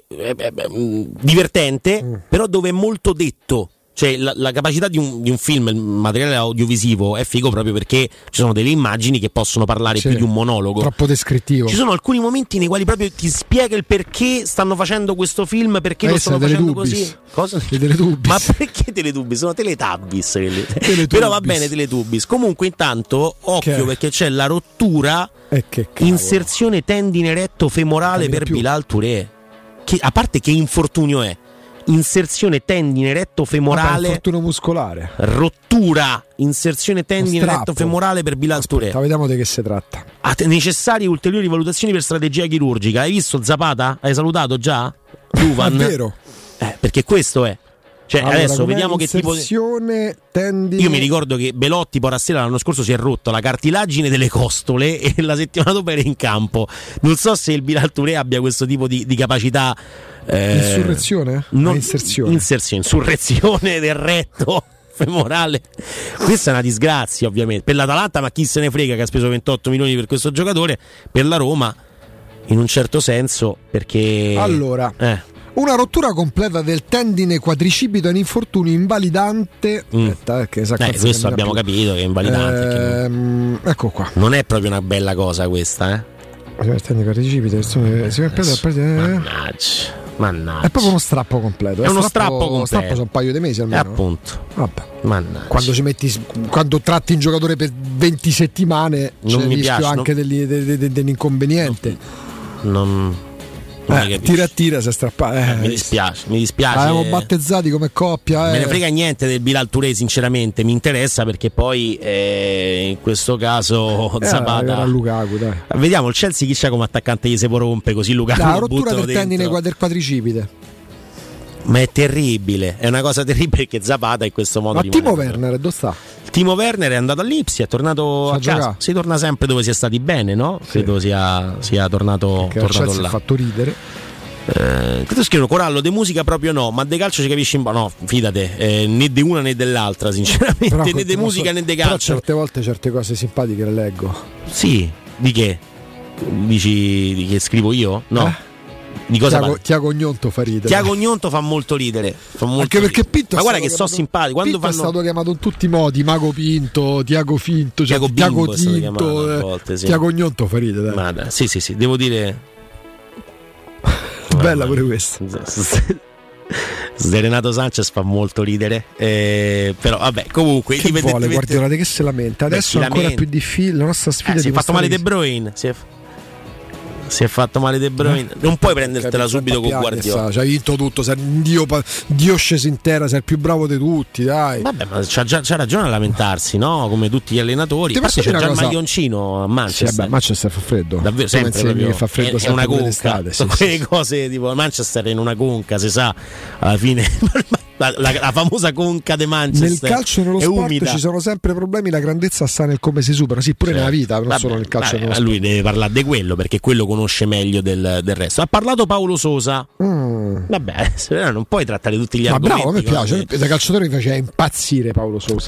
divertente, però dove è molto detto. Cioè la capacità di un film, il materiale audiovisivo è figo proprio perché ci sono delle immagini che possono parlare più di un monologo. Troppo descrittivo. Ci sono alcuni momenti nei quali proprio ti spiega il perché stanno facendo questo film, perché lo stanno facendo così. Cosa? Ma perché Teletubbies? Sono Teletubbies. Però va bene Teletubbies. Comunque intanto occhio, perché c'è la rottura, inserzione tendine retto femorale per Bilal Touré. A parte che infortunio è? Inserzione tendine retto femorale, infortunio muscolare, rottura, inserzione tendine retto femorale per Bilal Touré. Vediamo di che si tratta. Necessarie ulteriori valutazioni per strategia chirurgica. Hai visto Zapata? Hai salutato già? Duvan? È vero. Perché questo è. Cioè, allora, adesso vediamo che tipo tendine. Io mi ricordo che Belotti Porastella l'anno scorso si è rotto la cartilagine delle costole e la settimana dopo era in campo. Non so se il Bilal Touré abbia questo tipo di capacità. Insurrezione? Insurrezione del retto femorale. Questa è una disgrazia, ovviamente, per l'Atalanta, ma chi se ne frega, che ha speso 28 milioni per questo giocatore. Per la Roma in un certo senso, perché allora una rottura completa del tendine quadricipite è un infortunio invalidante. Aspetta, che questo abbiamo capito che è invalidante. Ecco qua. Non è proprio una bella cosa questa, Il tendine quadricipite Mannaggia. È proprio uno strappo completo. È uno strappo completo. Lo strappo sono un paio di mesi almeno. Appunto. Vabbè. Mannaggia. Quando tratti un giocatore per 20 settimane non c'è il rischio anche dell'inconveniente. Tira si è strappato. Mi dispiace. L'avevamo battezzati come coppia. Me ne frega niente del Bilal Touré, sinceramente. Mi interessa perché poi in questo caso Zapata. Lukaku, dai. Vediamo il Chelsea chi c'ha come attaccante gli si può rompe così Lukaku. La rottura del tendine del quadricipite. Ma è terribile, è una cosa terribile che Zapata in questo modo. Ma Timo Werner dove sta? Timo Werner è andato all'Ipsia, è tornato a casa. Si torna sempre dove si è stati bene, no? Sì. Credo sia tornato là. Si è fatto ridere. Credo scrivono Corallo, de musica proprio no, ma de calcio ci capisci no, fidate, né di una né dell'altra, sinceramente, però, né de musica né de calcio. Però certe volte certe cose simpatiche le leggo. Sì, di che? Dici di che scrivo io? No. Di cosa Tiago Gnonto fa ridere. Tiago Gnonto fa molto ridere. Anche perché Pinto. Ma guarda che so simpatico. Quando Pinto è stato chiamato in tutti i modi: Mago Pinto, Tiago Finto, Tiago Tinto. Tiago Gnonto fa ridere. Sì, devo dire. Bella pure questa. Renato Sanchez fa molto ridere. Però vabbè, comunque. Che vuole Guardiola che se lamenta. Adesso è ancora più difficile. La nostra sfida si è fatto male De Bruyne. Si è fatto male De Bruyne. Non puoi prendertela subito con Guardiola. Ci hai vinto tutto, sei Dio sceso in terra, sei il più bravo di tutti, dai. Vabbè, ma c'ha ragione a lamentarsi, no? Come tutti gli allenatori. Infatti c'è già il maglioncino a Manchester. Sì, vabbè, Manchester fa freddo. Davvero, sempre proprio, che fa freddo, è una conca. Sono quelle cose tipo Manchester è in una conca, si sa, alla fine la famosa conca de Manchester. Nel calcio e nello è sport umida. ci sono sempre problemi, la grandezza sta nel come si supera, sì, pure nella vita, non solo nel calcio e nello sport. Lui deve parlare di quello, perché quello conosce meglio del resto. Ha parlato Paolo Sosa. Vabbè, non puoi trattare tutti gli argomenti. Bravo, a me piace, da calciatore mi faceva impazzire Paolo Sosa.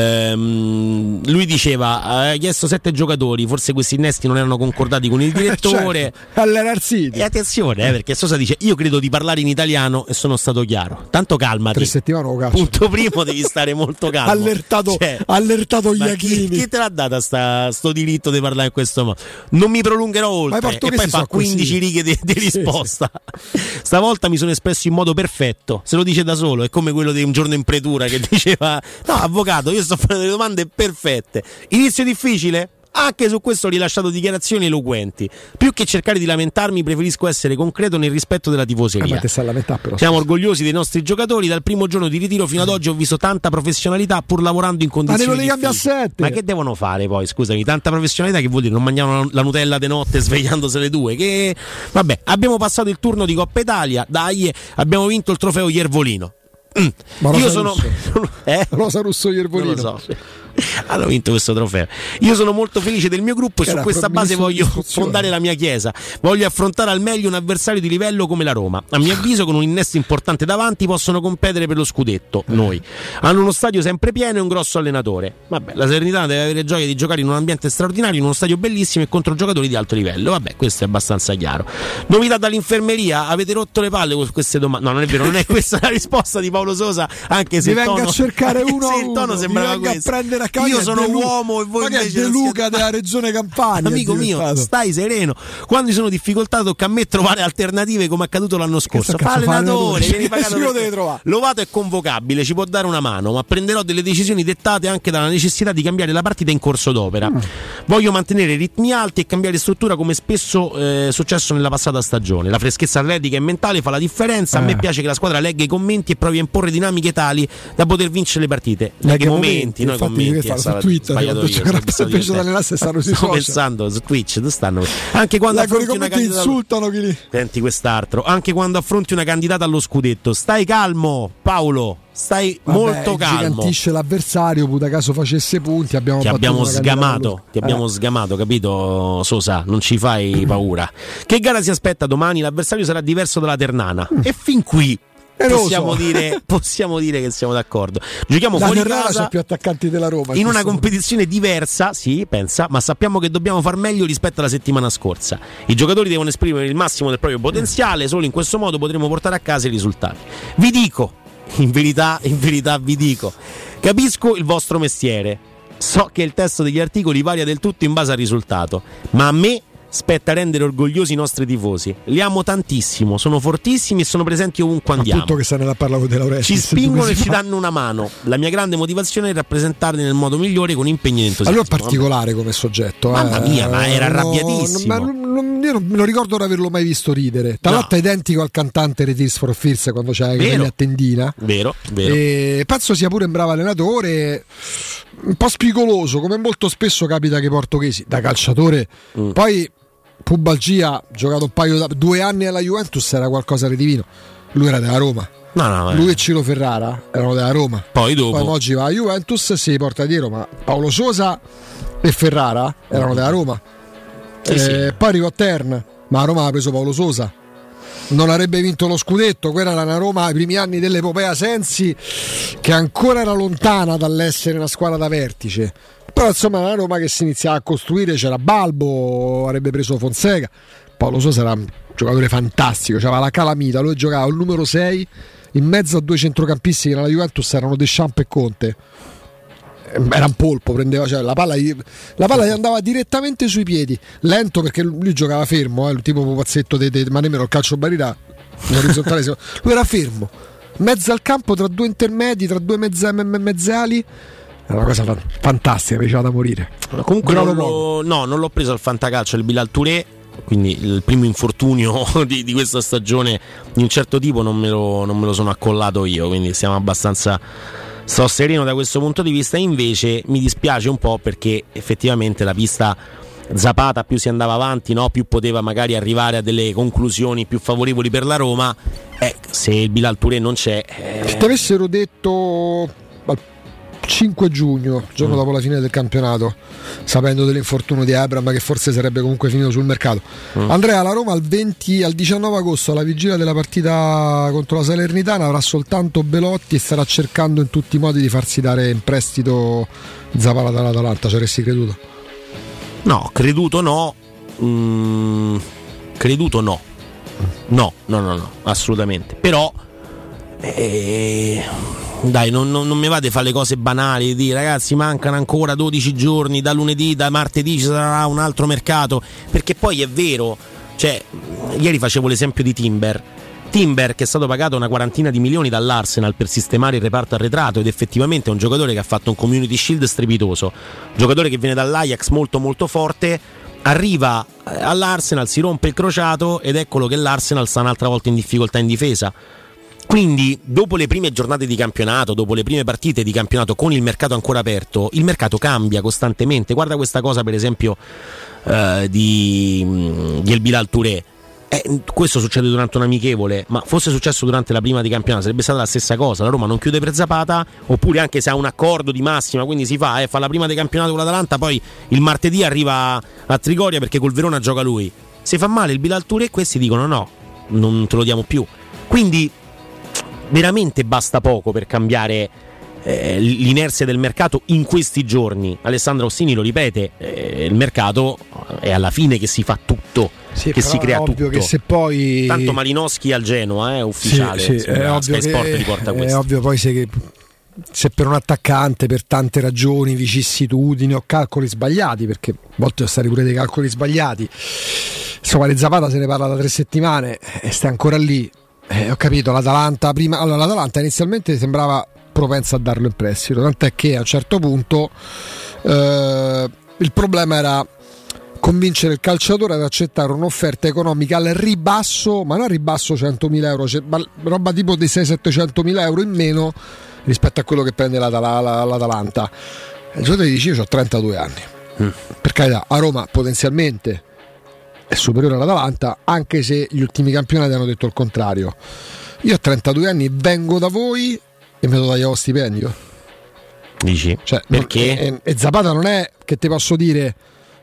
Lui diceva: ha chiesto 7 giocatori, forse questi innesti non erano concordati con il direttore. Certo, e attenzione, perché Sosa dice: io credo di parlare in italiano e sono stato chiaro. Tanto calmati. 3 settimane lo calcio. Punto primo, devi stare molto calmo. Allertato Iachini. Chi te l'ha data sto diritto di parlare in questo modo? Non mi prolungherò oltre. E poi fa 15 righe di risposta. Stavolta mi sono espresso in modo perfetto. Se lo dice da solo, è come quello di Un giorno in pretura che diceva: no, avvocato, io sto facendo delle domande perfette. Inizio difficile? Anche su questo ho rilasciato dichiarazioni eloquenti. Più che cercare di lamentarmi, preferisco essere concreto nel rispetto della tifoseria. Siamo orgogliosi dei nostri giocatori. Dal primo giorno di ritiro fino ad oggi ho visto tanta professionalità, pur lavorando in condizioni difficili. Ma che devono fare poi? Scusami, tanta professionalità che vuol dire? Non mangiavano la Nutella de notte svegliandosi alle 2? Che vabbè, abbiamo passato il turno di Coppa Italia. Dai, abbiamo vinto il trofeo Iervolino. Io sono Rosa Russo Iervolino. Non lo so. Hanno vinto questo trofeo. Io sono molto felice del mio gruppo e su questa base voglio fondare la mia chiesa. Voglio affrontare al meglio un avversario di livello come la Roma. A mio avviso, con un innesto importante davanti, possono competere per lo scudetto. Noi hanno uno stadio sempre pieno e un grosso allenatore. Vabbè, la Salernitana deve avere gioia di giocare in un ambiente straordinario, in uno stadio bellissimo e contro giocatori di alto livello. Vabbè, questo è abbastanza chiaro. Novità dall'infermeria? Avete rotto le palle con queste domande? No, non è vero, non è questa la risposta di Paolo Sosa. Anche se mi venga a cercare uno se il tono sembrava questo. Io sono uomo e voi invece De Luca della regione Campania. Amico mio, stai sereno. Quando ci sono difficoltà tocca a me trovare alternative, come accaduto l'anno scorso. Fa allenatore, vieni pagato per... Lovato è convocabile, ci può dare una mano, ma prenderò delle decisioni dettate anche dalla necessità di cambiare la partita in corso d'opera. Voglio mantenere ritmi alti e cambiare struttura, come spesso è successo nella passata stagione. La freschezza atletica e mentale fa la differenza. A me piace che la squadra legga i commenti e provi a imporre dinamiche tali da poter vincere le partite. Legga i momenti, noi commenti. Su Twitter sto pensando su Twitch anche quando affronti una candidata, insultano chi lì. Senti quest'altro, anche quando affronti una candidata allo scudetto, stai calmo Paolo, stai molto calmo. Gigantisce l'avversario, puta caso facesse punti, abbiamo sgamato, capito Sosa, non ci fai paura. Che gara si aspetta domani? L'avversario sarà diverso dalla Ternana e fin qui possiamo dire che siamo d'accordo. Giochiamo fuori casa, sono più attaccanti della Roma in una competizione diversa, sì, pensa, ma sappiamo che dobbiamo far meglio rispetto alla settimana scorsa. I giocatori devono esprimere il massimo del proprio potenziale, solo in questo modo potremo portare a casa i risultati. Vi dico, in verità vi dico, capisco il vostro mestiere, so che il testo degli articoli varia del tutto in base al risultato, ma a me spetta rendere orgogliosi i nostri tifosi. Li amo tantissimo, sono fortissimi e sono presenti ovunque andiamo. Appunto che sta nella parlavo della Laurentiis. Ci spingono e ci danno una mano. La mia grande motivazione è rappresentarli nel modo migliore con impegno e entusiasmo. Allora particolare come soggetto. Mamma mia, ma era arrabbiatissimo. Io non me lo ricordo di averlo mai visto ridere. Tra l'altro è identico al cantante di Tears for Fears quando c'era la tendina. Vero. E penso sia pure un bravo allenatore, un po' spigoloso, come molto spesso capita che i portoghesi, da calciatore. Poi Pubalgia, giocato 2 anni alla Juventus, era qualcosa di divino. Lui era della Roma. Lui e Ciro Ferrara erano della Roma. Poi oggi va a Juventus, si porta dietro, ma Paolo Sosa e Ferrara erano della Roma. Poi arrivò Tern, ma a Roma aveva preso Paolo Sosa. Non avrebbe vinto lo scudetto. Quella era una Roma ai primi anni dell'epopea Sensi, che ancora era lontana dall'essere una squadra da vertice. Però insomma era una Roma che si iniziava a costruire, c'era Balbo, avrebbe preso Fonseca. Paolo Sosa era un giocatore fantastico, c'aveva la calamita, lui giocava il numero 6 in mezzo a 2 centrocampisti che nella Juventus erano Deschamps e Conte. Era un polpo, prendeva, cioè, la palla gli andava direttamente sui piedi, lento perché lui giocava fermo, il tipo pupazzetto ma nemmeno il calcio barità, orizzontale. Lui era fermo, mezzo al campo, tra 2 intermedi, tra 2 mezzali. È una cosa fantastica, mi piaceva da morire. Comunque non l'ho preso al fantacalcio il Bilal Touré, quindi il primo infortunio di questa stagione di un certo tipo non me lo sono accollato io, quindi sto sereno da questo punto di vista. Invece mi dispiace un po' perché effettivamente la pista Zapata più si andava avanti, no? Più poteva magari arrivare a delle conclusioni più favorevoli per la Roma. Se il Bilal Touré non c'è, se ti avessero detto al 5 giugno, giorno dopo la fine del campionato, sapendo dell'infortunio di Abraham che forse sarebbe comunque finito sul mercato, Andrea, la Roma al 19 agosto, alla vigilia della partita contro la Salernitana, avrà soltanto Belotti e starà cercando in tutti i modi di farsi dare in prestito Zapata dall'Atalanta. Ci avresti creduto? No, creduto no. Creduto no. No, assolutamente. Però dai, non mi vate a fare le cose banali, di ragazzi mancano ancora 12 giorni, da lunedì, da martedì ci sarà un altro mercato, perché poi è vero, cioè ieri facevo l'esempio di Timber che è stato pagato una quarantina di milioni dall'Arsenal per sistemare il reparto arretrato, ed effettivamente è un giocatore che ha fatto un Community Shield strepitoso, giocatore che viene dall'Ajax molto molto forte, arriva all'Arsenal, si rompe il crociato ed eccolo che l'Arsenal sta un'altra volta in difficoltà in difesa. Quindi dopo le prime giornate di campionato, dopo le prime partite di campionato con il mercato ancora aperto, il mercato cambia costantemente. Guarda questa cosa per esempio di El Bilal Touré. Questo succede durante un amichevole, ma fosse successo durante la prima di campionato sarebbe stata la stessa cosa. La Roma non chiude per Zapata, oppure anche se ha un accordo di massima, quindi si fa la prima di campionato con l'Atalanta, poi il martedì arriva a Trigoria perché col Verona gioca lui. Se fa male il Bilal Touré, questi dicono no, non te lo diamo più. Quindi veramente basta poco per cambiare l'inerzia del mercato in questi giorni. Alessandro Ossini lo ripete, il mercato è alla fine che si fa tutto, che si crea tutto. Che se poi tanto Malinowski al Genoa è ufficiale, sì, è ovvio Sky Sport riporta questo. È ovvio poi se per un attaccante, per tante ragioni, vicissitudini o calcoli sbagliati, perché a volte sono stati pure dei calcoli sbagliati, insomma di Zapata se ne parla da 3 settimane e sta ancora lì. Ho capito, l'Atalanta inizialmente sembrava propensa a darlo in prestito, tant'è che a un certo punto il problema era convincere il calciatore ad accettare un'offerta economica al ribasso, ma non al ribasso 100.000 euro, roba tipo di 600-700.000 euro in meno rispetto a quello che prende l'Atalanta. Il giocatore dice: io ho 32 anni, per carità, a Roma potenzialmente è superiore all'Atalanta, anche se gli ultimi campionati hanno detto il contrario. Io ho 32 anni, vengo da voi e mi tagliavo lo stipendio. Dici? Cioè, perché? E Zapata non è che ti posso dire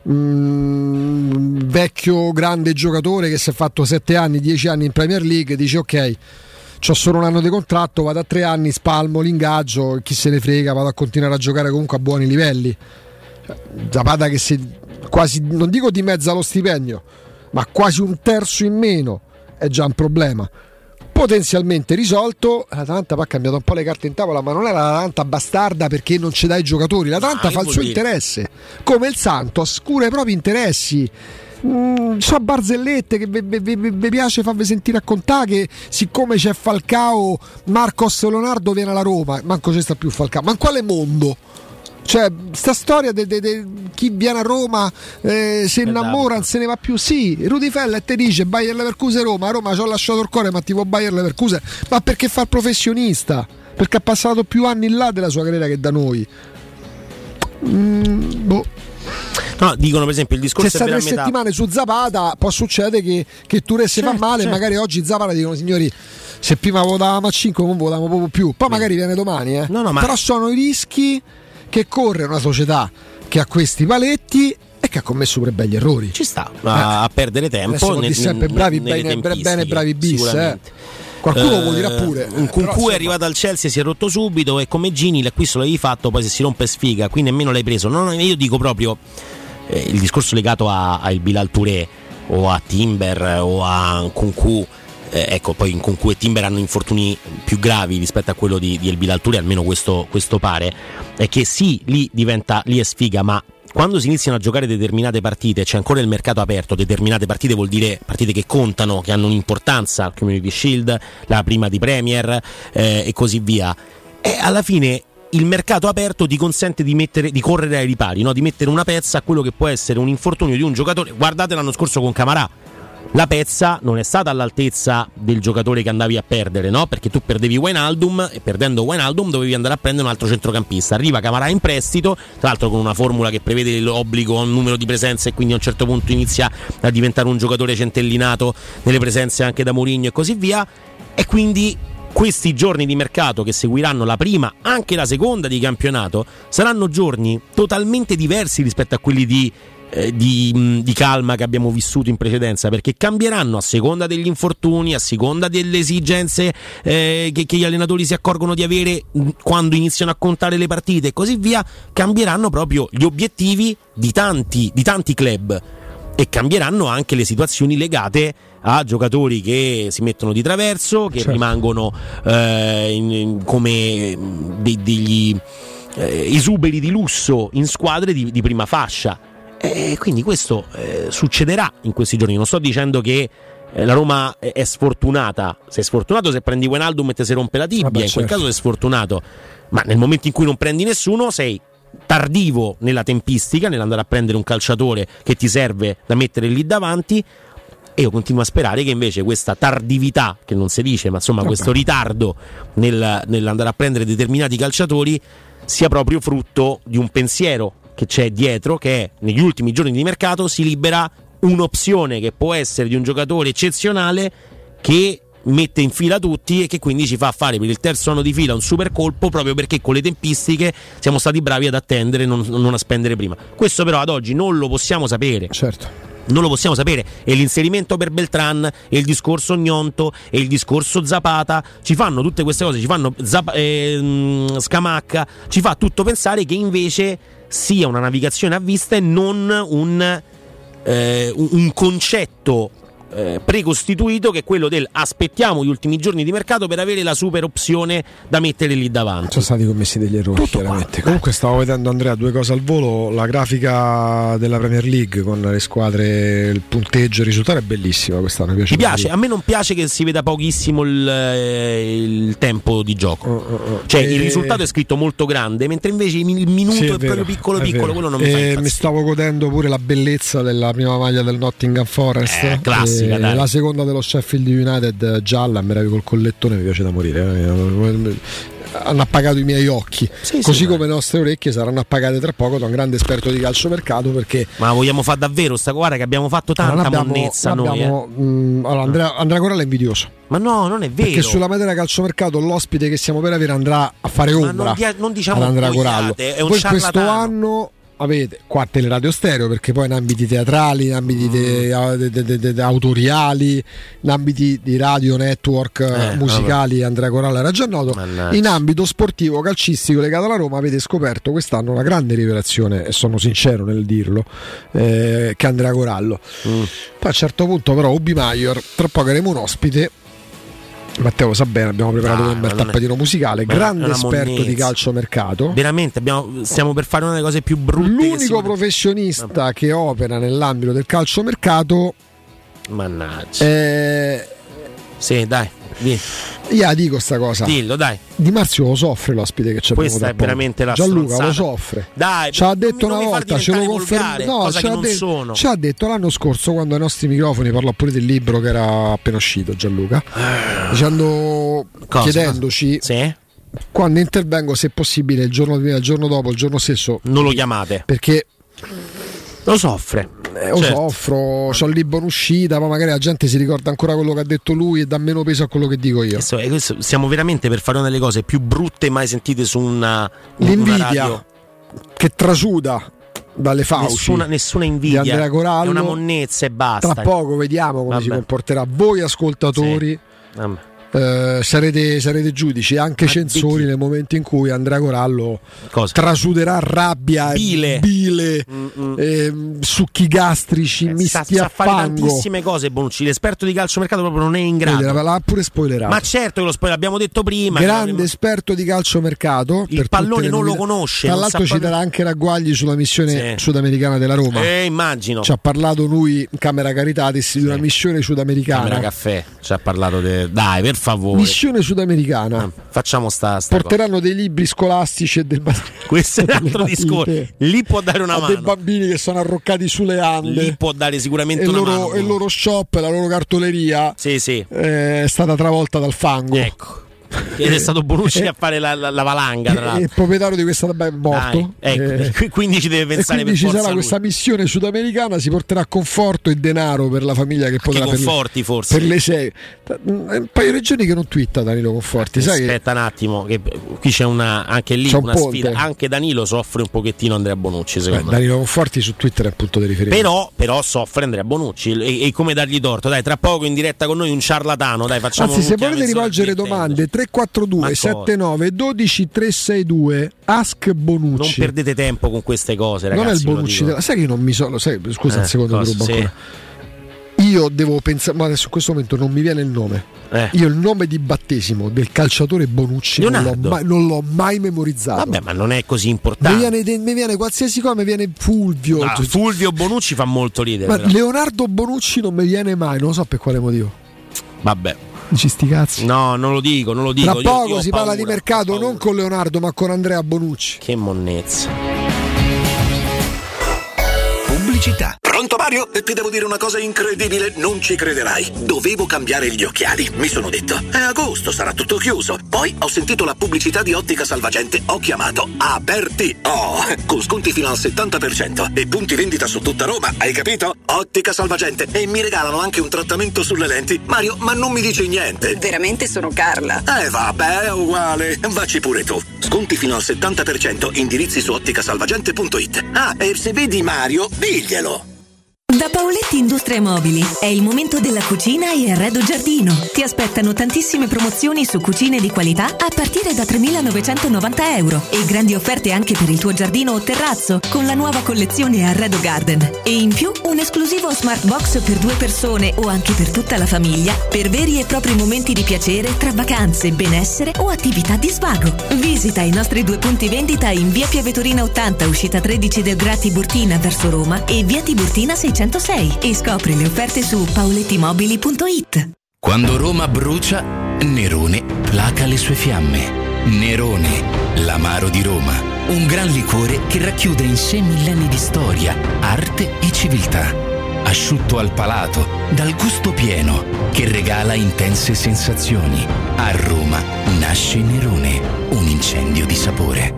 vecchio grande giocatore che si è fatto 7 anni, 10 anni in Premier League, dice ok, c'ho solo un anno di contratto, vado a 3 anni, spalmo l'ingaggio, chi se ne frega, vado a continuare a giocare comunque a buoni livelli. Zapata che si quasi, non dico dimezza lo stipendio, ma quasi un terzo in meno, è già un problema potenzialmente risolto. L'Atalanta poi ha cambiato un po' le carte in tavola, ma non è l'Atalanta bastarda perché non ci dai i giocatori. L'Atalanta fa il suo interesse, come il Santos cura i propri interessi. So barzellette che vi piace farvi sentire raccontare che siccome c'è Falcao, Marcos Leonardo viene alla Roma. Manco c'è sta più Falcao, ma in quale mondo? Cioè, sta storia di chi viene a Roma se innamora, non se ne va più. Sì, Rudy Feller te dice Bayer Leverkusen Roma, a Roma ci ho lasciato il cuore, ma tipo Bayer Leverkusen, ma perché fa il professionista? Perché ha passato più anni là della sua carriera che da noi. Boh. No, dicono per esempio il discorso se sta 3 settimane su Zapata, può succedere che Touré si fa male, magari oggi Zapata dicono signori, se prima votavamo a 5 non votavamo proprio più, poi magari viene domani però sono i rischi che corre una società che ha questi paletti e che ha commesso pure begli errori. Ci sta a perdere tempo sempre bravi bene bravi bis, qualcuno lo dirà pure. Un Kunku è arrivato al Chelsea, si è rotto subito, e come Gini l'acquisto l'avevi fatto, poi se si rompe sfiga, qui nemmeno l'hai preso. Io dico proprio il discorso legato a il Bilal Touré o a Timber o a Kunku. Ecco, poi in Kunku e Timber hanno infortuni più gravi rispetto a quello di El Bilal Touré, almeno questo pare. È che sì, lì è sfiga, ma quando si iniziano a giocare determinate partite, c'è ancora il mercato aperto. Determinate partite vuol dire partite che contano, che hanno un'importanza, Community Shield, la prima di Premier e così via. E alla fine il mercato aperto ti consente di correre ai ripari, no? Di mettere una pezza a quello che può essere un infortunio di un giocatore. Guardate l'anno scorso con Camarà. la pezza non è stata all'altezza del giocatore che andavi a perdere, no? Perché tu perdevi Wijnaldum e perdendo Wijnaldum dovevi andare a prendere un altro centrocampista. Arriva Camarà in prestito, tra l'altro con una formula che prevede l'obbligo a un numero di presenze e quindi a un certo punto inizia a diventare un giocatore centellinato nelle presenze anche da Mourinho e così via. E quindi questi giorni di mercato che seguiranno la prima, anche la seconda di campionato, saranno giorni totalmente diversi rispetto a quelli di calma che abbiamo vissuto in precedenza, perché cambieranno a seconda degli infortuni, a seconda delle esigenze che gli allenatori si accorgono di avere quando iniziano a contare le partite e così via. Cambieranno proprio gli obiettivi di tanti club e cambieranno anche le situazioni legate a giocatori che si mettono di traverso, che rimangono come degli esuberi di lusso in squadre di prima fascia. E quindi questo succederà in questi giorni. Non sto dicendo che la Roma è sfortunata. Sei sfortunato se prendi Wijnaldum e te si rompe la tibia, in quel caso sei sfortunato, ma nel momento in cui non prendi nessuno sei tardivo nella tempistica, nell'andare a prendere un calciatore che ti serve da mettere lì davanti. E io continuo a sperare che invece questa tardività, che non si dice, ma insomma questo ritardo nell'andare a prendere determinati calciatori sia proprio frutto di un pensiero che c'è dietro, che è negli ultimi giorni di mercato si libera un'opzione che può essere di un giocatore eccezionale che mette in fila tutti e che quindi ci fa fare per il terzo anno di fila un super colpo, proprio perché con le tempistiche siamo stati bravi ad attendere, non a spendere prima. Questo però ad oggi non lo possiamo sapere. Certo. Non lo possiamo sapere, e l'inserimento per Beltran e il discorso Gnonto e il discorso Zapata ci fanno tutte queste cose, ci fanno Scamacca, ci fa tutto pensare che invece sia una navigazione a vista e non un concetto precostituito, che è quello del aspettiamo gli ultimi giorni di mercato per avere la super opzione da mettere lì davanti. Sono stati commessi degli errori, tutto chiaramente qua. Comunque stavo vedendo, Andrea, due cose al volo. La grafica della Premier League con le squadre, il punteggio, il risultato è bellissima quest'anno. Mi piace, a me non piace che si veda pochissimo il tempo di gioco. Cioè il risultato è scritto molto grande, mentre invece il minuto è proprio piccolo, quello non mi fa impazzire. Mi stavo godendo pure la bellezza della prima maglia del Nottingham Forest, classica. La seconda dello Sheffield United gialla, meraviglia col collettone, mi piace da morire. Hanno appagato i miei occhi, così come le nostre orecchie saranno appagate tra poco da un grande esperto di calciomercato. Perché ma vogliamo fare davvero sta guarda che abbiamo fatto tanta monnezza noi. Allora, Andrea Coralla è invidioso. Ma no, non è vero. Perché sulla materia calciomercato l'ospite che stiamo per avere andrà a fare ombra non diciamo ad Andrea Corallo. È un Voi ciarlatano. Questo anno avete qua Teleradio Stereo, perché poi in ambiti teatrali, in ambiti autoriali, in ambiti di radio network musicali, Andrea Coralla era già noto. Mannaggia. In ambito sportivo calcistico legato alla Roma avete scoperto quest'anno una grande rivelazione, e sono sincero nel dirlo, che è Andrea Corallo. Poi a un certo punto però Ubi Maior, tra poco avremo un ospite, Matteo sa bene, abbiamo preparato un bel tappetino musicale, grande esperto di calciomercato. Veramente stiamo per fare una delle cose più brutte. L'unico professionista che opera nell'ambito del calciomercato. Mannaggia. Sì, dai. Io dico sta cosa. Dillo, dai. Di Marzio lo soffre l'ospite che c'è. Questa è veramente la Gianluca stronzata. lo soffre. Dai, ci ha detto una volta, ce lo conferma. No, ci ha detto l'anno scorso, quando ai nostri microfoni parlò pure del libro che era appena uscito, Gianluca, chiedendoci quando intervengo, se è possibile, il giorno prima, il giorno dopo, il giorno stesso. Non lo chiamate. Perché lo soffre. Soffro, c'ho il libro in uscita, ma magari la gente si ricorda ancora quello che ha detto lui e dà meno peso a quello che dico io. Questo, siamo veramente per fare una delle cose più brutte mai sentite su l'invidia una radio. Che trasuda dalle fauci. Nessuna invidia, di Andrea Corallo. È una monnezza e basta. Tra poco vediamo come si comporterà. Voi ascoltatori sarete giudici, anche censori, nel momento in cui Andrea Corallo trasuderà rabbia, bile, succhi gastrici, misti a fare fango. Tantissime cose, Bonucci. L'esperto di calciomercato proprio non è in grado. L'ha pure spoilerato. Ma certo che lo spoiler, l'abbiamo detto prima. Grande esperto di calciomercato. Il pallone non lo conosce. Tra l'altro ci darà anche ragguagli sulla missione sudamericana della Roma. Immagino. Ci ha parlato lui in Camera Caritatis di una missione sudamericana. Camera Caffè. Ci ha parlato dai, per favore. Missione sudamericana. Facciamo sta porteranno cosa. Dei libri scolastici e del questo è un altro discorso. Lì può dare una mano. Dei bambini che sono arroccati sulle Ande. Lì può dare sicuramente una mano. E il loro shop, la loro cartoleria sì. È stata travolta dal fango. Ecco. Ed è stato Bonucci a fare la valanga, tra l'altro. Il proprietario di questa è morto. Quindi ci deve pensare, e quindi per ci sarà lui. questa missione sudamericana, si porterà conforto e denaro per la famiglia che potrà Conforti forse per le 6. Un paio di giorni che non twitta Danilo Conforti. Sai aspetta un attimo, che qui c'è anche lì una sfida. Anche Danilo soffre un pochettino Andrea Bonucci, secondo me. Danilo Conforti su Twitter è un punto di riferimento. Però soffre Andrea Bonucci e come dargli torto? Dai, tra poco in diretta con noi un ciarlatano, dai, facciamo. Anzi, se volete rivolgere domande 342 79 12 362 Ask Bonucci. Non perdete tempo con queste cose, ragazzi. Non è il Bonucci sai che non mi sono. Scusa un secondo, ti rubo ancora. Io devo pensare, ma adesso in questo momento non mi viene il nome. Io il nome di battesimo del calciatore Bonucci non l'ho mai memorizzato. Vabbè, ma non è così importante. Mi viene qualsiasi cosa, mi viene Fulvio. Fulvio Bonucci fa molto ridere. Ma Leonardo Bonucci non mi viene mai, non lo so per quale motivo. Vabbè. Dici sti cazzi? No, non lo dico. Tra poco io si parla di mercato non con Leonardo ma con Andrea Bonucci. Che monnezza. Pubblicità. Pronto Mario? E ti devo dire una cosa incredibile, non ci crederai. Dovevo cambiare gli occhiali, mi sono detto. È agosto, sarà tutto chiuso. Poi ho sentito la pubblicità di Ottica Salvagente, ho chiamato Aperti con sconti fino al 70% e punti vendita su tutta Roma, hai capito? Ottica Salvagente. E mi regalano anche un trattamento sulle lenti. Mario, ma non mi dici niente. Veramente sono Carla. Vabbè, è uguale. Vacci pure tu. Sconti fino al 70%, indirizzi su otticasalvagente.it. E se vedi Mario, diglielo. Da Paoletti Industrie Mobili è il momento della cucina e arredo giardino. Ti aspettano tantissime promozioni su cucine di qualità a partire da 3.990 euro e grandi offerte anche per il tuo giardino o terrazzo con la nuova collezione Arredo Garden. E in più un esclusivo smart box per 2 persone o anche per tutta la famiglia per veri e propri momenti di piacere tra vacanze, benessere o attività di svago. Visita i nostri 2 punti vendita in via Piavetorina 80, uscita 13 del Gra Tiburtina verso Roma e via Tiburtina 606 e scopri le offerte su paolettimobili.it. Quando Roma brucia, Nerone placa le sue fiamme. Nerone, l'amaro di Roma, un gran liquore che racchiude in sé millenni di storia, arte e civiltà. Asciutto al palato, dal gusto pieno, che regala intense sensazioni. A Roma nasce Nerone, un incendio di sapore.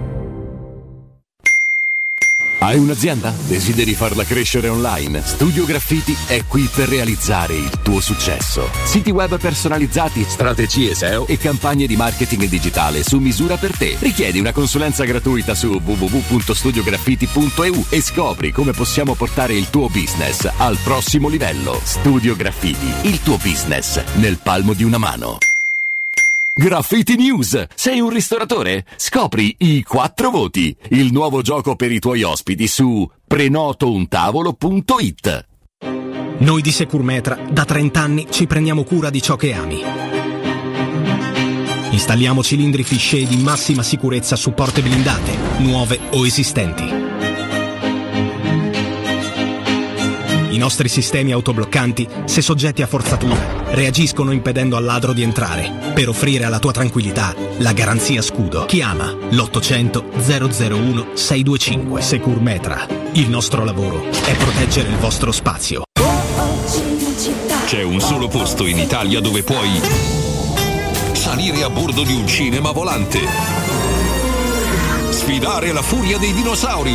Hai un'azienda? Desideri farla crescere online? Studio Graffiti è qui per realizzare il tuo successo. Siti web personalizzati, strategie SEO e campagne di marketing digitale su misura per te. Richiedi una consulenza gratuita su www.studiograffiti.eu e scopri come possiamo portare il tuo business al prossimo livello. Studio Graffiti, il tuo business nel palmo di una mano. Graffiti News. Sei un ristoratore? Scopri i 4 voti, il nuovo gioco per i tuoi ospiti su prenotountavolo.it. Noi di Securmetra da 30 anni ci prendiamo cura di ciò che ami. Installiamo cilindri Fichet di massima sicurezza su porte blindate, nuove o esistenti. I nostri sistemi autobloccanti, se soggetti a forzatura, reagiscono impedendo al ladro di entrare. Per offrire alla tua tranquillità la garanzia scudo. Chiama l'800 001 625. Securmetra. Il nostro lavoro è proteggere il vostro spazio. C'è un solo posto in Italia dove puoi salire a bordo di un cinema volante, sfidare la furia dei dinosauri,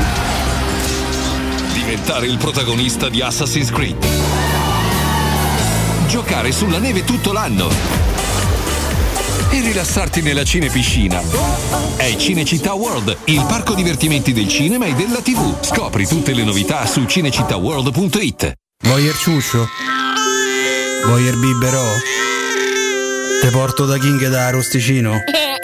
diventare il protagonista di Assassin's Creed, giocare sulla neve tutto l'anno e rilassarti nella cinepiscina. È Cinecittà World, il parco divertimenti del cinema e della TV. Scopri tutte le novità su cinecittàworld.it. Voyer ciuccio? Voyer biberò? Te porto da King da Arosticino?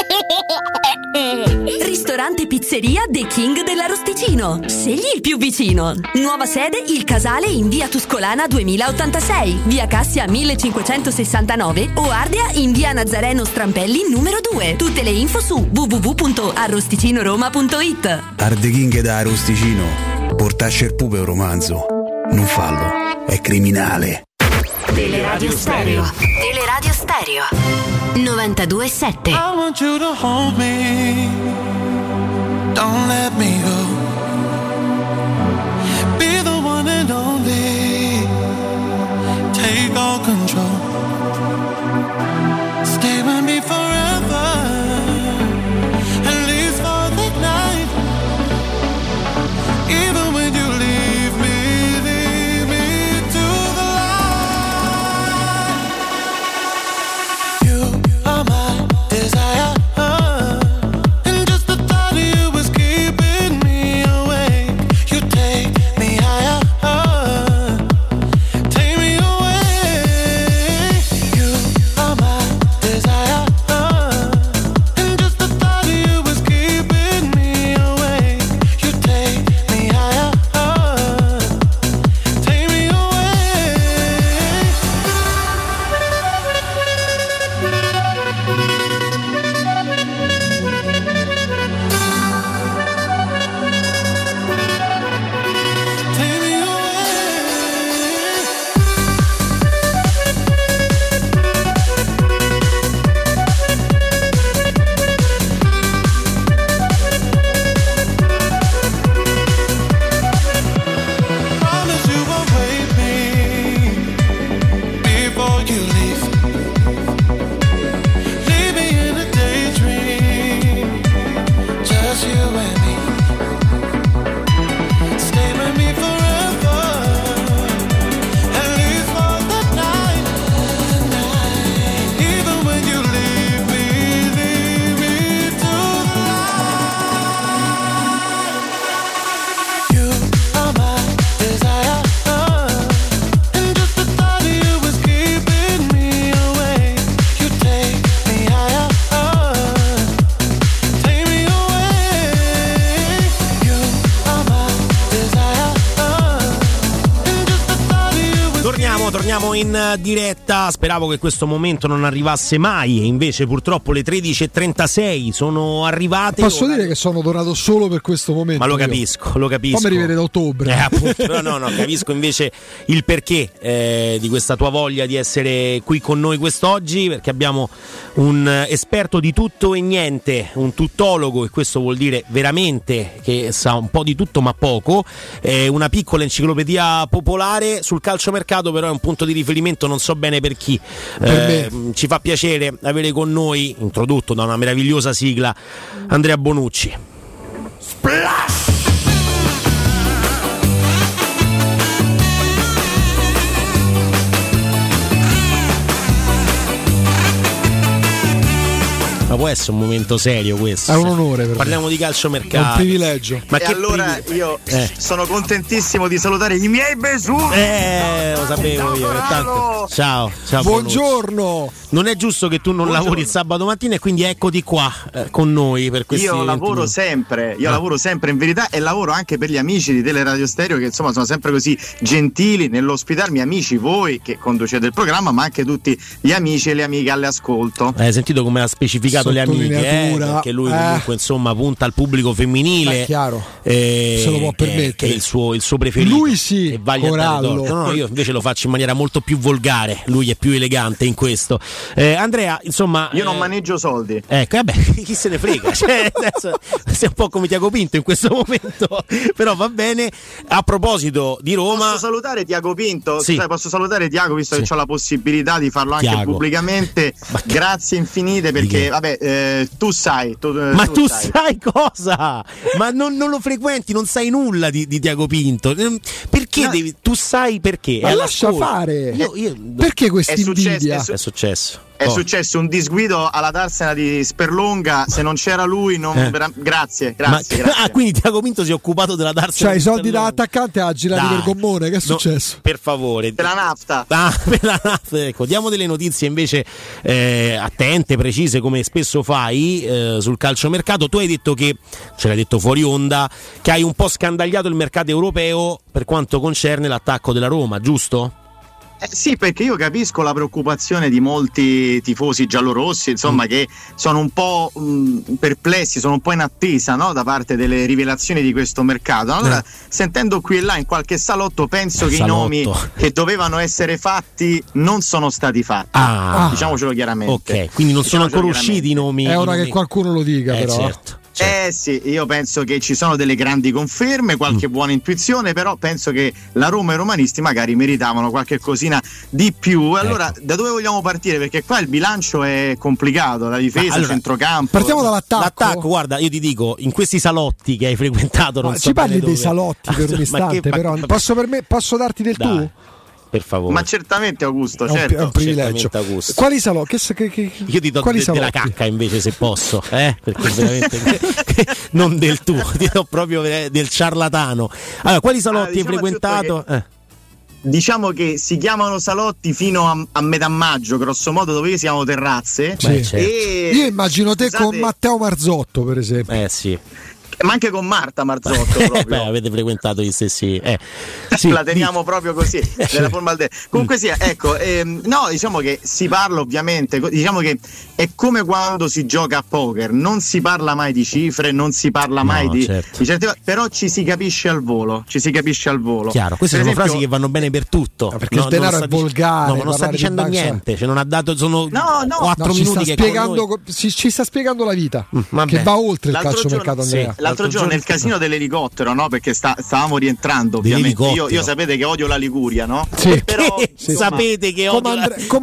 Ristorante Pizzeria The King dell'Arosticino. Scegli il più vicino. Nuova sede Il Casale in via Tuscolana 2086, via Cassia 1569 o Ardea in via Nazareno Strampelli numero 2. Tutte le info su www.arrosticinoroma.it. Arde King da Arosticino. Portasce il pupe un romanzo. Non fallo, è criminale. Teleradio Stereo. Teleradio Stereo 92.7. I want you to hold me, don't let me go. Be the one and only, take all control. Stay with me forever, at least for the night. Even when you leave me to the light. You are my desire, and just the thought of you is keeping me awake. You take me higher, take me away. You are my desire, and just the thought of you is keeping me awake. You take me higher, take me away. Take me Promise you won't wake me before you leave. Leave me in a daydream, just you and me. Stay with me forever, at least for the night. Even when you leave me to the light. You are my desire, and just the thought of you is keeping me awake. You take me higher, take me away. You are my desire, and just the thought of you is Torniamo in diretta. Speravo che questo momento non arrivasse mai, e invece purtroppo le 13.36 sono arrivate. Posso dire che sono donato solo per questo momento. Ma lo io. capisco. Poi mi rivede da ottobre. Appunto, però no, capisco invece il perché di questa tua voglia di essere qui con noi quest'oggi, perché abbiamo un esperto di tutto e niente, un tuttologo, e questo vuol dire veramente che sa un po' di tutto ma poco, una piccola enciclopedia popolare sul calciomercato, però è un punto di riferimento, non so bene per chi. Ci fa piacere avere con noi, introdotto da una meravigliosa sigla, Andrea Bonucci. Ma può essere un momento serio questo? È un onore per Parliamo me. di calciomercato. È un privilegio. Ma e che allora io sono contentissimo di salutare i miei besugli. Lo sapevo io. Tanto... Ciao. Buongiorno. Non è giusto che tu non lavori il sabato mattina, e quindi eccoti qua con noi per questi. Io lavoro sempre, lavoro sempre in verità, e lavoro anche per gli amici di Teleradio Stereo, che insomma sono sempre così gentili nell'ospitarmi, amici voi che conducete il programma, ma anche tutti gli amici e le amiche all'ascolto. Hai sentito come ha specificato le amiche, perché lui comunque insomma punta al pubblico femminile. È chiaro. Se lo può permettere. Che è il suo preferito. Lui sì, e Corallo. No, io invece lo faccio in maniera molto più volgare. Lui è più elegante in questo. Andrea, insomma, io non maneggio soldi. Ecco, vabbè, chi se ne frega? Cioè, adesso sei un po' come Tiago Pinto in questo momento. Però va bene. A proposito di Roma, posso salutare Tiago Pinto? Sì. Posso salutare Tiago, visto che ho la possibilità di farlo anche pubblicamente. Grazie infinite, perché vabbè, tu sai. Ma tu sai cosa? Ma non lo frequenti, non sai nulla di Tiago Pinto. Perché devi? Tu sai perché? Ma lascia fare. Perché questa invidia? È successo. È successo un disguido alla Darsena di Sperlonga, se non c'era lui non grazie. Quindi Tiago Pinto si è occupato della Darsena. Cioè i soldi da attaccante a girare per gommone, che è successo? Per favore. Per la nafta. Per la nafta, ecco, diamo delle notizie invece attente, precise, come spesso fai sul calciomercato. Tu hai detto che, ce l'hai detto fuori onda, che hai un po' scandagliato il mercato europeo per quanto concerne l'attacco della Roma, giusto? Sì, perché io capisco la preoccupazione di molti tifosi giallorossi, insomma, che sono un po' perplessi, sono un po' in attesa, no, da parte delle rivelazioni di questo mercato. Allora, sentendo qui e là in qualche salotto, penso che i nomi che dovevano essere fatti non sono stati fatti. Diciamocelo chiaramente. Ok, quindi non sono ancora usciti i nomi. È ora che qualcuno lo dica, però. Certo. Sì, io penso che ci sono delle grandi conferme, qualche buona intuizione, però penso che la Roma e i romanisti magari meritavano qualche cosina di più. Allora, da dove vogliamo partire? Perché qua il bilancio è complicato, la difesa, il centrocampo. Partiamo dall'attacco. L'attacco, guarda, io ti dico, in questi salotti che hai frequentato, non so ci parli dove. dei salotti per un istante, però posso darti del tu? Per favore. Ma certamente, Augusto, è un privilegio. Quali salotti? Io ti do della cacca invece, se posso, perché veramente non del tuo, ti do proprio del ciarlatano. Allora, quali salotti hai frequentato? Diciamo che si chiamano salotti fino a metà maggio, grosso modo, dove siamo terrazze. Certo. Io immagino te con Matteo Marzotto, per esempio. Sì. Ma anche con Marta Marzotto proprio. Avete frequentato gli stessi la teniamo proprio così nella forma del comunque sia, ecco, no, diciamo che si parla ovviamente, diciamo che è come quando si gioca a poker, non si parla mai di cifre, non si parla mai di certe, però ci si capisce al volo, chiaro, queste sono frasi che vanno bene per tutto, perché il denaro è volgare, ma non sta dicendo niente, cioè non ha dato, sono 4 minuti che ci sta spiegando la vita che va oltre il calciomercato, Andrea. L'altro giorno nel casino dell'elicottero, no? Perché stavamo rientrando, ovviamente. Io sapete che odio la Liguria, no? Sì. Però sapete che odio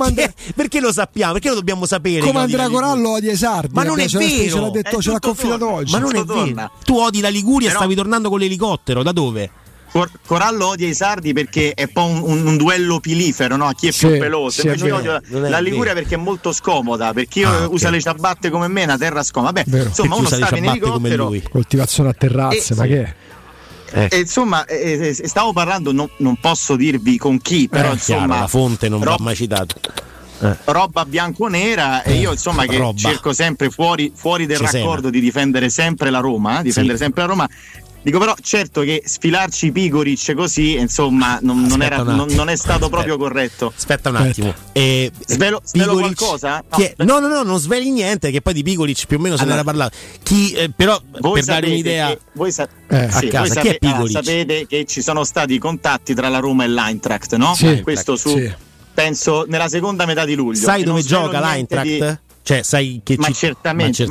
perché lo sappiamo? Perché lo dobbiamo sapere? Come Andrea Corallo odia i sardi. Ma non è vero, ce l'ha confidato oggi. Ma non è vero. Tu odi la Liguria e stavi tornando con l'elicottero, da dove? Corallo odia i sardi perché è un po' un duello pilifero, no? A chi è più peloso. Invece io odio la Liguria perché è molto scomoda, perché io usa le ciabatte come me, una terra scomoda. Vabbè, insomma, uno stava in elicottero, coltivazione a terrazze, ma che è? E insomma, stavo parlando, non posso dirvi con chi, però insomma, chiaro, la fonte non va mai citato. Roba bianco-nera, e io insomma che cerco sempre fuori del raccordo di difendere sempre la Roma, Dico, però certo che sfilarci Pigoric così, insomma, non è stato proprio corretto. Aspetta un attimo. Svelo qualcosa? No, non sveli niente, che poi di Pigoric più o meno se ne era parlato. Però per dare un'idea, voi sapete che ci sono stati contatti tra la Roma e l'Eintracht, no? Questo penso nella seconda metà di luglio. Sai dove gioca l'Eintracht? Cioè, sai che certamente.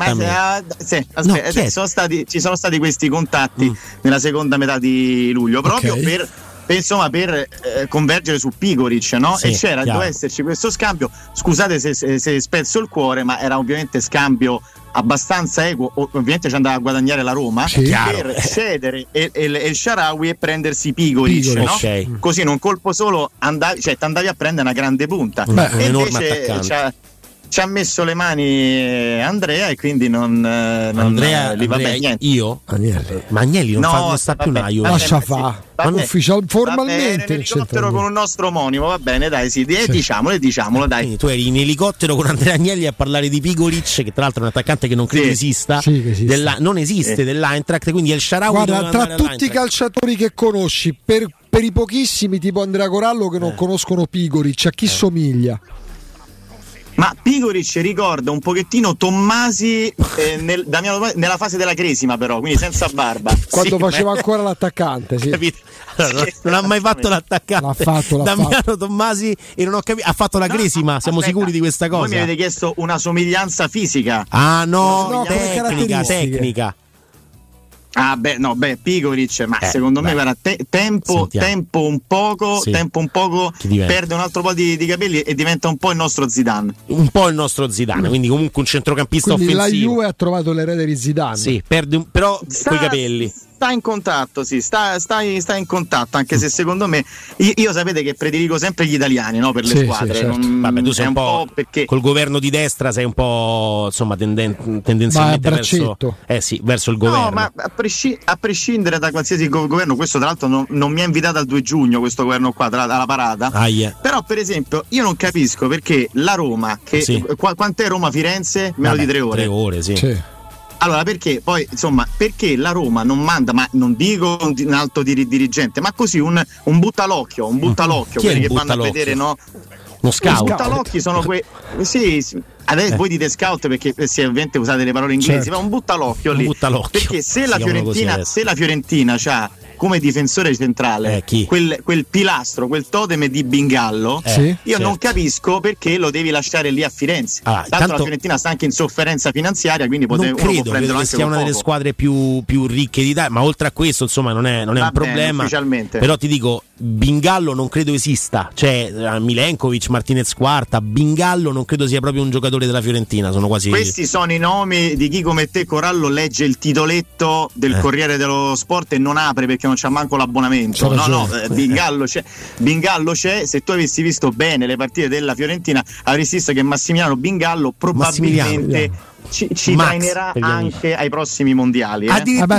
Ci sono stati questi contatti nella seconda metà di luglio, proprio per convergere su Pigoric, no? Sì, e doveva esserci questo scambio. Scusate se spezzo il cuore, ma era ovviamente scambio abbastanza equo. Ovviamente ci andava a guadagnare la Roma per cedere il Shaarawy e prendersi Pigoric, no? Così in un colpo solo andavi a prendere una grande punta. E invece ci ha messo le mani Andrea, e quindi non gli va bene niente. Io? Ma Agnelli non sta più là. Lascia fa. Formalmente in elicottero con un nostro omonimo, va bene, dai, diciamolo, dai. Quindi tu eri in elicottero con Andrea Agnelli a parlare di Pigoric, che tra l'altro è un attaccante che non credo esista, non esiste dell'Eintracht, quindi è il Shaarawy. Guarda, tra tutti i calciatori che conosci, per i pochissimi tipo Andrea Corallo che non conoscono Pigoric, a chi somiglia? Ma Pigoric ricorda un pochettino Tommasi nella fase della Cresima, però, quindi senza barba. Quando faceva ancora l'attaccante, capito? Allora, non ha mai fatto l'attaccante. L'ha fatto. Damiano Tommasi, e non ho capito. Ha fatto la Cresima, siamo sicuri di questa cosa? Voi mi avete chiesto una somiglianza fisica. Tecnica. Pigoric, ma secondo me guarda, tempo un poco perde un altro po' di capelli e diventa un po' il nostro Zidane. Quindi comunque un centrocampista offensivo. La Juve ha trovato l'erede di Zidane. Sì, perde però coi capelli. Sta in contatto, sta in contatto, anche se secondo me io sapete che prediligo sempre gli italiani, no, per le squadre. Certo. Vabbè, tu sei un po' perché col governo di destra sei un po', insomma, tendenzialmente verso il governo. No, ma a prescindere da qualsiasi governo, questo tra l'altro non mi ha invitato al 2 giugno questo governo qua alla parata. Però per esempio io non capisco perché la Roma, quant'è Roma-Firenze? Meno di 3 ore. 3 ore, sì. Allora, perché poi, insomma, perché la Roma non manda, ma non dico un alto dirigente, ma così un buttalocchio, quelli che vanno a vedere, no? Uno scout. I buttalocchi sono sì. Adesso voi dite scout perché ovviamente usate le parole inglesi, certo. Ma un buttalocchio lì. Perché se la Fiorentina c'ha come difensore centrale quel pilastro, quel totem di Bingallo, io non capisco perché lo devi lasciare lì a Firenze. Tanto la Fiorentina sta anche in sofferenza finanziaria, quindi non credo che sia una delle squadre più ricche d'Italia, ma oltre a questo insomma non è un problema ufficialmente. Però ti dico, Bingallo non credo esista, cioè Milenkovic, Martinez Quarta, Bingallo non credo sia proprio un giocatore della Fiorentina, sono quasi. Questi sono i nomi di chi come te, Corallo, legge il titoletto del Corriere dello Sport e non apre perché non c'ha manco l'abbonamento. Bingallo c'è. Se tu avessi visto bene le partite della Fiorentina avresti visto che Massimiliano Bingallo probabilmente ci trainerà anche ai prossimi mondiali.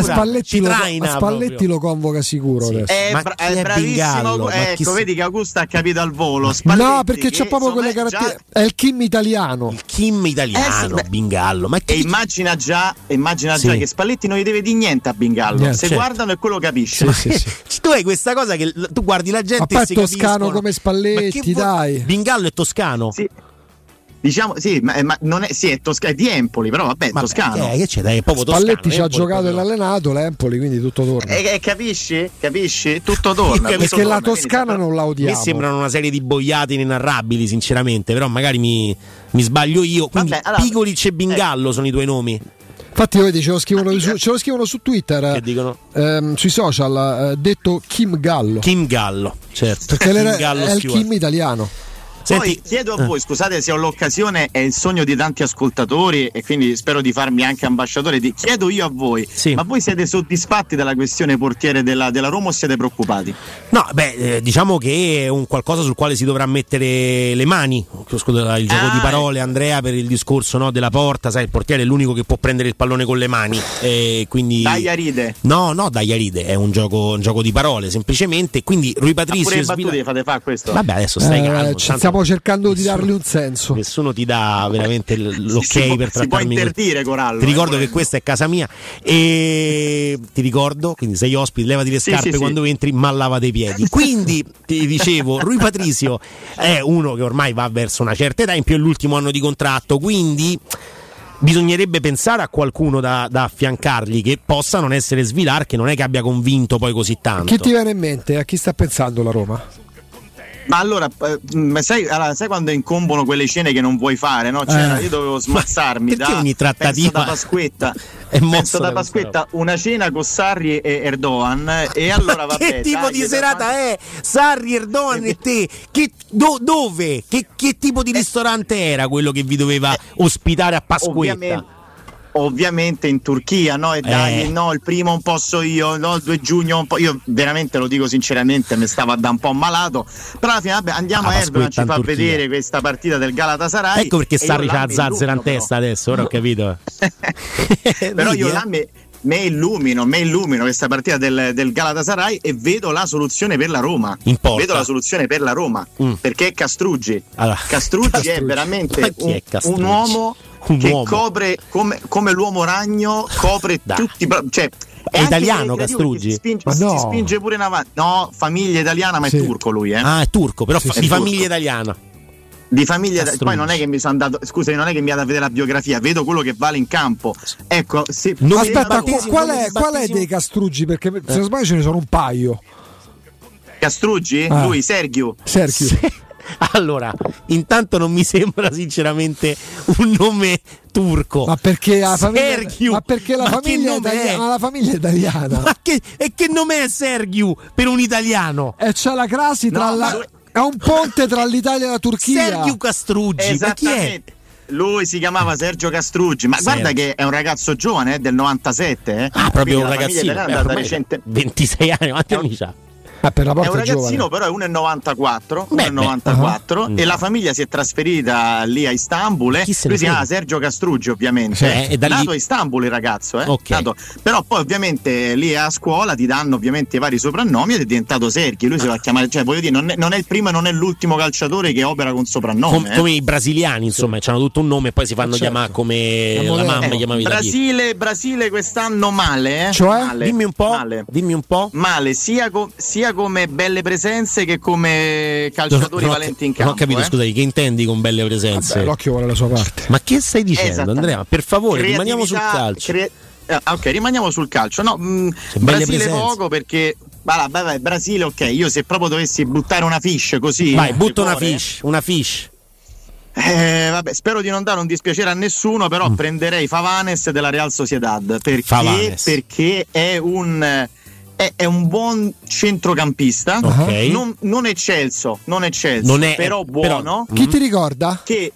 Spalletti lo convoca sicuro adesso. È bravissimo. Ecco, vedi che Augusto ha capito al volo. No, perché c'ha proprio quelle caratteristiche. È il Kim italiano. Bingallo. E immagina già che Spalletti non gli deve di niente a Bingallo. Se guardano e quello capisce. Tu hai questa cosa che tu guardi la gente ma e si toscano capiscono. Come Spalletti, dai. Bingallo è toscano. Sì. Diciamo ma non è, è toscano, è di Empoli, però vabbè, toscano. Che c'è, dai, è proprio Spalletti toscano, ci ha giocato e l'allenato l'Empoli, quindi tutto torna. Capisci? Tutto torna. Perché la Toscana non la odiamo. A me sembrano una serie di boiate inenarrabili, sinceramente, però magari mi sbaglio io. Quindi Pigolic e Bingallo sono i tuoi nomi. Infatti vedi, ce lo scrivono su Twitter, che dicono? Sui social, detto Kim Gallo, certo, perché è il Kim italiano. Poi chiedo a voi, scusate se ho l'occasione, è il sogno di tanti ascoltatori e quindi spero di farmi anche ambasciatore, chiedo io a voi, ma voi siete soddisfatti della questione portiere della Roma o siete preoccupati? No, diciamo che è un qualcosa sul quale si dovrà mettere le mani. Scusa, il gioco di parole, Andrea, per il discorso, no, della porta, sai, il portiere è l'unico che può prendere il pallone con le mani, quindi Dagliaride. No, Dagliaride, è un gioco di parole, semplicemente, quindi Rui Patrizio pure le battute fate fare questo. Vabbè, adesso stai calmo. Stiamo cercando di dargli un senso. Nessuno ti dà veramente l'ok per trattarmi. Si può interdire, Corallo. Ti ricordo che questa è casa mia e ti ricordo, quindi sei ospite, levati le scarpe quando entri, ma lavate i piedi. Quindi ti dicevo, Rui Patrizio è uno che ormai va verso una certa età, in più è l'ultimo anno di contratto, quindi bisognerebbe pensare a qualcuno da affiancargli che possa non essere Svilar, che non è che abbia convinto poi così tanto. Chi ti viene in mente? A chi sta pensando la Roma? Ma allora, sai quando incombono quelle scene che non vuoi fare, no? Io dovevo smazzarmi ogni trattativa penso da Pasquetta una cena con Sarri e Erdogan e allora vabbè. Che tipo di serata è? Sarri, Erdogan e te? Dove? Che tipo di ristorante era quello che vi doveva ospitare a Pasquetta? Ovviamente in Turchia, no? E dai, no, il primo un po' so io, no, il 2 giugno un po'. Io veramente lo dico sinceramente, mi stava da un po' ammalato. Però alla fine, vabbè, andiamo a Erdogan, ci fa vedere questa partita del Galatasaray. Ecco perché Sarri c'ha Zazzera in testa adesso, ora ho capito. Però io là me illumino questa partita del Galatasaray e vedo la soluzione per la Roma. Vedo la soluzione per la Roma perché è Castruggi. Castruggi è veramente un uomo che copre come l'uomo ragno, copre tutti, cioè è italiano Castruggi? Si spinge pure in avanti. No, famiglia italiana, ma è turco lui, Ah, è turco, però di famiglia italiana. Di famiglia, poi non è che mi sono andato, scusami, non è che mi vado a vedere la biografia, vedo quello che vale in campo. Ecco, aspetta, qual è dei Castruggi? Perché se non sbaglio ce ne sono un paio. Castruggi? Lui, Sergio. Allora, intanto non mi sembra sinceramente un nome turco. Ma perché la famiglia, la famiglia è italiana? Ma che nome è Sergio per un italiano? E c'ha la crasi è un ponte tra l'Italia e la Turchia. Sergio Castruggi, ma chi è? Lui si chiamava Sergio Castruggi, ma guarda che è un ragazzo giovane del 97. Proprio un ragazzino, 26 anni, quanti anni c'ha? Per la è porta un giovane. ragazzino, però è 1,94 e la famiglia si è trasferita lì a Istanbul. Lui si chiama Sergio Castruggi, ovviamente. È da lì. Nato a Istanbul il ragazzo, nato. Però poi ovviamente lì a scuola ti danno ovviamente i vari soprannomi ed è diventato Sergio. Lui si va a chiamare, cioè voglio dire, non è il primo e non è l'ultimo calciatore che opera con soprannome. Come i brasiliani, insomma, hanno tutto un nome e poi si fanno chiamare come la mamma chiamavi da Brasile quest'anno male, Cioè? Male. Dimmi un po'. Male, sia come belle presenze che come calciatori valenti in campo. Non ho capito, scusami, che intendi con belle presenze? Vabbè, l'occhio vuole la sua parte. Ma che stai dicendo, Andrea? Per favore, rimaniamo sul calcio. Ok, rimaniamo sul calcio. No, Brasile poco perché vai, Brasile, ok. Io se proprio dovessi buttare una fish così. Vai, butta una fish. Vabbè, spero di non dare un dispiacere a nessuno, però prenderei Favanes della Real Sociedad perché è un buon centrocampista, non eccelso, però buono. Chi ti ricorda? Che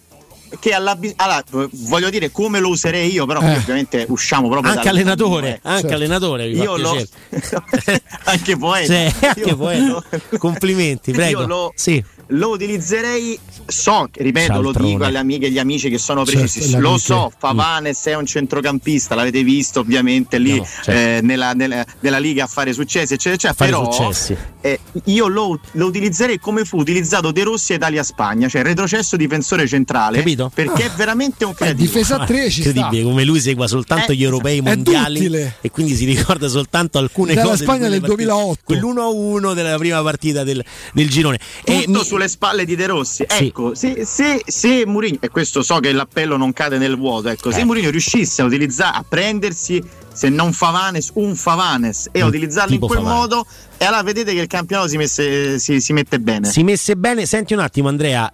voglio dire come lo userei io, però ovviamente usciamo proprio anche allenatore, allenatore vi fa piacere. Anche poeta. Complimenti, prego. Lo utilizzerei, ripeto, lo dico alle amiche e agli amici che sono precisi, lo so, Favanes è un centrocampista, l'avete visto ovviamente lì nella Liga a fare successi, eccetera, però io lo utilizzerei come fu utilizzato De Rossi a Italia-Spagna, cioè retrocesso difensore centrale. Capito? Perché è veramente un creativo. Difesa a 3 ci sta. Incredibile, come lui segua soltanto gli europei mondiali e quindi si ricorda soltanto alcune dalla cose. Dalla Spagna nel 2008. Quell'1-1 della prima partita del girone. Tutto sulle spalle di De Rossi. Ecco, se Mourinho, e questo so che l'appello non cade nel vuoto, se Mourinho riuscisse a utilizzare, a prendersi, se non Favanes, un Favanes e a utilizzarlo in quel modo, e allora vedete che il campionato si mette bene. Si messe bene. Senti un attimo, Andrea,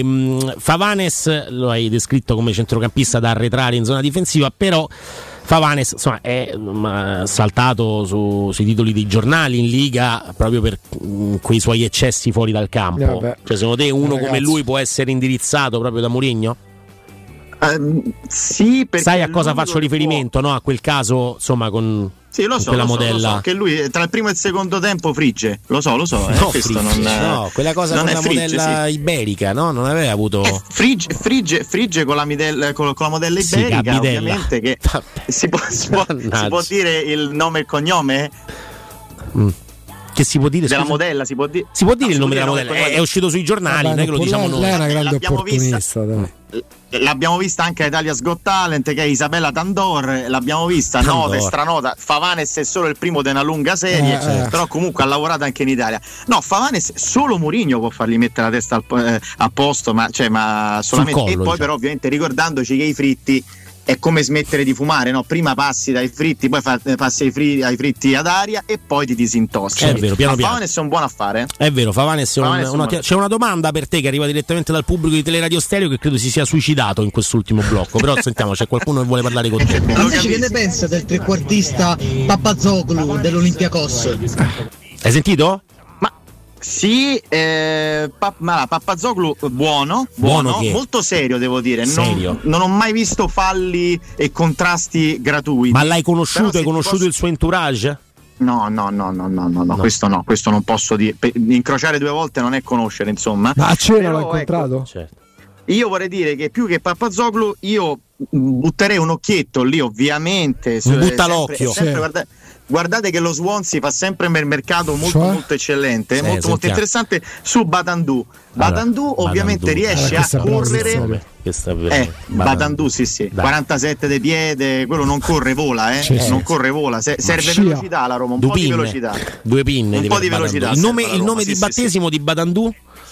Favanes lo hai descritto come centrocampista da arretrare in zona difensiva, però Favanes insomma è saltato sui titoli dei giornali in Liga proprio per quei suoi eccessi fuori dal campo. Cioè, secondo te uno come lui può essere indirizzato proprio da Mourinho? Sì, perché sai a cosa faccio riferimento, no? A quel caso, insomma, con quella modella. Lo so, che lui tra il primo e il secondo tempo frigge. Lo so. Quella cosa con la modella iberica, no? Non aveva avuto. Frigge con la modella iberica, ovviamente. Che si può dire il nome e il cognome? Che si può dire della modella? Si può dire il nome della modella. È uscito sui giornali, non è che lo diciamo noi. Lei è una grande opportunista. L'abbiamo vista anche a Italia's Got Talent, che è Isabella Tandor. L'abbiamo vista nota e stranota. Favanes è solo il primo di una lunga serie, però comunque ha lavorato anche in Italia. No, Favanes solo Mourinho può fargli mettere la testa a posto, ma solamente collo, e poi però ovviamente ricordandoci che i fritti è come smettere di fumare, no? Prima passi dai fritti, poi passi ai fritti ad aria e poi ti disintossichi. È vero, piano piano. Favanes è un buon affare. È vero, Favanes c'è una domanda per te che arriva direttamente dal pubblico di Teleradio Stereo, che credo si sia suicidato in quest'ultimo blocco. Però sentiamo, c'è qualcuno che vuole parlare con te. Invece che ne pensa del trequartista Papazoglou dell'Olympiakos? Hai sentito? Sì, Papazoglou buono molto serio, devo dire. Non ho mai visto falli e contrasti gratuiti. Ma l'hai conosciuto? Hai conosciuto il suo entourage? No, questo non posso dire. Incrociare 2 volte non è conoscere, insomma. Ma a cena l'ho incontrato? Ecco, certo. Io vorrei dire che più che Papazoglou io butterei un occhietto lì, ovviamente. Butta l'occhio. Guardate che lo Swansea fa sempre un mercato molto eccellente, molto interessante su Badandu. Badandu ovviamente riesce a correre. Badandu, sì. 47 di piede, quello non corre, vola, non corre, vola. Serve velocità alla Roma, un po' di velocità. 2 pinne. Un po' di velocità. Il nome di battesimo di Badandu?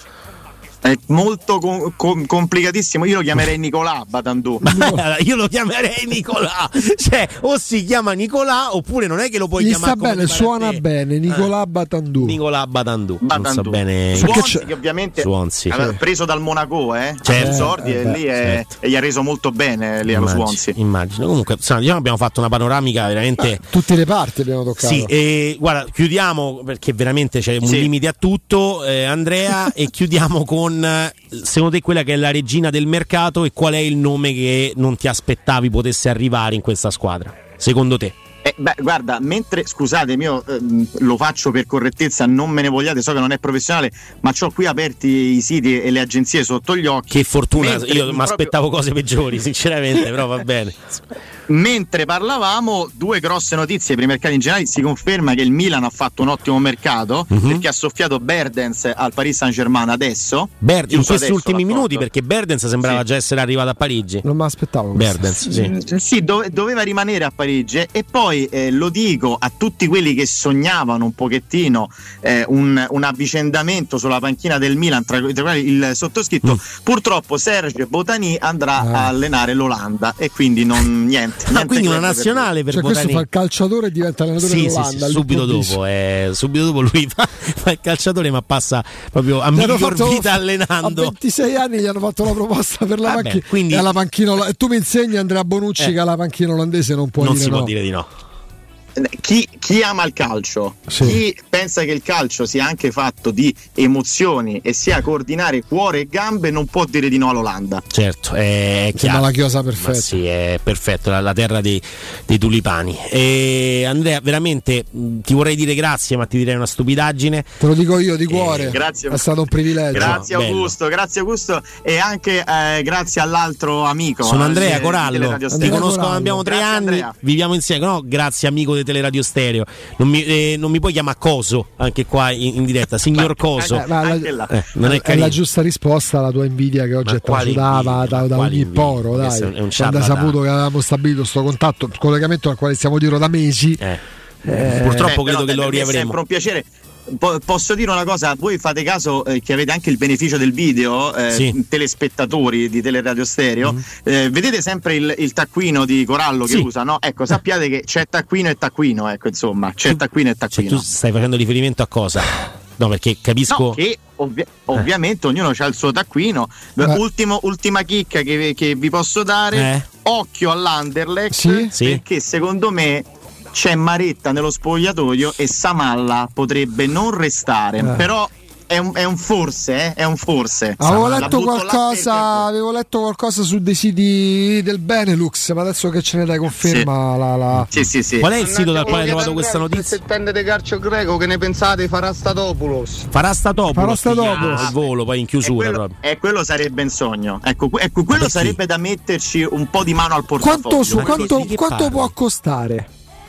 È molto complicatissimo. Io lo chiamerei Nicolà Badandu. Io lo chiamerei Nicolà. Cioè, o si chiama Nicolà oppure non è che lo puoi chiamare. Sta bene, suona bene. Nicolà Badandu. Nicolà Badandu. Non so bene. Swansea, che ovviamente aveva preso dal Monaco, Sordi, e lì e gli ha reso molto bene lì allo Swansea. Immagino. Comunque, diciamo, abbiamo fatto una panoramica veramente. Tutte le parti abbiamo toccato. Sì, e guarda, chiudiamo perché veramente c'è un limite a tutto, Andrea, e chiudiamo con secondo te quella che è la regina del mercato e qual è il nome che non ti aspettavi potesse arrivare in questa squadra, secondo te? Guarda, mentre, scusatemi, io lo faccio per correttezza, non me ne vogliate, so che non è professionale, ma c'ho qui aperti i siti e le agenzie sotto gli occhi. Che fortuna, io mi aspettavo cose peggiori, sinceramente, però va bene. Mentre parlavamo, due grosse notizie per i mercati in generale. Si conferma che il Milan ha fatto un ottimo mercato, perché ha soffiato Berdens al Paris Saint-Germain adesso. In questi ultimi minuti, perché Berdens sembrava già essere arrivato a Parigi. Non mi aspettavo. Berdens, sì, doveva rimanere a Parigi. E poi lo dico a tutti quelli che sognavano un pochettino un avvicendamento sulla panchina del Milan, tra quali il sottoscritto. Purtroppo Serge Botany andrà a allenare l'Olanda e quindi niente. Quindi una nazionale per Botany. Questo fa il calciatore e diventa allenatore dell'Olanda. Sì, subito dopo lui fa il calciatore, ma passa proprio a miglior vita allenando. A 26 anni gli hanno fatto la proposta per la panchina. Quindi alla panchina. E tu mi insegni, Andrea Bonucci, che alla panchina olandese non può si può dire di no. Chi ama il calcio, chi pensa che il calcio sia anche fatto di emozioni e sia coordinare cuore e gambe, non può dire di no all'Olanda. Certo, è chiaro. La chiosa perfetta. Sì, è perfetto, la terra dei tulipani. E Andrea, veramente ti vorrei dire grazie, ma ti direi una stupidaggine. Te lo dico io di cuore. Grazie. È stato un privilegio. Grazie Augusto, e anche grazie all'altro amico. Sono Andrea Corallo, ti conosco, abbiamo 3 anni, Andrea. Viviamo insieme. No, grazie amico di Teleradio Stereo. Non mi puoi chiamare Coso anche qua in diretta, signor Coso. Non è la giusta risposta alla tua invidia che oggi è trasudata da ogni poro. Dai. Quando hai saputo che avevamo stabilito questo contatto, collegamento al quale stiamo dietro da mesi. Purtroppo credo che lo riavremo. È sempre un piacere. Posso dire una cosa, voi fate caso che avete anche il beneficio del video, telespettatori di Teleradio Stereo, vedete sempre il taccuino di Corallo che usa, no? Ecco, sappiate che c'è taccuino e taccuino, ecco, insomma, c'è taccuino e taccuino. Tu stai facendo riferimento a cosa? No, perché capisco che ovviamente ognuno ha il suo taccuino. Ultima chicca che vi posso dare, occhio all'Anderlecht, perché secondo me c'è Maretta nello spogliatoio e Samalla potrebbe non restare, però è un forse, è un forse. Avevo letto qualcosa su dei siti del Benelux, ma adesso che ce ne dai conferma Sì. Qual è il sito dal quale hai trovato questa notizia? Se intendete calcio greco, che ne pensate di Farastatopoulos? Al volo, poi in chiusura proprio. E quello sarebbe un sogno. Ecco quello sarebbe da metterci un po' di mano al portafoglio. Quanto può costare?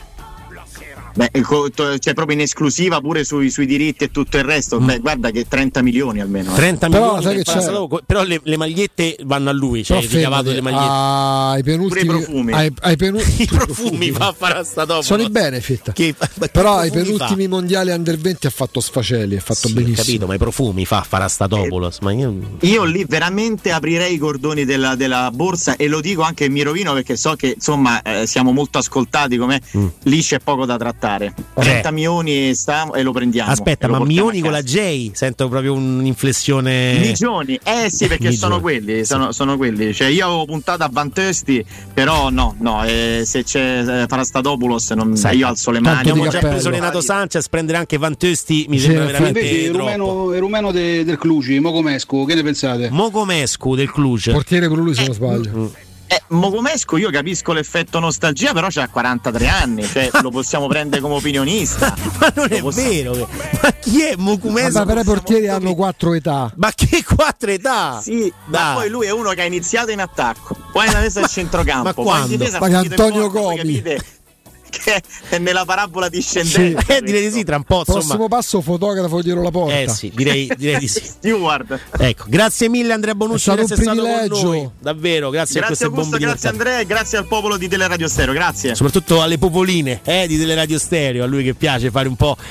C'è proprio in esclusiva pure sui diritti e tutto il resto. Guarda che 30 milioni almeno. 30 milioni, però le magliette vanno a lui, cioè il ricavato delle magliette. I penultimi, pure i profumi. I profumi fa Farastatopoulos. Sono i benefit. Però ai penultimi mondiali under 20 ha fatto sfaceli, ha fatto benissimo. Capito, ma i profumi fa Farastatopoulos. Io lì veramente aprirei i cordoni della borsa, e lo dico anche mi rovino perché so che insomma siamo molto ascoltati, come lì c'è poco da trattare. 30 milioni e lo prendiamo. Aspetta, ma milioni con la J? Sento proprio un'inflessione. Milioni? Sì, perché sono quelli. Cioè, io avevo puntato a Van Teusti, però no, se c'è Farastatopoulos io alzo le mani. Abbiamo già preso Renato Sanchez, prendere anche Van Teusti mi sembra veramente il rumeno del Cluj, Mogomescu, che ne pensate? Mogomescu del Cluj, portiere per lui se non sbaglio. Mogomescu, io capisco l'effetto nostalgia, però c'ha 43 anni, cioè lo possiamo prendere come opinionista. Ma non è vero, ma chi è Mogomescu? Ma per i portieri hanno 4 età. Ma che 4 età? Sì, ma poi lui è uno che ha iniziato in attacco, poi in adesso al centrocampo, poi in difesa ma Antonio Gomi, che è nella parabola discendente. Direi di sì, tra un po'. Prossimo passo, fotografo dietro la porta. Sì, direi di sì. Steward. Ecco, grazie mille Andrea Bonucci per essere stato con noi. Davvero, grazie a questo Augusto, grazie Andrea, e grazie al popolo di Teleradio Stereo, grazie. Soprattutto alle popoline di Teleradio Stereo, a lui che piace fare un po'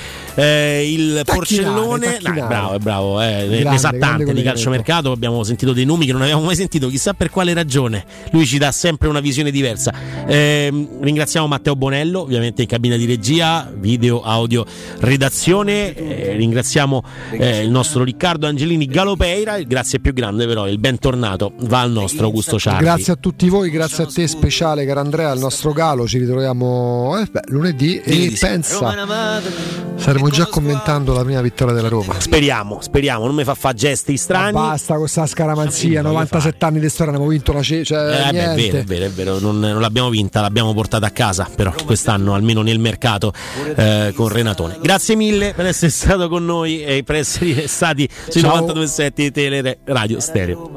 il porcellone. È bravo, ne sa tante di calciomercato, abbiamo sentito dei nomi che non avevamo mai sentito, chissà per quale ragione. Lui ci dà sempre una visione diversa. Ringraziamo Matteo Bonello, ovviamente in cabina di regia, video, audio, redazione. Ringraziamo il nostro Riccardo Angelini Galopeira. Il grazie più grande però, il bentornato va al nostro Augusto Ciardi. Grazie a tutti voi, grazie a te speciale caro Andrea, al nostro Galo. Ci ritroviamo lunedì e pensa staremo già commentando la prima vittoria della Roma. Speriamo, non mi fa gesti strani. Ma basta con questa scaramanzia, 97 anni di storia, abbiamo vinto la niente. È vero, non l'abbiamo vinta, l'abbiamo portata a casa, però quest'anno, almeno nel mercato, con Renatone. Grazie mille per essere stato con noi e per essere stati sui 92.7 Tele Radio Stereo.